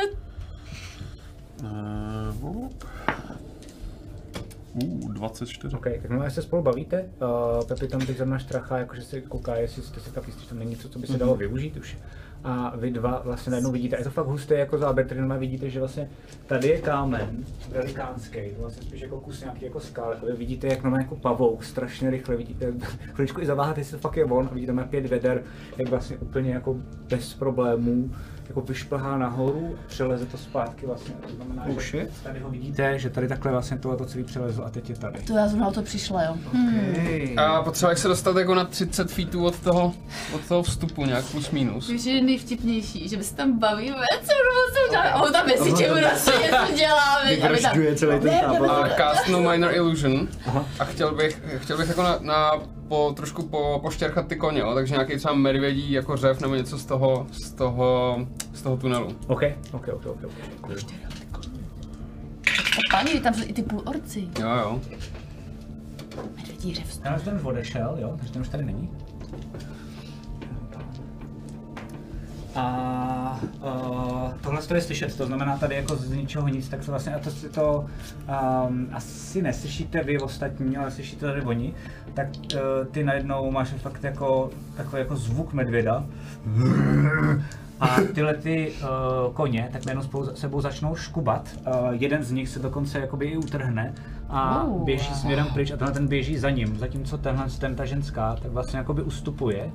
24.
Ok, tak no, se spolu bavíte. Pepi tam teď zrovna štrachá, jakože se kouká, jestli jste si tak jistí, že tam není něco, co by se dalo využít už. A vy dva vlastně najednou vidíte, je to fakt husté jako záběr, který vidíte, že vlastně tady je kámen velikánský, to vlastně spíš jako kus nějaký jako skály, a vy vidíte, jak normálně jako pavouk, strašně rychle vidíte, chviličku i zaváháte, jestli to fakt je on, a vidíte tam 5 veder, jak vlastně úplně jako bez problémů, jako vyšplhá nahoru a přeleze to zpátky vlastně, to znamená, že tady ho vidíte, že tady takhle vlastně tohleto celý přelezlo a teď je tady.
To já zrovna o to přišla, jo.
Okay.
A potřebuješ se dostat jako na 30 feetů od toho vstupu, nějak plus minus.
Víš, je nejvtipnější, že my se tam bavíme, co děláme, a on tam mezi čemu něco děláme.
Vyvražďuje celý ten tábor.
A cast no minor illusion. A chtěl bych jako na trošku poštěrchat ty koně, jo? Takže nějaký třeba medvědí jako řev nebo něco z toho tunelu.
OK.
Páni, tam jsou i ty půlorci.
Jo.
Medvědí řev.
Ten odešel, jo, takže ten už tady není. A tohle je slyšet, to znamená tady jako z ničeho nic, tak se vlastně, a to asi neslyšíte vy ostatní, ale slyšíte tady oni, tak ty najednou máš fakt jako takový jako zvuk medvěda. A tyhle ty koně tak najednou spolu sebou začnou škubat, jeden z nich se dokonce jakoby i utrhne a běží směrem pryč a tenhle ten běží za ním, zatímco ta ženská tak vlastně jakoby ustupuje.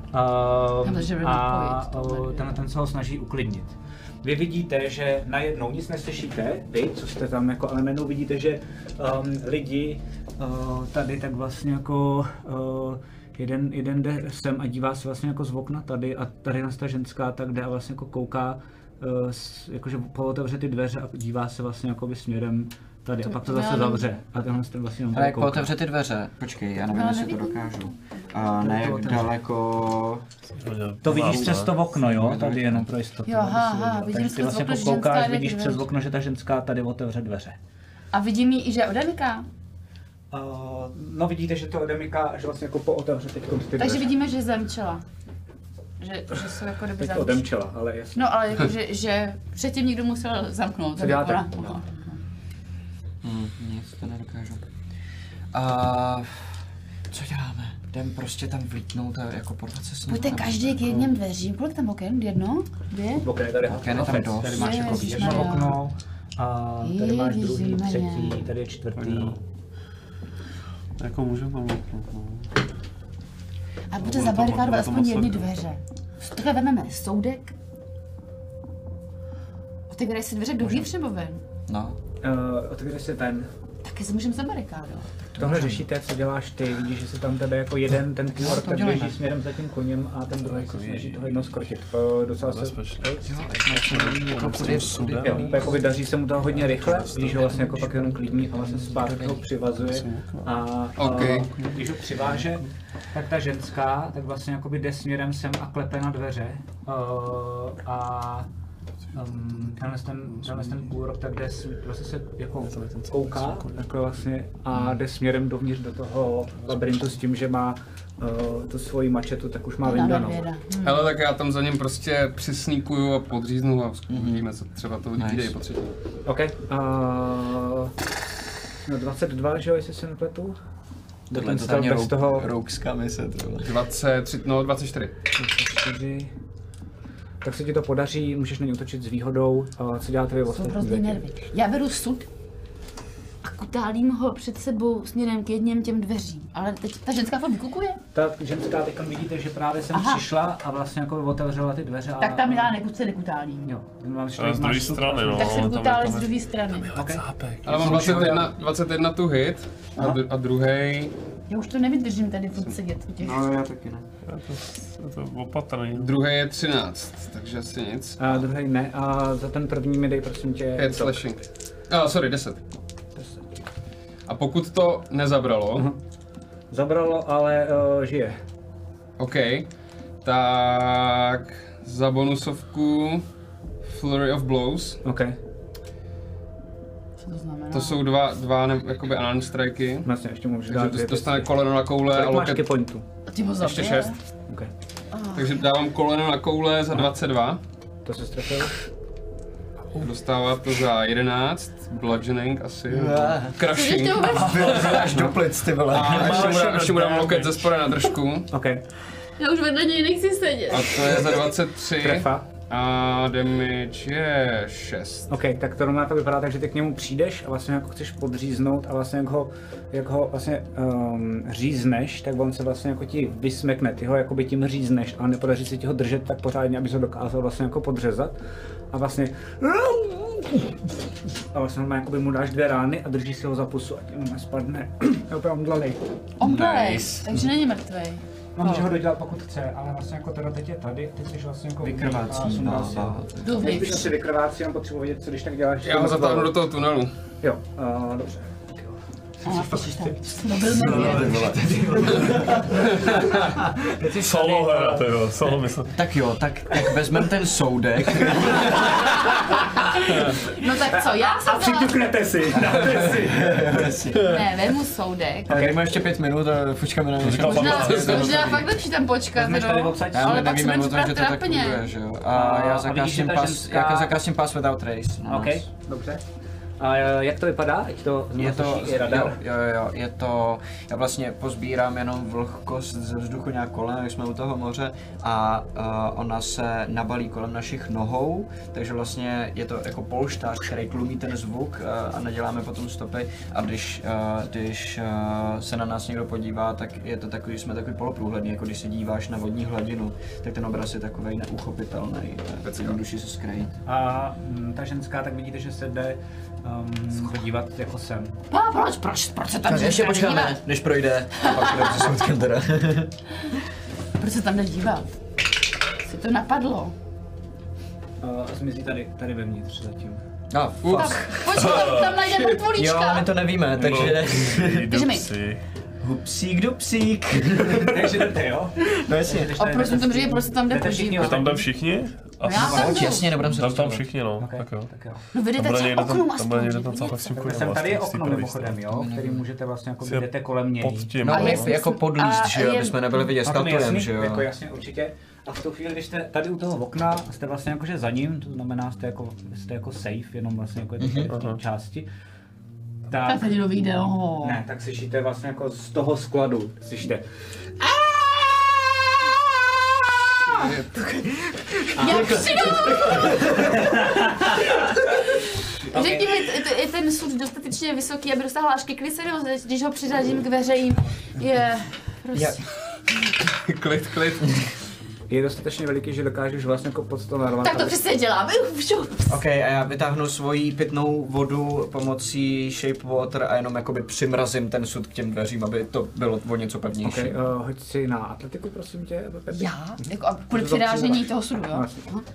A tenhle ten se ho snaží uklidnit. Vy vidíte, že najednou nic neslyšíte, vy, co jste tam jako, ale najednou vidíte, že lidi tady tak vlastně jako jeden jde sem a dívá se vlastně jako z okna tady a tady ta ženská tak jde a vlastně jako kouká, jakože pootevře ty dveře a dívá se vlastně jakoby směrem tady a pak to zase zavře a tenhle ten vlastně
ale jak pootevře ty dveře, počkej, já nevím, jestli to dokážu. Ne, jak daleko...
To vidíš přes to okno, jo, tady jenom pro jistotu.
Jo, vidím
ty vlastně koukáš, vidíš přes okno, že ta ženská tady otevře dveře.
A vidím ji i, že odemyká?
No vidíte, že to odemyká, že vlastně jako pootevře teď ty dveře.
Takže vidíme, že zamčela. Že jsou jako doby zamčela.
Odemčela, ale jasně.
No ale jako, že předtím někdo musel zamknout.
Co děláte?
Nic to nedokážu. Co děláme? Jdem prostě tam vlítnout a jako porvat se s ním.
Pojďte každý k jedním dveřím. Kolik tam oken? Jedno? Dvě?
Oken tady
tady
máš jako jedno okno. A tady máš druhý, třetí, tady je čtvrtý.
Jako můžeme tam vlítnout, no.
A bude zabarikádovat aspoň jedny dveře. Takhle vezmeme soudek. Otevírají se dveře dovnitř nebo ven?
No.
Otevírají se ven.
Taky se můžeme zabarikádovat.
Tohle řešíte, co děláš ty, vidíš, že se tam tady jako jeden, ten půlor tak běží směrem za tím koněm a ten druhý se snaží toho jednou skrotit. Docela se... Jako daří se mu to hodně rychle, když ho vlastně jako pak jenom klidní a vlastně zpátky ho přivazuje a když ho přiváže, tak ta ženská tak vlastně jakoby jde směrem sem a klepe na dveře a tenhle ten půlrok tak jde, vlastně se jako kouká takhle vlastně a jde směrem dovnitř do toho labirintu s tím, že má tu svoji mačetu, tak už má vyndanou.
Hele, tak já tam za ním prostě přisníkuju a podříznu a uvidíme, co třeba toho dítě je potřeba.
OK. No 22, že jo, jestli se nepletu?
Tohle to tam je roukská mise,
23, no 24.
24. Tak se ti to podaří, můžeš na ně útočit s výhodou. Co děláte vy ostatní?
Jsou hrozný nervy. Já beru sud a kutálím ho před sebou směrem k jedním těm dveřím. Ale teď ta ženská fakt vykukuje?
Ta ženská teď vidíte, že právě jsem přišla a vlastně jako otevřela ty dveře.
Tak tam já nekutálím.
Jo.
Z druhé strany, no.
Tak jsem kutálil z druhé strany.
Ale mám 21 tu hit a druhý.
Já už to nevydržím tady furt sedět u těch.
No já taky ne.
Je to opatrný.
Druhý je 13, takže asi nic.
A druhý ne, a za ten první mi dej prosím tě
5 slashing. Sorry, 10. A pokud to nezabralo...
Zabralo, ale žije.
OK, tak za bonusovku Flurry of Blows.
OK.
Co to znamená?
To jsou dva jakoby unarmed strikey.
Vlastně ještě můžu dát
Takže dostane koleno na koule a loket.
Pointu.
Ještě 6.
Okay.
Takže dávám koleno na koule za 22.
To se strefil.
Dostává to za 11, bludgeoning asi, crushing.
Až do plic, ty vole.
A ještě mu dám loket ze spoda na držku.
OK.
Já už vedle něj nechci sedět.
A to je za 23.
Trefa.
A damage je 6.
OK, tak to normálně to vypadá tak, že ty k němu přijdeš a vlastně jako chceš podříznout a vlastně jak ho vlastně řízneš, tak on se vlastně jako ti vysmekne, ty ho jakoby tím řízneš, ale nepodaří se ti ho držet tak pořádně, aby se ho dokázal vlastně jako podřezat. A vlastně jakoby mu dáš 2 rány a drží si ho za pusu a tím spadne. Je úplně omdlalej.
Omdlalej, takže není mrtvej.
No, může ho dodělat pokud chce, ale vlastně jako teda teď je tady, teď jsi vlastně jako
vykrvácí.
Když asi vykrvácí, mám potřebuji vědět, co když tak děláš.
Já ho zatáhnu do toho tunelu.
Jo, dobře.
Solo hra, to jo, solo myslím.
Tak jo, tak vezmeme ten soudek.
No tak co, já jsem
Přiťuknete si, dáte si.
Ne, vemu soudek.
Tak máme ještě 5 minut a počkáme na něco.
Možná fakt lepší tam počkat,
Vezmeš tady
no.
odsaď?
Ale pak
nevíme
se
o tom,
budeme
že to tak
trápně.
funguje, že jo. A já zakázím pass without trace.
OK, dobře. A jak to vypadá? Ať to je radar?
Jo, je to, já vlastně pozbírám jenom vlhkost ze vzduchu nějak kolem, jak jsme u toho moře a ona se nabalí kolem našich nohou, takže vlastně je to jako polštář, který tlumí ten zvuk a neděláme potom stopy a když se na nás někdo podívá, tak je to takový, jsme takový poloprůhledný, jako když se díváš na vodní hladinu, tak ten obraz je takovej neuchopitelný, tak jednodušší se skrýt.
A ta ženská, tak vidíte, že se jde podívat jako sem.
Proč se tam
Ještě počkáme, než projde, a pak půjdeme se soudkem teda.
Proč se tam jde dívat? Si to napadlo.
Zmizí tady vevnitř zatím.
Počkej, tam najdeme
Jo,
políčka.
ale my to nevíme, takže...
Takže my.
Hupsík dupsík.
Takže jdete, jo?
No jasně.
A proč jsem tam říkal, proč se tam jde podívat?
Tam jdem všichni?
Já tam jdu.
Jasně, nebudeme se
Tam všichni, no. Tak jo.
No vy jdete třeba oknem
Tam bude
aspoň.
někde ten západ s tím koněm.
Tady je okno mimochodem, jo? Který můžete vlastně jako jdete kolem něj.
Pod tím.
No,
A
jako podlíst, že jo,
je-
aby jsme nebyli vidět,
A to mi
skaltujem,
jasný,
že jo.
jako jasně, určitě. A v tu chvíli, když jste tady u toho okna, jste vlastně jakože za ním, to znamená, jste jako safe, jenom vlastně jako je to v té části.
Tak tady nový jde, oho.
Ne, tak slyšíte vlastně jako z toho skladu, slyšíte.
Já přijdu! Řekni mi, je ten sud dostatečně vysoký, aby dostal hlášky klisery, když ho přiřadím k veřejím, je... Prostě...
Klid.
Je dostatečně veliký, že dokážeš vlastně jako pod to narvat.
Tak to přesně dělám.
OK, a já vytáhnu svoji pitnou vodu pomocí Shape Water a jenom jakoby přimrazím ten sud k těm dveřím, aby to bylo o něco pevnější.
OK, hoď si na atletiku, prosím tě.
Já? Jako a kvůli přirážení toho sudu, jo?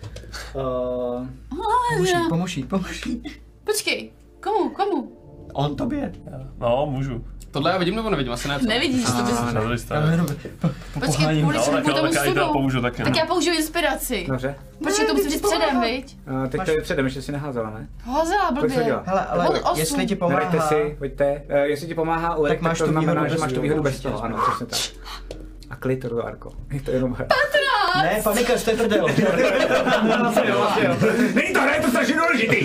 Pomoží.
Počkej, komu?
On tobě.
No, můžu.
Tohle já vidím nebo nevidím? Asi ne.
Nevidíš, to bys...
Na druhé straně.
Počkej, kvůli
No, tak
tomu
já
sudu.
použiju taky.
Tak já použiju inspiraci.
Dobře.
Počkej, to musím říct předem, viď?
Teď to je předem, ještě si neházela, ne?
Hozela,
Kolik jsi
blbě.
hodila?
Hele, ale
Od 8.
jestli ti
Nerajte
pomáhá...
si, pojďte. Jestli ti pomáhá Ulrik,
Tak máš
to
tu
znamená,
výhodu
že
bez
máš tu
toho,
výhodu bez
určitě.
toho, ano, přesně tak. A klid, Arko. Je to jenom hra.
Ne, panika, jste prdel.
Není to hra, je to strašně důležitý.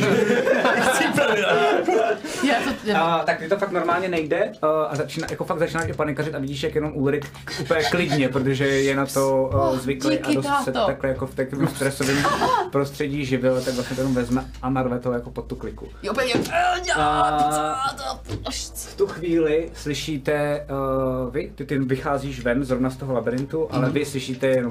Tak ty to fakt normálně nejde a fakt začínáš i panikařit a vidíš, jak jenom Ulrik úplně klidně, protože je na to zvyklý a dost se takhle jako v takovém stresovém prostředí živil, tak vlastně to jenom vezme a narve to jako pod tu kliku. V tu chvíli slyšíte, ty vycházíš ven zrovna z toho labirintu, ale vy slyšíte jenom...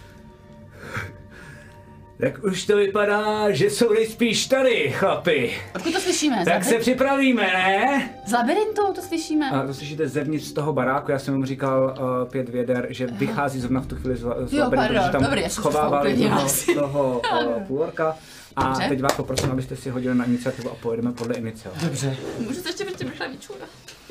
Tak už to vypadá, že jsou nejspíš tady, chlapi.
Odkud to slyšíme?
Tak se připravíme, ne?
Z labirintu to slyšíme.
A to slyšíte zevnitř z toho baráku, já jsem vám říkal 5 věder, že vychází zrovna v tu chvíli z labirintu, že tam schovávali toho půlorka. A
Dobře.
teď vás poprosím, abyste si hodili na iniciativu a pojedeme podle iniciativy.
Dobře.
Můžu to ještě prostě rychle vyčůrat.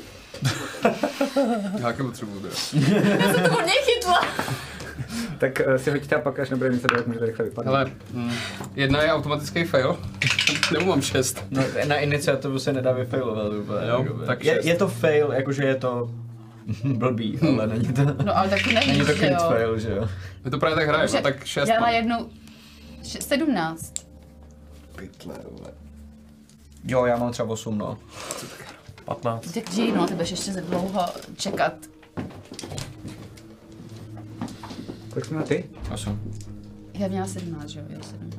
Já taky potřebuju teda.
Já jsem to nechytla.
Tak si hoďte a pak, až nebude iniciativa, tak můžete rychle vypadnout.
Hele, 1 je automatický fail. Nebo mám 6.
No, na iniciativu se nedá vyfailovat úplně.
Jo,
jakoby.
tak
je,
6.
je to fail, jakože je to blbý, ale není to...
No ale taky
Není
nevíš,
to
že
crit
jo.
fail, že jo?
My to právě tak hrajeme,
Dobře,
tak 6
já na
mám.
jednu 17.
Pytle, jo, já mám třeba 8, no.
15.
Takže no, ty budeš ještě za dlouho čekat.
Kolik jsi měl ty?
8.
Já měla 17, že jo? Jo, 17.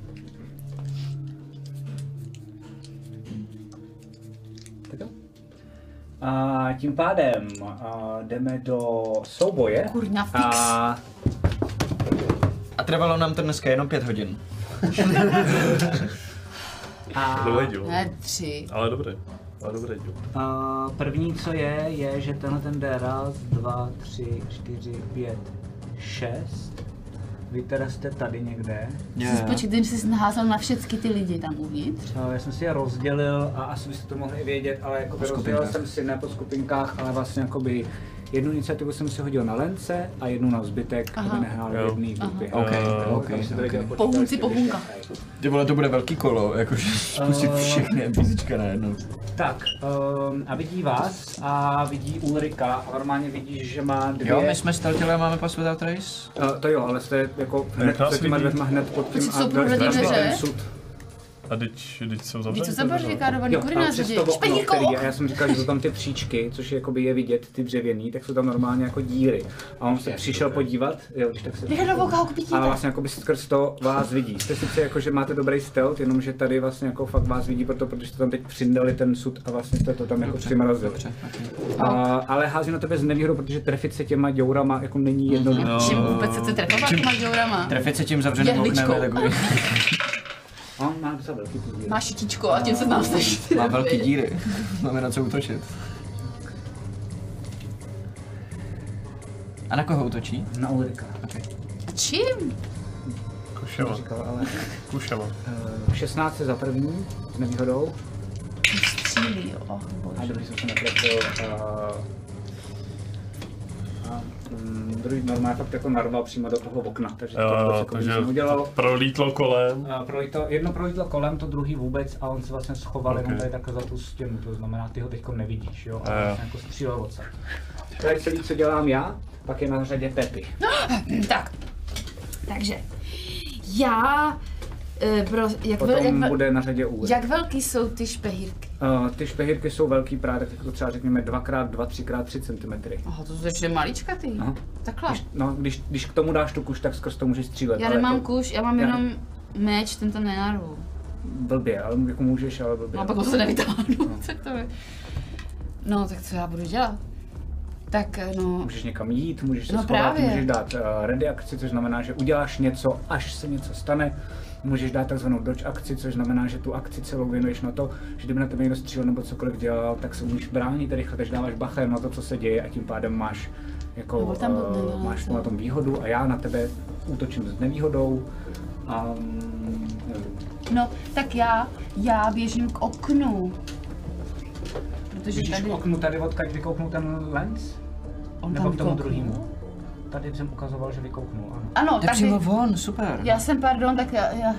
Tak jo. A tím pádem jdeme do souboje.
Kurňa, fix.
A trvalo nám to dneska jenom 5 hodin.
Dobrý díl.
Ne, 3.
Ale dobrý. Ale dobrý díl.
První, co je, že tenhle ten jde 1, 2, 3, 4, 5, 6. Vy teda jste tady někde.
Počkej, když jsi naházel na všechny ty lidi tam uvnitř.
Já jsem si je rozdělil a asi byste to mohli vědět, ale jako rozdělil jsem si ne po skupinkách, ale vlastně jakoby jednu iniciativu jsem si hodil na Lence a jednu na zbytek, aby nehrál v jedný grupě.
Pohůnci pohůnka.
Ty vole, to bude velký kolo, jakože zkusit všechny NPCčka najednou.
Tak, a vidí vás a vidí Ulrika a normálně vidíš, že má dvě...
Jo, my jsme steltili a máme Pass Without Trace?
To jo, ale jste jako hned před těma dvěma hned pod tím a další ten sud.
A teď jsou zavřený?
Víš, co jsem barrikádovaný koordináři? Špendíko!
A já jsem říkal, že jsou tam ty příčky, což jakoby je vidět, ty dřevěný, tak jsou tam normálně jako díry. A on se přišel podívat, jo, když tak se... A vlastně jakoby skrz to vás vidí. Jste sice jako, že máte dobrý stealth, jenomže tady vlastně jako fakt vás vidí, protože jste tam teď přindali ten sud a vlastně jste to tam jako přimrazili. Ale hází na tebe z nevýhodou, protože trefit se těma děurama jako není jednoduché.
Čím vůbec se trefovat těma děurama?
Trefit se tím zavřeným oknem je takový.
On má docela velký díry.
Má šitíčko a tím se nám snaží.
Má velký díry. Máme na co útočit. A na koho útočí?
Na Ulrika.
Okay.
Čím?
Kušema.
Ale...
Kušema.
16 za první, s nevýhodou.
Střílí, jo.
A druhý jsem se netrefil. Druhý normálně fakt jako narval přímo do toho okna, takže to neudělalo.
Prolítlo kolem.
Jedno prolítlo kolem, to druhý vůbec a on se vlastně schoval jenom tady takhle za tu stěnu, to znamená, ty ho teďko nevidíš, jo, a vlastně jako střílel odsaď. To je celý, co dělám já, pak je na řadě Pepi.
Takže já...
bude na řadě Ulrik.
Jak velký jsou ty špehírky?
Ty špehírky jsou velký právě, tak to třeba řekněme 2x2, 3x3 cm.
Aha, to jsou ještě malička ty. Takhle.
Když k tomu dáš tu kuš, tak skrz to můžeš střílet.
Já nemám kuš, já mám jenom meč, ten tam nenarvu.
Blbě, ale jako můžeš, ale blbě.
No a pak to nevytáhnu, tak to je. No, tak co já budu dělat? Tak no...
Můžeš někam jít, můžeš se schovat, můžeš dát ready akci, což znamená, že uděláš něco, až se něco stane. Můžeš dát takzvanou dodge akci, což znamená, že tu akci celou věnuješ na to, že kdyby na tebe někdo střílel nebo cokoliv dělal, tak se můžeš bránit rychle, takže dáváš bacha na to, co se děje a tím pádem máš jako, máš na tom výhodu a já na tebe útočím s nevýhodou.
No, tak já běžím k oknu. Protože
běžíš k oknu tady odkud vykouknul ten lens?
On
nebo
tam
k tomu druhému? Tady jsem ukazoval, že vykouknul, ano.
Ano,
tak přímo von, super.
Já jsem, pardon, tak já...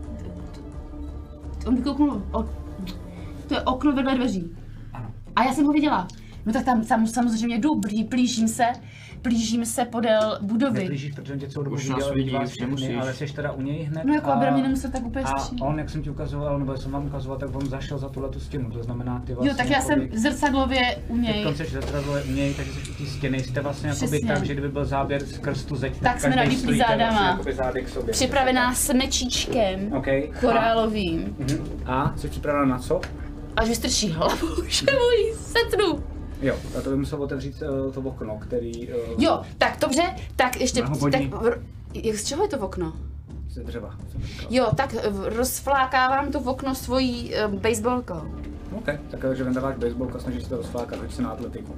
On vykouknul, to je okno vedle dveří.
Ano.
A já jsem ho viděla. No tak tam samozřejmě jdu, blížím se podél budovy.
Neblížíš, protože on tě celou dobu viděl, ale jsi teda u něj hned.
No jako aby mě nemusel tak úplně
střílet. A on, jak jsem ti ukazoval, nebo jsem vám ukazoval, tak on zašel za tuhletu stěnu, to znamená ty vlastně.
Jo, tak já jsem zrcadlově u něj.
Teď jsi zrcadlově u něj, takže jsi u té stěny, jste vlastně jakoby tak, že kdyby byl záběr skrz tu zeď,
tak jsme nalíplí zádama.
Vlastně
připravená s mečíčkem, korálovým.
A jsi připravená na co?
Až vystrčí hlavu, že můj setnu.
Jo, a to by musel otevřít to okno, který...
Jo, tak dobře, tak ještě... Z čeho je to okno?
Ze dřeva, jsem říkal.
Jo, tak rozflákávám to okno svojí baseballkou.
OK, takže vendáváš baseballku a snažíš se to rozflákat, hoď se na atletiku.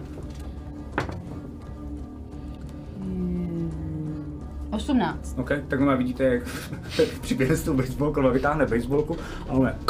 18.
OK, tak no vidíte, jak přiběhne s tou baseballkou a vytáhne baseballku a on je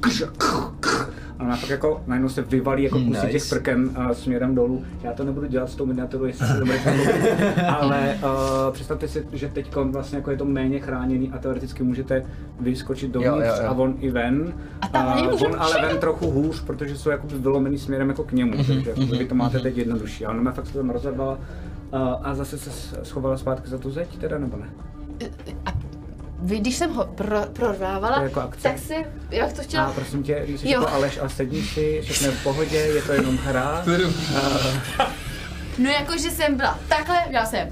a ona tak jako najednou se vyvalí jako kusy těch prken směrem dolů. Já to nebudu dělat s tou miniaturou, jestli se dobré ale představte si, že teď vlastně jako je to méně chráněný a teoreticky můžete vyskočit dovnitř a on i ven. On ale ven trochu hůř, protože jsou jakoby vylomený směrem jako k němu, takže vy to máte teď jednodušší. A ona mě fakt se tam rozhodla a zase se schovala zpátky za tu zeď, teda nebo ne?
Vy, když jsem ho prorvávala,
jako
tak si, jak to chtěla...
A prosím tě, když jsi jako Aleš a sedni si, všechno je v pohodě, je to jenom hra.
No jakože jsem byla takhle, já jsem...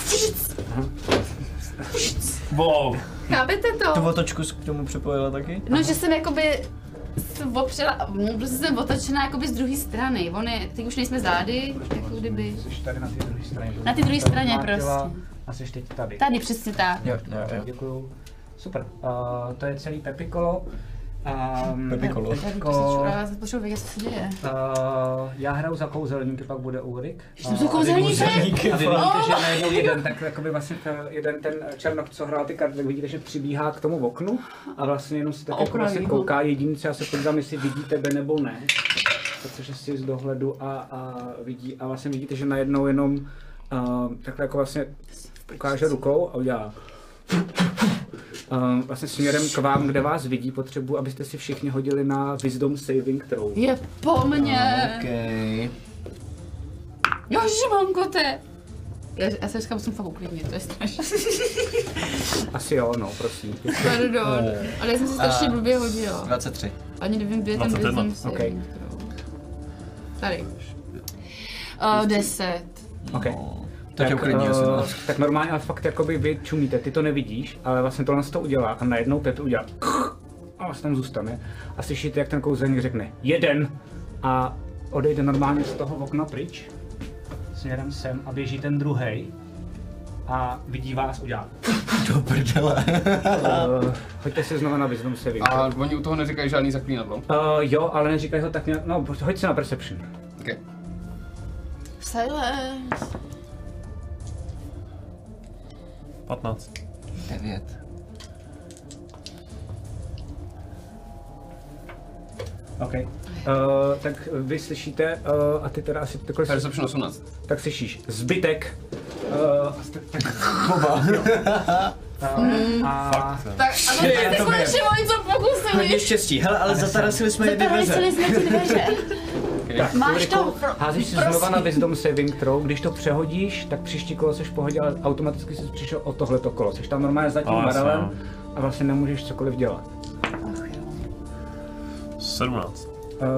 Wow.
Chápete to?
Tu otočku k tomu připojila taky?
No, že jsem jakoby opřela, prostě jsem otočená jakoby z druhé strany. Teď už nejsme zády, jako kdyby...
Jsi tady na té druhé straně.
Na té druhé straně prostě.
A jsi teď tady.
Tady, přesně tak.
Jo. Děkuju. Super. To je celý Pepikolo.
Pepi kolo.
Já potřebuji vědět, co se děje.
Já hraju za kouzelníky, pak bude Ulrik.
To jsou kouzelníci?
A vy víte, že najednou jeden, tak jakoby vlastně jeden ten černok, co hrál ty karty, tak vidíte, že přibíhá k tomu oknu a vlastně jenom se tak jako vlastně kouká. Jediný, co já se podívám, jestli vidí tebe nebo ne. Protože si z dohledu a vidí a vlastně vidíte, že najednou jenom takhle jako vlastně ukáže rukou a udělá. Vlastně směrem k vám, kde vás vidí, potřebuji, abyste si všichni hodili na Wisdom Saving Throw.
Je po mně!
Okay.
Jožimankote! Já se říkám, musím fakt uklidnit, to je strašné.
Asi jo, no, prosím.
Pardon, ale já jsem si strašně blbě hodila.
23.
Ani nevím, kde je ten Wisdom Saving Throw. Tady. 10.
Okay.
To tě uklidní asi, no.
Tak normálně, ale fakt jakoby vy čumíte, ty to nevidíš, ale vlastně tohle to udělá a najednou Pepe udělá a vlastně tam zůstane a slyšíte, jak ten kouzelník řekne jeden a odejde normálně z toho okna pryč směrem sem a běží ten druhej a vidí vás, udělá.
Do prdele.
Hoďte si znovu na Wisdom Saving.
A oni u toho neříkají žádný zaklínadlo?
Jo, ale neříkají ho tak nějak, no hoď se na Perception.
Okay.
Silence.
15.
9.
OK. Tak vy slyšíte, a ty teda asi takhle...
Perception 18.
Tak slyšíš zbytek.
Tak ano, ty konečně o něco pokusili.
Hodně štěstí. Hele, ale zatarasili jsme je dveře.
Zatarasili jsme ty dveře.
Tak,
máš to,
házíš si znova na Wisdom Saving Throw, když to přehodíš, tak příští kolo seš v pohodě, ale automaticky jsi přišel o tohleto kolo. Seš tam normálně za tím barelem a vlastně nemůžeš cokoliv dělat.
17.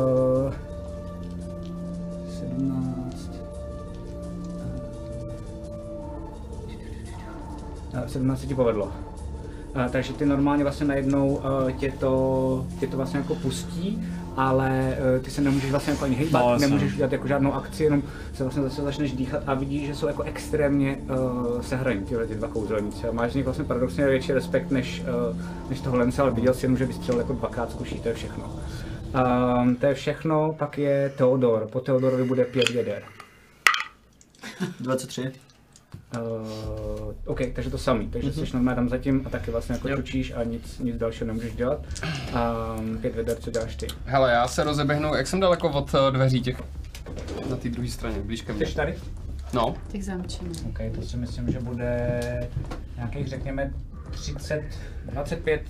17 se ti povedlo. Takže ty normálně vlastně najednou tě to vlastně jako pustí, ale ty se nemůžeš vlastně jako ani hejbat, nemůžeš udělat jako žádnou akci, jenom se vlastně zase začneš dýchat a vidíš, že jsou jako extrémně sehraní ty dva kouzelníci. A máš z nich vlastně paradoxně větší respekt než toho Lence, ale viděl si jenom, že vystřelil jako dvakrát zkuší, to je všechno. To je všechno, pak je Theodor, po Theodorovi bude 5 jader.
23.
OK, takže to samý, takže jsi normálně tam zatím a taky vlastně jako tučíš a nic dalšího nemůžeš dělat. 5 jader, co děláš ty?
Hele, já se rozeběhnu, jak jsem daleko od dveří těch? Na té druhé straně, blíž ke mně.
Jsi tady?
No.
Tak zamčíme.
OK, to si myslím, že bude nějakých řekněme 25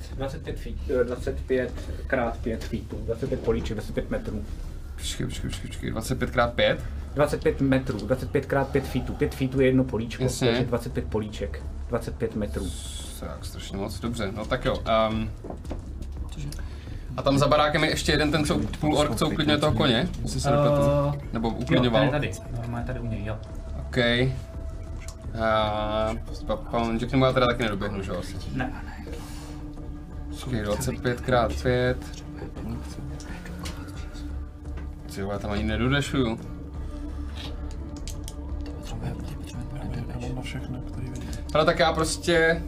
krát 5 feetů, 25 políček, 25 metrů.
Počkej, 25x5?
25 metrů, 25 krát 5 feetů, 5 feetů je jedno políčko,
jasně.
Takže 25 políček, 25 metrů.
Tak, strašně moc, dobře, no tak jo. A tam za barákem je ještě jeden ten půl ork, co uklidňuje toho koně, jestli se nepletu, nebo uklidňoval.
Jo, tady, normálně tady u něj, jo.
OK. Že k němu já teda taky nedoběhnu, že jo asi?
Ne.
Počkej, 25x5. Tyjo, já tam ani nedodešuju. Ale tak já prostě...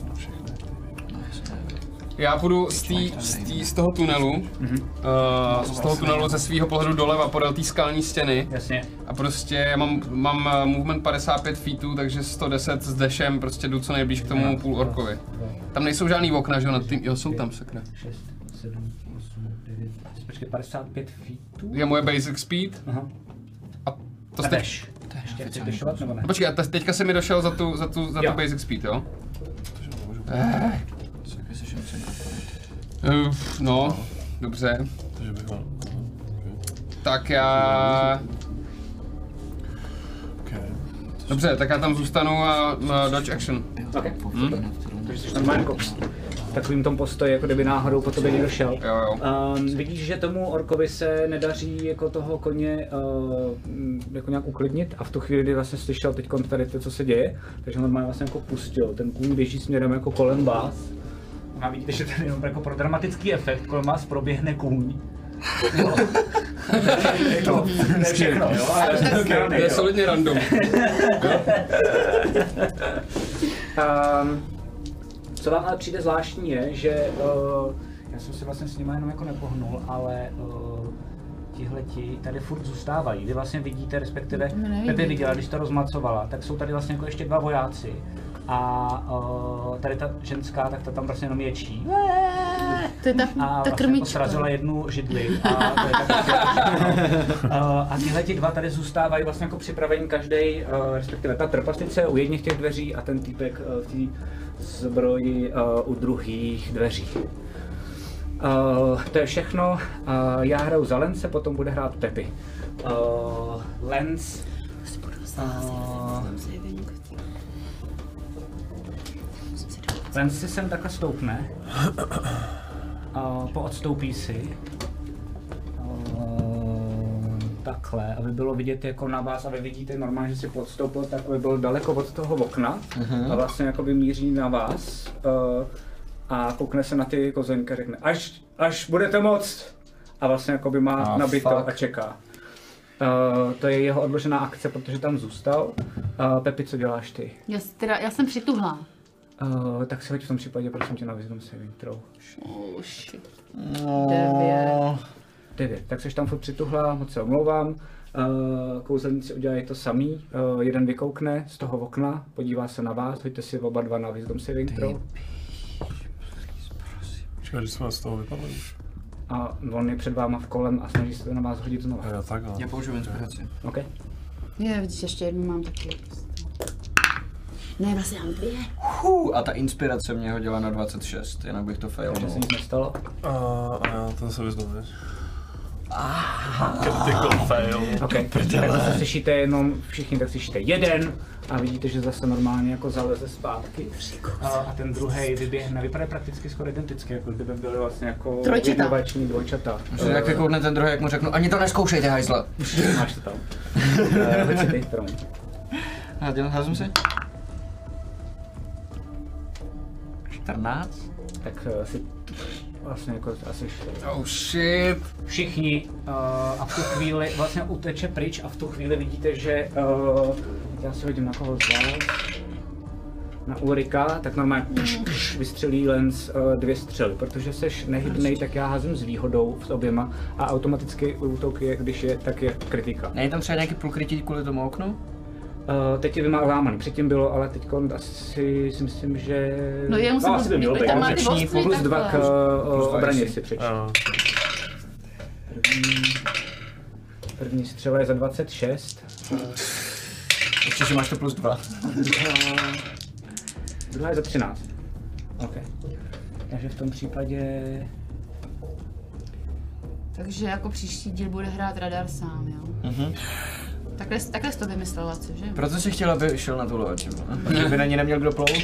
Já půjdu z toho tunelu, z toho tunelu ze svého pohledu doleva podél té skalní stěny.
Jasně.
A prostě já mám movement 55 feetů, takže 110 s dešem prostě jdu co nejblíž k tomu půl orkovi. Tam nejsou žádný okna, že jo, nad tím, jo, jsou tam, sakra.
6, 7, 8, 9, počkej, 55 feetů?
Je moje basic speed.
Aha.
A to jste...
Ještě chceš dešovat, nebo ne?
Počkej, a teďka se mi došel za tu basic speed, jo? No, dobře. Tak já... Dobře, tak já tam zůstanu a dodge action.
Okay. Takže jsi normálně jako v takovým tom postoji, jako kdyby náhodou po tobě někdo šel.
Jo.
Vidíš, že tomu orkovi se nedaří jako toho koně jako nějak uklidnit a v tu chvíli, kdy vlastně slyšel teď tady to, co se děje, takže normálně vlastně jako pustil. Ten kůň běží směrem jako kolem vás. A vidíte, že ten jenom jako pro dramatický efekt kolem vás proběhne kůň. Jo. To je všechno, jo?
To je solidně random.
Co vám ale přijde zvláštní je, že
Já jsem si vlastně s nimi jenom jako nepohnul, ale tihleti tady furt zůstávají. Vy vlastně vidíte, respektive Pepi viděla, když to rozmacovala, tak jsou tady vlastně jako ještě 2 vojáci. A tady ta ženská, tak ta tam vlastně jenom ječí.
To je ta
vlastně
krmička.
Jako srazila jednu židli. A tihleti 2 tady zůstávají vlastně jako připravení každý, respektive ta trpastice u jedných těch dveří a ten týpek v té zbroji u druhých dveří. To je všechno. Já hraju za Lence, potom bude hrát Pepi. Lens. Lens si sem takhle stoupne. Poodstoupí si. Takhle, aby bylo vidět jako na vás, a vy vidíte normálně, že si podstoupil, tak aby byl daleko od toho okna a vlastně jakoby míří na vás. A koukne se na ty kozeňky a řekne, až budete moct. A vlastně jakoby má nabito a čeká. To je jeho odložená akce, protože tam zůstal. Pepi, co děláš ty?
Já jsem přituhlá.
Tak si hoď v tom případě, prosím tě, na wisdom saving throw. 9. Tak seš tam furt přituhlá, moc se omlouvám. Kouzelníci udělají to samý. Jeden vykoukne z toho okna, podívá se na vás, hoďte si oba 2 na wisdom saving throw.
Počkej, že jsme z toho vypadli už.
A on je před váma v kolem a snaží se na vás hodit znovu.
Jo, takhle.
Já použiju inspiraci.
OK.
Je, vidíš, ještě jednu mám taky. Ne, vlastně mám 2.
A ta inspirace mě hodila na 26, jinak bych to failnul.
Takže se nic nestalo.
A ten se vyznal, víš? Critical fail.
OK, tak zase slyšíte jenom, všichni tak slyšíte jeden a vidíte, že zase normálně jako zaleze zpátky. A ten druhý vyběhne, vypadá prakticky skoro identicky, jako kdyby byly vlastně jako jednovační dvojčata.
Jak vykoudne ten druhý, jak mu řeknu, ani to neskoušejte, hajzle.
Máš to tam. Hoď si ty, promiň.
Házím si. 14.
Tak si vlastně jako asi
Oh shit.
všichni a v tu chvíli vlastně uteče pryč a v tu chvíli vidíte, že já si hodím na koho zvlášť, na Ulrika, tak normálně vystřelí Lens 2 střely, protože seš nehybnej, tak já házím s výhodou s oběma a automaticky útok je, když je, tak je kritika.
Není tam třeba nějaký průkrytí kvůli tomu oknu?
Teď je lámaný, předtím bylo, ale teď asi si myslím, že...
No jenom se
asi by mělo být. Plus 2 k obraně si přečtu. První střela je za 26.
Ještě, že máš to plus 2.
Druhá je za 13. OK. Takže v tom případě...
Takže jako příští díl bude hrát radar sám, jo? Takhle jsi to vymyslela, cože?
Proto jsi chtěla, aby šel na tu loď, protože by na ní neměl kdo plout.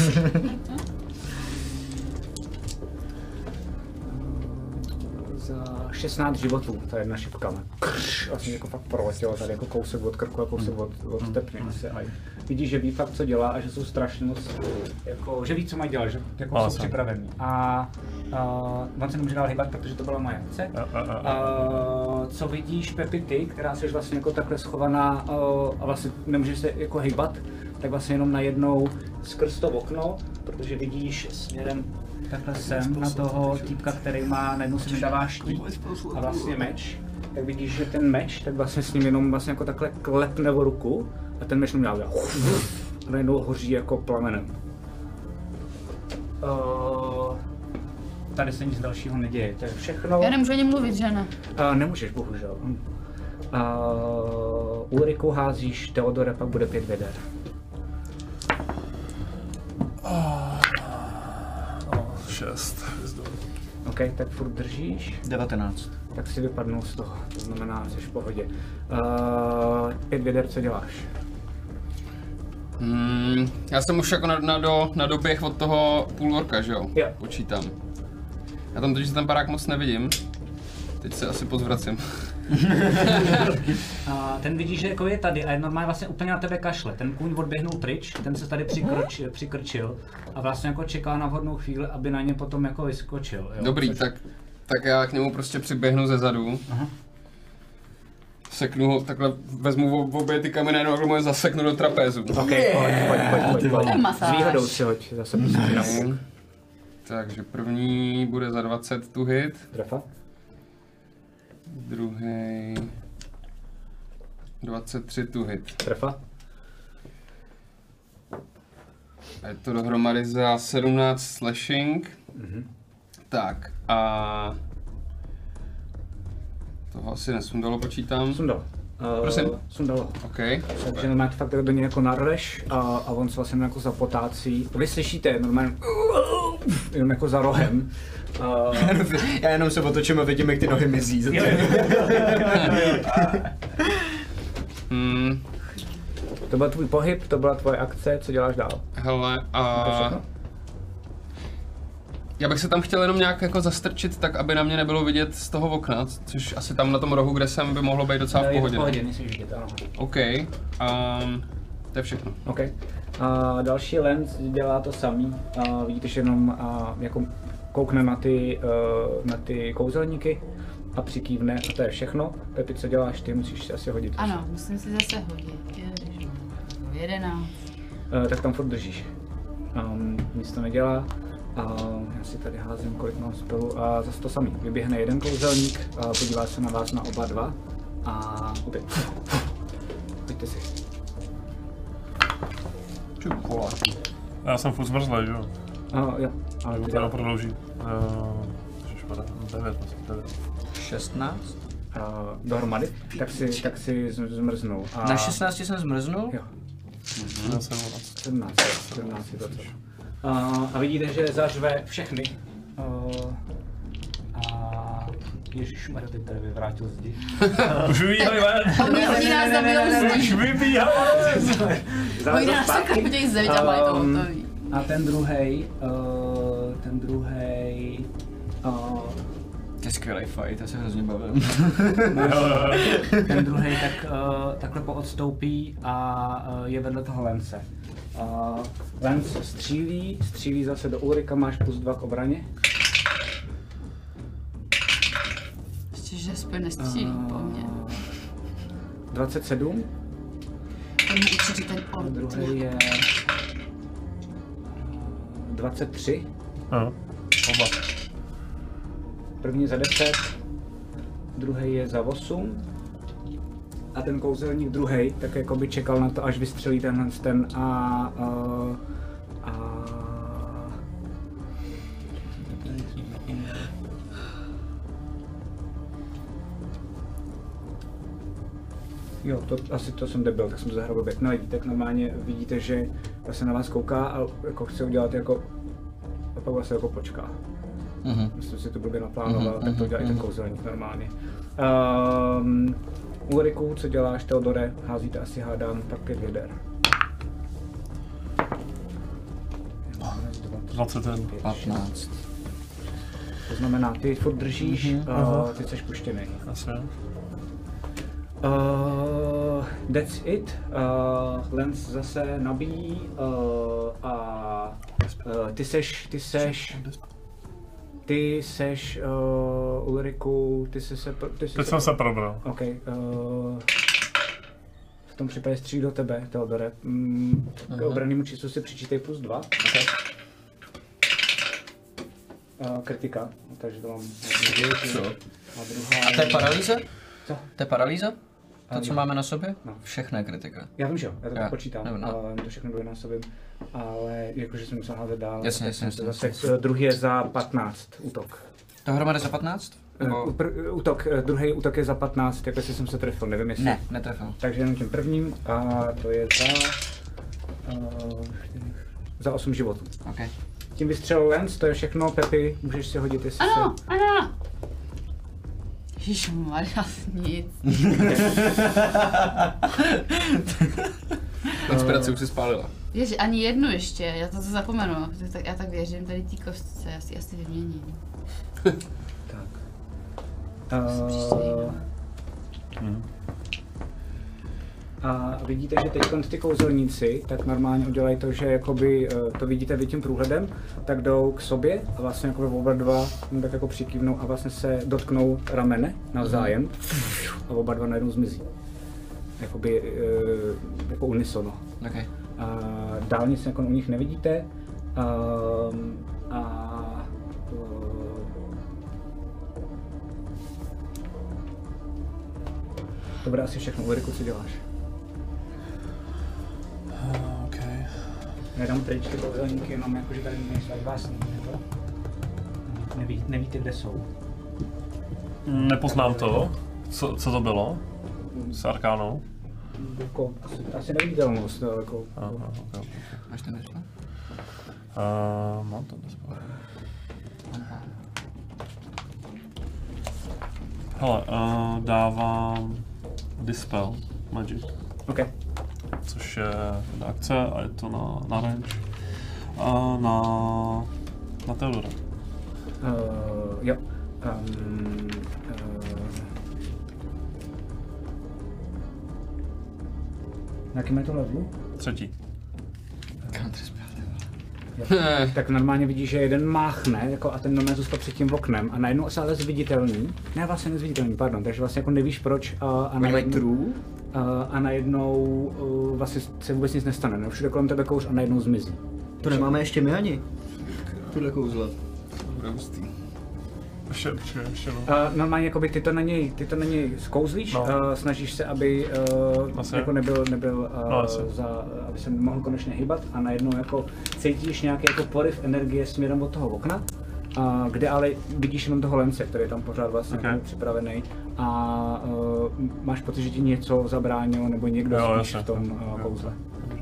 Za 16 životů, ta jedna šipka. Vlastně jako fakt proletěla tady jako kousek od krku a kousek od stepně asi. A vidíš, že ví fakt, co dělá a že jsou strašně moc, jako, že ví, co mají dělat, že jako jsou připravení. A on se nemůže dál hýbat, protože to byla moje akce. Co vidíš, Pepi, ty, která jsi vlastně jako takhle schovaná a vlastně nemůžeš se jako hýbat, tak vlastně jenom najednou skrz to okno, protože vidíš směrem takhle sem na toho týpka, který má, najednou se mi dává štít a vlastně meč, tak vidíš, že ten meč, tak vlastně s ním jenom vlastně jako takhle klepne o ruku a ten meč nám dělá a najednou hoří jako plamenem. Tady se nic dalšího neděje, to je všechno.
Já nemůžu ani mluvit, že ne?
Nemůžeš, bohužel. Ulriku házíš, Teodore, pak bude 5 věder.
6.
OK, tak furt držíš.
19.
Tak si vypadnul z toho, to znamená, jsi v pohodě. 5 věder, co děláš?
Já jsem už jako na doběh od toho půlorka, že jo?
Jo.
Počítám. Já tam totiž ten barák moc nevidím. Teď se asi pozvracím.
Ten vidíš, že jako je tady a je normálně vlastně úplně na tebe kašle. Ten kůň odběhnul pryč, ten se tady přikrčil a vlastně jako čeká na vhodnou chvíli, aby na ně potom jako vyskočil. Jo?
Dobrý, tak já k němu prostě přiběhnu ze zadu. Seknu ho, takhle vezmu obě ty kameny a mu je zaseknu do trapézu.
OK, pojď. S výhodou si hoď zase prostě na půl.
Takže první bude za 20 tu hit.
Trefa.
Druhý 23 tu hit.
Trefa.
A je to dohromady za 17 slashing. Tak a toho asi nesundalo, počítám.
Sundalo.
Prosím?
Sundalo.
OK.
Takže normálně fakt do něj jako narveš a on se vlastně jako zapotácí. Vy slyšíte normálně jenom jako za rohem.
Já jenom se otočím a vidím, jak ty nohy mizí.
To byl tvůj pohyb, to byla tvoje akce, co děláš dál?
Hele, a já bych se tam chtěl jenom nějak jako zastrčit tak, aby na mě nebylo vidět z toho okna, což asi tam na tom rohu, kde jsem, by mohlo být docela v pohodě.
V pohodě, nejsi vidět, ano.
OK, to je všechno.
OK. A další lens dělá to samý. Vidíte, že jenom jako koukne na ty kouzelníky a přikývne a to je všechno. Pepi, co děláš ty? Musíš si asi hodit.
Ano, musím si zase hodit. 11.
Tak tam furt držíš. Nic to nedělá. Já si tady házím, kolik mám spelu a zase to samý. Vyběhne jeden kouzelník, podívá se na vás na oba dva a opět. Pojďte si.
Já jsem furt zmrzlej, jo?
Jo. Ale
to teda prodlouží. 9.
16?
Dohromady? Tak si zmrznul.
Na 16 jsem zmrznul?
Jo. 17 je to co. A vidíte, že zařve všechny. Ježišmarja, teď tady vyvrátil zdi.
Už vybíhali ven!
Oni nás zabijou
Už vybíhali!
Oni nás tak chtějí zeď a mají to hotový.
A ten druhej,
To je skvělý fight, já se hrozně bavím.
ten druhej takhle poodstoupí a je vedle toho Lence. Lence střílí zase do Ulrika, máš +2 k obraně.
Ještě, že spíš nestřílí po mně.
27.
To mě určitě ten
A druhý je 23.
Oba.
První za 10, druhý je za 8. A ten kouzelník druhý, tak jako by čekal na to, až vystřelí ten Jo, to jsem debil, tak jsem to zahrál blbě. No tak normálně vidíte, že se na vás kouká a jako chce udělat jako, a pak vlastně jako počká. Myslím si to blbě naplánoval, tak to dělá i ten kouzelník normálně. Ulriku, co děláš, Teodore, házíte asi hádám, tak 5 věder.
21.
15.
To znamená, ty furt držíš, ty jsi puštěný.
Asi jo.
That's it. Lens zase nabíjí a ty seš Ulriku, ty jsi se...
Teď jsem se probral.
OK. V tom případě střílí do tebe, Teodore. K obrannému číslu si přičítej +2.
Okay.
Kritika, takže to mám...
Co?
A
A to je paralýza?
Co?
To je paralýza? To, co
Jo.
máme na sobě?
No.
Všechno je kritika.
Já vím, že jo, já to
Jo.
tak počítám,
Nevím, no.
ale to všechno dojnásobím. Ale jakože jsem musel házet dál.
Jasně,
tak
jasně,
jsem
jasně.
to zase, druhý je za 15 útok.
Dohromady za 15? Nebo...
Druhý útok je za 15, jako jestli jsem se trefil, nevím jestli.
Ne, netrefil.
Takže jenom tím prvním a to je za 8 životů.
Okay.
Tím vystřelil Lens, to je všechno, Pepi, můžeš si hodit, jestli
Ano, ano. Ježišmarja, nic.
Inspiraci už si spálila.
Ježi, ani jednu ještě, já to zapomenu. Já tak věřím tady té kostce, já si asi vyměním.
Tak. A vidíte, že teď ty kouzelníci tak normálně udělají to, že jakoby to vidíte vy tím průhledem, tak jdou k sobě a vlastně jakoby oba dva tak jako přikývnou a vlastně se dotknou ramene navzájem a oba dva najednou zmizí. Jakoby jako unisono.
Okay.
Dál nic jako u nich nevidíte a To bude asi všechno. Ulriku, co děláš?
OK.
Já dám tričky kouzelníky, jenom jako, že tady nejsou vás nebo? Nevíte, kde jsou.
Nepoznám to. Co to bylo? S arkánou?
Jako, asi neviditelnost, ale jako...
Okay.
Máš ten dispel?
Mám ten dispel. Hele, dávám Dispel Magic.
OK.
Což je jedna akce a je to na range. Na Theodora.
Jo. Na jakým je to levelu?
3.
Tak normálně vidíš, že jeden máchne jako, a ten normálně zůstal před tím oknem a najednou se ale zviditelný. Ne, vlastně nezviditelný, pardon, takže vlastně jako nevíš proč a najednou vlastně se vůbec nic nestane, no, všude kolem tebe kouř a najednou zmizí.
To nemáme ještě my ani. Tuhle kouzla.
Ještě no.
Normálně jakoby ty to na něj zkouzlíš,
no.
Snažíš se, aby jako nebyl aby se mohl konečně hýbat a najednou jako cítíš nějaký jako poryv energie směrem od toho okna, kde ale vidíš jenom toho Lence, který je tam pořád vlastně připravený a máš pocit, že ti něco zabránilo nebo někdo spíš v tom kouzle.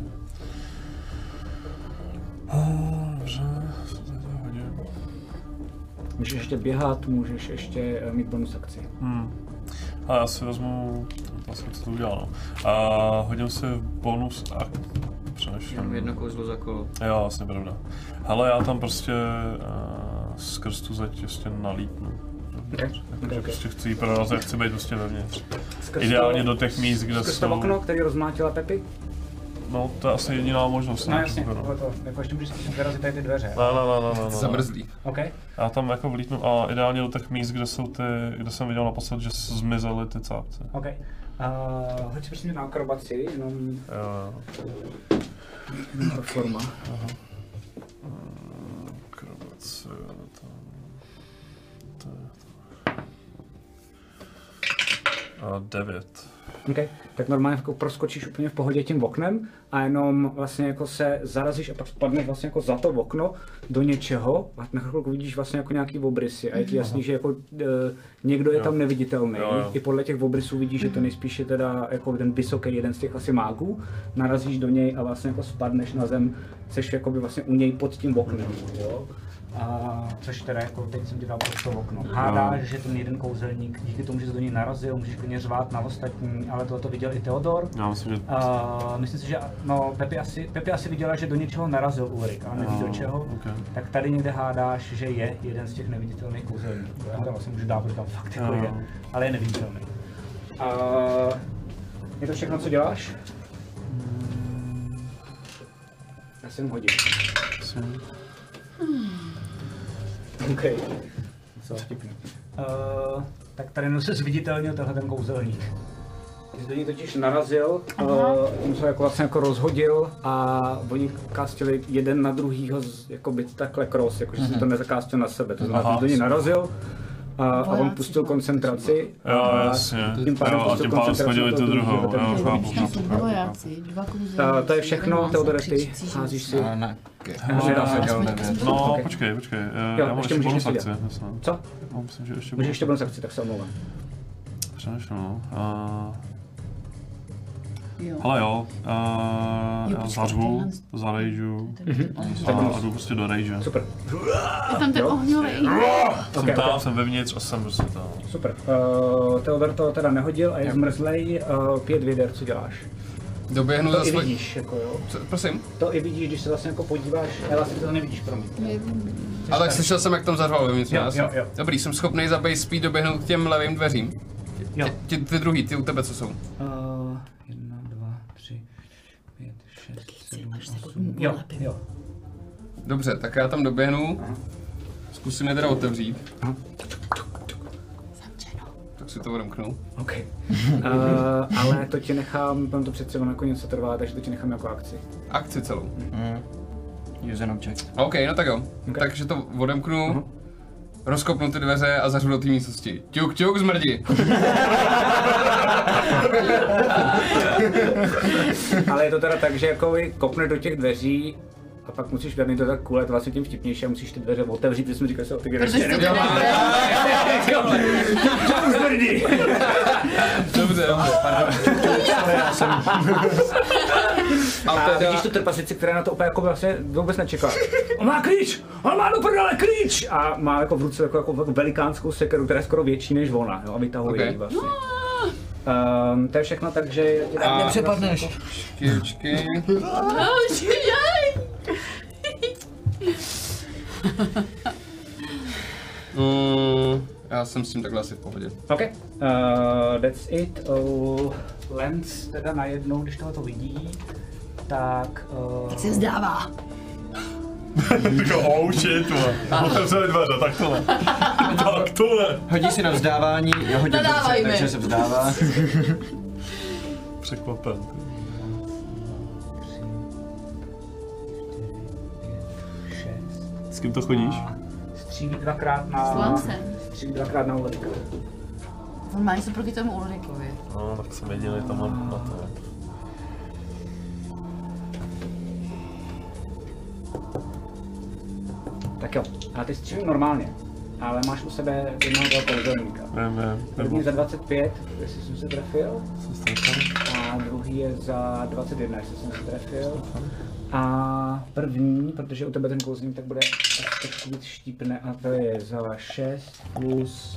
Dobře.
Můžeš ještě běhat, můžeš ještě mít bonus akci.
A já si vezmu, vlastně co to udělal, no. Hodím si bonus akci.
Jenom jedno kouzlo za kolo.
Jo, vlastně pravda. Hele, já tam prostě skrz tu zeď ještě nalítnu. Takže prostě chci jí prorazit, chci být prostě vevnitř. Ideálně do těch míst, kde jsou...
Skrz to okno, který rozmlátila Pepi?
No, to je asi jediná možnost.
No jasně, jako ještě můžeš vyrazit tady ty dveře.
Ne.
Zamrzlý.
Okay.
Já tam jako vlítnu a ideálně do těch míst, kde jsou kde jsem viděl naposled, že zmizely ty cápci.
OK. Hoď si prostě na akrobaci, jenom...
Jo.
Jenom ta forma.
Akrobaci, to 9.
Okay. Tak normálně jako proskočíš úplně v pohodě tím oknem a jenom vlastně jako se zarazíš a pak spadneš vlastně jako za to okno do něčeho a na chvilku vidíš vlastně jako nějaký obrysy a je ti jasný, že jako někdo je tam neviditelný. I podle těch obrysů vidíš, že to nejspíš je teda jako ten vysoký jeden z těch asi mágů, narazíš do něj a vlastně jako spadneš na zem, seš jakoby vlastně u něj pod tím oknem, jo? Což teda jako teď jsem ti dal pod to okno. Hádáš, že ten jeden kouzelník, díky tomu, že se do něj narazil, můžeš klidně řvát na ostatní, ale tohle to viděl i Theodor.
Já myslím, že...
Myslím si, že no, Pepi asi viděla, že do něčeho narazil Ulrik, ale neví do čeho. Okay. Tak tady někde hádáš, že je jeden z těch neviditelných kouzelníků. Já tam vlastně můžu dát, protože tam fakt jako je, ale je neviditelný. Je to všechno, co děláš? Já si jenom hodím. OK. Co vtipný. Tak tady se zviditelnil tenhle ten kouzelník. Ty jsi do něj totiž narazil, tím se jako vlastně jako rozhodil a oni kastili jeden na druhýho jakoby takhle cross, jakože si to nezakástil na sebe. To znamená, že do něj narazil a on pustil koncentraci.
Jo, jasně.
Tím pádem pustil koncentraci
tu druhou.
To je všechno, Theodore, ty házíš si.
No, počkej. Já mám ještě bonus akci.
Co?
Myslím, že ještě
můžeš ještě bonus akci, tak se omlouvám.
Přemýšlím, no. Hele jo, já zařvu, zarejžu a jdu prostě do rage.
Super.
Je tam ten ohňový.
Jsem vevnitř a jsem prostě tam.
Super. Theodor to teda nehodil a je zmrzlej. 5 věder, co děláš?
Doběhnu
to i vidíš, jako jo.
Prosím?
To i vidíš, když se vlastně jako podíváš, ale vlastně to nevidíš, promiň.
Ale tak slyšel jsem, jak tam zařval vevnitř.
Jo.
Dobrý, jsem schopný za base speed doběhnout k těm levým dveřím.
Jo.
Ty druhý, ty u tebe co jsou?
1, 2, 3, 5, 6, 7, 8. Jo.
Dobře, tak já tam doběhnu. Zkusím je teda otevřít. Tak si to odemknu.
OK. Ale to ti nechám, tam to přece jako něco trvá, takže to ti nechám jako akci.
Akci celou?
Use an object.
OK, no tak jo. Okay. Takže to odemknu. rozkopnu ty dveře a zařu do té místnosti. Ťuk, ťuk, zmrdi.
Ale je to teda tak, že jako kopne do těch dveří a pak musíš vědět to tak cool, je to vlastně tím vtipnější a musíš ty dveře otevřít, když jsme říkali, že se otevírají.
Protože to
Zmrdi!
Dobře.
A vidíš tu trpasici, která na to úplně jako vlastně vůbec nečeká. On má klíč! On má do prdele klíč! A má jako v ruce jako velikánskou sekeru, která je skoro větší než ona, jo, a vytahuje ji vlastně. To je všechno, takže...
Nepřepadneš.
Počkej. Já jsem s tím takhle asi v pohodě.
OK, that's it. Lens teda najednou, když tohle to vidí, tak...
Tak se vzdává.
Jako oh shit, otevřeli dveře, tak tohle. Tak tohle.
Hodí si na vzdávání, já hodím dobře, takže se vzdává.
Překvapen. S kým to chodíš?
Střílí dvakrát na...
S Lancem.
Střílí dvakrát na Ulrika.
Normálně jsou proti tomu Ulrikovi.
No, tak jsme věděli tam na to.
Tak jo, a ty střílí normálně, ale máš u sebe jednoho kouzelníka. První za 25, jestli jsem se trefil. A druhý je za 21, jestli jsem se trefil. A první, protože u tebe ten kouzelník tak bude trošku víc štípne, a to je za 6 plus...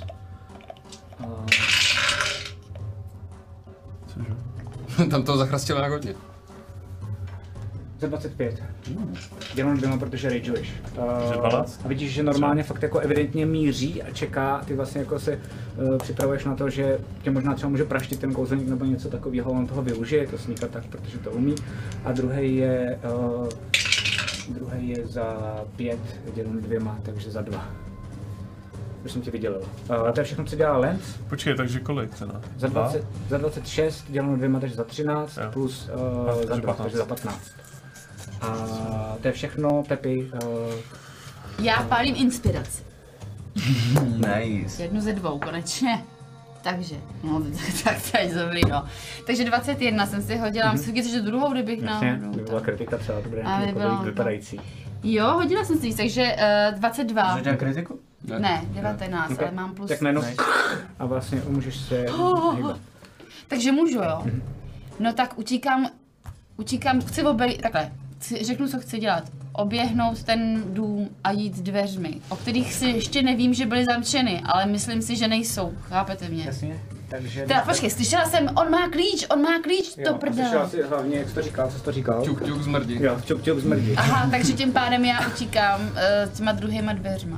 Tam to zachrastilo nějak hodně.
Za 25. Dělám dvěma, protože rageuješ. A vidíš, že normálně fakt jako evidentně míří a čeká, ty vlastně jako se připravuješ na to, že tě možná třeba může praštit ten kouzelník nebo něco takového, on toho využije, to sníkat tak, protože to umí. A druhý je za 5, dělám dvěma, takže za 2. Už jsem tě vydělil. To je všechno, co dělá Lens.
Počkej, takže kolik cena?
Za 26, dělám dvěma, takže za 13,
jo.
plus za 2, takže za 15. A to je všechno, Pepi.
Já pálím inspiraci.
Nice.
1 ze 2, konečně. Takže, no tak to je dobrý, no. Takže 21 jsem si hodila, musím říct, že druhou, kdybych
náhodou. Kdyby byla kritika třeba, to bude nějaký jako vypadající.
Jo, hodila jsem si víc, takže 22.
Hodila kritiku?
Ne, 19,
okay.
ale mám plus...
Tak jméno a vlastně můžeš se hýbat.
Takže můžu, jo? No tak utíkám, chci takhle, řeknu, co chci dělat. Oběhnout ten dům a jít dveřmi, o kterých si ještě nevím, že byly zamčeny, ale myslím si, že nejsou, chápete mě?
Jasně, takže...
Teda počkej, slyšela jsem, on má klíč, to prdele.
Slyšela jsi hlavně, jak jsi to říkal, co jsi to říkal?
Ťuk, ťuk, zmrdí.
Jo, ťuk, ťuk, zmrdí.
Aha, takže tím pádem já utíkám těma druhýma dveřma.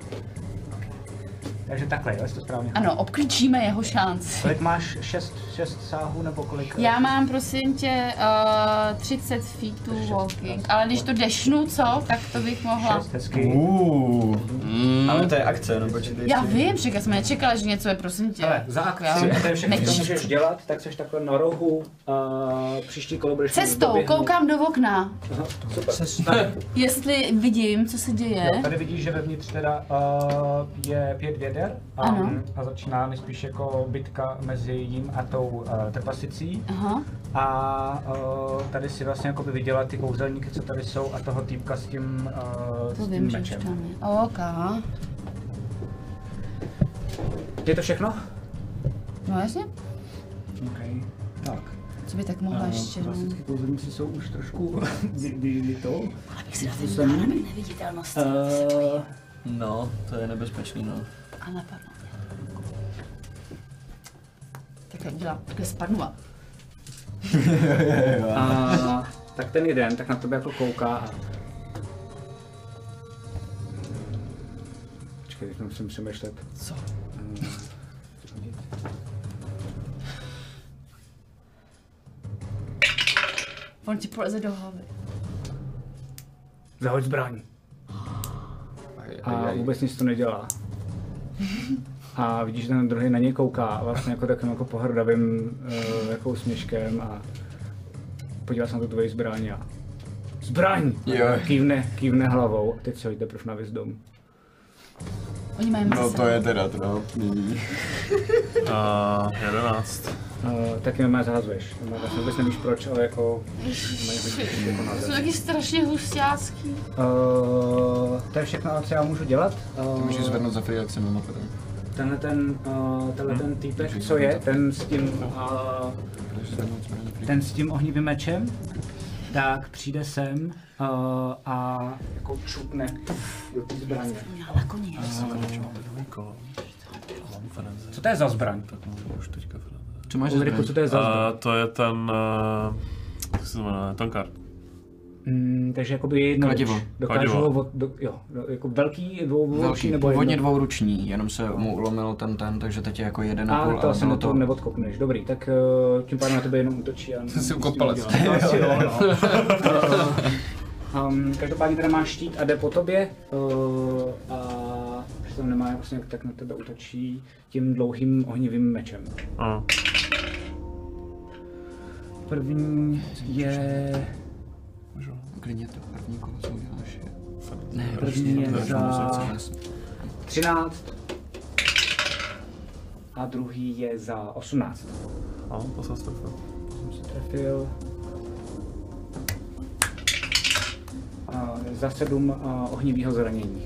Takže takhle, jo, to správně.
Ano, obklíčíme jeho šanci.
Kolik máš? 6 sáhů nebo kolik?
Já mám, prosím tě, 30 feetů walking, ale když to dešnu, co, tak to bych mohla.
6, hezky.
Ale to je akce, no počítej.
Já vím, že jsme nečekali, že něco je, prosím tě.
Ale za akci, to je všechno, co můžeš dělat, tak jsi takhle na rohu, příští kolo budeš
cestou, koukám do okna.
Aha, super.
Jestli vidím, co se děje.
Jo, tady vidíš, že vevnitř teda je 5 věder a začíná nejspíš jako bitka mezi jím a tou trpasicí.
Aha.
A tady si vlastně jako by viděla ty kouzelníky, co tady jsou, a toho týpka s tím, mečem.
OK.
Je to všechno?
No jasně.
OK, tak.
Co by tak mohla ještě, no?
Klasické kouzelníci jsou už trošku to.
Ale bych si dal ten náramek neviditelnosti.
No, to je nebezpečný, no.
A napadlo mě. Takhle udělám, takhle spadnu a...
Tak ten jeden, tak na tebe jako kouká a... Počkej, teď musím přemýšlet.
Co? On ti poleze do hlavy.
Zahoď zbraň. A vůbec nic to nedělá. A vidíš, že ten druhý na něj kouká vlastně jako takovým jako pohrdavým jako usměškem a podívá se na tu tvoji zbraň a... Zbraň! Kývne hlavou a teď se hoďte proč na wisdom.
Oni mají
No to je teda trápný.
11.
Taky mě zahazuješ. Vlastně vůbec nevíš proč, ale jako...
To jsou taky strašně husťácký.
To je všechno, co já můžu dělat.
Můžeš zvednout za free akci mimochodem.
Tenhle ten týpek, co je, ten s tím ohnivým mečem, tak přijde sem a jako čupne do té zbraně. Co to je za zbraň?
Co máš za zbraň?
Co to je za zbraň?
To je ten, jak se jmenuje, tankard.
Takže jakoby jedno dokážu ho, jako velký dvouruční nebo
původně dvouruční, jenom se mu ulomil ten, takže teď je jako 1,5
a to asi to neodkopneš, dobrý, tak tím pádem na tebe jenom útočí.
Jsem si ukopalec.
Každopádně teda máš štít a jde po tobě a přitom nemá vlastně tak na tebe útočí tím dlouhým ohnivým mečem. První je...
Klidně to první kolo, co uděláš je...
Ne, první je za 13 a druhý je za 18.
To jsem trefil.
Jsem se trefil. Za 7 ohnivýho zranění.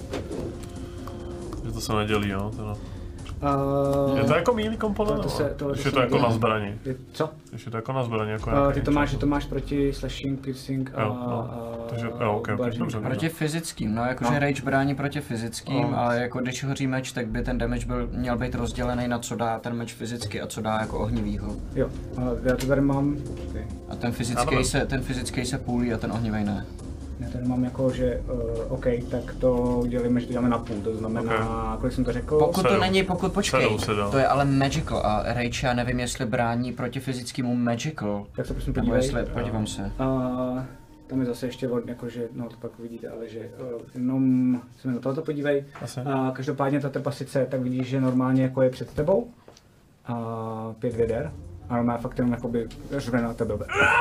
Že to se nedělí, jo? Je to jako mílý komponent, když je to jako na zbraní.
Co?
Když je to jako na zbraní, jako
ty to máš, že to máš proti slashing, piercing
takže, okay, dobře.
Proti fyzickým, no jakože rage brání proti fyzickým, ale jako když hoří meč, tak by ten damage měl být rozdělený na co dá ten meč fyzicky a co dá jako ohnivýho.
Jo, já to tady mám.
A ten fyzický se půlí a ten ohnivý ne.
Já tady mám jako, že OK, tak to děláme, že to děláme na půl, to znamená, kolik jsem to řekl?
Pokud to není, počkej, to je ale magical a rage já nevím, jestli brání proti fyzickému magical.
Tak se prosím podívej.
Podívám se.
Tam je zase ještě jakože, no to pak uvidíte, ale že jenom se mi na tohoto podívej. Každopádně ta trpasice, tak vidíš, že normálně jako je před tebou. 5 věder. A má fakt jenom jakoby řve na tebe.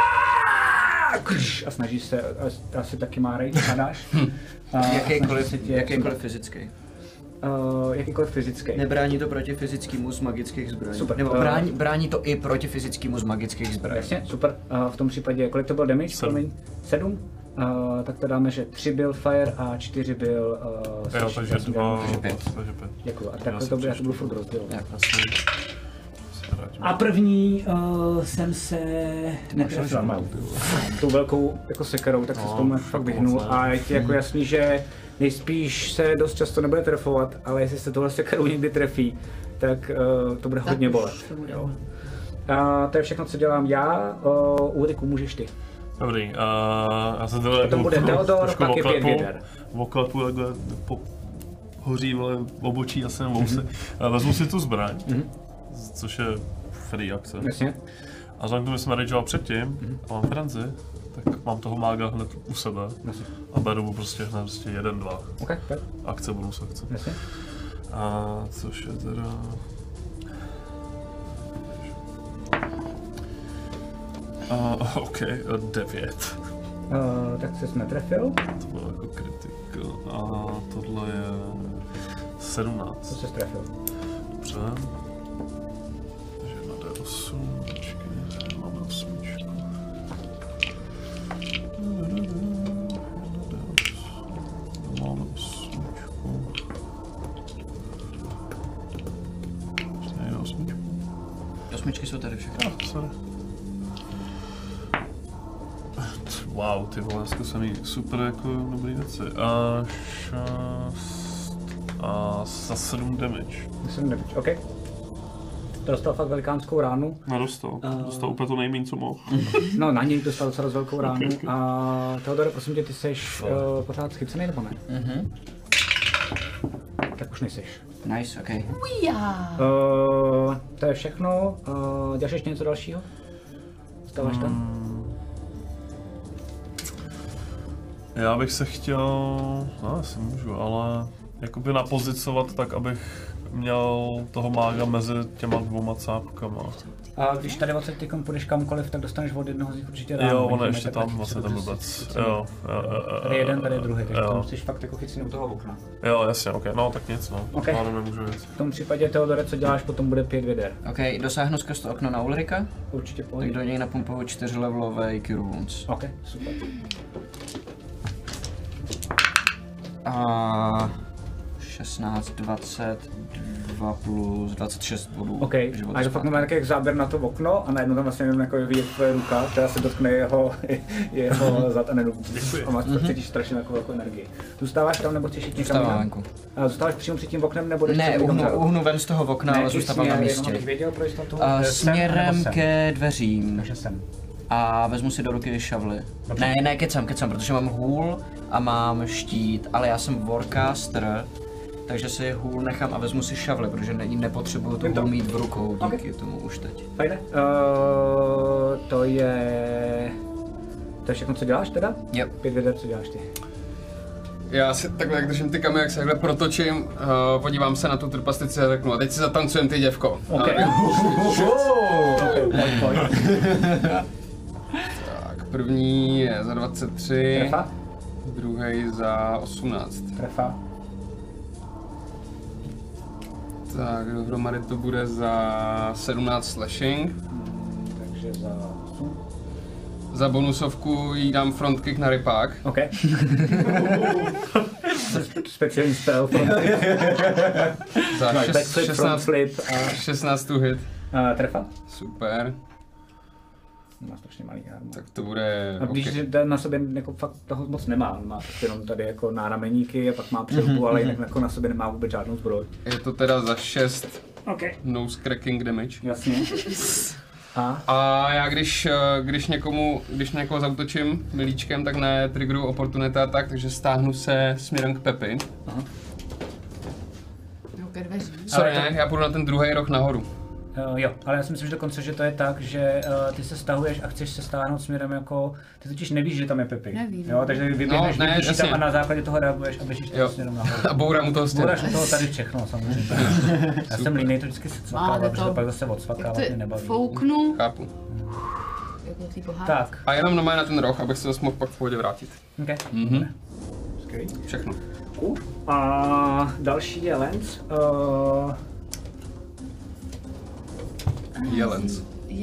A snaží se, asi taky má rage, hadáš.
Jakýkoliv fyzický.
Jakýkoliv fyzický.
Nebrání to proti fyzickému z magických zbraní.
Super.
Nebo brání to i proti fyzickému z magických zbraní.
Jasně, super. V tom případě, kolik to byl damage? 7. Tak to dáme, že 3 byl fire a 4 byl
takže 5.
Děkuji. A takhle to byl furt rozdíl. A první jsem se netrefil tou velkou jako sekerou, tak se s tomu fakt vyhnul a je ti jako jasný, že nejspíš se dost často nebude trefovat, ale jestli se tohle sekerou někdy trefí, tak to bude hodně bolet. A to je všechno, co dělám já, Ulriku, můžeš ty.
Dobrý, já jsem teda
to bude Theodor, pak je 5 věder.
Oklepu takhle hoří obočí asi nebo vousy. Vezmu si tu zbraň. Což je free akce.
Jasně.
A vzhledem k tomu, že jsem rageoval předtím a mám frenzy, tak mám toho mága hned u sebe. Jasně. A beru mu prostě hned 1-2.
Okay,
akce, bonus akce.
Jasně.
A což je teda... OK, 9.
Tak se jsme trefil.
To bylo jako kritik. A tohle je 17.
To se trefil.
Dobře. 8, počkej, máme 8. Máme 8. Ne, 8.
8 jsou tady všechny.
Sorry. Wow, ty vole, dneska jsem jí super jako dobrý věci. A 6 a za 7 damage.
7 damage, OK. Dostal fakt velikánskou ránu.
Nedostal, dostal úplně to nejméně, co mohl.
No, na něj dostal docela velkou ránu. A Theodore, prosím tě, ty seš pořád schycený nebo ne? Tak už nejseš.
Nice, OK.
To je všechno. Děláš ještě něco dalšího? Stáváš tam?
Já bych se chtěl, no asi můžu, ale jakoby napozicovat tak, abych měl toho mága mezi těma dvouma cápkama.
A když tady odsaď tykom půjdeš kamkoliv, tak dostaneš od jednoho z nich určitě ráno.
Jo, on je ještě tam vlastně ten blbec. Jo.
Tady jeden, tady druhý, takže to musíš fakt jako chytit u toho okna.
Jo, jasně, ok, no tak nic, no.
Okay.
Pádem nemůžu jít.
V tom případě, Teodore, co děláš, potom bude 5 věder.
Ok, dosáhnu skrz to okno na Ulrika.
Určitě
Tak
pojď.
do něj napumpuju 4-levelový Cure Wounds.
Ok, super.
A 16, 22 plus 26 bodů.
OK, a je to fakt má nějaký záběr na to okno a najednou tam vlastně jenom jako vidět tvoje ruka, která se dotkne jeho zad a nedobu. A máš cítíš strašně takovou velkou energii. Zůstáváš tam nebo chceš jít někam
Zůstávám venku.
A zůstáváš přímo před tím oknem nebo jdeš
Ne, uhnu ven z toho okna, ale zůstávám na místě.
Věděl, proč tam toho?
Směrem ke dveřím.
Takže sem.
A vezmu si do ruky šavly. Ne, kecam, protože mám hůl a mám štít, ale já jsem warcaster, takže si hůl nechám a vezmu si šavly, protože nepotřebuju to hůl mít v rukou díky tomu už teď.
Fajne. To je všechno, co děláš teda?
Jo.
5 věder, co děláš ty?
Já si takhle, jak držím ty kamy, jak se takhle protočím, podívám se na tu trpastici a řeknu, a teď si zatancujem ty děvko.
OK. Pojď.
Tak, první je za 23,
Trefa?
druhý za 18.
Trefa.
Tak, dohromady to bude za 17 slashing.
Takže za 8.
Za bonusovku jí dám front kick na rypák.
OK. Speciální spell.
Za
Backflip, front flip a
16 to hit.
trefa.
Super.
Má strašně malý armor.
Tak to bude
A když na sobě jako fakt toho moc nemá, on má jenom tady jako nárameníky a pak má přilbu, ale jinak jako na sobě nemá vůbec žádnou zbroj.
Je to teda za 6 nose cracking damage.
Jasně.
A já když někoho zautočím milíčkem, tak ne triggeru opportunity attack, takže stáhnu se směrem k Pepi.
Aha.
Sorry, ne, já půjdu na ten druhý roh nahoru.
Jo, ale já si myslím, že dokonce, že to je tak, že ty se stahuješ a chceš se stáhnout směrem jako, ty totiž nevíš, že tam je Pepi.
Nevím.
Jo, takže vyběhneš, vidíš tam a na základě toho reaguješ a běžíš tam směrem nahoru.
A bourám u toho stěnu.
Bouráš u toho tady všechno samozřejmě. Já jsem línej to vždycky cvakávat, protože to pak zase odsvakávat mě nebaví.
Fouknu.
Chápu.
Jako ty pohádky.
Tak.
A jenom normálně na ten roh, abych se zase mohl pak v pohodě vrátit.
Okay.
Skvělý. Všechno.
A další je Lens.
Jelens.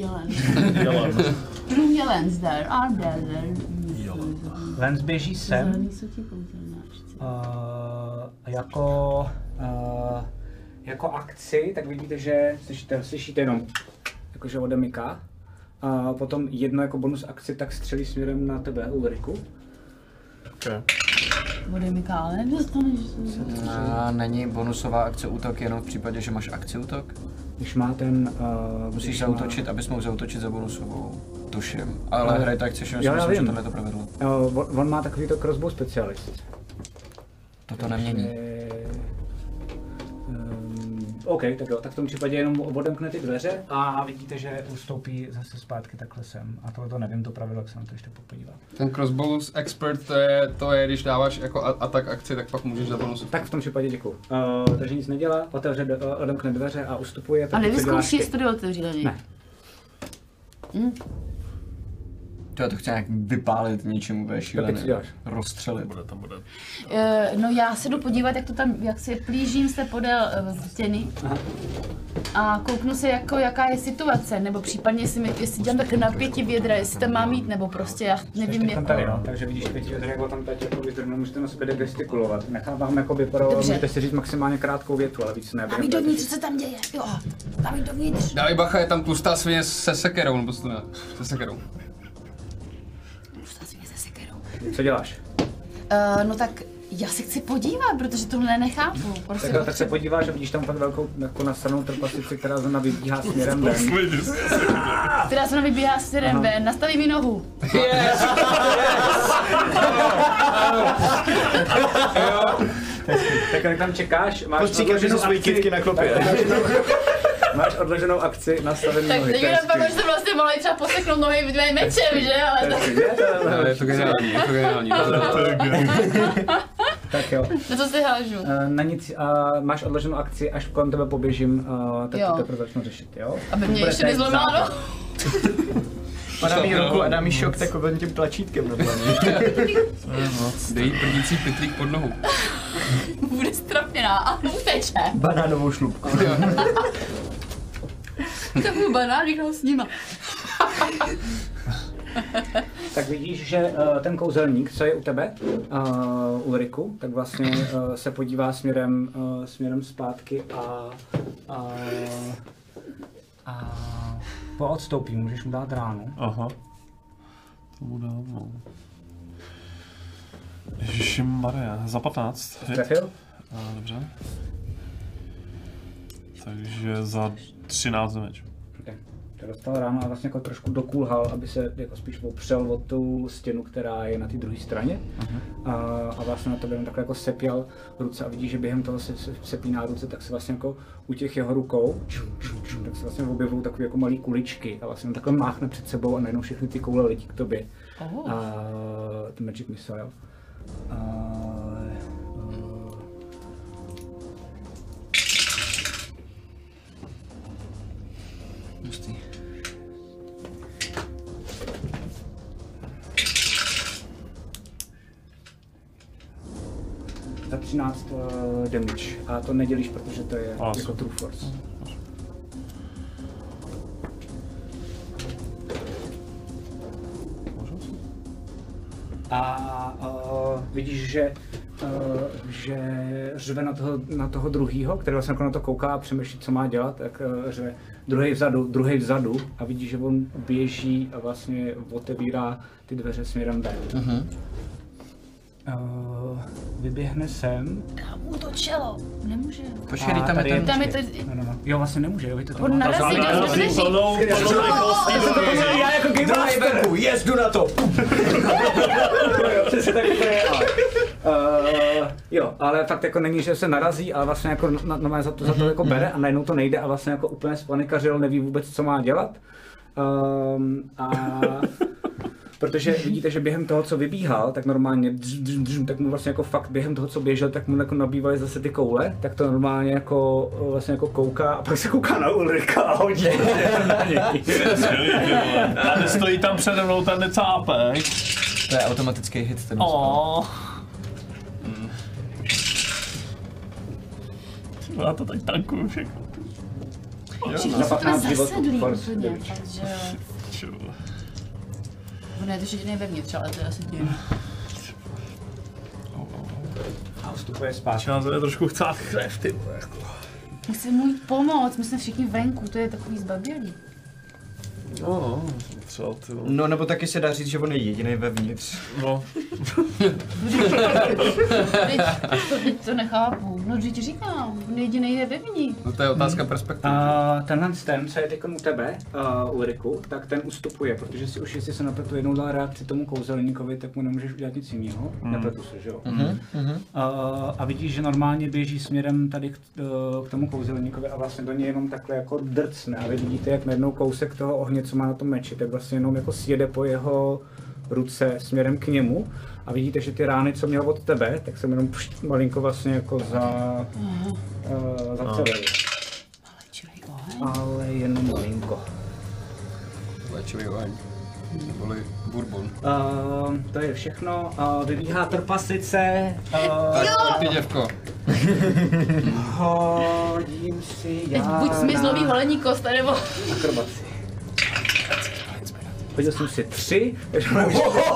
Jelens there, are there.
Lens běží sem. Jako akci, tak vidíte, že slyšíte jenom jakože odemyká. A potom jedno jako bonus akci tak střelí směrem na tebe, Ulriku.
Okay.
Odemyká, ale nedostaneš.
Není bonusová akce útok jenom v případě, že máš akci útok?
Když má ten...
Musíš zautočit, abys mohl zautočit za bonusovou, tuším. Ale hraj tak chceš, že myslím, že tohle to provedlo.
On má takovýto crossbow specialist.
To nemění.
OK, tak jo, tak v tom případě jenom odemkne ty dveře a vidíte, že ustoupí zase zpátky takhle sem. A tohle to nevím, to pravidlo, jak se na to ještě podívat.
Ten crossbows expert, to je, když dáváš jako atak akci, tak pak můžeš za bonus.
Tak v tom případě děkuju. Takže nic nedělá, odemkne dveře a ustupuje.
Ale nevyzkouší studio otevřít ani.
Ne.
Já to chci nějak vypálit něčemu ve šílené. Rozstřelit.
Bude.
No já se jdu podívat, jak to tam, jak se plížím se podél stěny. A kouknu se, jako, jaká je situace, nebo případně jestli dělám tak na 5 vědra, jestli tam mám jít, nebo prostě já nevím jako...
Tady, no. Takže vidíš 5 vědra, jako tam teď jako vyzdrhnout, můžete na sebe gestikulovat. Nechávám jakoby můžete si říct maximálně krátkou větu, ale víc ne.
Mám jít dovnitř, co se tam děje, jo, mám jít dovnitř.
Dávej bacha, je tam tlustá svině se sekerou, nebo co ne? Se sekerou.
Tlustá svině se sekerou.
Co děláš?
No tak já se chci podívat, protože tohle nechápu. Prostě
tak se podíváš a vidíš tam fakt velkou jako nasranou trpastici, která zrovna vybíhá směrem ven.
Která zrovna vybíhá směrem ven, nastaví mi nohu.
Yes!
Tak jak tam čekáš, máš
Postříkám, že jsou svojí kytky na klopě.
Máš odloženou akci nastavený nohy.
Tak teď mi napadlo, že jsem vlastně mohla třeba poseknout nohy v mečem, že? Ale
je to geniální,
Tak jo.
Na co si hážu?
Na nic, máš odloženou akci, až kolem tebe poběžím, tak to teprve začnu řešit, jo?
Aby mě ještě nezlomila nohu.
Padá mi ruku a dá mi šok takovým tím tlačítkem na planě.
Dej prdící pytlík pod nohu.
Bude strapněná a uteče.
Banánovou šlupku.
Takový banán, bych ho s nima.
Tak vidíš, že ten kouzelník, co je u tebe, Ulriku, tak vlastně se podívá směrem zpátky a poodstoupí, můžeš mu dát ránu.
Aha. To mu dám, no. Ježišimarja, za 15.
Trefil?
Dobře. Takže za 13 damage.
Okay. Tak dostal ráno a vlastně jako trošku dokulhal, aby se jako spíš opřel o tu stěnu, která je na té druhé straně. A vlastně na to jenom takhle jako sepěl ruce a vidíš, že během toho se sepíná ruce, tak se vlastně jako u těch jeho rukou, tak se vlastně objevují takové jako malé kuličky a vlastně takhle máchne před sebou a najednou všechny ty koule letí k tobě. Ten Magic Missile. Za 13 damage a to nedělíš, protože to je jako True Force. A vidíš, že řve na toho druhýho, který vlastně jako na to kouká a přemýšlí, co má dělat, tak řve druhý vzadu a vidíš, že on běží a vlastně otevírá ty dveře směrem ven. Vyběhne sem.
Dám mu to čelo. Nemůže.
Počkej, tam je ten...
No. Jo, vlastně nemůže, jo, to
On narazí do dveří.
Já jako Game Master, jezdu na to.
Přesně tak to je, ale... jo, ale fakt jako není, že se narazí, ale vlastně jako za to jako bere a najednou to nejde a vlastně jako úplně spanikařil, neví vůbec, co má dělat. Protože vidíte, že během toho, co vybíhal, tak normálně tak mu vlastně jako fakt během toho, co běžel, tak mu jako nabývaly zase ty koule, tak to normálně jako vlastně jako kouká a pak se kouká na Ulrika a hodí na něj.
A stojí tam přede mnou ten necápek.
To je automatický hit ten.
Já to tak tankuju všechno.
Za 15 životů.
Ne, to ještě nevevnitř, ale to je asi tím.
A vstupuje zpátky.
Čas je trošku chcát krev, ty vole.
Musím mu jít pomoct, my jsme všichni venku, to je takový zbabělý.
No, nebo taky se dá říct, že on je jediný vevnitř.
No.
Teď to nechápu. No, že ti říkám, jediný je vevnitř.
No to je otázka perspektivy.
Tenhle ten, co je teď u tebe, Ulriku, tak ten ustupuje, protože si už jestli se napletu jednou dal reakci tomu kouzelníkovi, tak mu nemůžeš udělat nic jiného. Nepletu se, že jo? A vidíš, že normálně běží směrem tady k tomu kouzelníkovi a vlastně do něj jenom takhle jako drcne. A vy vidíte, jak najednou kousek toho ohně, co má na tom meči, tak vlastně jenom jako sjede po jeho ruce směrem k němu a vidíte, že ty rány, co měl od tebe, tak jsem jenom malinko vlastně jako zacevili. Ale jenom malinko.
Léčivý oheň. Neboli bourbon.
To je všechno. Vybíhá trpaslice.
Tak ty děvko.
Hodím si já.
Teď buď smyslový holení kost, nebo...
Akrobaci. Hodil jsem si 3, takže mám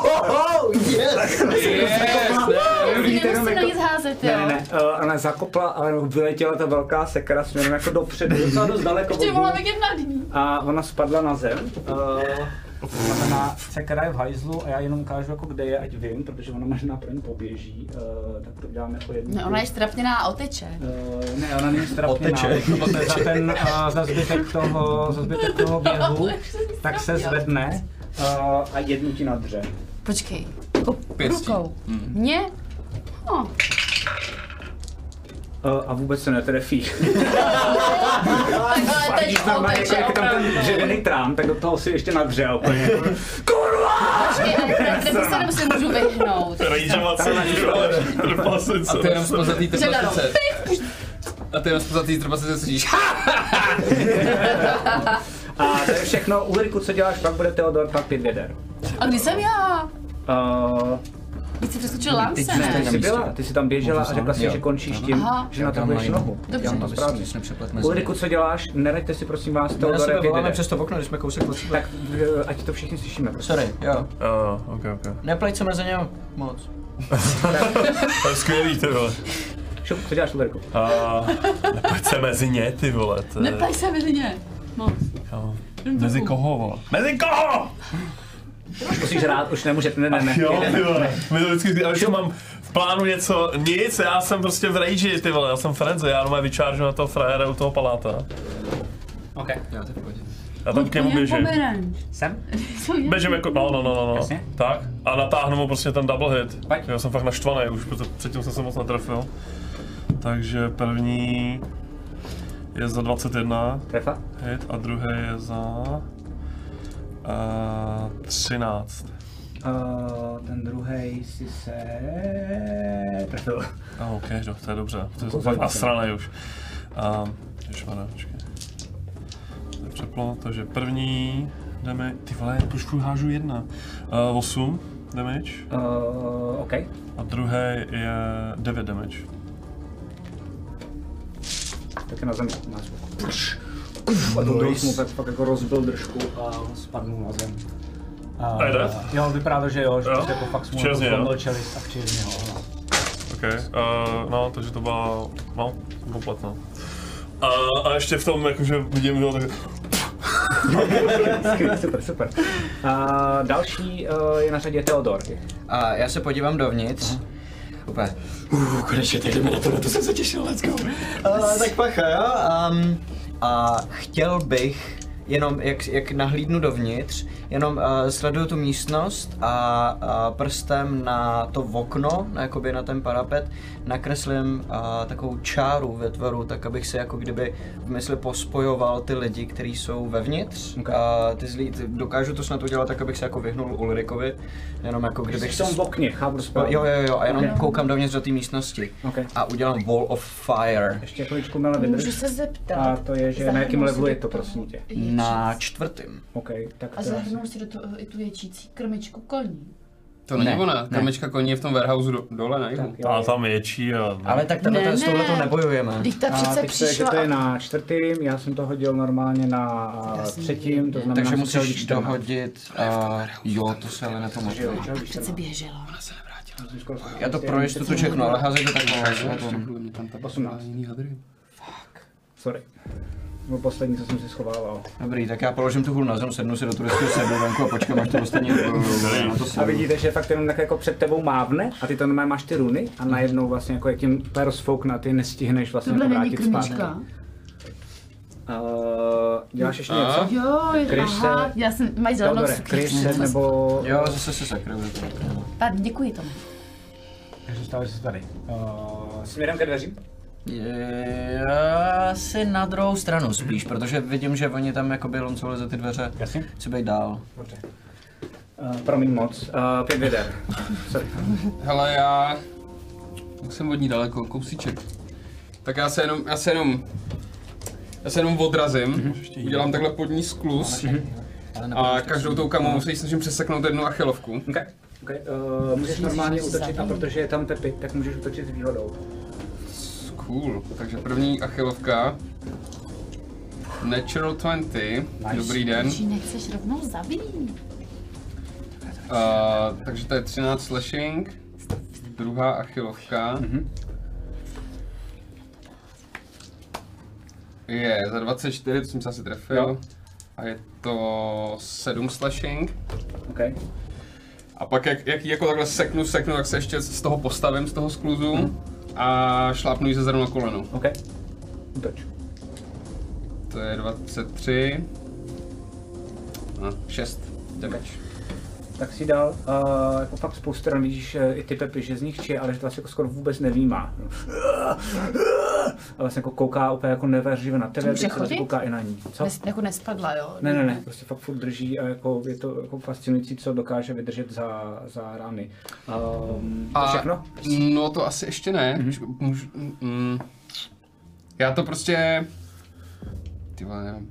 Nemusím na nic házet, jo.
Ne, ona zakopla, ale vyletěla ta velká sekera směrem jako dopředu, docela dost daleko od ní.
mohla být jedna dní.
A ona spadla na zem. Znamená, sekera je v hajzlu a já jenom ukážu, jako kde je, ať vím, protože ona možná pro ní poběží, tak to uděláme jako jednu.
No, ona je strapněná a oteče.
Ne, ona není strapněná. Za zbytek toho běhu, tak se zvedne a jednu ti nadře.
Počkej, jako rukou. Mně? No.
A vůbec se netrefí.
Ale teď
jak je tam ten dřevěný trám, tak do toho si ještě nadře úplně. Kurva!
Nebo se nebo se můžu vyhnout.
Rangeovací, trpasice.
A ty jenom spozatý trpasice. A ty jenom spozatý trpasice slyšíš.
A to je všechno. Ulriku, co děláš, pak bude Theodor, pak 5 věder.
A kdy jsem já? Když jsi přeskočil lance, ne?
Ty jsi tam běžela a řekla si, že končíš tím, že natahuješ nohu.
Dobře.
To správně. Ulriku, co děláš? Neraďte si prosím vás Theodore 5 věder.
přes to okno, když jsme kousek od sebe.
Tak ať to všichni slyšíme.
Sorry, jo.
Okay.
Neplejt se mezi něm moc.
To je skvělý, ty vole.
Šup, co děláš, Ulriku?
Neplejt se mezi ně, ty vole.
Neplej se mezi ně. Moc.
Mezi koho, vole? Mezi koho?
Musíš hrát, už nemůžete, ne.
Jo, ty vole. My to vždycky, ale když mám v plánu něco, nic, já jsem prostě v rage, ty vole, já jsem frenzy, já jenom vyčáržu na toho frajera u toho paláta.
OK.
Jo, to je v pohodě.
Já tam k němu běžím.
Sem?
Běžím jako, no.
Jasně.
Tak, a natáhnu mu prostě ten double hit.
Pojď.
Já jsem fakt naštvaný už, protože předtím jsem se moc netrefil. Takže je za 21
Trefa?
hit a druhý je za 13.
Ten druhý si se trefil.
OK, to je dobře, to jsem fakt nasranej už. Ježmarja, počkej. To je přeplo, takže první damage, ty vole, proč furt hážu 1? 8 damage.
OK.
A druhý je 9 damage.
Tak je na zemi. A ten druhý mu fakt jako rozbil držku a spadnul na zem.
A je dead?
Jo, vypadá to, že jo, že jako fakt jsme ho zlomil čelist a včerně ho.
OK, no, takže to byla, no, kompletná. A ještě v tom, jakože vidím, jo, tak...
Super. Další je na řadě Theodor.
A já se podívám dovnitř. Úplně. Konečně teď jdeme na to jsem se těšil, let's go. Tak pacha, jo. A chtěl bych jenom, jak nahlídnu dovnitř, jenom sleduju tu místnost a prstem na to okno, jakoby na ten parapet, nakreslím takovou čáru ve tvaru, tak abych se jako kdyby v mysli pospojoval ty lidi, kteří jsou vevnitř.
Okay.
Ty zlí, dokážu to snad udělat tak, abych se jako vyhnul Ulrikovi, jenom jako kdybych...
Jsi v okně, chápu správně.
Jo, a jenom koukám dovnitř do té místnosti a udělám Wall of Fire.
Ještě chviličku Mele vydrž.
Můžu se zeptat.
A to je, že na jakém levelu je to, prosím tě?
Na 4.
OK, tak
a zahrnul si do toho i tu ječící krmičku koní.
To není ona, krmička koní je v tom warehouse dole na jihu.
A tam ječí a...
Ale tak s touhletou nebojujeme.
Když ta přece přišla
že to je na 4., já jsem to hodil normálně na 3., to znamená...
Takže musíš dohodit, jo, to se ale nepamatuju.
Přece běžela.
Ona se nevrátila.
Já to pro jistotu čeknu, ale házej to takhle.
18. Sorry. Byl poslední, co jsem si schovával.
Dobrý, tak já položím tu hůl na zem, sednu si do turistického sedlu venku a počkám, až to ostatní
A vidíte, že fakt jenom tak jako před tebou mávne a ty to normálně máš ty runy a najednou vlastně jako jak tím rozfoukne a ty nestihneš vlastně jako vrátit zpátky. Děláš ještě něco?
Jo, aha, já jsem, mají zelenou
kryse nebo...
Jo, zase se sakruju.
Děkuji tomu.
Takže stáváš se tady. Směrem ke dveřím?
Asi na druhou stranu spíš, protože vidím, že oni tam jakoby loncovali za ty dveře.
Jasně.
Chci být dál.
Dobře. Promiň moc. 5 věder. Sorry.
Hele, já jsem od ní daleko, kousíček. Tak já se jenom odrazím, udělám takhle pod ní skluz a každou tou kamou se snažím přeseknout jednu achilovku.
Okay. Můžeš normálně útočit a protože je tam Pepi, tak můžeš útočit s výhodou.
Cool, takže první achilovka. Natural 20, nice. Dobrý den.
Že nechceš rovnou zabít.
Takže to je 13 slashing. Druhá achilovka. Je za 24, to jsem se asi trefil. Jo. A je to 7 slashing.
Okay.
A pak jak jako takhle seknu, tak se ještě z toho postavím, z toho skluzu. A šlápnu jí ze zadu na koleno.
OK. Útoč.
To je 23. A 6 damage.
Tak si dal, jako fakt spoustu stran vidíš i ty Pepi, že z nich či, ale že to vlastně jako skoro vůbec nevýmá. a vlastně jako kouká úplně jako nevěřivě na tebe, a kouká i na ní. Co?
Jako nespadla, jo?
Ne, prostě fakt furt drží a jako je to jako fascinující, co dokáže vydržet za rány. To všechno?
No to asi ještě ne. Já to prostě... Ty vole, nevím.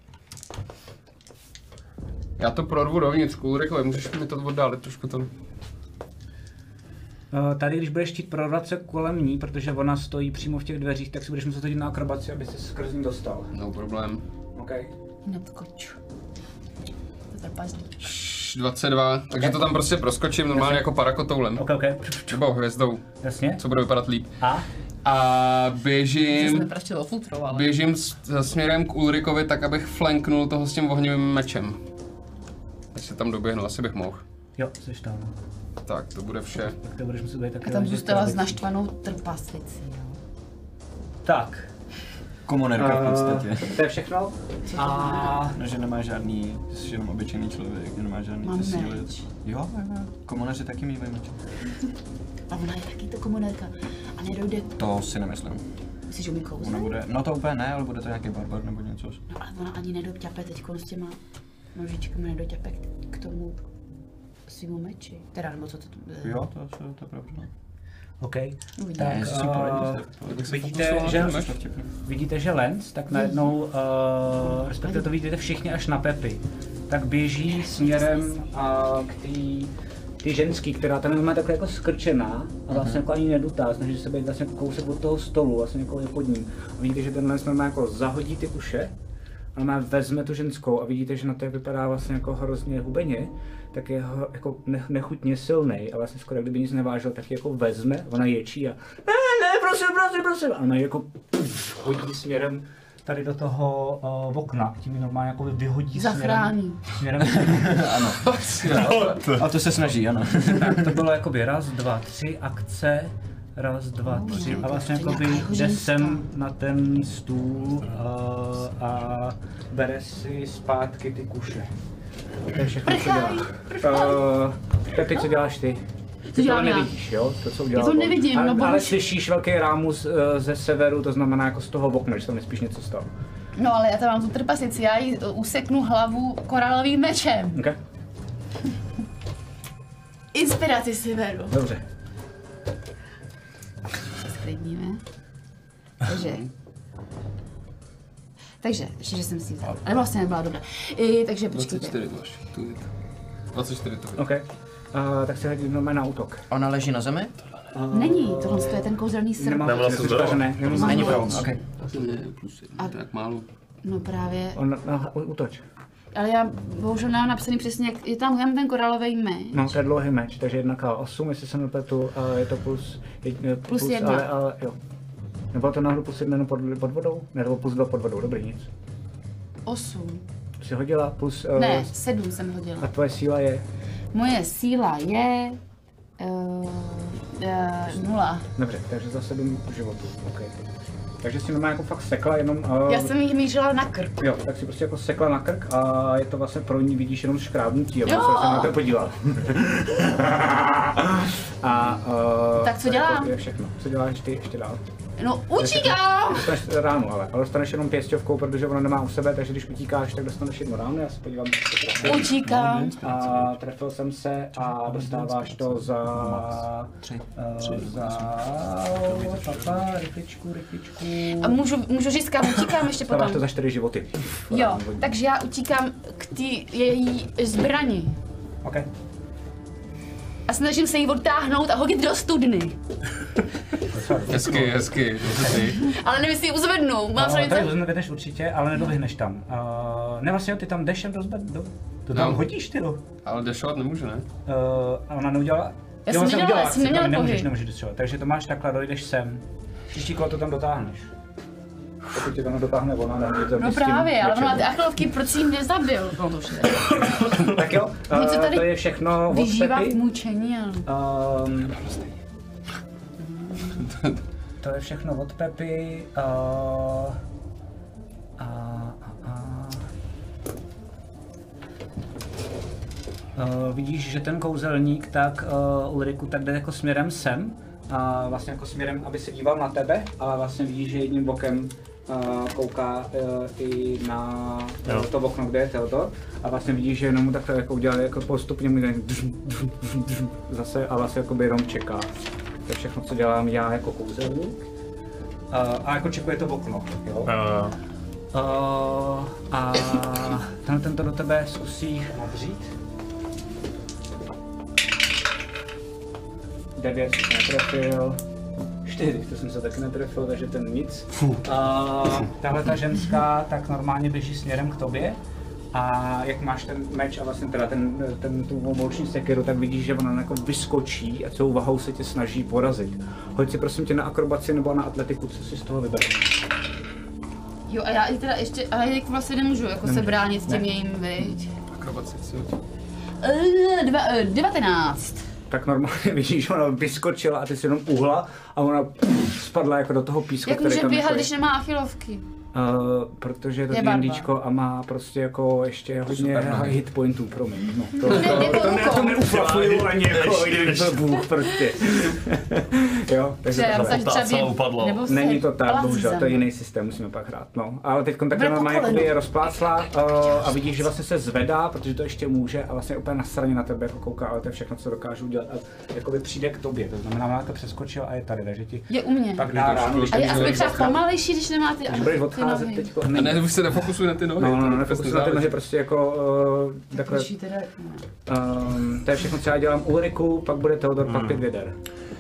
Já to prorvu dovnitř, Ulrikovi, můžeš mi to oddálit trošku to.
Tady, když budeš chtít prorvat se kolem ní, protože ona stojí přímo v těch dveřích, tak si budeš muset hodit na akrobaci, aby se skrz ní dostal.
No problém.
OK.
Neodskoč. To trpazlí.
22, takže to tam prostě proskočím normálně jako parakotoulem.
OK.
Nebo hvězdou.
Jasně.
Co bude vypadat líp.
A
běžím směrem k Ulrikovi tak, abych flanknul toho s tím ohnivým mečem. Když se tam doběhnu, asi bych mohl.
Jo, jsi tam.
Tak, to bude vše.
Tak to budeš muset být taky.
A tam zůstala s naštvanou trpaslicí, jo.
Tak.
Komonerka v podstatě.
To je všechno.
No, že nemá žádný, jsi jenom obyčejný člověk, nemá žádný síly. Jo, komoneři taky mývají meče.
A ona je taky to komonerka. A nedojde...
To si nemyslím.
Myslíš, že umí kouzlet?
No to úplně ne, ale bude to nějaký barbar nebo něco.
No ale ona ani nedoťape teďko s těma nožičkami, nedoťape k tomu svýmu meči. Teda, nebo co to...
Jo, to je pravda.
OK.
Tak
vidíte, že Lens, tak najednou, respektive to vidíte všichni až na Pepi, tak běží směrem k té ženský, která tam má takhle jako skrčená a vlastně jako ani nedutá, snaží se být vlastně kousek od toho stolu, vlastně jako je pod ním. A vidíte, že ten Lens má jako zahodí ty uše, a vezme tu ženskou a vidíte, že na to vypadá vlastně jako hrozně hubeně, tak je jako nechutně silnej a vlastně skoro kdyby nic nevážil, tak ji jako vezme, ona ječí a ne, prosím. A ona jako hodí směrem tady do toho okna, tím ji normálně jako vyhodí
zachrání.
Směrem.
Ano. A to se snaží, ano.
Tak to bylo jakoby 1, 2, 3 akce. 1, 2, 3 a vlastně jakoby jde sem na ten stůl a bere si zpátky ty kuše. To je všechno, co dělá. Pepi, co děláš ty? Ty to nevidíš, jo? To, co udělal.
Já to nevidím,
ale slyšíš velký rámus ze severu, to znamená jako z toho okna, že tam nespíš něco stalo.
No ale já tam mám tu trpaslici, já jí useknu hlavu korálovým mečem.
Okay.
Inspiraci si beru.
Dobře.
Sklidníme. Takže, ještě, že jsem si vzal. Ale vlastně nebyla dobrá. Takže počkejte.
24 máš. 24 to
OK. Tak se hodí normálně na útok.
Ona leží na zemi?
Není, tohle je ten kouzelný srp.
Nemám
Není pravou, okay.
Tak málo.
No právě.
Útoč.
Ale já bohužel nemám napsaný přesně, jak je tam ten korálový meč.
No, to je dlouhý meč, takže 1K8, jestli se nepletu, je to plus
1.
Ale jo. Nebylo to náhodou plus 1 pod vodou? Ne, to bylo plus 2 pod vodou, dobrý, nic.
8.
Jsi hodila plus...
Ne, 7 jsem hodila.
A tvoje síla je?
Moje síla je... 0.
Dobře, takže za 7 životů, OK. Takže si normálně jako fakt sekla jenom...
Já jsem jí mířila na krk.
Jo, tak si prostě jako sekla na krk a je to vlastně pro ní, vidíš jenom škrábnutí, aby se na to podíval.
Tak co dělám?
To je všechno. Co děláš ty ještě dál?
No utíkám!
Dostaneš ránu, ale dostaneš jenom pěsťovkou, protože ona nemá u sebe, takže když utíkáš, tak dostaneš jednu ránu, já se podívám.
Utíkám.
A trefil jsem se a dostáváš to za...
3.
Rychličku.
A můžu říct, kam utíkám ještě potom?
Dáváš to za 4 životy.
Jo, takže já utíkám k té její zbrani.
OK.
A snažím se jí odtáhnout a hodit do studny.
Hezky.
Ale nevím, jestli ji uzvednu. Mám
tady uzvedneš určitě, ale nedoběhneš tam. Ne, vlastně ty tam jdeš do to tam hodíš, ty jo.
Ale dešovat nemůže, ne?
A ona neudělala?
Já jsem neměla pohyb.
Nemůžeš dešovat, takže to máš takhle, dojdeš sem. Příští kolo to tam dotáhneš. Pokud tě tam dotáhne ona, tak to
no právě, ale ona ty achilovky, proč jsi jim nezabil? No to už ne.
Tak jo, to je všechno od
vyžívá
Pepi.
v mučení, ale...
To je všechno od Pepi. Vidíš, že ten kouzelník tak Ulriku tak jde jako směrem sem, vlastně jako směrem, aby se díval na tebe, ale vlastně vidíš, že jedním bokem kouká i na to okno, kde je Theodor. A vlastně vidíš, že jenom mu takhle jako udělal jako postupně mu zase a vlastně jako jenom čeká. To je všechno, co dělám já jako kouzelník. A jako čekuje to okno, jo? A tento do tebe zkusí nadřít. 9 netrefil. 4, to jsem se taky netrefil, takže ten nic. Tahle ta ženská tak normálně běží směrem k tobě. A jak máš ten meč a vlastně teda tu mouční sekeru, tak vidíš, že ona jako vyskočí a celou vahou se tě snaží porazit. Hoď si prosím tě na akrobaci nebo na atletiku, co si z toho vybereš.
Jo, a já i teda ještě, ale jak vlastně nemůžu jako se bránit tím jejím, viď?
Akrobaci si
19.
Tak normálně vidíš, že ona vyskočila a ty si jenom uhla a ona spadla jako do toho písku,
jak
který
může
tam
běhat,
jako
když nemá achilovky?
Protože je to
Je
D&Dčko a má prostě jako ještě hodně hit pointů, promiň. No, to neuflafuju ani jako kdyby byl Bůh prostě. Jo, takže
to upadlo.
Není to tak, bohužel, to je jiný systém, musíme pak hrát, no. Ale teď takhle má jakoby je rozplácla a vidíš, že vlastně se zvedá, protože to ještě může a vlastně úplně nasraně na tebe jako kouká, ale to je všechno, co dokážu udělat a jakoby přijde k tobě, to znamená, má to přeskočil a je tady, takže ti
je u mě.
pak dá ráno,
a je aspoň třeba pomalejší, když nemá ty
nohy. Teďko,
a ne, už se nefokusuj na ty nohy.
No, nefokusuj na ty nohy, prostě jako takhle. To je všechno, co já dělám Ulriku, pak bude Theodor, pak 5 věder.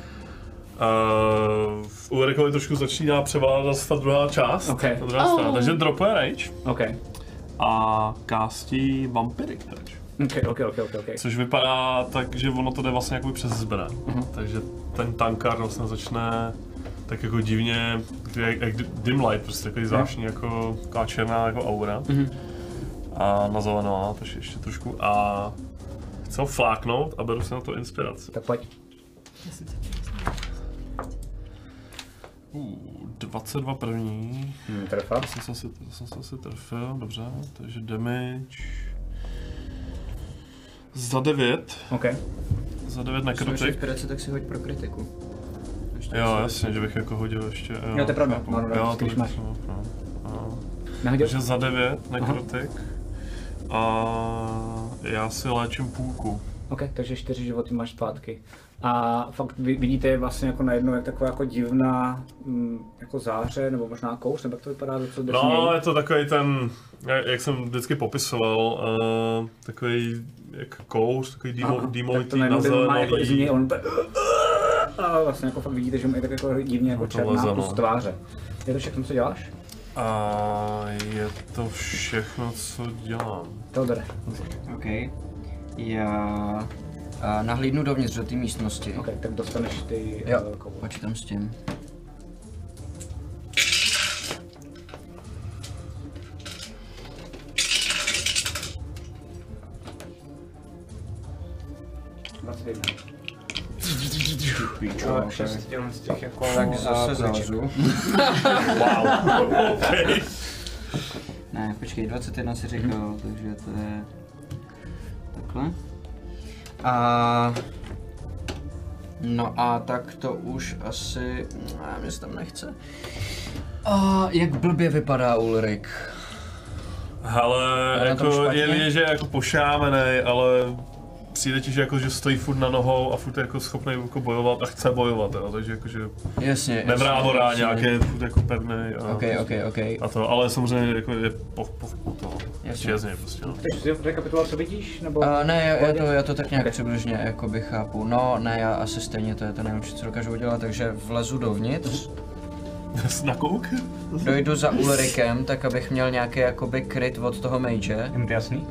V Ulrikovi trošku začíná převládat ta druhá část, ta druhá strana, takže dropuje rage a kástí vampiric touch.
Okay.
Což vypadá tak, že ono to jde vlastně jako přes zbraň, takže ten tankard vlastně začne tak jako divně, jak dim light, prostě takový zvláštní jako taková černá jako aura. A na zelenou, takže ještě trošku a chci ho fláknout a beru si na to inspiraci.
Tak pojď.
22 první.
Trefa.
To jsem si trefil, dobře, takže damage za 9. Za 9 nekrotik.
Inspiraci, tak si hoď pro kritiku.
Jo, jasně, že bych jako hodil ještě.
Jo, to je pravda.
Jo, to máš. Takže za 9 nekrotik. A já si léčím půlku.
Takže 4 životy máš zpátky. A fakt vidíte vlastně jako najednou jak taková jako divná jako záře, nebo možná kouř, nebo jak to vypadá docela drsněji.
No, je to takový ten, jak jsem vždycky popisoval, takový jak kouř, takový dýmovitý na zelený.
Jako a vlastně jako fakt vidíte, že mu je tak jako divně jako černá plus tváře. Je to všechno, co děláš?
A je to všechno, co dělám.
Theodore.
OK. Já nahlídnu dovnitř do té místnosti.
Tak dostaneš ty
koule. Počítám s tím. Tak zase zalezu.
Wow. Okay.
Ne, počkej, 21 si říkal, takže to je takhle. No a tak to už asi, mě se tam nechce. Jak blbě vypadá Ulrik?
Hele, jako je, že jako pošámenej, ale přijde ti, že stojí furt na nohou a furt je jako schopný jako bojovat a chce bojovat, jo, takže jakože nevrávorá nějaké furt jako pevnej a to, ale samozřejmě jako je čezně prostě, no.
Chceš rekapitulovat, co vidíš, nebo?
Ne, já to tak nějak přibližně jakoby chápu, no ne, já asi stejně to je to nejlepší, co dokážu udělat, takže vlezu dovnitř.
Na kouk?
Dojdu za Ulrikem, tak abych měl nějaký jakoby kryt od toho mage.
Je mi to jasný?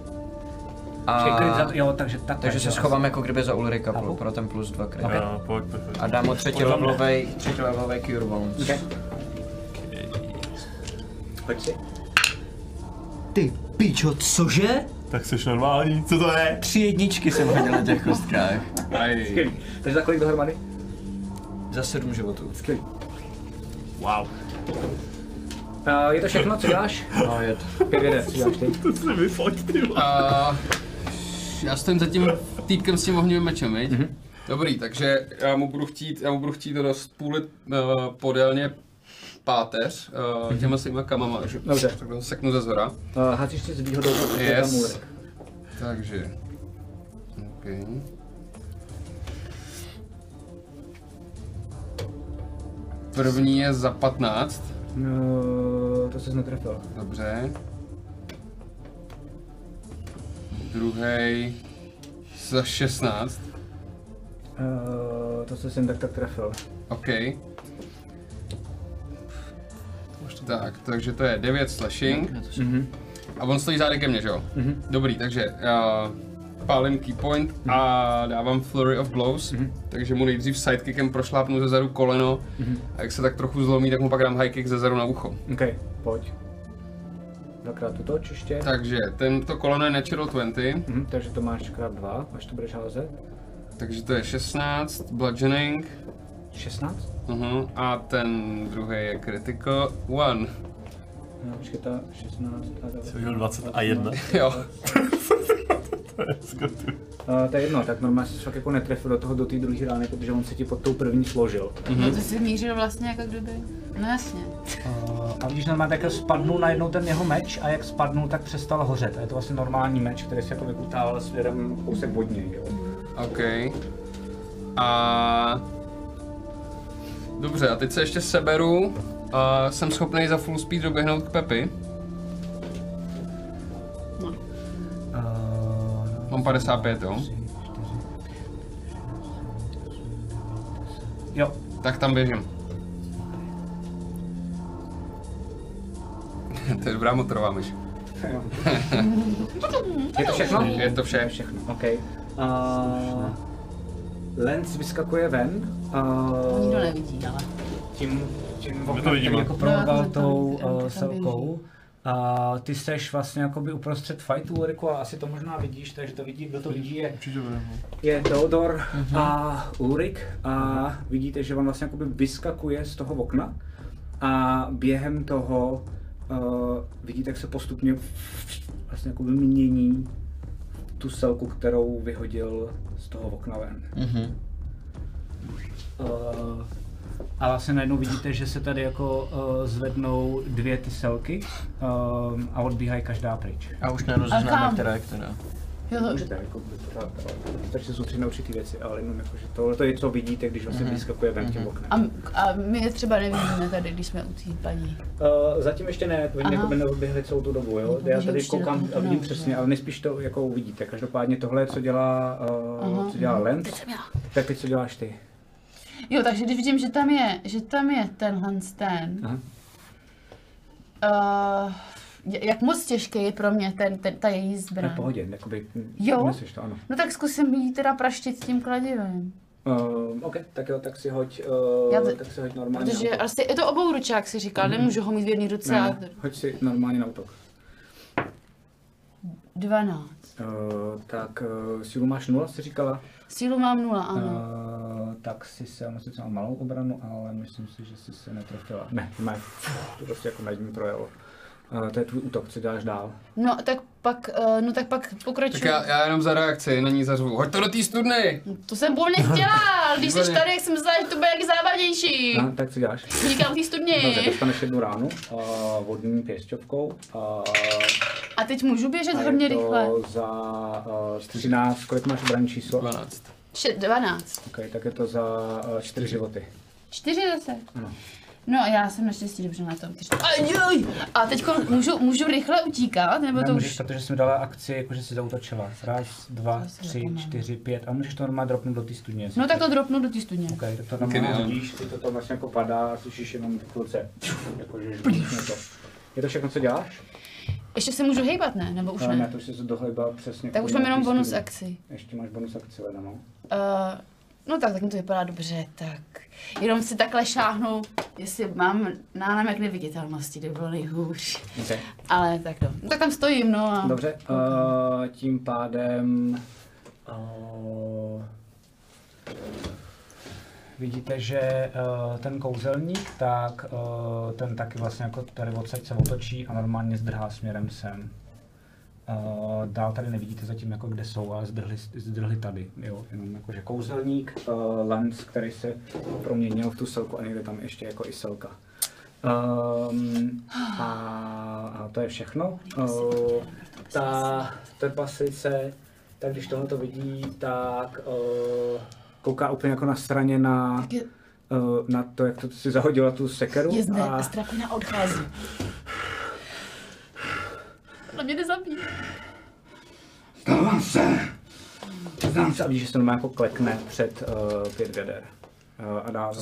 Takže se schovám jako kdyby za Ulrika pro ten plus 2 kryt.
Pojď.
A dám mu třetí levelovej Cure Wounds.
Pojď si.
Ty píčo, cože?
Tak jsi normální, co to je?
3 jedničky jsem hodil na těch kostkách.
Skvělý. Takže za kolik dohromady?
Za 7 životů.
Skvělý.
Wow.
Je to všechno, co děláš?
No, je to.
5 věder, co děláš ty?
To si vyfoť, ty.
Já stojím za tím týpkem s tím ohnivým mečem, viď? Dobrý, takže já mu budu chtít dost půlit podélně páteř těma svýma kamama, že tak to seknu ze zhora.
Házíš si s výhodou
yes. Takže, okay. První je za 15.
No, to ses netrefil.
Dobře. Druhý za 16.
To se jen tak trefil.
OK. Tak, takže to je 9 slashing. A on stojí zády ke mně, že jo? Dobrý, takže já pálím key point a dávám flurry of blows. Takže mu nejdřív sidekickem prošlápnu ze zadu koleno a jak se tak trochu zlomí, tak mu pak dám high kick ze zadu na ucho.
OK, pojď. Dvakrát to ještě.
Takže tento koleno je natural 20.
Takže to máš krát 2, až to budeš házet.
Takže to je 16, bludgeoning.
16?
A ten druhý je critical 1.
No, počkej, ta 16 a
Jsi viděl 20 a 1?
Jo.
To je jedno, tak normálně jsi fakt jako netrefil do té druhé rány, protože on se ti pod tou první složil.
No to jsi mířil vlastně jako kdyby, no jasně.
A vidíš, normálně tak spadnul najednou ten jeho meč a jak spadnul, tak přestal hořet. A je to vlastně normální meč, který si jako vykutával směrem kousek od něj, jo.
OK. A... Dobře, a teď se ještě seberu a jsem schopný za full speed doběhnout k Pepi. Mám 55, jo?
Jo.
Tak tam běžím. To je dobrá motorová myš.
Je to všechno?
Je to vše.
Všechno, OK. Lens vyskakuje ven.
Nikdo nevidí, ale.
Tím oknem, který jako prolval tou selkou. A ty seš vlastně jakoby uprostřed fightu, Riku, a asi to možná vidíš, takže to vidí, kdo to vidí je Theodor a Ulrik a vidíte, že on vlastně jakoby vyskakuje z toho okna a během toho vidíte, jak se postupně vlastně jakoby mění tu selku, kterou vyhodil z toho okna ven. A vlastně najednou vidíte, že se tady jako zvednou dvě ty selky a odbíhají každá pryč.
A už nerozeznáme, která je která.
Můžete jako stačí se soustředit na určitý věci, ale jenom jako, že tohle je, co vidíte, když vlastně vyskakuje ven tím oknem.
A my je třeba nevidíme tady, když jsme u té paní.
Zatím ještě ne, oni jako by neodběhli celou tu dobu, jo. Já tady koukám a vidím přesně, ale nejspíš to jako uvidíte. Každopádně tohle je, co dělá Lens, tak teď co děláš ty.
Jo, takže když vidím, že tam je tenhle ten. Jak moc těžký je pro mě ta její zbraň?
V pohodě, jakoby
neseš
to, ano.
No tak zkusím jí teda praštit tím kladivem.
OK, tak jo, tak si hoď normálně.
Protože asi je to obouručák, si říkal, nemůžu ho mít v jedné ruce.
Ne, hoď si normálně na útok.
12.
Tak sílu máš 0, jsi říkala?
Sílu mám 0, ano.
Tak si se, sice mám malou obranu, ale myslím si, že jsi se netrefila. Ne, to prostě jako najím projelo. To je tvůj útok, co děláš dál?
No tak pak pokračuji.
Tak já jenom za reakci na ní zařvu. Hoď to do té studny!
To jsem původně chtěla, když jsi tady, jak jsem myslela, že to bude jak zábavnější.
No, tak co děláš?
Říkám té studně.
Dobře, dostaneš jednu ránu vodní pěsťovkou.
A teď můžu běžet hodně rychle.
Za 13, kolik máš obranné číslo?
12.
12.
OK, tak je to za 4 životy.
4 zase?
Ano.
No a já jsem naštěstí dobře na tom. A teď můžu rychle utíkat, nebo to
můžeš,
už?
protože jsi mi dala akci, jakože jsi zaútočila. 1, 2, 3, 4, 5 a můžeš to normálně dropnout do té studně.
No tak to dropnu do té studně.
OK, tak to normálně vidíš, ty to tam vlastně jako padá a slyšíš jenom v kluce. Jakože to. Je to všechno, co děláš?
Ještě se můžu hejbat, ne? Nebo už ne?
Ne, to už jsi se dohejbal přesně.
Tak už mám jenom bonus akci.
Ještě máš bonus akci, Lena, no.
No tak mi to vypadá dobře, tak jenom si takhle šáhnu, jestli mám nálemek neviditelnosti, to by bylo nejhůř.
Okay.
Ale tak no, tak tam stojím, no a...
Dobře, tím pádem... vidíte, že ten kouzelník, tak ten taky vlastně jako tady odsaď se otočí a normálně zdrhá směrem sem. Dál tady nevidíte zatím, jako kde jsou, ale zdrhli tady. Jo? Jenom jakože kouzelník, lens, který se proměnil v tu selku a někde tam ještě jako i selka. A to je všechno. Ta trpaslice, tak když tohle to vidí, tak kouká úplně jako na straně na to, jak to si zahodila tu sekeru.
A Strapina odchází. Ale mě nezabíjí.
Zdám se a vidíš, že se normálně jako klekne před 5 jader. A dává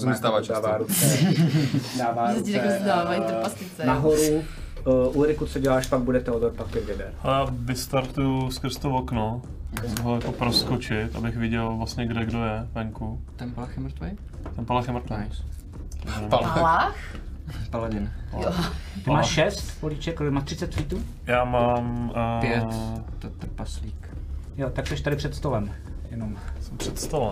ruce nahoru. Ulriku, co děláš, pak bude Teodor, pak 5 jader.
A já vystartuju skrz to okno, ho jako proskočit, abych viděl vlastně kde kdo je venku.
Ten Palach je mrtvý?
Ten Palach je mrtvý.
Palach?
Paladin.
Jo.
Ty máš 6 políček, má 30 feetů?
Já mám...
5, to trpaslík.
Jo, tak jsi tady před stolem, jenom.
Jsem před stolem.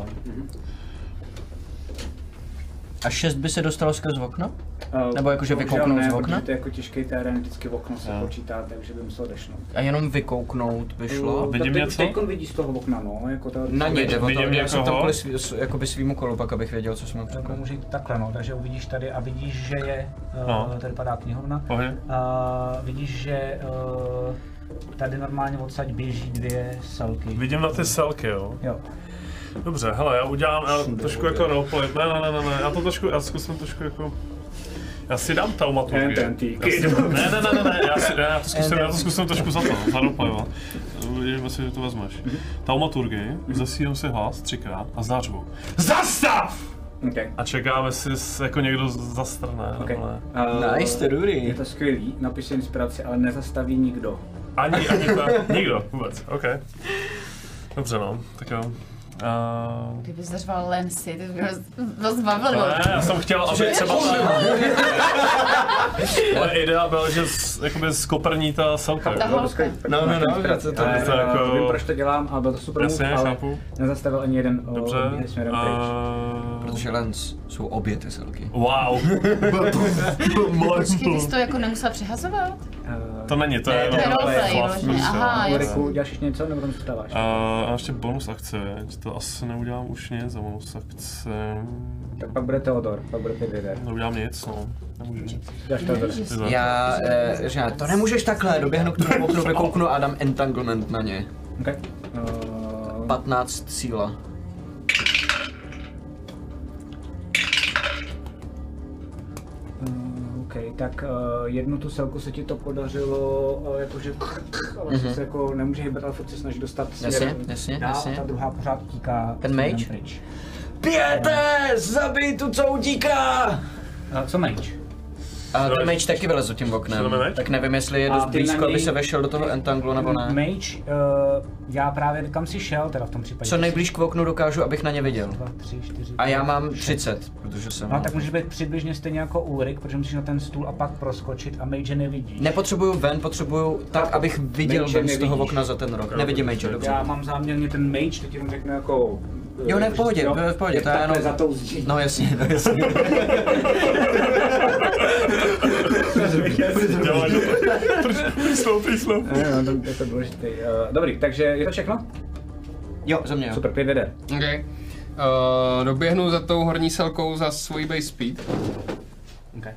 A 6 by se dostalo skrz okno? Nebo jakože vykouknout z okna?
To je jako těžký terén, vždycky v okno se počítá, takže by musel dešnout.
A jenom vykouknout by šlo?
Vidím něco?
Teď vidíš z toho okna, no. Jako
na ně jde o to, já jsem tam kvůli svýmu kolu, pak abych věděl, co jsme
připravili. Může jít takhle, no, takže uvidíš tady a vidíš, že je, tady padá knihovna, vidíš, že tady normálně odsaď běží 2 selky.
Vidím na ty selky, jo?
Jo.
Dobře, hele, já udělám trošku jako roleplay, ne, já zkusím trošku jako... Já si dám taumaturgii. Ne, já to zkusím trošku za roleplayovat. Uvidím, jestli to vezmeš. Taumaturgii, zasílím si hlas 3krát a zařvu. Zastav!
Okay.
A čekáme, jestli jako někdo zastrne,
okay.
nebo ne.
Nice, to je dobrý.
Je to skvělý, napiš inspiraci, ale nezastaví nikdo.
Ani nikdo, vůbec, OK. Dobře no, tak jo.
Kdyby zařval Lancy, ty by ho zbavil.
Ne, já jsem chtěl, aby třeba ale idea byla, že jakoby skoprní ta selka.
No,
vím, proč to dělám, ale byl to super move, ale nezastavil ani jeden směrem pryč.
Protože Lens jsou obě ty selky.
Wow.
Počkej, ty jsi to jako nemusel přehazovat?
To není, to je
roleplay. Aha,
jasně. Děláš ještě něco, nebo tam zůstáváš?
A ještě bonus akce, to asi neudělám už nic za bonus akce.
Tak pak bude Teodor, pak bude 5 jader.
Neudělám nic, no. Nemůžu.
Děláš Teodor.
Já, to nemůžeš takhle, doběhnu k tomu oknu, vykouknu a dám entanglement na ně.
Okay.
15 síla.
Tak jednu tu selku se ti to podařilo, jakože ale se jako nemůže hýbat, ale furt se snaží dostat směrem dál, ta druhá pořád utíká.
Ten mage? Pijete! Zabij tu, co utíká!
Co mage?
A ten mage taky vylezl tím oknem, tak nevím, jestli je dost blízko, aby se vešel do toho entanglu nebo ne.
Mage, já právě kam si šel teda v tom případě?
Co nejblíž k oknu dokážu, abych na ně viděl.
2, 3, 4,
a já mám 30, protože jsem...
No tak můžeš být přibližně stejně jako Ulrik, protože musíš na ten stůl a pak proskočit a mage nevidíš.
Nepotřebuju ven, potřebuju tak, abych viděl ven z toho okna za ten rok. Nevidím mage, dobře.
Já mám záměrně ten mage, teď jenom řeknu jako...
Jo, ne, v pohodě, to je jenom...
za tou zdí.
No jasně.
Děláš to. Príslo.
Je to důležitý. Dobrý, takže je to všechno?
Jo, za mě jo.
Super, 5 jede.
OK. Doběhnu za tou horní selkou za svojí base speed.
OK.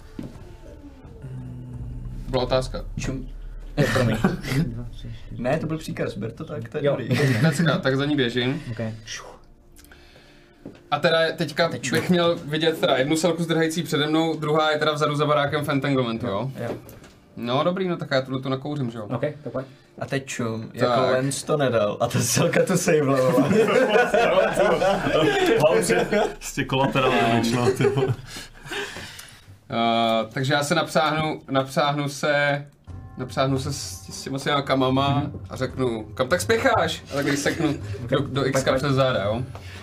Byla otázka.
Čum. Promiň. Ne, to byl příkaz, ber to tak, to je dobrý.
Tak za ní běžím.
Okay.
A teda teďka bych měl vidět teda jednu selku zdrhající přede mnou, druhá je teda vzadu za barákem v entanglementu, jo?
Jo.
No dobrý, no tak já to nakouřím, že jo?
OK, to pojď.
A teď čum, jako Lens to nedal a ta selka to savelovala.
Prostě kolaterální většinou, ty vole.
Takže já se napřáhnu se s těma svýma kamama a řeknu, kam tak spěcháš? A tak když seknu do X-ka přes záda, jo?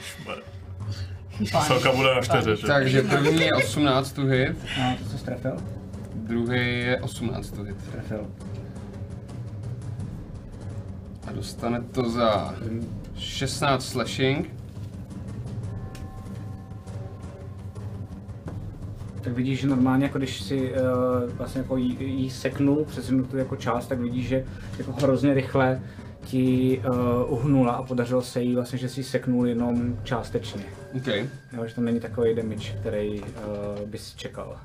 Selka bude na 4, že?
Takže první je 18 to hit.
A to se strefil?
Druhý je 18 to hit.
Trefil.
A dostane to za 16 slashing.
tak vidíš, že normálně, jako když si vlastně jako jí seknul přes tu jako část, tak vidíš, že jako hrozně rychle ti uhnula a podařilo se jí vlastně, že si seknul jenom částečně.
Okay.
Jo, že to není takový damage, který bys čekal.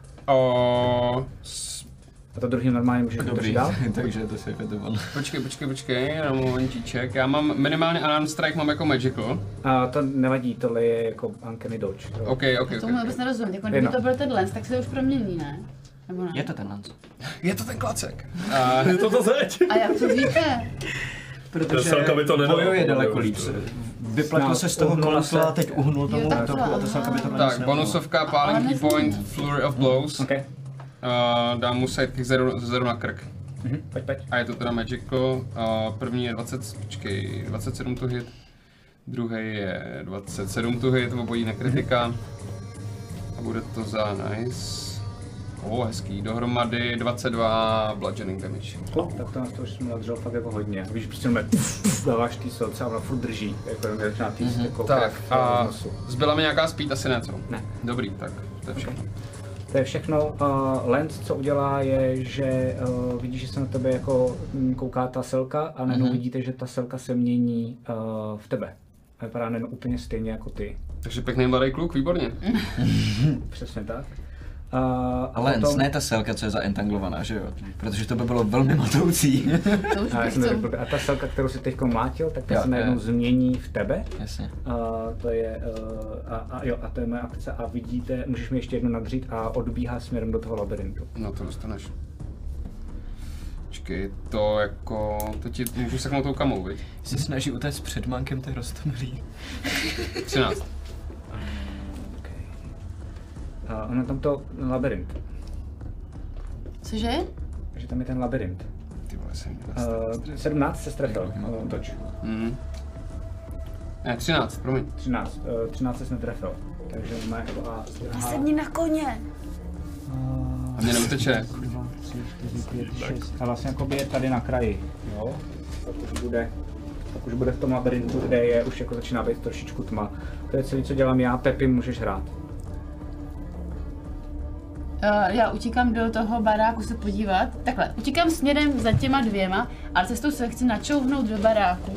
A to druhý normálně můžeš to dál?
Takže to se fetoval.
Počkej, na momentíček. Já mám minimálně Unarmed Strike, mám jako magical.
A to nevadí, tohle je jako Uncanny Dodge.
Ok.
Tomu vůbec nerozumím, jako kdyby to byl ten lens, tak se to už promění, ne? Nebo ne?
Je to ten lens.
Je to ten klacek.
Je to zeď.
A jak to víte?
Protože
by to
bojuje daleko líp. Vypletl se z toho kolasla a teď uhnul tomu útoku a to Selka by to
Tak, bonusovka, Palling Key Point, Flurry of Blows.
Okay.
Dám mu sidekick ze 0 na krk.
Pojď.
A je to teda magical. První je 27 to hit. Druhý je 27 to hit, obojí na kritika. A bude to za nice. Hezký, dohromady 22 bludgeoning damage.
Tak to už jsem nadřel fakt jako hodně. Víš, prostě dáváš tý selce a ona furt drží, jako jenom začíná týst jako
tak a zbyla mi nějaká speed, asi ne, co?
Ne.
Dobrý, tak to je všechno.
To je všechno. Lens, co udělá, je, že vidíš, že se na tebe jako kouká ta selka a najednou vidíte, že ta selka se mění v tebe. A vypadá najednou úplně stejně jako ty.
Takže pěkný mladý kluk, výborně.
Přesně tak.
Ale potom... ne ta selka, co je zaentanglovaná, že jo? Protože to by bylo velmi matoucí.
A ta selka, kterou si teď mlátil, tak ta se najednou změní v tebe.
Jasně.
To je, a to je moje akce a vidíte, můžeš mi ještě jednu nadřít a odbíhá směrem do toho labirintu.
No to dostaneš. Počkej, to jako, to ti můžu seknout tou kamou, viď?
Se snaží utéct před mankem, to je roztomilý.
13.
Ono tam to labirint.
Cože?
Takže tam je ten labirint.
Ty vole, jsem
17 se strefil, toč.
Ne, 13, promiň.
13 se netrefil. Takže má jako
Sedni na koně.
A mě neuteče.
2, 3, 4, 5, 6. A vlastně jako je tady na kraji, jo? Pak už bude v tom labirintu, kde je už jako začíná být trošičku tma. To je celé, co dělám já. Pepi, můžeš hrát.
Já utíkám do toho baráku se podívat. Takhle, utíkám směrem za těma dvěma, ale cestou se chci načouhnout do baráku.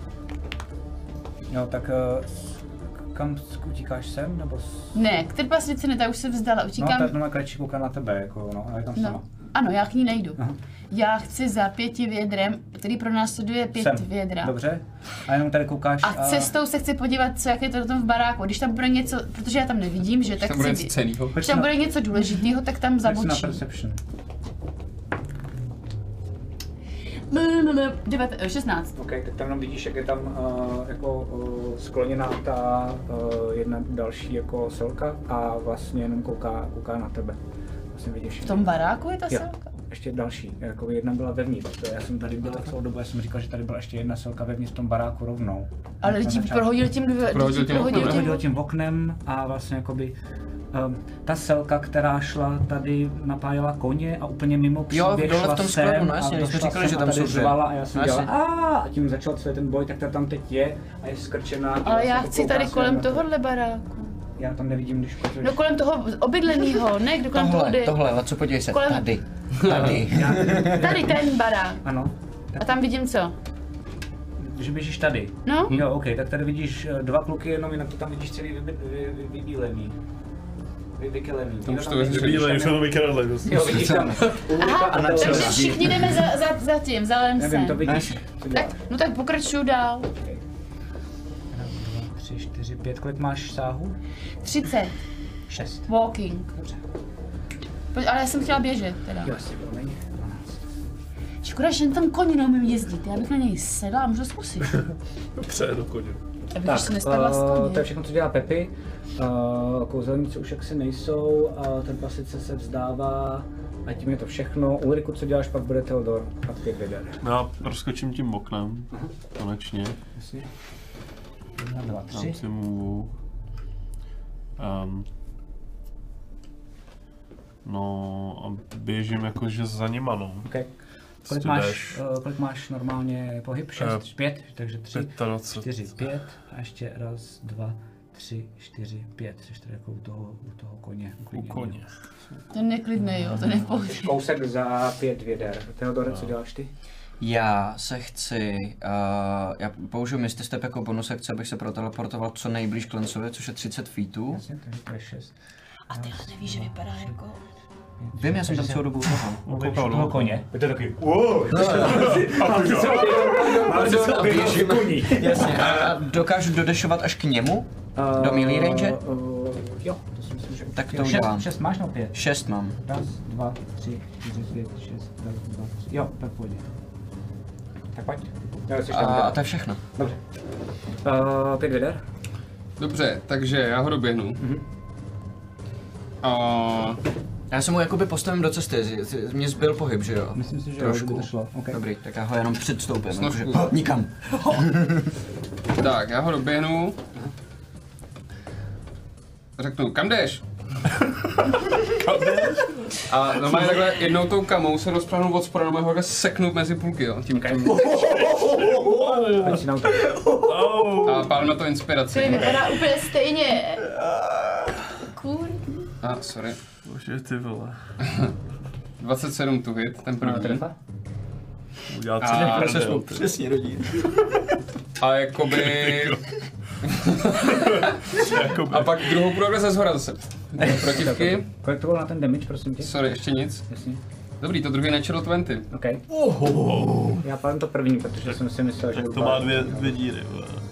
Jo, tak kam utíkáš sem, nebo?
Ne, k trpaslici ne, ta už se vzdala, utíkám...
No, tak na krajičí kouká na tebe, jako no, a je tam sama.
Ano, já k ní nejdu.
Aha.
Já chci za 5 vědrem, který pronásleduje 5 vědra.
Dobře. A jenom tady koukáš
a cestou se chci podívat, co jak je to tam v baráku. Když tam bude něco, protože já tam nevidím, že tak chci... Když tam bude něco důležitého, tak tam zabučím.
na perception.
16.
OK, tak tam jenom vidíš, jak je tam skloněná ta jedna další jako selka a vlastně jenom kouká na tebe. Vlastně vidíš.
V tom baráku je ta selka?
Ještě další, jako jedna byla vevnitř. Já jsem tady byl celou dobu, já jsem říkal, že tady byla ještě jedna selka vevnitř v tom baráku rovnou.
Ale lidi prohodil
tím oknem a vlastně jakoby ta selka, která šla tady, napájela koně a úplně mimo příběh šla sem a došla sem a tady řvala a já jsem dělal a tím začal celý ten boj, tak ta tam teď je a je skrčená.
Ale já chci tady kolem tohohle baráku.
Já tam nevidím, když potřebuješ.
No kolem toho obydleného, ne? Kdo kolem toho jde?
Tohle, co podívej se, tady.
Tady ten barák.
Ano.
A tam vidím co?
Že běžíš tady?
No.
Jo, OK, tak tady vidíš dva kluky jenom, jinak to tam vidíš celý vybílený. Vykelený.
To už to vybílený, už to vykelený.
Jo, vidíš tam.
Aha, takže všichni jdeme za tím, za Lemsem.
Nevím, to vidíš.
No tak pokračuju dál.
3, 4, 5, kolik máš sáhu?
30.
6.
Walking.
Dobře.
Ale já jsem chtěla běžet teda.
Jo, asi bylo méně. 12.
Škoda, že tam koně neumím jezdit, já bych na něj sedla a můžu zkusit.
Přejedu koně.
Abych se nespadla z koně.
To je všechno, co dělá Pepi. Kouzelníci už jaksi nejsou, ten pasice se vzdává a tím je to všechno. Ulriku, co děláš, pak bude Theodor a 5 věder.
Já rozskočím tím oknem, konečně.
Jasně. 1, 2, 3.
Dám si mu... no a běžím jakože za nima, no.
Okay. Kolik máš normálně pohyb? 6, 5, takže 3, 4, 5 a ještě 1, 2, 3, 4, 5. Jsi tady jako u toho koně.
U koně.
Ten neklidnej, jo, ten nepoužij.
Kousek za 5 věder. Teodore, co děláš ty?
Já se chci, já použiju Misty Step jako bonus akce, abych se proteleportoval co nejblíž k Lencovi, což je 30 feetů.
Jasně, to je 6.
A ty nevíš, že vypadá jako...
Vím, já jsem tam celou dobu
Toho koně. Je to takový,
Jasně, a dokážu dodešovat až k němu? Do melee range?
Jo, to si myslím, že...
Tak to udělám.
6 máš na 5?
6 mám.
1, 2, 3, 4, 5, 6, 2, 3. Jo, tak půjde. Tak pojď.
A to je všechno.
Dobře. 5 věder.
Dobře, takže já ho doběhnu.
Já se mu jakoby postavím do cesty, mě zbyl pohyb, že jo?
Myslím si, že
trošku.
to šlo. Okay.
Dobrý, tak já ho jenom předstoupím, protože... Nikam.
Tak, já ho doběhnu. Řeknu, kam jdeš? A normálně takhle jednou tou kamou se rozpráhnu od spoda, normálně ho takhle seknu mezi půlky, jo, tím a pálím na to inspiraci.
To vypadá úplně stejně. Kurva.
Sorry.
Bože, ty vole.
27 to hit, ten první.
Udělal celý
Přesně rodí.
A jakoby... A pak druhou půjdu takhle ze zhora zase. Protivky.
Kolik to bylo na ten damage, prosím tě?
Sorry, ještě nic.
Jasně.
Dobrý, to druhý natural 20.
OK. Já pálím to první, protože jsem si myslel, že...
To má dvě díry.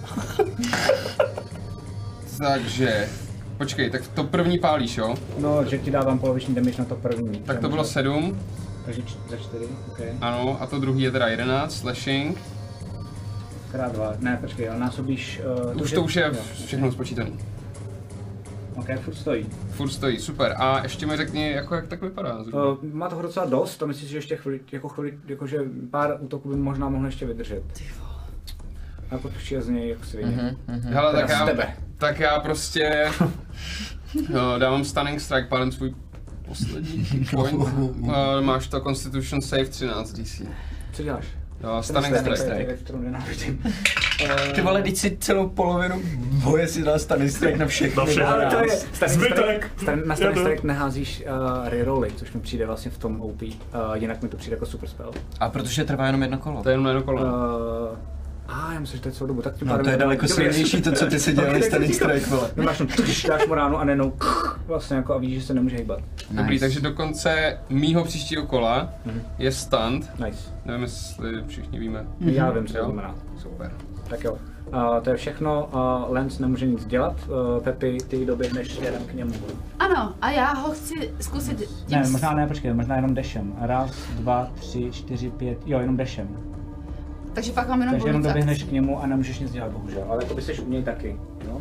Takže... Počkej, tak to první pálíš, jo?
No, že ti dávám poloviční damage na to první.
Tak to bylo 7.
Takže za 4, OK.
Ano, a to druhý je teda 11, slashing.
Krát 2, ne, počkej, ale násobíš...
To už je všechno spočítané.
OK, furt stojí.
Furt stojí, super. A ještě mi řekni, jak tak vypadá.
Má toho docela dost, a myslím si, že ještě chvíli, jakože pár útoků by možná mohl ještě vydržet. A počíš z něj jako svině.
Hele, tak já prostě dávám stunning strike, pálím svůj poslední point. Máš to Constitution Save 13 DC.
Co děláš?
Jo, stunning strike.
Ty vole, teď si celou polovinu boje si dal stunning strike na všechny.
Ale to je
zbytek.
Na stunning strike neházíš rerolly, což mi přijde vlastně v tom OP. Jinak mi to přijde jako super spell.
A protože trvá jenom jedno kolo.
To je jenom jedno kolo.
Já myslím, že to je celou dobu. Tak
no, to je daleko silnější to, co ty si dělali stunning strike, vole.
Máš dáš mu ránu a nenou vlastně jako a víš, že se nemůže hýbat.
Dobrý, takže do konce mýho příštího kola je stunned.
Nice.
Nevím, jestli všichni víme.
Já vím, co to znamená.
Super.
Tak jo. To je všechno. Lens nemůže nic dělat. Pepi, ty doběhneš směrem k němu.
Ano, a já ho chci zkusit tím...
Ne, možná ne, počkej, možná jenom dashem. 1, 2, 3, 4, 5, jo, jenom dashem.
Takže pak mám jenom
Takže jenom doběhneš k němu a nemůžeš nic dělat, bohužel. Ale jako by seš u něj taky, jo?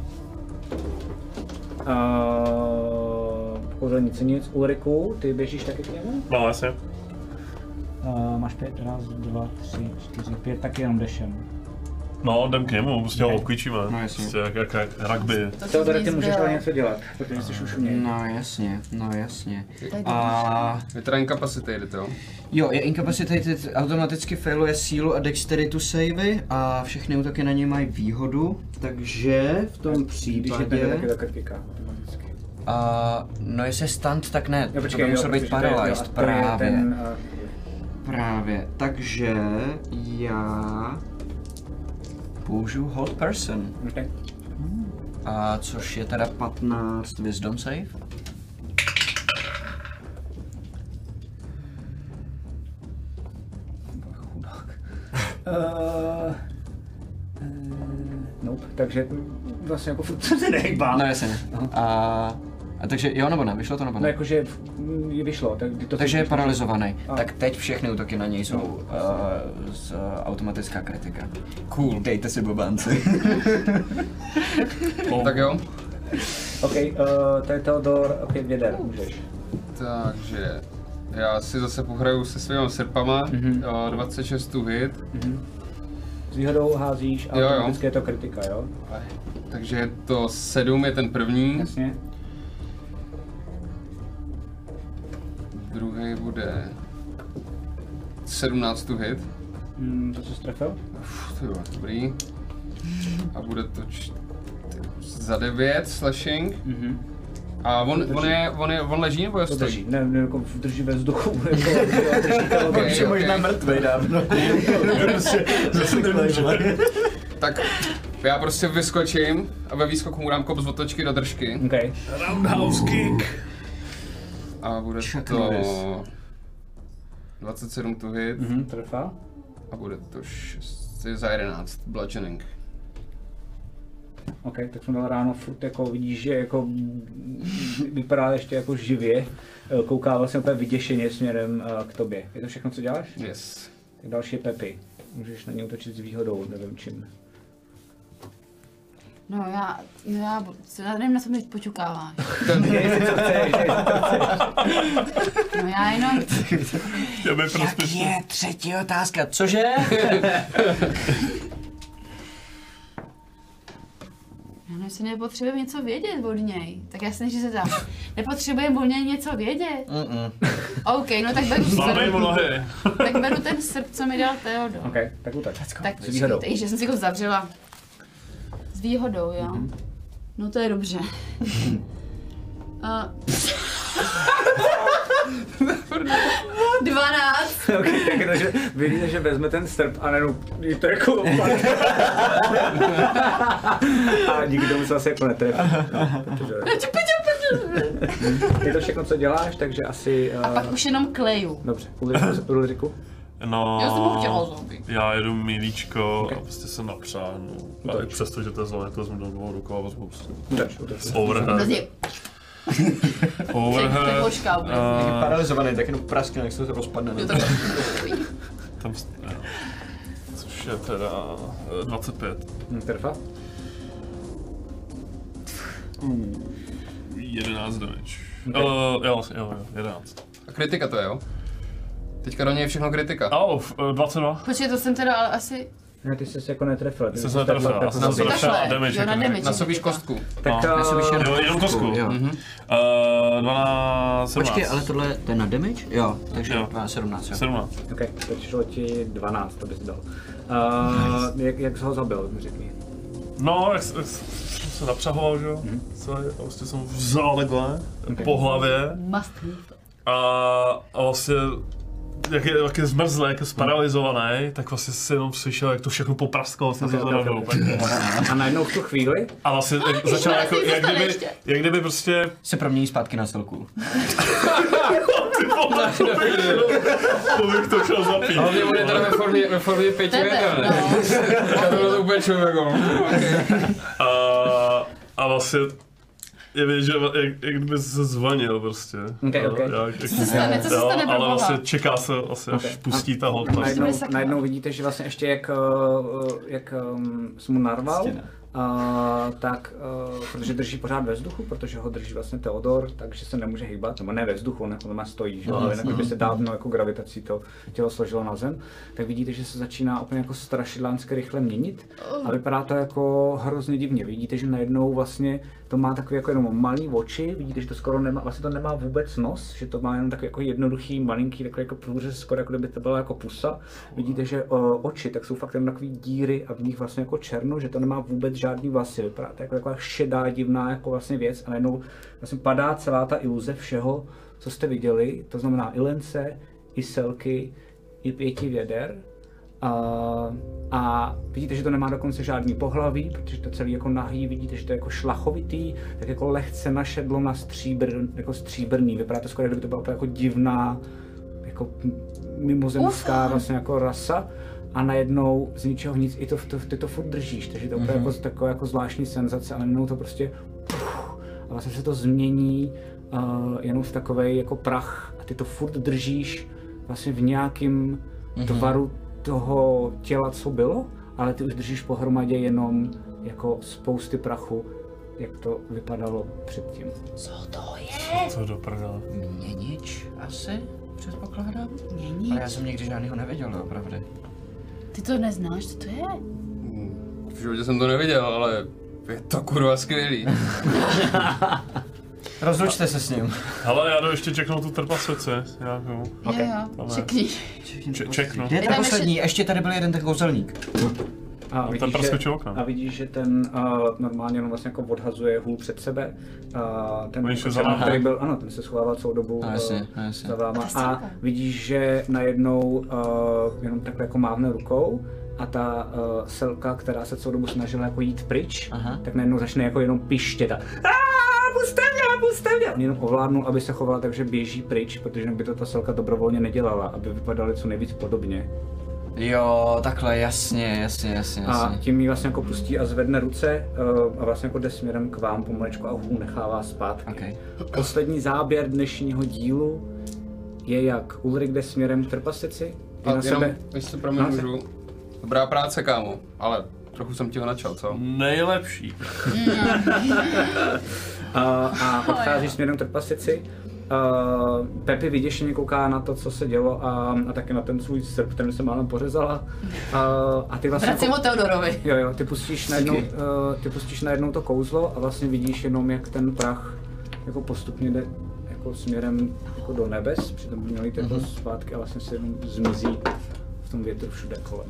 Kouzelníci nic. Ulriku, ty běžíš taky k němu?
No, jasně.
Máš 5, 1, 2, 3, 4, 5, taky jenom dashem.
No, jdem k němu, prostě ho obklíčíme.
No jasně.
Prostě jak rugby.
To tady ty můžeš ale něco dělat, protože jsi už u něj.
No jasně.
Je teda incapacitated, jo?
Jo, je incapacitated, automaticky failuje sílu a dexteritu savey a všechny útoky na něj mají výhodu, takže v tom případě...
Když je taky kritika automaticky.
No jestli je stunned, tak ne,
jo, počkej,
to by musel být paralyzed, právě. Takže já použiju hold person.
Okay.
A což je teda 15 wisdom save.
Nope, takže vlastně jako furt se nehejbá.
No jasně. A takže jo nebo ne, vyšlo to nebo ne?
No jakože vyšlo, tak to...
Takže je paralizovaný. Tak teď všechny útoky na něj jsou automatická kritika. Cool. Dejte si bobánci.
Tak jo.
OK, to je Teodor, OK, věder, můžeš.
Takže já si zase pohraju se svýma srpama, 26 to hit.
S výhodou házíš a automaticky je to kritika, jo?
Takže to 7 je ten první.
Jasně.
Druhý bude 17 to hit.
To jsi trefil?
To je dobrý. A bude to 4, Za 9 slashing. A on leží nebo je stojí?
Drží, ne, jako drží ve vzduchu.
Už je možná mrtvej dávno.
Tak já prostě vyskočím a ve výskoku mu dám kop z otočky do držky.
Okay.
Roundhouse kick.
A bude to 27 to hit.
Trefá.
A bude to 6 za 11 bludgeoning.
OK, tak jsem dal ráno furt jako vidíš, že jako vypadá ještě jako živě. Kouká vlastně úplně vyděšeně směrem k tobě. Je to všechno, co děláš?
Yes.
Tak další je Pepi. Můžeš na něj útočit s výhodou, nevím čím.
No já nevím, na co mi teď počukáváš. No já jenom...
Jak je třetí otázka, cože?
Já nevím, nepotřebujeme něco vědět od něj. Tak jasně, že se tam. Nepotřebujeme od něj něco vědět. OK, no tak beru srp. Tak beru ten srp, co mi dal Theodor.
OK, tak útoč.
Tak počkejte, že jsem si ho zavřela. S výhodou, jo? No to je dobře. 12.
Okay, takže vidíte, že vezme ten strp a nejenom to jako a díky tomu se asi jako netrefí. Je to všechno, co děláš, takže asi...
A pak už jenom kleju.
Dobře, Ulriku.
No,
já jsem ho chtěla zombie.
Já jedu milíčko a prostě se napřáhnu. A i přesto, že to je zelené, to vezmu do dvou rukou a vezmu prostě overhead.
Overhead. Paralizovaný, tak jenom praskne, jak se to rozpadne.
Tam, což je teda 25.
Trfa?
11 damage. Jo, 11.
A kritika to je, jo? Teďka do něj je všechno kritika.
22.
Počkej, to jsem teda ale asi...
Ne, ty jsi se jako netrefil.
Ty jsi se netrefil, já jsem se trefil a damage.
Nasobíš kostku.
Tak
jenom kostku. 12, 17.
Počkej, ale tohle to je na damage? Jo, takže 17.
17.
Ok, teď šlo ti 12, to bys dal. Jak jsi ho zabil, řekni.
No, jak jsem se napřahoval, že jo? Vlastně jsem vzal takhle, po hlavě. A vlastně jak je zmrzlý, jak je sparalizovaný, tak vlastně si jenom slyšel, jak to všechno popraskalo, jsem se zvedl.
A najednou v tu chvíli?
A vlastně začal jako, jak kdyby prostě...
Se promění zpátky na celku.
To bych to chtěl zapít.
Ale on je teda ve formě 5 věder, ne? Já to bylo to úplně člověko.
A vlastně je vidět, že jak kdyby se zvanil prostě.
Okay.
Co se stane
ale vlastně čeká se asi, až pustí ta holka.
Najednou vidíte, že vlastně ještě jak jsi mu narval, tak, protože drží pořád ve vzduchu, protože ho drží vlastně Theodor, takže se nemůže hýbat, nebo ne ve vzduchu, on má stojí, že? Ale jinak by se dávno jako gravitací to tělo složilo na zem, tak vidíte, že se začíná úplně jako strašidelně rychle měnit a vypadá to jako hrozně divně. Vidíte, že najednou vlastně to má takový jako jenom malý oči, vidíte, že to skoro nemá, vlastně to nemá vůbec nos, že to má jenom takový jako jednoduchý, malinký, takový jako průřez, skoro jako kdyby to byla jako pusa. Vidíte, že oči tak jsou fakt jenom takový díry a v nich vlastně jako černo, že to nemá vůbec žádný vlasy, vypadá to jako taková šedá, divná jako vlastně věc a najednou vlastně padá celá ta iluze všeho, co jste viděli, to znamená i lence, i selky, i 5 věder. A vidíte, že to nemá dokonce žádný pohlaví, protože to celý jako nahý, vidíte, že to je jako šlachovitý, tak jako lehce našedlo na jako stříbrný, vypadá to skoro, kdyby to byla jako divná, jako mimozemská vlastně jako rasa a najednou z ničeho nic, ty to furt držíš, takže to je jako taková jako zvláštní senzace, ale najednou to prostě a vlastně se to změní jenom v takovej jako prach a ty to furt držíš vlastně v nějakým tvaru toho těla, co bylo, ale ty už držíš pohromadě jenom jako spousty prachu, jak to vypadalo předtím.
Co to je?
Co do prdele?
Měnič asi, předpokládám.
Měnič?
Ale já jsem nikdy žádnýho neviděl, opravdu.
Ty to neznáš, co to je?
V životě jsem to neviděl, ale je to kurva skvělý.
Rozlučte se s ním.
Hele, já jdu ještě čeknout tu trpasvici. Jo,
čekni.
Čeknu.
Je to poslední, ještě tady byl jeden ten kouzelník.
A vidíš, že ten normálně on vlastně jako odhazuje hůl před sebe. Ten, který byl, ano, ten se schovával celou dobu za váma. A vidíš, že najednou jenom takhle jako mávne rukou a ta selka, která se celou dobu snažila jako jít pryč, tak najednou začne jako jenom pištět a puste mě! On jenom ovládnul, aby se chovala tak, že běží pryč, protože by to ta selka dobrovolně nedělala, aby vypadaly co nejvíc podobně.
Jo, takhle, jasně.
A tím ji vlastně jako pustí a zvedne ruce a vlastně jako jde směrem k vám pomalečku a hůl nechává zpátky.
Okay.
Poslední záběr dnešního dílu je, jak Ulrik jde směrem k trpasici.
Jestli pro mě můžu. Dobrá práce, kámo, ale trochu jsem ti ho načal, co?
Nejlepší.
A odchází směrem k trpasici. Pepi vyděšeně kouká na to, co se dělo a taky na ten svůj srp, který se málem pořezala. A ty vlastně
vracím ho Teodorovi.
Jo, ty pustíš najednou to kouzlo a vlastně vidíš jenom, jak ten prach jako postupně jde jako směrem jako do nebes, přitom by měli tyto zpátky a vlastně se jenom zmizí v tom větru všude kolem.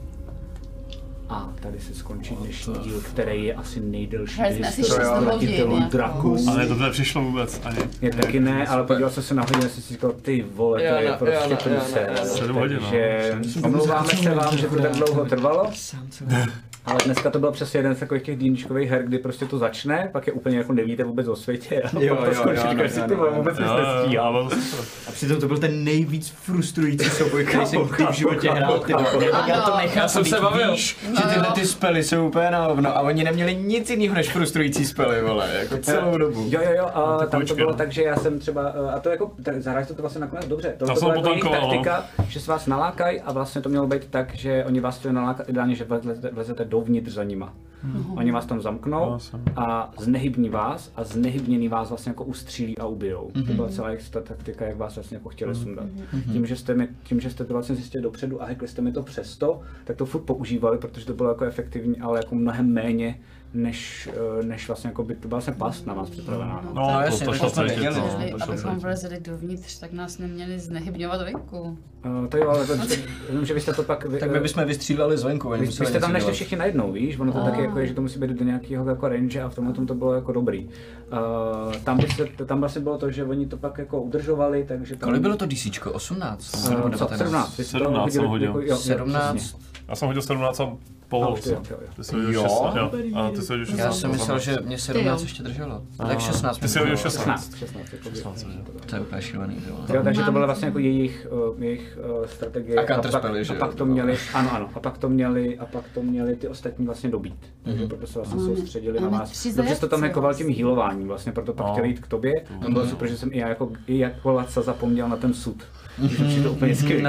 A tady se skončí dnešní díl, který je asi nejdelší v historii Vratitelů draků.
Ale to nepřišlo vůbec ani.
Je taky ne, ale podíval jsem se na hodinu a jsem si říkal, ty vole, to je prostě průser.
7 hodin,
takže omlouváme se vám, že to tak dlouho trvalo. Ale dneska to byl přesně jeden z takových těch D&Dčkových her, kdy prostě to začne, pak je úplně jako nevíte vůbec o světě a pak to skončí, když si ty vůbec nic nestíhal.
A přitom to byl ten nejvíc frustrující souboj, který jsem v životě hrál.
Já jsem se bavil.
Že tyhle ty spely jsou úplně na hovno a oni neměli nic jiného než frustrující spely, vole, jako celou dobu.
Jo, a tam to bylo tak, že já jsem třeba, a to jako, zahraješ to vlastně nakonec dobře, to byla jako jejich taktika, že se vás nalákají a vlastně to mělo být tak, že oni vás chtěli nalákat ideálně, že vlezete dovnitř za nima. Oni vás tam zamknou a znehybní vás a znehybněný vás vlastně jako ustřílí a ubijou. To byla celá jejich taktika, jak vás vlastně jako chtěli sundat. Tím, že jste to vlastně zjistili dopředu a hackli jste mi to přesto, tak to furt používali, protože to bylo jako efektivní, ale jako mnohem méně než vlastně jako by to byla vlastně past na vás připravená.
No jasně, to jsme věděli.
Abychom vlezli dovnitř, tak nás neměli znehybňovat venku.
To jo, ale jenom, že vy jste to pak...
Tak my bychom vystříleli zvenku.
Vy jste tam nešli všichni najednou, víš? Ono to taky jako je, že to musí být do nějakého jako range a v tomhle to bylo jako dobrý. Tam vlastně bylo to, že oni to pak jako udržovali, takže...
Kolik bylo to DCčko? 18?
17.
17 jsem hodil.
17?
Já jsem hodil 17 a pol. Ty jsi hodil 16. A ty jsi hodil 16.
Já jsem myslel, že mě 17 ještě drželo. Tak 16.
Ty jsi hodil 16.
To je úplně šílený.
Jo, takže to byla vlastně jako jejich strategie.
A counterspely, že jo?
A pak to měli, ano, a pak to měli ty ostatní vlastně dobít. Takže proto se vlastně soustředili na vás. Dobře jste tam hackoval tím healováním, vlastně proto pak chtěli jít k tobě. Tam bylo super, že jsem i jako Laca zapomněl na ten sud. Že to úplně skvělý.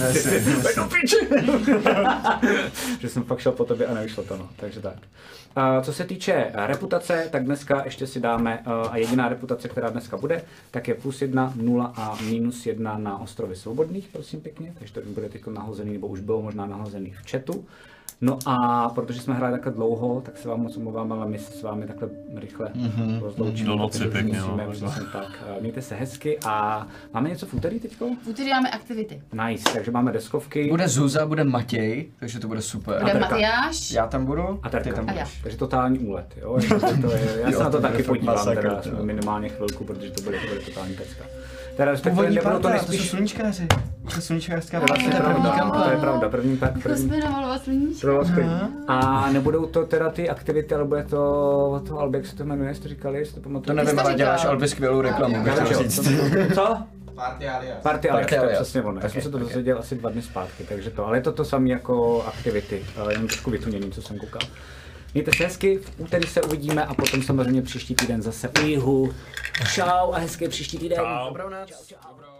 Že jsem fakt šel po tobě a nevyšlo to, no. Takže tak. Co se týče reputace, tak dneska ještě si dáme, a jediná reputace, která dneska bude, tak je +1, 0 a -1 na ostrovy svobodných, prosím pěkně. Takže to bude teď nahozený, nebo už bylo možná nahozený v chatu. No a protože jsme hráli takhle dlouho, tak se vám moc omlouvám, ale my se s vámi takhle rychle rozloučíme.
Do noci pěkně,
tak. Mějte se hezky a máme něco v úterý teďko?
V úterý máme aktivity.
Nice, takže máme deskovky.
Bude Zuza, bude Matěj, takže to bude super.
Bude Matyáš.
Já tam budu
a ty tam
budeš.
Takže totální úlet, jo? Já se na to taky podívám, teda minimálně chvilku, protože to bude totální pecka.
Původní parta, to jsou sluníčkáři. To je sluníčkářská
to je pravda, první pak.
To jsme namalovat sluníčka.
A nebudou to teda ty aktivity, ale bude to Albi, jak se to jmenuje, jste říkali, jestli to pamatujete?
To nevím, ale děláš Albi skvělou reklamu, bych chtěl říct.
Co? Party Alias, to je
Alias.
přesně ono. Já jsem se to dozvěděl asi 2 dny zpátky, takže to. Ale je to samé jako aktivity, jenom trošku vytunění, co jsem koukal. Mějte se hezky, v úterý se uvidíme a potom samozřejmě příští týden zase u jihu. Čau a hezký příští týden.
Dobrou noc.
Dobrou.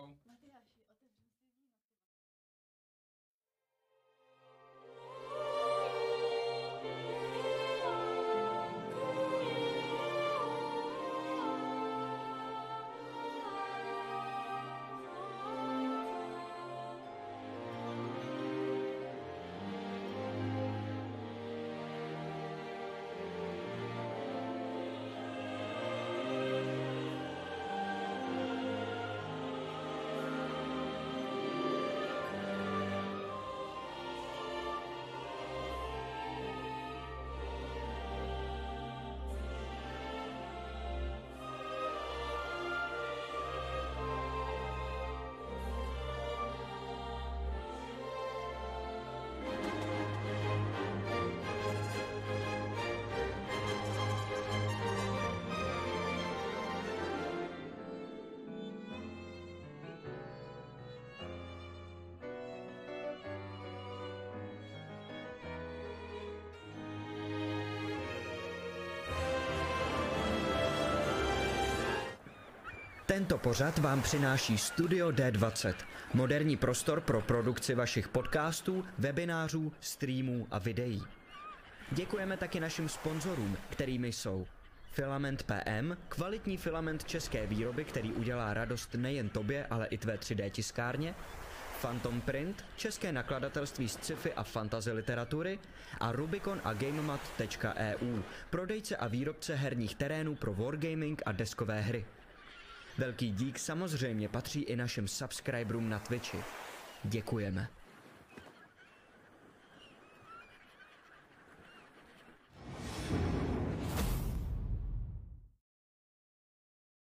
Tento pořad vám přináší Studio D20, moderní prostor pro produkci vašich podcastů, webinářů, streamů a videí. Děkujeme taky našim sponzorům, kterými jsou Filament PM, kvalitní filament české výroby, který udělá radost nejen tobě, ale i tvé 3D tiskárně, Phantom Print, české nakladatelství z sci-fi a fantasy literatury a Rubicon a GameMat.eu, prodejce a výrobce herních terénů pro wargaming a deskové hry. Velký dík samozřejmě patří i našim subscriberům na Twitchi. Děkujeme.